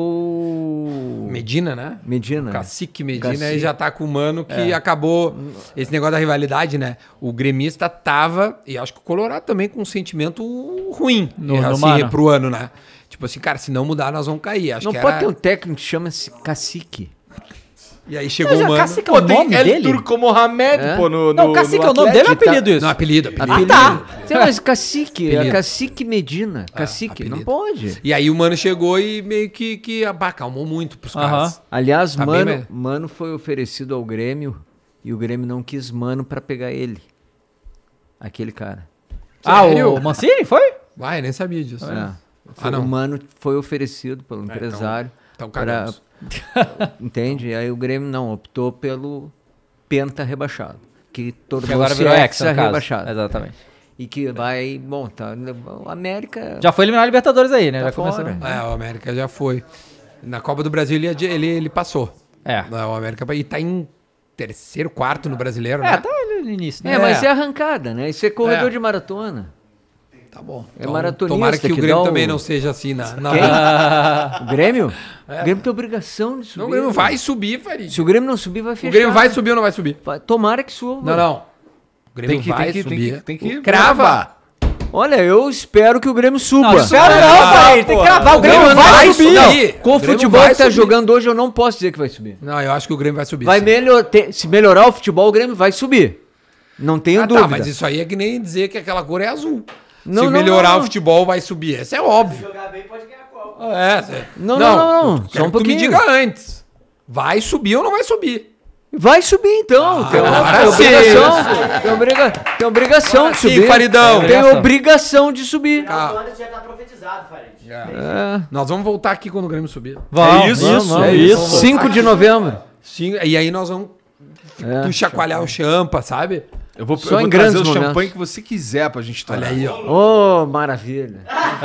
Speaker 5: o
Speaker 6: Medina, né?
Speaker 5: Medina.
Speaker 6: Cacique Medina
Speaker 5: Cacique.
Speaker 6: aí já tá com o mano que acabou esse negócio da rivalidade, né? O gremista tava, e acho que o Colorado também com um sentimento ruim
Speaker 4: No-
Speaker 6: no,
Speaker 4: no
Speaker 6: assim,
Speaker 4: Mano.
Speaker 6: pro ano, né? Tipo assim, cara, se não mudar nós vamos cair. Acho
Speaker 5: Não
Speaker 6: que
Speaker 5: pode
Speaker 6: era...
Speaker 5: ter um técnico que chama-se Cacique.
Speaker 6: E aí chegou
Speaker 4: Mas
Speaker 6: o
Speaker 4: a
Speaker 6: mano.
Speaker 4: Cacique é o nome
Speaker 3: El
Speaker 4: dele?
Speaker 3: Turco Mohamed,
Speaker 5: É?
Speaker 3: pô, no, no
Speaker 4: Não, Cacique
Speaker 3: no
Speaker 4: é o nome dele ou é
Speaker 3: Atlético.
Speaker 4: apelido isso?
Speaker 6: Não, apelido, apelido.
Speaker 4: Ah, tá.
Speaker 5: Tem, mas Cacique, é
Speaker 6: Apelido.
Speaker 5: Cacique Medina. Cacique, não
Speaker 6: apelido.
Speaker 5: pode.
Speaker 6: E aí o mano chegou e meio que, que ah, acalmou muito pros
Speaker 4: Aham.
Speaker 6: caras.
Speaker 5: Aliás,
Speaker 6: Tá bem,
Speaker 5: Mano,
Speaker 6: mas-
Speaker 5: Mano foi oferecido ao Grêmio e o Grêmio não quis Mano pra pegar ele. Aquele cara.
Speaker 4: Ah,
Speaker 6: Sério?
Speaker 4: o Mancini foi?
Speaker 6: Vai, nem sabia disso.
Speaker 5: É. Foi-
Speaker 6: Ah, não.
Speaker 5: O Mano foi oferecido pelo empresário.
Speaker 6: Então
Speaker 5: pra-
Speaker 6: cagamos.
Speaker 5: Entende? E aí o Grêmio não, optou pelo Penta rebaixado. Que
Speaker 4: Que
Speaker 5: tornou-se
Speaker 4: agora virou ex,
Speaker 5: Hexa
Speaker 4: no caso.
Speaker 5: rebaixado.
Speaker 4: Exatamente.
Speaker 5: E que vai, bom, tá, o América...
Speaker 4: Já foi eliminar a Libertadores aí, né?
Speaker 5: Tá
Speaker 4: Já começou.
Speaker 5: fora.
Speaker 6: É, o América já foi. Na Copa do Brasil ele, adi- ele, ele passou.
Speaker 4: É.
Speaker 6: Não, o América e tá em terceiro, quarto no Brasileiro,
Speaker 4: É,
Speaker 6: né?
Speaker 4: tá no início, né?
Speaker 5: É,
Speaker 6: É.
Speaker 5: mas é arrancada, né? Isso é corredor
Speaker 6: É.
Speaker 5: de maratona.
Speaker 6: Tá bom.
Speaker 5: É maratonista
Speaker 6: Tomara que,
Speaker 5: que
Speaker 6: o Grêmio
Speaker 5: dá o-
Speaker 6: também não seja assim na, na
Speaker 5: Quem?
Speaker 6: vida.
Speaker 5: O Grêmio? O Grêmio tem obrigação de subir.
Speaker 6: Não, o Grêmio
Speaker 5: né?
Speaker 6: vai subir, Farid.
Speaker 5: Se o Grêmio não subir, vai fechar.
Speaker 6: O Grêmio vai subir ou não vai subir?
Speaker 5: Vai- Tomara que suba.
Speaker 6: Não, não. O Grêmio
Speaker 3: Tem que,
Speaker 6: vai
Speaker 3: tem que, tem
Speaker 6: subir.
Speaker 3: que, tem que
Speaker 6: Crava!
Speaker 5: Olha, eu espero que o Grêmio suba.
Speaker 4: Não, espero não,
Speaker 6: Ah,
Speaker 4: Farid. Tem que cravar. O Grêmio
Speaker 6: Grêmio
Speaker 4: vai
Speaker 6: vai
Speaker 4: subir.
Speaker 6: subir.
Speaker 5: Com o
Speaker 6: O Grêmio
Speaker 5: futebol
Speaker 6: vai
Speaker 5: que tá
Speaker 6: subir.
Speaker 5: jogando hoje, eu não posso dizer que vai subir.
Speaker 6: Não, eu acho que o Grêmio vai subir.
Speaker 5: Vai
Speaker 6: sim.
Speaker 5: melhor, te- se melhorar o futebol, o Grêmio vai subir. Não tenho
Speaker 6: Ah,
Speaker 5: dúvida.
Speaker 6: tá, mas isso aí é que nem dizer que aquela cor é azul.
Speaker 5: Não,
Speaker 6: se
Speaker 5: não,
Speaker 6: melhorar
Speaker 5: não, não.
Speaker 6: o futebol, vai subir. Isso é óbvio.
Speaker 9: Jogar bem pode ganhar a Copa.
Speaker 6: É, cê-
Speaker 5: Não, não, não, não.
Speaker 6: Só
Speaker 5: Só um
Speaker 6: um tu me
Speaker 5: pouquinho.
Speaker 6: diga antes. Vai subir ou não vai subir?
Speaker 5: Vai subir então. tem, uma-
Speaker 6: agora
Speaker 5: tem
Speaker 6: sim.
Speaker 5: obrigação. Tem, obriga- tem obrigação
Speaker 6: Agora
Speaker 5: de
Speaker 6: sim,
Speaker 5: subir.
Speaker 6: Faridão.
Speaker 5: Tem
Speaker 4: Essa.
Speaker 5: obrigação de subir.
Speaker 9: Final do ano já tá profetizado, Farid.
Speaker 5: É.
Speaker 6: Nós vamos voltar aqui quando o Grêmio subir.
Speaker 4: Vamos,
Speaker 3: É isso,
Speaker 4: vamos,
Speaker 3: isso,
Speaker 4: vamos.
Speaker 5: É isso. cinco de novembro.
Speaker 6: Sim, e aí nós vamos
Speaker 5: É.
Speaker 6: tu chacoalhar o champa, sabe?
Speaker 3: Eu vou,
Speaker 5: Só
Speaker 3: eu vou
Speaker 5: em
Speaker 3: trazer
Speaker 5: grandes
Speaker 3: o champanhe
Speaker 5: momentos.
Speaker 3: que você quiser pra gente tomar.
Speaker 6: Olha aí, ó.
Speaker 5: Oh, maravilha.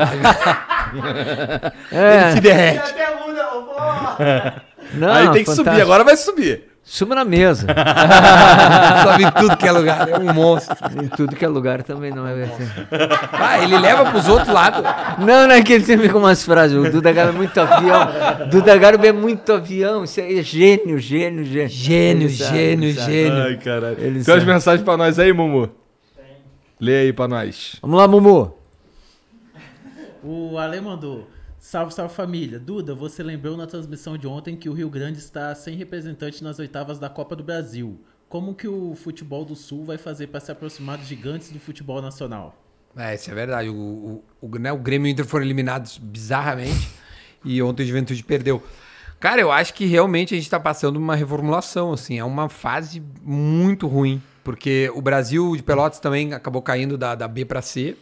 Speaker 6: Ele
Speaker 5: É.
Speaker 6: se
Speaker 9: E
Speaker 6: derrete.
Speaker 9: até muda, ô pô!
Speaker 5: Não,
Speaker 3: Aí tem que subir,
Speaker 5: fantástico.
Speaker 3: agora vai subir.
Speaker 5: Suba na mesa.
Speaker 6: Sobe em tudo que é lugar. É um monstro.
Speaker 5: Em tudo que é lugar também não é verdade.
Speaker 6: Ah, ele leva pros outros lados.
Speaker 5: Não, não é que ele sempre com umas frases. O Duda Garbi é muito avião. Duda Garbi é muito avião. Isso aí é gênio, gênio, gênio.
Speaker 6: Gênio,
Speaker 5: Ele sabe,
Speaker 6: gênio,
Speaker 5: ele sabe.
Speaker 6: gênio.
Speaker 3: Ai, caralho.
Speaker 5: Ele
Speaker 3: Tem umas
Speaker 5: sabe.
Speaker 3: mensagens pra nós aí, Mumu? Lê aí pra nós.
Speaker 5: Vamos lá, Mumu.
Speaker 10: O Ale mandou. Salve, salve família. Duda, você lembrou na transmissão de ontem que o Rio Grande está sem representante nas oitavas da Copa do Brasil. Como que o futebol do Sul vai fazer para se aproximar dos gigantes do futebol nacional?
Speaker 6: É, isso é verdade. O, o, o, né, o Grêmio e o Inter foram eliminados bizarramente e ontem o Juventude perdeu. Cara, eu acho que realmente a gente tá passando uma reformulação, assim. É uma fase muito ruim, porque o Brasil de Pelotas também acabou caindo da, da B para C.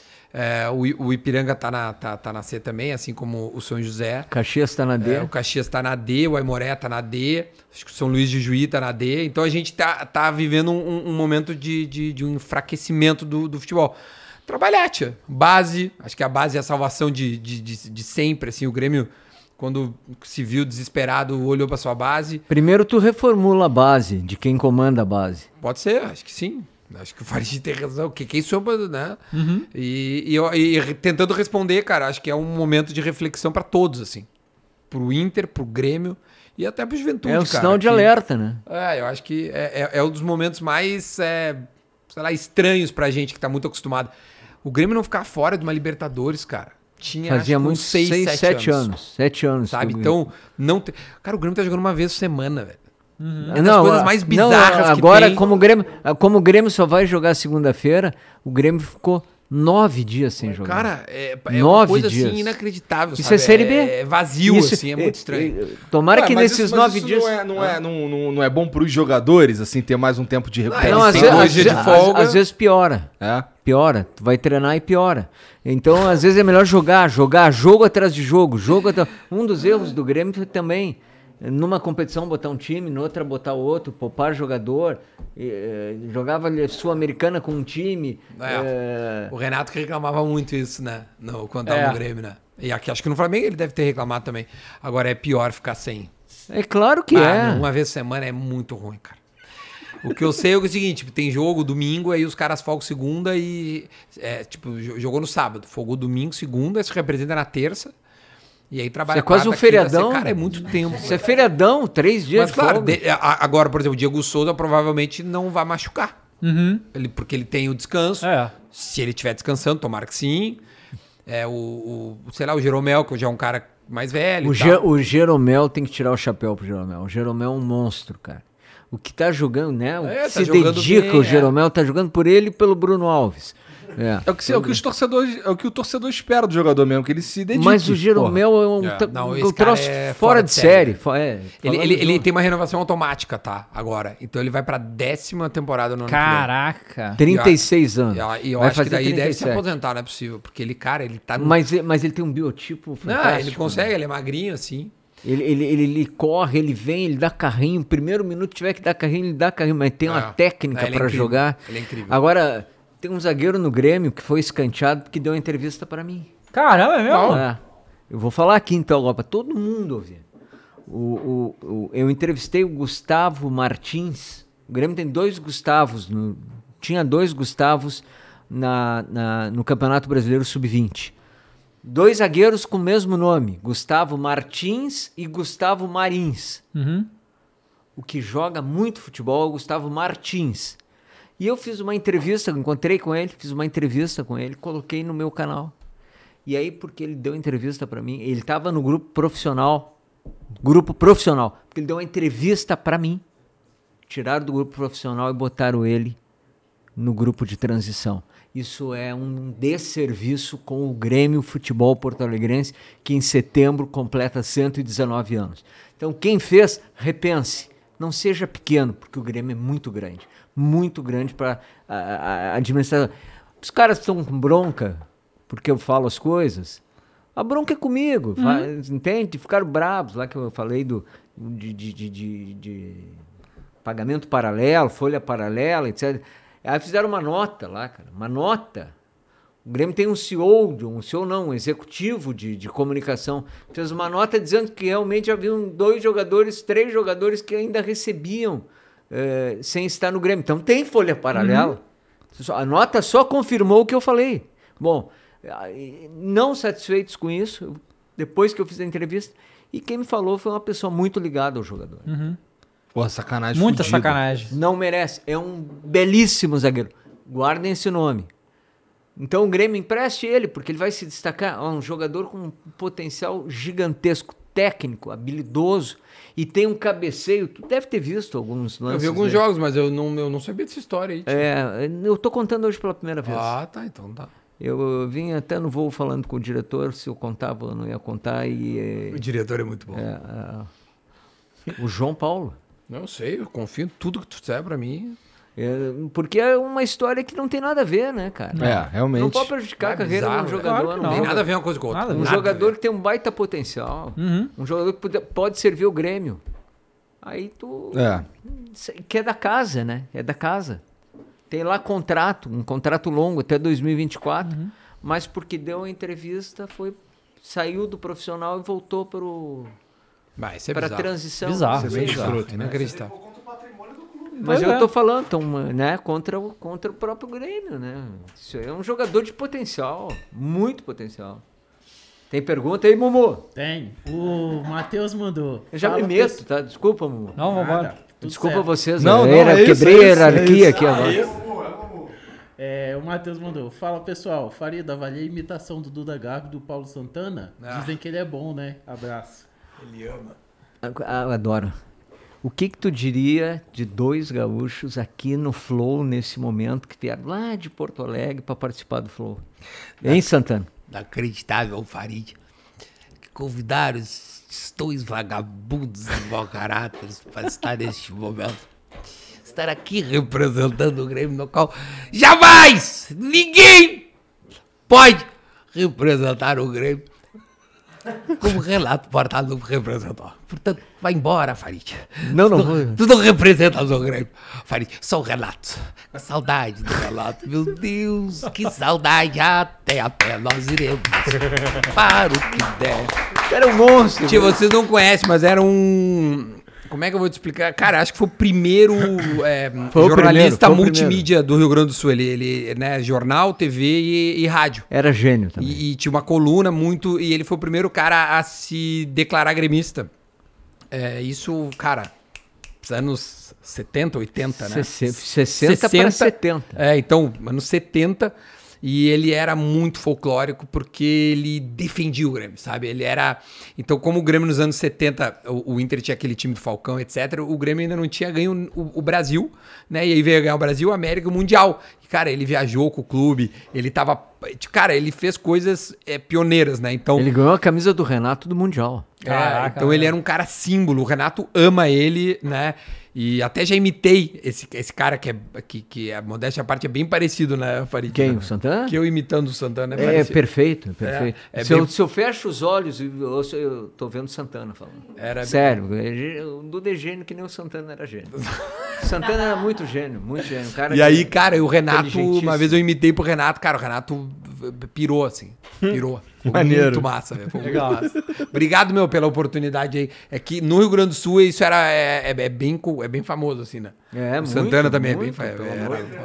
Speaker 6: É, o, I- o Ipiranga tá na, tá, tá na C também, assim como o São José.
Speaker 5: Caxias tá na D.
Speaker 6: É, o Caxias tá na D, o Aimoré tá na D, acho que o São Luís de Juí tá na D. Então a gente tá, tá vivendo um, um momento de, de, de um enfraquecimento do, do futebol. Trabalhar, tia. Base, acho que a base é a salvação de, de, de, de sempre. Assim, o Grêmio, quando se viu desesperado, olhou pra sua base.
Speaker 5: Primeiro tu reformula a base, de quem comanda a base.
Speaker 6: Pode ser, acho que sim. Acho que o Farid tem razão. Que quem soube, né? E, e, eu- e tentando responder, cara, acho que é um momento de reflexão pra todos, assim. Pro Inter, pro Grêmio e até pro Juventude,
Speaker 5: É um
Speaker 6: cara,
Speaker 5: sinal de
Speaker 6: que-
Speaker 5: alerta, né?
Speaker 6: É, eu acho que é, é, é um dos momentos mais, é, sei lá, estranhos pra gente que tá muito acostumado. O Grêmio não ficar fora de uma Libertadores, cara. Tinha
Speaker 5: Fazia
Speaker 6: acho que
Speaker 5: muito,
Speaker 6: uns seis,
Speaker 5: seis,
Speaker 6: sete,
Speaker 5: sete
Speaker 6: anos.
Speaker 5: anos. Sete anos.
Speaker 6: Sabe?
Speaker 5: que o
Speaker 6: Então, não tem... Cara, o Grêmio tá jogando uma vez por semana, velho.
Speaker 5: Grêmio-
Speaker 6: É das coisas mais bizarras que
Speaker 5: agora,
Speaker 6: tem.
Speaker 5: como o Grêmio, como o Grêmio só vai jogar segunda-feira, o Grêmio ficou nove dias sem jogar.
Speaker 6: Cara, é, é uma
Speaker 5: Nove
Speaker 6: coisa
Speaker 5: dias.
Speaker 6: assim inacreditável,
Speaker 5: Isso
Speaker 6: sabe?
Speaker 5: é Série B.
Speaker 6: É vazio,
Speaker 5: Isso-
Speaker 6: assim, é muito estranho.
Speaker 5: Tomara
Speaker 3: Ué,
Speaker 5: que
Speaker 3: mas
Speaker 5: nesses
Speaker 3: isso- mas
Speaker 5: nove
Speaker 3: isso
Speaker 5: dias.
Speaker 3: Não é, não, é, não, não, não é bom pros jogadores, assim, ter mais um tempo de recuperação?
Speaker 5: Não, às
Speaker 6: tem
Speaker 5: vezes,
Speaker 6: dois
Speaker 5: às
Speaker 6: dias
Speaker 5: vezes-
Speaker 6: de folga.
Speaker 5: às- às vezes piora.
Speaker 3: É?
Speaker 5: Piora. Tu vai treinar e piora. Então, às vezes é melhor jogar, jogar, jogo atrás de jogo, jogo atrás... Um dos erros do Grêmio foi também, numa competição, botar um time, noutra botar outro, poupar jogador. eh, jogava ali Sul-Americana com um time.
Speaker 6: É.
Speaker 5: eh,
Speaker 6: O Renato que reclamava muito isso, né? No, quando tava
Speaker 4: É.
Speaker 6: no Grêmio, né? E aqui, acho que no Flamengo ele deve ter reclamado também. Agora é pior ficar sem.
Speaker 5: é claro que
Speaker 6: Ah,
Speaker 5: é.
Speaker 6: não, uma vez por semana é muito ruim, cara. O que eu sei é o seguinte, tipo, tem jogo domingo, aí os caras folgam segunda e... É, tipo, jogou no sábado, folgou domingo, segunda, se representa na terça. E aí trabalha
Speaker 8: Isso é quase
Speaker 6: quarta,
Speaker 8: um feriadão.
Speaker 6: Quinta, cara, é muito tempo.
Speaker 8: Isso é feriadão, três dias
Speaker 6: Mas
Speaker 8: de
Speaker 6: claro,
Speaker 8: folga.
Speaker 6: de- a- agora, por exemplo, o Diego Souza provavelmente não vai machucar.
Speaker 4: Uhum.
Speaker 6: Ele, porque ele tem o descanso.
Speaker 4: É.
Speaker 6: Se ele estiver descansando, tomara que sim. É, o, o, sei lá, o Jeromel, que já é um cara mais velho.
Speaker 8: O,
Speaker 6: e
Speaker 8: Ge-
Speaker 6: tal.
Speaker 8: o Jeromel tem que tirar o chapéu pro Jeromel. O Jeromel é um monstro, cara. O que tá jogando, né? O
Speaker 6: É,
Speaker 8: que
Speaker 6: tá
Speaker 8: se
Speaker 6: jogando
Speaker 8: dedica,
Speaker 6: bem,
Speaker 8: o
Speaker 6: é.
Speaker 8: Jeromel tá jogando por ele e pelo Bruno Alves. É.
Speaker 3: É o que, é o que os torcedores, é o que o torcedor espera do jogador mesmo, que ele se dedique.
Speaker 8: Mas o Jeromel é um,
Speaker 6: É,
Speaker 8: ta-
Speaker 6: não,
Speaker 8: um
Speaker 6: esse cara
Speaker 8: troço
Speaker 6: é
Speaker 8: fora,
Speaker 6: fora
Speaker 8: de
Speaker 6: de
Speaker 8: série.
Speaker 6: série.
Speaker 8: Fo- é,
Speaker 6: Ele,
Speaker 8: falando
Speaker 6: ele,
Speaker 8: do-
Speaker 6: ele tem uma renovação automática, tá? Agora. Então ele vai pra décima temporada no ano
Speaker 4: Caraca.
Speaker 8: trinta e seis anos.
Speaker 6: que vem. E eu
Speaker 8: Vai
Speaker 6: acho que
Speaker 8: fazer
Speaker 6: daí deve se
Speaker 8: trinta e sete.
Speaker 6: aposentar, não é possível. Porque ele, cara, ele tá... no-
Speaker 8: Mas, e- mas ele tem um biotipo
Speaker 6: Não,
Speaker 8: fantástico.
Speaker 6: ele consegue,
Speaker 8: né?
Speaker 6: ele é magrinho, assim.
Speaker 8: Ele, ele, ele, ele corre, ele vem, ele dá carrinho. Primeiro minuto tiver que dar carrinho, ele dá carrinho. Mas tem uma
Speaker 6: É.
Speaker 8: técnica
Speaker 6: É, ele é
Speaker 8: pra
Speaker 6: incrível.
Speaker 8: jogar.
Speaker 6: Ele é incrível.
Speaker 8: Agora, tem um zagueiro no Grêmio que foi escanteado que deu uma entrevista pra mim.
Speaker 4: Caramba, é mesmo?
Speaker 8: É. Eu vou falar aqui então, ó, pra todo mundo ouvir. O, o, o- eu entrevistei o Gustavo Martins. O Grêmio tem dois Gustavos. no- tinha dois Gustavos na, na- no Campeonato Brasileiro sub vinte. Dois zagueiros com o mesmo nome. Gustavo Martins e Gustavo Marins.
Speaker 4: Uhum.
Speaker 8: O que joga muito futebol é o Gustavo Martins. E eu fiz uma entrevista, encontrei com ele, fiz uma entrevista com ele, coloquei no meu canal. E aí, porque ele deu entrevista pra mim, ele tava no grupo profissional, grupo profissional, porque ele deu uma entrevista pra mim. Tiraram do grupo profissional e botaram ele no grupo de transição. Isso é um desserviço com o Grêmio Futebol Porto Alegrense, que em setembro completa cento e dezenove anos. Então, quem fez, repense. Não seja pequeno, porque o Grêmio é muito grande. Muito grande para a administração. Os caras estão com bronca porque eu falo as coisas. A bronca é comigo,
Speaker 4: Uhum.
Speaker 8: faz- entende? Ficaram bravos lá que eu falei do, de, de, de, de- de pagamento paralelo, folha paralela, etcétera. Aí fizeram uma nota lá, cara, uma nota. O Grêmio tem um C E O, de- um C E O não, um executivo de, de comunicação, fez uma nota dizendo que realmente haviam dois jogadores, três jogadores que ainda recebiam eh, sem estar no Grêmio. Então tem folha paralela. Só- A nota só confirmou o que eu falei. Bom, aí, não satisfeitos com isso, eu- depois que eu fiz a entrevista, e quem me falou foi uma pessoa muito ligada ao jogador.
Speaker 3: Pô, sacanagem.
Speaker 4: Muita
Speaker 3: fudido.
Speaker 4: sacanagem.
Speaker 8: Não merece. É um belíssimo zagueiro. Guardem esse nome. Então o Grêmio empreste ele, porque ele vai se destacar. É um jogador com um potencial gigantesco, técnico, habilidoso, e tem um cabeceio. Tu deve ter visto alguns lances.
Speaker 6: Eu vi alguns
Speaker 8: dele.
Speaker 6: jogos, mas eu não, eu não sabia dessa história aí.
Speaker 8: É, eu tô contando hoje pela primeira vez.
Speaker 6: Ah, tá, então tá.
Speaker 8: Eu, eu vim até no voo falando com o diretor, se eu contava ou não ia contar, e... é,
Speaker 6: O diretor é muito bom.
Speaker 8: é, é, o João Paulo.
Speaker 6: Não, eu sei, eu confio em tudo que tu disser pra mim.
Speaker 8: É, porque é uma história que não tem nada a ver, né, cara?
Speaker 3: É, realmente.
Speaker 8: Não pode prejudicar
Speaker 6: É
Speaker 8: a carreira
Speaker 6: bizarro,
Speaker 8: de um
Speaker 6: né?
Speaker 8: jogador,
Speaker 4: Claro que
Speaker 8: não.
Speaker 6: Não tem
Speaker 4: Não,
Speaker 6: nada a ver uma coisa com a outra.
Speaker 4: nada,
Speaker 8: Um
Speaker 6: Nada a
Speaker 8: jogador
Speaker 6: ver.
Speaker 8: que tem um baita potencial.
Speaker 4: Uhum.
Speaker 8: Um jogador que pode, pode servir o Grêmio. Aí tu...
Speaker 3: É.
Speaker 8: Que é da casa, né? É da casa. Tem lá contrato, um contrato longo até dois mil e vinte e quatro.
Speaker 4: Uhum.
Speaker 8: Mas porque deu uma entrevista, foi, saiu do profissional e voltou pro,
Speaker 6: Vai, isso é
Speaker 8: pra
Speaker 6: bizarro.
Speaker 8: transição.
Speaker 4: Bizarro.
Speaker 6: Isso é bem
Speaker 4: Bizarro.
Speaker 6: escroto, inacreditável.
Speaker 8: Mas
Speaker 4: Pois
Speaker 8: eu
Speaker 4: é.
Speaker 8: tô falando, então, né, contra o, contra o próprio Grêmio, né? Isso aí é um jogador de potencial, muito potencial. Tem pergunta aí, Mumu?
Speaker 10: Tem. O Matheus mandou.
Speaker 8: Eu já
Speaker 10: Fala,
Speaker 8: me meto,
Speaker 10: pesso-
Speaker 8: tá? Desculpa, Mumu.
Speaker 4: Não, vambora.
Speaker 10: Nada, tudo
Speaker 8: Desculpa
Speaker 10: certo.
Speaker 8: vocês,
Speaker 3: Não,
Speaker 8: eu
Speaker 3: não, é isso,
Speaker 8: quebrei
Speaker 3: é
Speaker 8: a
Speaker 3: isso, é
Speaker 8: hierarquia
Speaker 3: isso.
Speaker 8: aqui agora.
Speaker 10: É, o Matheus mandou. Fala, pessoal. Farida, avaliei a imitação do Duda Garbi e do Paulo Santana.
Speaker 6: Ah.
Speaker 10: Dizem que ele é bom, né? Abraço.
Speaker 6: Ele ama.
Speaker 8: Ah, eu adoro. O que que tu diria de dois gaúchos aqui no Flow nesse momento que vieram lá de Porto Alegre para participar do Flow? Hein, Santana?
Speaker 6: Inacreditável, Farid. Que convidaram esses dois vagabundos e mau caráter para estar neste momento. Estar aqui representando o Grêmio, no qual jamais ninguém pode representar o Grêmio como Renato Portaluppi representou. Portanto, vai embora, Farid.
Speaker 8: Não, não
Speaker 6: Tu
Speaker 8: vou.
Speaker 6: Tu não representas o Grêmio, Farid. Só o Renato. Com saudade do Renato. Meu Deus, que saudade. Até a pé nós iremos. Para o que der.
Speaker 8: Era um monstro.
Speaker 6: Tia, vocês não conhecem, mas era um... Como é que eu vou te explicar? Cara, acho que foi o primeiro é,
Speaker 5: Foi o
Speaker 6: jornalista
Speaker 5: primeiro, foi o
Speaker 6: multimídia do Rio Grande do Sul. Ele, ele né, jornal, T V e, e rádio.
Speaker 5: Era gênio também.
Speaker 6: E, e tinha uma coluna muito... E ele foi o primeiro cara a se declarar gremista. É, isso, cara, anos setenta, oitenta, né?
Speaker 5: sessenta para setenta.
Speaker 6: É, então, anos setenta... E ele era muito folclórico porque ele defendia o Grêmio, sabe? Ele era... Então, como o Grêmio nos anos setenta, o, o Inter tinha aquele time do Falcão, etcétera, o Grêmio ainda não tinha ganho o, o Brasil, né? E aí veio ganhar o Brasil, a América e o Mundial. E, cara, ele viajou com o clube, ele tava... Cara, ele fez coisas é, pioneiras, né? Então...
Speaker 5: Ele ganhou a camisa do Renato do Mundial.
Speaker 6: É,
Speaker 4: Caraca,
Speaker 6: então ele era um cara símbolo. O Renato ama ele, né? E até já imitei esse, esse cara que é, que, que a modéstia à parte é bem parecido, né, Farid?
Speaker 5: Quem? O Santana?
Speaker 6: Que eu imitando o Santana é
Speaker 5: É,
Speaker 6: parecido.
Speaker 5: perfeito, perfeito.
Speaker 6: É, é
Speaker 5: se,
Speaker 6: bem-
Speaker 5: eu, se eu fecho os olhos, eu, ouço- eu tô vendo o Santana falando.
Speaker 6: Era
Speaker 5: Sério, é gê- o Duda é gênio que nem o Santana era gênio. O Santana era muito gênio, muito gênio. Um cara
Speaker 6: E aí,
Speaker 5: que-
Speaker 6: cara, e o Renato,
Speaker 5: inteligentíssimo.
Speaker 6: uma vez eu imitei pro Renato, cara, o Renato pirou, assim. Pirou. Foi
Speaker 3: Maneiro.
Speaker 6: muito massa, velho. Foi muito massa. Obrigado, meu, pela oportunidade aí. É que no Rio Grande do Sul isso era, é, é, é bem, co- é bem famoso, assim, né?
Speaker 5: É,
Speaker 6: o
Speaker 5: muito,
Speaker 6: Santana também
Speaker 5: muito,
Speaker 6: é bem famoso.
Speaker 5: pelo amor de Deus.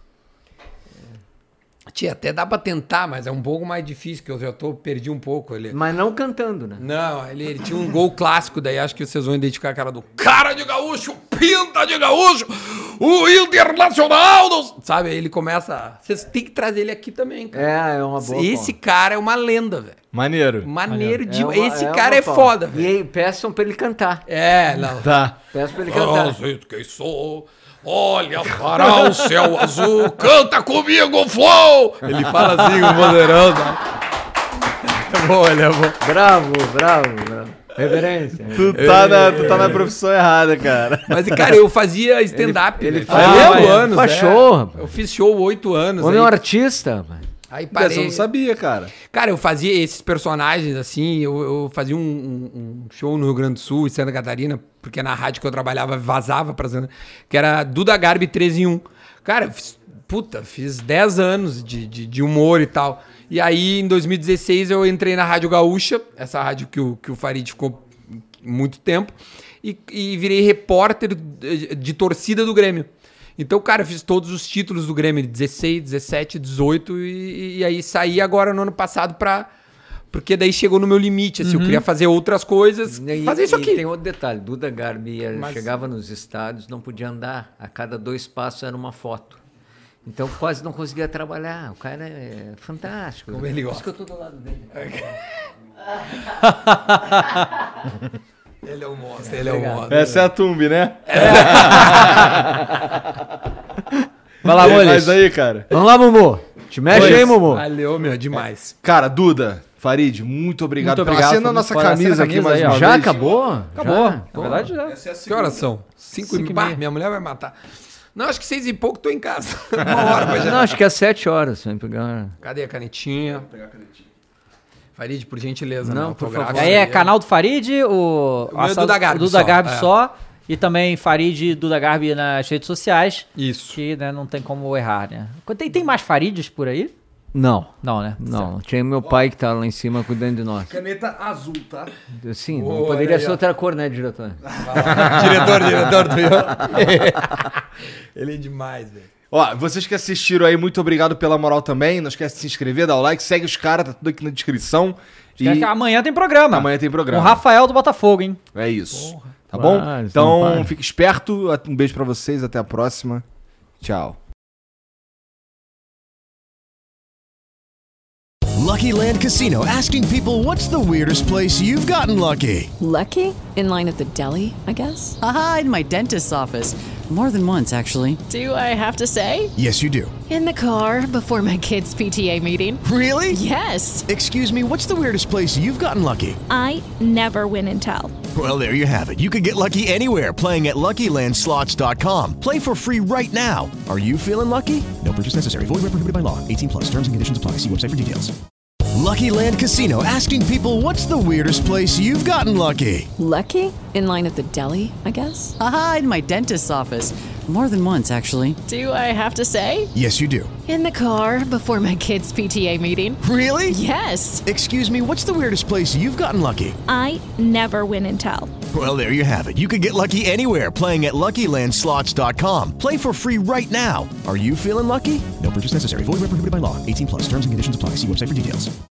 Speaker 6: Tia, até dá pra tentar, mas é um pouco mais difícil, que eu já tô, perdi um pouco. Ele...
Speaker 5: Mas não cantando, né?
Speaker 6: Não, ele, ele tinha um gol clássico, daí acho que vocês vão identificar a cara do cara de gaúcho, pinta de gaúcho, o Internacional, do... sabe? Aí ele começa... Vocês têm que trazer ele aqui também, cara.
Speaker 5: É, é uma boa.
Speaker 6: Esse
Speaker 5: forma.
Speaker 6: cara é uma lenda, velho.
Speaker 3: Maneiro.
Speaker 6: Maneiro de...
Speaker 5: É uma-
Speaker 6: Esse
Speaker 5: é
Speaker 6: cara
Speaker 5: uma
Speaker 6: é
Speaker 5: forma.
Speaker 6: foda,
Speaker 5: E
Speaker 6: velho.
Speaker 5: aí, peçam pra ele cantar.
Speaker 6: É, não.
Speaker 3: Tá.
Speaker 5: Peçam pra ele
Speaker 6: Ah,
Speaker 5: cantar.
Speaker 6: sei quem sou... Olha para o céu azul, canta comigo, Flow! Ele fala assim, o moderão, tá? É bom, ele é bom.
Speaker 5: Bravo, bravo, bravo. Reverência.
Speaker 3: Tu tá, na, tu tá na profissão errada, cara.
Speaker 6: Mas, cara, eu fazia stand-up.
Speaker 5: Ele
Speaker 6: velho.
Speaker 5: faz-
Speaker 6: Fazia
Speaker 5: Ah,
Speaker 6: oito
Speaker 5: é.
Speaker 6: anos,
Speaker 5: Faz
Speaker 6: é.
Speaker 5: show, rapaz.
Speaker 6: Eu fiz show oito anos.
Speaker 5: Homem é um
Speaker 6: aí,
Speaker 5: artista, rapaz.
Speaker 6: aí
Speaker 3: Mas eu
Speaker 6: parei.
Speaker 3: não sabia, cara.
Speaker 6: Cara, eu fazia esses personagens, assim, eu, eu fazia um, um- um show no Rio Grande do Sul, em Santa Catarina, porque na rádio que eu trabalhava vazava pra Santa, que era Duda Garbi três em um. Cara, eu fiz, puta, fiz dez anos de, de, de humor e tal. E aí, em dois mil e dezesseis, eu entrei na Rádio Gaúcha, essa rádio que o, que o Farid ficou muito tempo, e, e virei repórter de, de torcida do Grêmio. Então, cara, eu fiz todos os títulos do Grêmio, dezesseis, dezessete, dezoito, e, e aí saí agora no ano passado pra... Porque daí chegou no meu limite, assim, eu queria fazer outras coisas,
Speaker 5: E,
Speaker 6: fazer isso
Speaker 5: e
Speaker 6: aqui.
Speaker 5: tem outro detalhe, Duda Garbi ia-
Speaker 6: Mas-
Speaker 5: chegava nos estádios, não podia andar, a cada dois passos era uma foto. Então quase não conseguia trabalhar, o cara é fantástico.
Speaker 6: Como ele
Speaker 5: Por
Speaker 6: gosta.
Speaker 5: isso que eu tô do lado dele.
Speaker 6: Ele é um monstro, ele é um monstro.
Speaker 3: Essa é a Tumbi, né?
Speaker 5: Vai lá, Moles.
Speaker 3: Mas aí, cara.
Speaker 5: Vamos lá, Mumu. Te mexe
Speaker 3: Pois.
Speaker 5: aí, Mumu.
Speaker 6: Valeu, meu, demais.
Speaker 3: Cara, Duda, Farid, muito obrigado.
Speaker 4: Muito obrigado,
Speaker 3: Acenda a
Speaker 4: foi
Speaker 3: nossa
Speaker 4: muito foda.
Speaker 3: camisa
Speaker 4: Acenda a
Speaker 3: aqui
Speaker 4: camisa
Speaker 3: mais
Speaker 4: aí,
Speaker 3: uma
Speaker 4: ó.
Speaker 5: Já
Speaker 3: vez.
Speaker 5: acabou?
Speaker 4: Acabou.
Speaker 5: Já?
Speaker 4: Na verdade, já.
Speaker 6: Que horas são? Cinco,
Speaker 4: Cinco
Speaker 6: e
Speaker 4: e
Speaker 6: bah,
Speaker 4: meia.
Speaker 6: minha mulher vai matar. Não, acho que seis e pouco tô em casa. Uma hora pra já.
Speaker 5: Não, acho que é sete horas. Vem pegar.
Speaker 6: Cadê a canetinha? Vou pegar a canetinha. Farid, por gentileza,
Speaker 5: Não,
Speaker 6: né?
Speaker 5: por
Speaker 6: Autográfico.
Speaker 5: favor.
Speaker 4: Aí é canal do Farid, o,
Speaker 6: O meu é Duda Garbi
Speaker 4: o Duda
Speaker 6: só,
Speaker 4: Garbi
Speaker 6: é.
Speaker 4: só, e também Farid Duda Garbi nas redes sociais,
Speaker 6: Isso.
Speaker 4: que né, não tem como errar, né? Tem, tem mais Farides por aí?
Speaker 5: Não.
Speaker 4: Não, né?
Speaker 5: Não, tinha meu pai que tá lá em cima cuidando de nós.
Speaker 7: Caneta azul, tá?
Speaker 5: Sim,
Speaker 6: Ô,
Speaker 5: não
Speaker 6: olha
Speaker 5: poderia
Speaker 6: aí,
Speaker 5: ser
Speaker 6: ó.
Speaker 5: outra cor, né, diretor?
Speaker 6: diretor, diretor, tu viu? Ele é demais, velho.
Speaker 3: Ó, vocês que assistiram aí, muito obrigado pela moral também. Não esquece de se inscrever, dar o like, segue os caras, tá tudo aqui na descrição. E
Speaker 4: E... Amanhã tem programa.
Speaker 3: amanhã tem
Speaker 4: Com
Speaker 3: programa.
Speaker 4: o Rafael do Botafogo, hein?
Speaker 3: É isso. Tá bom?
Speaker 5: Ah, eles não
Speaker 3: Então,
Speaker 5: param.
Speaker 3: fique esperto. Um beijo pra vocês, até a próxima. Tchau.
Speaker 11: Lucky Land Casino, asking people, what's the weirdest place you've gotten lucky?
Speaker 2: Lucky? In line at the deli, I guess?
Speaker 12: Aha, in my dentist's office. More than once, actually.
Speaker 2: Do I have to say?
Speaker 11: Yes, you do.
Speaker 2: In the car before my kids' P T A meeting.
Speaker 11: Really?
Speaker 2: Yes.
Speaker 11: Excuse me, what's the weirdest place you've gotten lucky?
Speaker 13: I never win and tell.
Speaker 11: Well, there you have it. You can get lucky anywhere, playing at Lucky Land Slots dot com. Play for free right now. Are you feeling lucky? No purchase necessary. Void where prohibited by law. eighteen plus. Terms and conditions apply. See website for details. Lucky Land Casino, asking people, what's the weirdest place you've gotten lucky?
Speaker 2: Lucky? In line at the deli, I guess?
Speaker 12: Aha, in my dentist's office. More than once, actually.
Speaker 14: Do I have to say?
Speaker 11: Yes, you do.
Speaker 14: In the car before my kids' P T A meeting.
Speaker 11: Really?
Speaker 14: Yes.
Speaker 11: Excuse me, what's the weirdest place you've gotten lucky?
Speaker 13: I never win and tell.
Speaker 11: Well, there you have it. You can get lucky anywhere, playing at Lucky Land Slots dot com. Play for free right now. Are you feeling lucky? No purchase necessary. Void where prohibited by law. eighteen plus. Terms and conditions apply. See website for details.